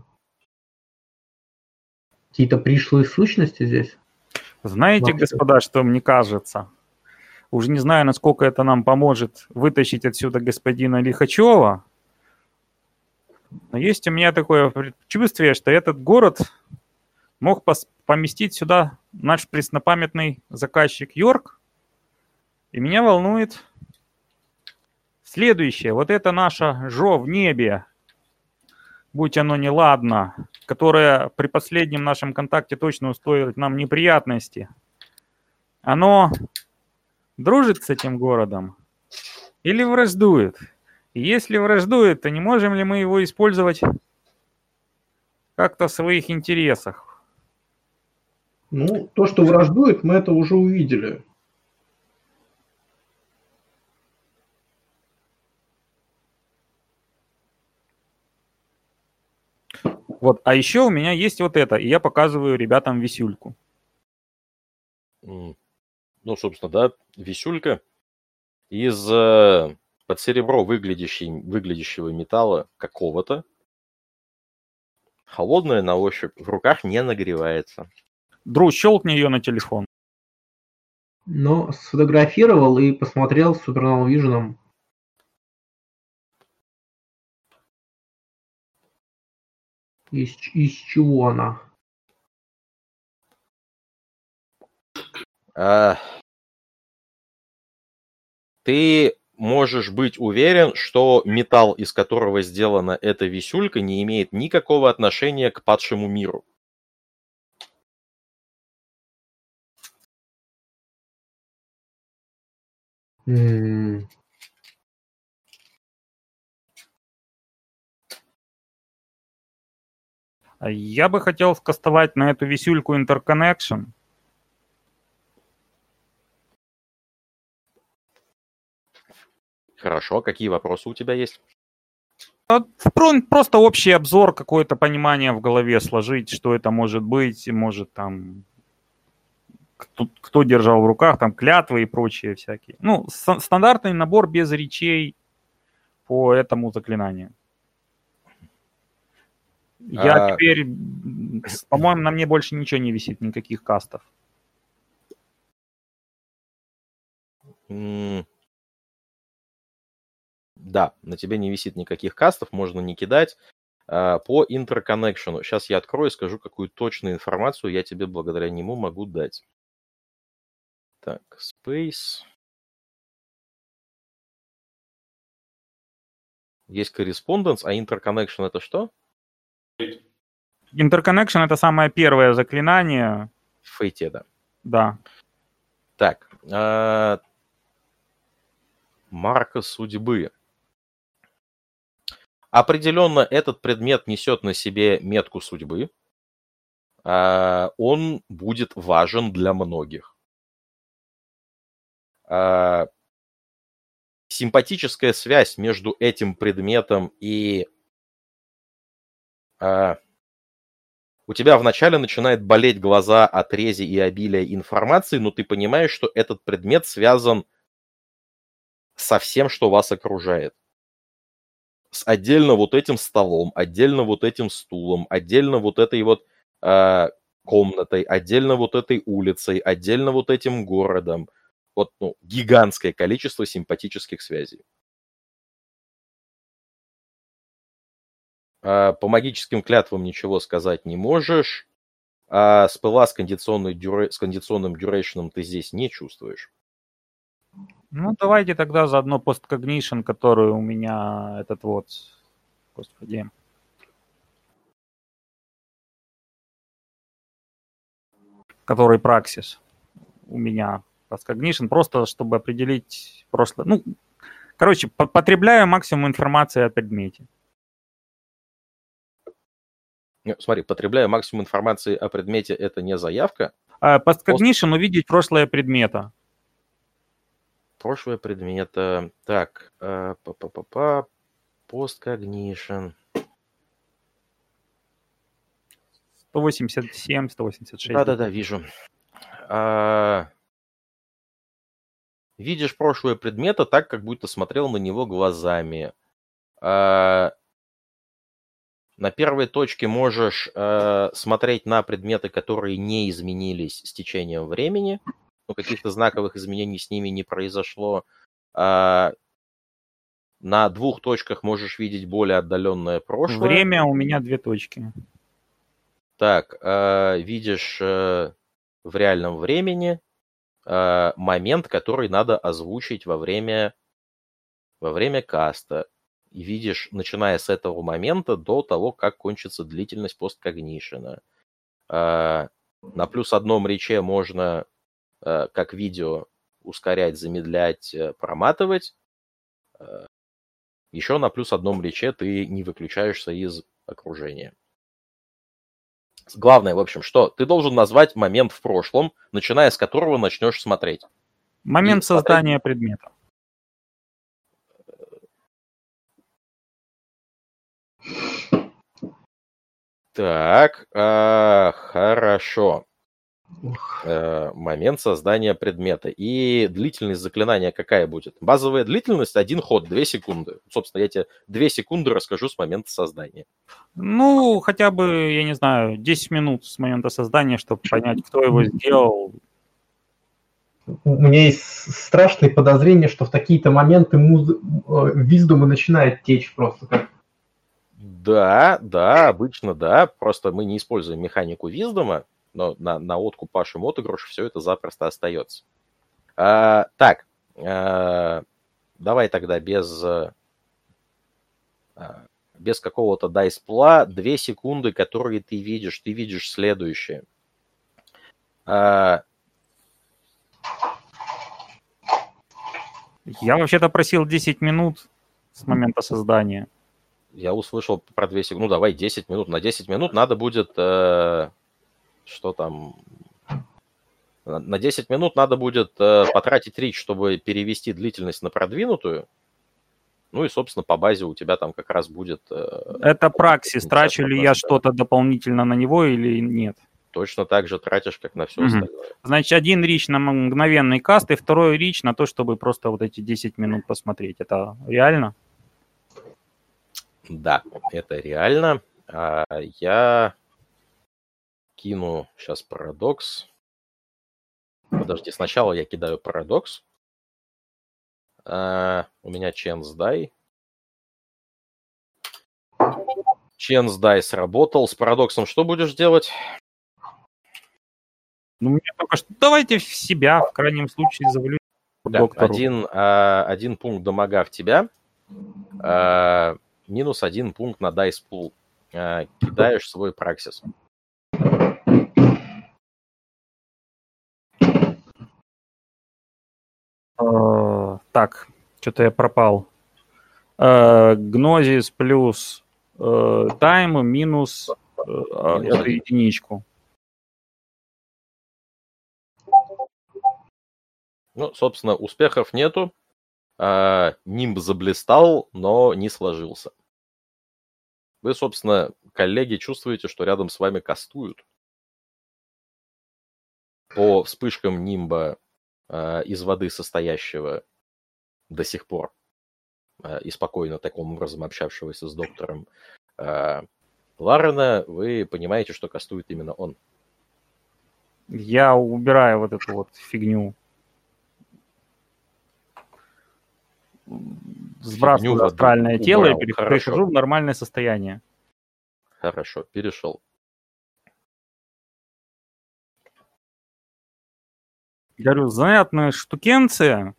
какие-то пришлые сущности здесь. Знаете, Вообще. Господа, что мне кажется? Уж не знаю, насколько это нам поможет вытащить отсюда господина Лихачева, но есть у меня такое предчувствие, что этот город мог пос- поместить сюда наш преснопамятный заказчик Йорк, и меня волнует следующее. Вот это наше жо в небе, будь оно неладно, которое при последнем нашем контакте точно устроит нам неприятности, оно дружит с этим городом или враждует? И если враждует, то не можем ли мы его использовать как-то в своих интересах? Ну, то, что враждует, мы это уже увидели. Вот, а еще у меня есть вот это, и я показываю ребятам висюльку. Ну, собственно, да, висюлька из э, под серебро выглядящей, выглядящего металла какого-то. Холодная на ощупь, в руках не нагревается. Дру, щелкни ее на телефон. Ну, сфотографировал и посмотрел с Supernal Vision. Из, из чего она? А, ты можешь быть уверен, что металл, из которого сделана эта висюлька, не имеет никакого отношения к падшему миру. М-м. Я бы хотел скастовать на эту висюльку Interconnection. Хорошо, какие вопросы у тебя есть? Просто общий обзор, какое-то понимание в голове сложить, что это может быть, может там кто, кто держал в руках, там клятвы и прочие всякие. Ну, с- стандартный набор без речей по этому заклинанию. Я А... теперь, по-моему, на мне больше ничего не висит, никаких кастов. М- Да, на тебе не висит никаких кастов, можно не кидать. А, по интерконнекшену. Сейчас я открою и скажу, какую точную информацию я тебе благодаря нему могу дать. Так, Space. Есть correspondence, а interconnection это что? Interconnection — это самое первое заклинание. В Фейте, да. Да. Так. А... Марка судьбы. Определенно этот предмет несет на себе метку судьбы. А... Он будет важен для многих. А... Симпатическая связь между этим предметом и... А... У тебя вначале начинает болеть глаза от рези и обилия информации, но ты понимаешь, что этот предмет связан со всем, что вас окружает. С отдельно вот этим столом, отдельно вот этим стулом, отдельно вот этой вот э, комнатой, отдельно вот этой улицей, отдельно вот этим городом. Вот, ну, гигантское количество симпатических связей. По магическим клятвам ничего сказать не можешь. А спела с, дюре... с кондиционным дюрейшеном ты здесь не чувствуешь. Ну, давайте тогда заодно посткогнишн, который у меня этот вот... Господи. Который праксис у меня. Посткогнишн, просто чтобы определить прошлое. Ну, короче, потребляю максимум информации о предмете. Смотри, потребляю максимум информации о предмете, это не заявка. Посткогнишн увидеть прошлое предмета. Прошлое предмета. Так, э, па-па-па-па. Посткогнишн. сто восемьдесят семь, сто восемьдесят шесть. Да-да-да, вижу. А, видишь прошлое предмета так, как будто смотрел на него глазами. А, на первой точке можешь а, смотреть на предметы, которые не изменились с течением времени. Ну, каких-то знаковых изменений с ними не произошло. А, на двух точках можешь видеть более отдаленное прошлое. Время у меня две точки. Так, а, видишь а, в реальном времени а, момент, который надо озвучить во время, во время каста. И видишь, начиная с этого момента до того, как кончится длительность посткогнишена. А, на плюс одном рече можно как видео ускорять, замедлять, проматывать. Еще на плюс одном рече ты не выключаешься из окружения. Главное, в общем, что ты должен назвать момент в прошлом, начиная с которого начнешь смотреть. Момент И создания смотреть... предмета. Так, а, хорошо. Э, момент создания предмета. И длительность заклинания какая будет? Базовая длительность один ход, две секунды. Собственно, я тебе две секунды расскажу с момента создания. Ну, хотя бы, я не знаю, десять минут с момента создания, чтобы понять, кто его сделал. У меня есть страшные подозрения, что в такие-то моменты муз... виздума начинает течь просто как. Да, да, обычно да. Просто мы не используем механику виздума, но на, на откуп вашему отыгрышу все это запросто остается. А, так, а, давай тогда без, а, без какого-то дайспла две секунды, которые ты видишь. Ты видишь следующее. А, Я вообще-то просил десять минут с момента создания. Я услышал про две секунды. Ну, давай десять минут. На десять минут надо будет... Э, что там... На десять минут надо будет э, потратить речь, чтобы перевести длительность на продвинутую. Ну и, собственно, по базе у тебя там как раз будет... Э, Это праксис. Трачу ли я что-то дополнительно на него или нет? Точно так же тратишь, как на все Угу. остальное. Значит, один рич на мгновенный каст и второй рич на то, чтобы просто вот эти десять минут посмотреть. Это реально? Да, это реально. А я кину сейчас парадокс. Подожди, сначала я кидаю парадокс. А, у меня Chance Die. Chance Die сработал. С парадоксом что будешь делать? Ну, мне только что... Давайте в себя, в крайнем случае, завалю Да, доктору. один, а, один пункт дамага в тебя. А, минус один пункт на Dice Pool. А, кидаешь свой праксис. Uh, так, что-то я пропал. Uh, Гнозис плюс uh, тайм минус uh, Минус эту один. единичку. Ну, собственно, успехов нету. А, нимб заблистал, но не сложился. Вы, собственно, коллеги, чувствуете, что рядом с вами кастуют. По вспышкам нимба а, из воды состоящего до сих пор а, и спокойно таким образом общавшегося с доктором а, Ларена, вы понимаете, что кастует именно он. Я убираю вот эту вот фигню. Сбрасываю Фигню астральное воды тело и убрал. пере- Хорошо. перехожу в нормальное состояние. Хорошо, перешел. Говорю, занятная штукенция.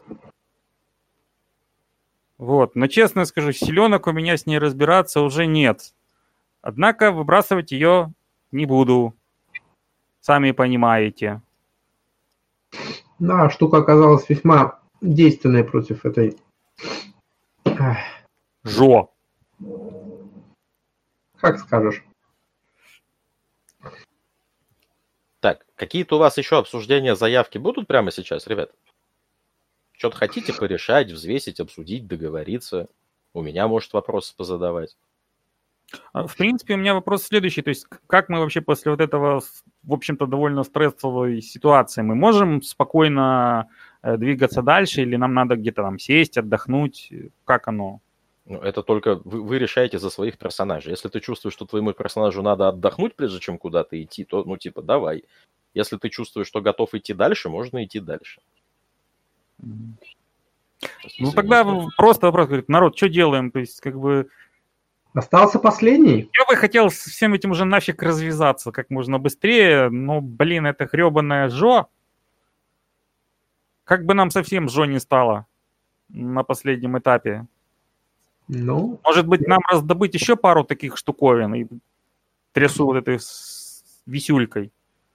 Вот, но честно скажу, силенок у меня с ней разбираться уже нет. Однако выбрасывать ее не буду. Сами понимаете. Да, штука оказалась весьма действенной против этой... Ах, Жо. как скажешь. Так, какие-то у вас еще обсуждения, заявки будут прямо сейчас, ребят? Что-то хотите порешать, взвесить, обсудить, договориться? У меня, может, вопросы позадавать. В принципе, у меня вопрос следующий. То есть, как мы вообще после вот этого, в общем-то, довольно стрессовой ситуации, мы можем спокойно двигаться дальше или нам надо где-то там сесть, отдохнуть? Как оно? Ну, это только вы, вы решаете за своих персонажей. Если ты чувствуешь, что твоему персонажу надо отдохнуть, прежде чем куда-то идти, то, ну, типа, давай. Если ты чувствуешь, что готов идти дальше, можно идти дальше. Ну, тогда просто вопрос, говорит, народ, что делаем? То есть, как бы... Остался последний? Я бы хотел с всем этим уже нафиг развязаться как можно быстрее, но, блин, это хребаное Жо. Как бы нам совсем Жо не стало на последнем этапе. Ну, Может быть, нам раздобыть еще пару таких штуковин и трясу вот этой висюлькой.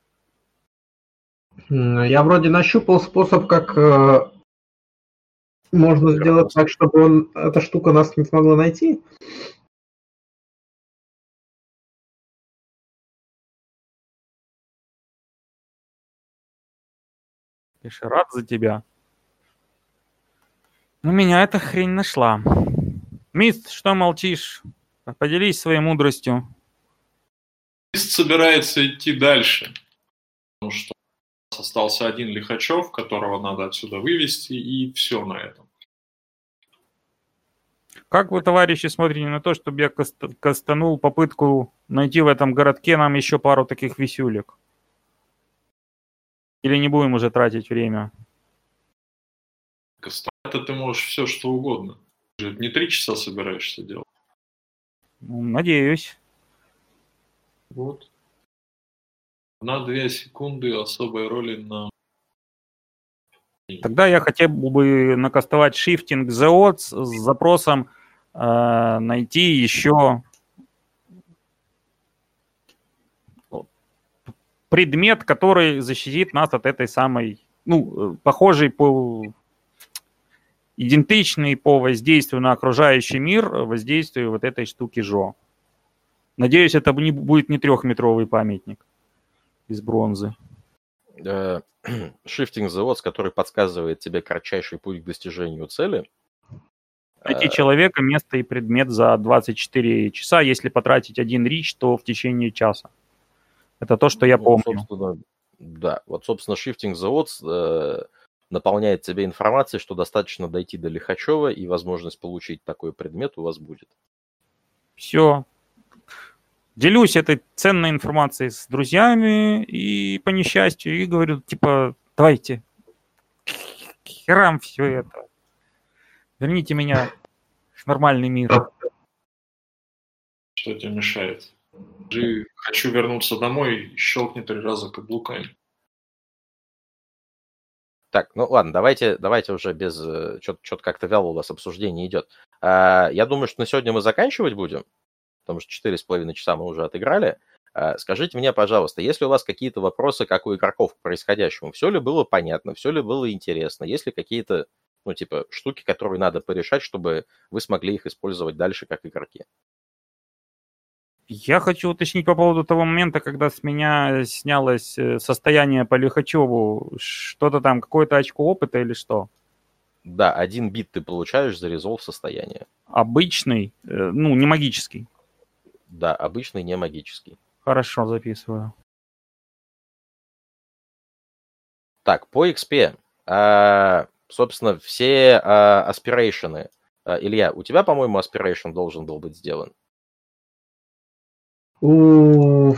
Я вроде нащупал способ, как э, можно сделать так, чтобы он, эта штука нас не смогла найти. Я же рад за тебя. Но меня эта хрень нашла. Мист, что молчишь? Поделись своей мудростью. Мист собирается идти дальше, потому что у нас остался один Лихачев, которого надо отсюда вывести, и все на этом. Как вы, товарищи, смотрите на то, чтобы я кастанул попытку найти в этом городке нам еще пару таких висюлек? Или не будем уже тратить время? Это ты можешь все, что угодно. Ты же не три часа собираешься делать. Ну, надеюсь. Вот. Одна-две секунды особой роли на... Тогда я хотел бы накастовать Shifting the Odds с запросом э, найти еще предмет, который защитит нас от этой самой, ну, похожий по... идентичный по воздействию на окружающий мир воздействию вот этой штуки Жо. Надеюсь, это не будет не трехметровый памятник из бронзы. Shifting the Odds, который подсказывает тебе кратчайший путь к достижению цели. Найти человека, место и предмет за двадцать четыре часа. Если потратить один рич, то в течение часа. Это то, что я ну, помню. Собственно, да, вот, собственно, Shifting the Odds э, наполняет тебе информацией, что достаточно дойти до Лихачева, и возможность получить такой предмет у вас будет. Все. Делюсь этой ценной информацией с друзьями и по несчастью, и говорю, типа, давайте, к херам все это. Верните меня в нормальный мир. Что тебе мешает? Скажи, хочу вернуться домой, щелкни три раза каблуками. Так, ну ладно, давайте, давайте уже без... Что-то как-то вяло у вас обсуждение идет. А, я думаю, что на сегодня мы заканчивать будем, потому что четыре с половиной часа мы уже отыграли. А, скажите мне, пожалуйста, есть ли у вас какие-то вопросы, как у игроков, к происходящему? Все ли было понятно, все ли было интересно? Есть ли какие-то, ну, типа, штуки, которые надо порешать, чтобы вы смогли их использовать дальше как игроки? Я хочу уточнить по поводу того момента, когда с меня снялось состояние по Лихачеву. Что-то там, какое-то очко опыта или что? Да, один бит ты получаешь за резолв состояния. Обычный, ну, не магический. Да, обычный, не магический. Хорошо, записываю. Так, по икс пи. А, собственно, все а, аспирейшены. А, Илья, у тебя, по-моему, аспирейшн должен был быть сделан. У...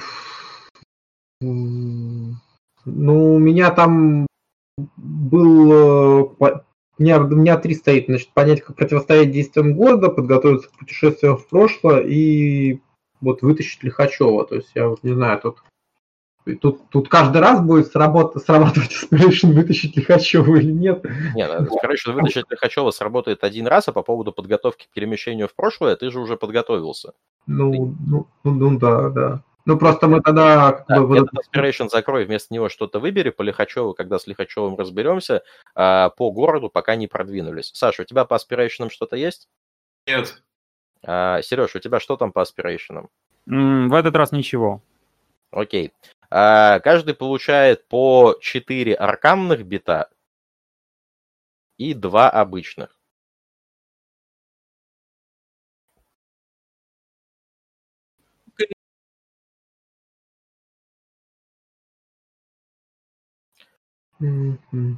Ну, у меня там был... У меня, у меня три стоит. Значит, понять, как противостоять действиям города, подготовиться к путешествию в прошлое и вот вытащить Лихачева. То есть я вот не знаю, тут, тут, тут каждый раз будет сработ... срабатывать Aspiration вытащить Лихачева или нет. Нет, Aspiration вытащить Лихачева сработает один раз, а по поводу подготовки к перемещению в прошлое ты же уже подготовился. Ну, ты... ну, ну да, да. Ну, просто мы тогда... Как да, бы, этот Aspiration закрой, вместо него что-то выбери. По Лихачеву, когда с Лихачевым разберемся, а по городу пока не продвинулись. Саша, у тебя по Aspiration что-то есть? Нет. А, Сереж, у тебя что там по Aspiration? Mm, в этот раз ничего. Окей. А, каждый получает по четыре арканных бита и два обычных. Мгм.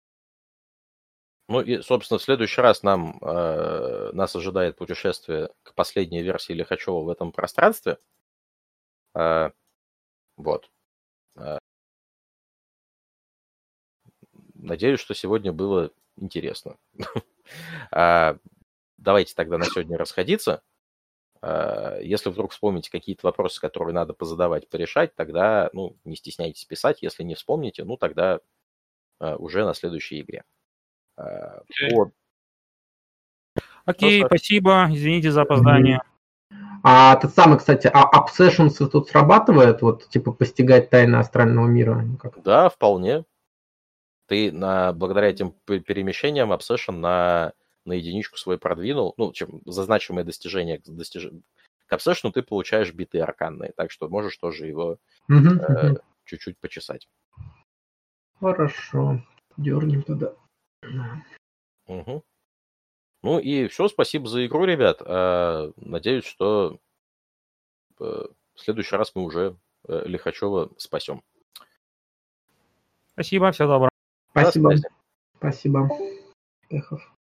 Ну и, собственно, в следующий раз нам, э, нас ожидает путешествие к последней версии Лихачева в этом пространстве. Э, вот. Э, надеюсь, что сегодня было интересно. А, давайте тогда на сегодня расходиться. А, если вдруг вспомните какие-то вопросы, которые надо позадавать, порешать, тогда, ну, не стесняйтесь писать. Если не вспомните, ну, тогда а, уже на следующей игре. А, Окей. по- Окей, Саша? спасибо. Извините за опоздание. А тот самый, кстати, а Obsessions тут срабатывает, вот, типа, постигать тайны астрального мира? Как? Да, вполне. Ты на, благодаря этим п- перемещениям Obsession на, на единичку свой продвинул. Ну, чем за значимое достижение к, достиж... к Obsession ты получаешь биты арканные, так что можешь тоже его Мгм, э, мгм. чуть-чуть почесать. Хорошо. Дернем тогда. Мгм. Ну и все, спасибо за игру, ребят. А, надеюсь, что э, в следующий раз мы уже э, Лихачева спасем. Спасибо, всего доброго. До Спасибо. связи. Спасибо. Успехов.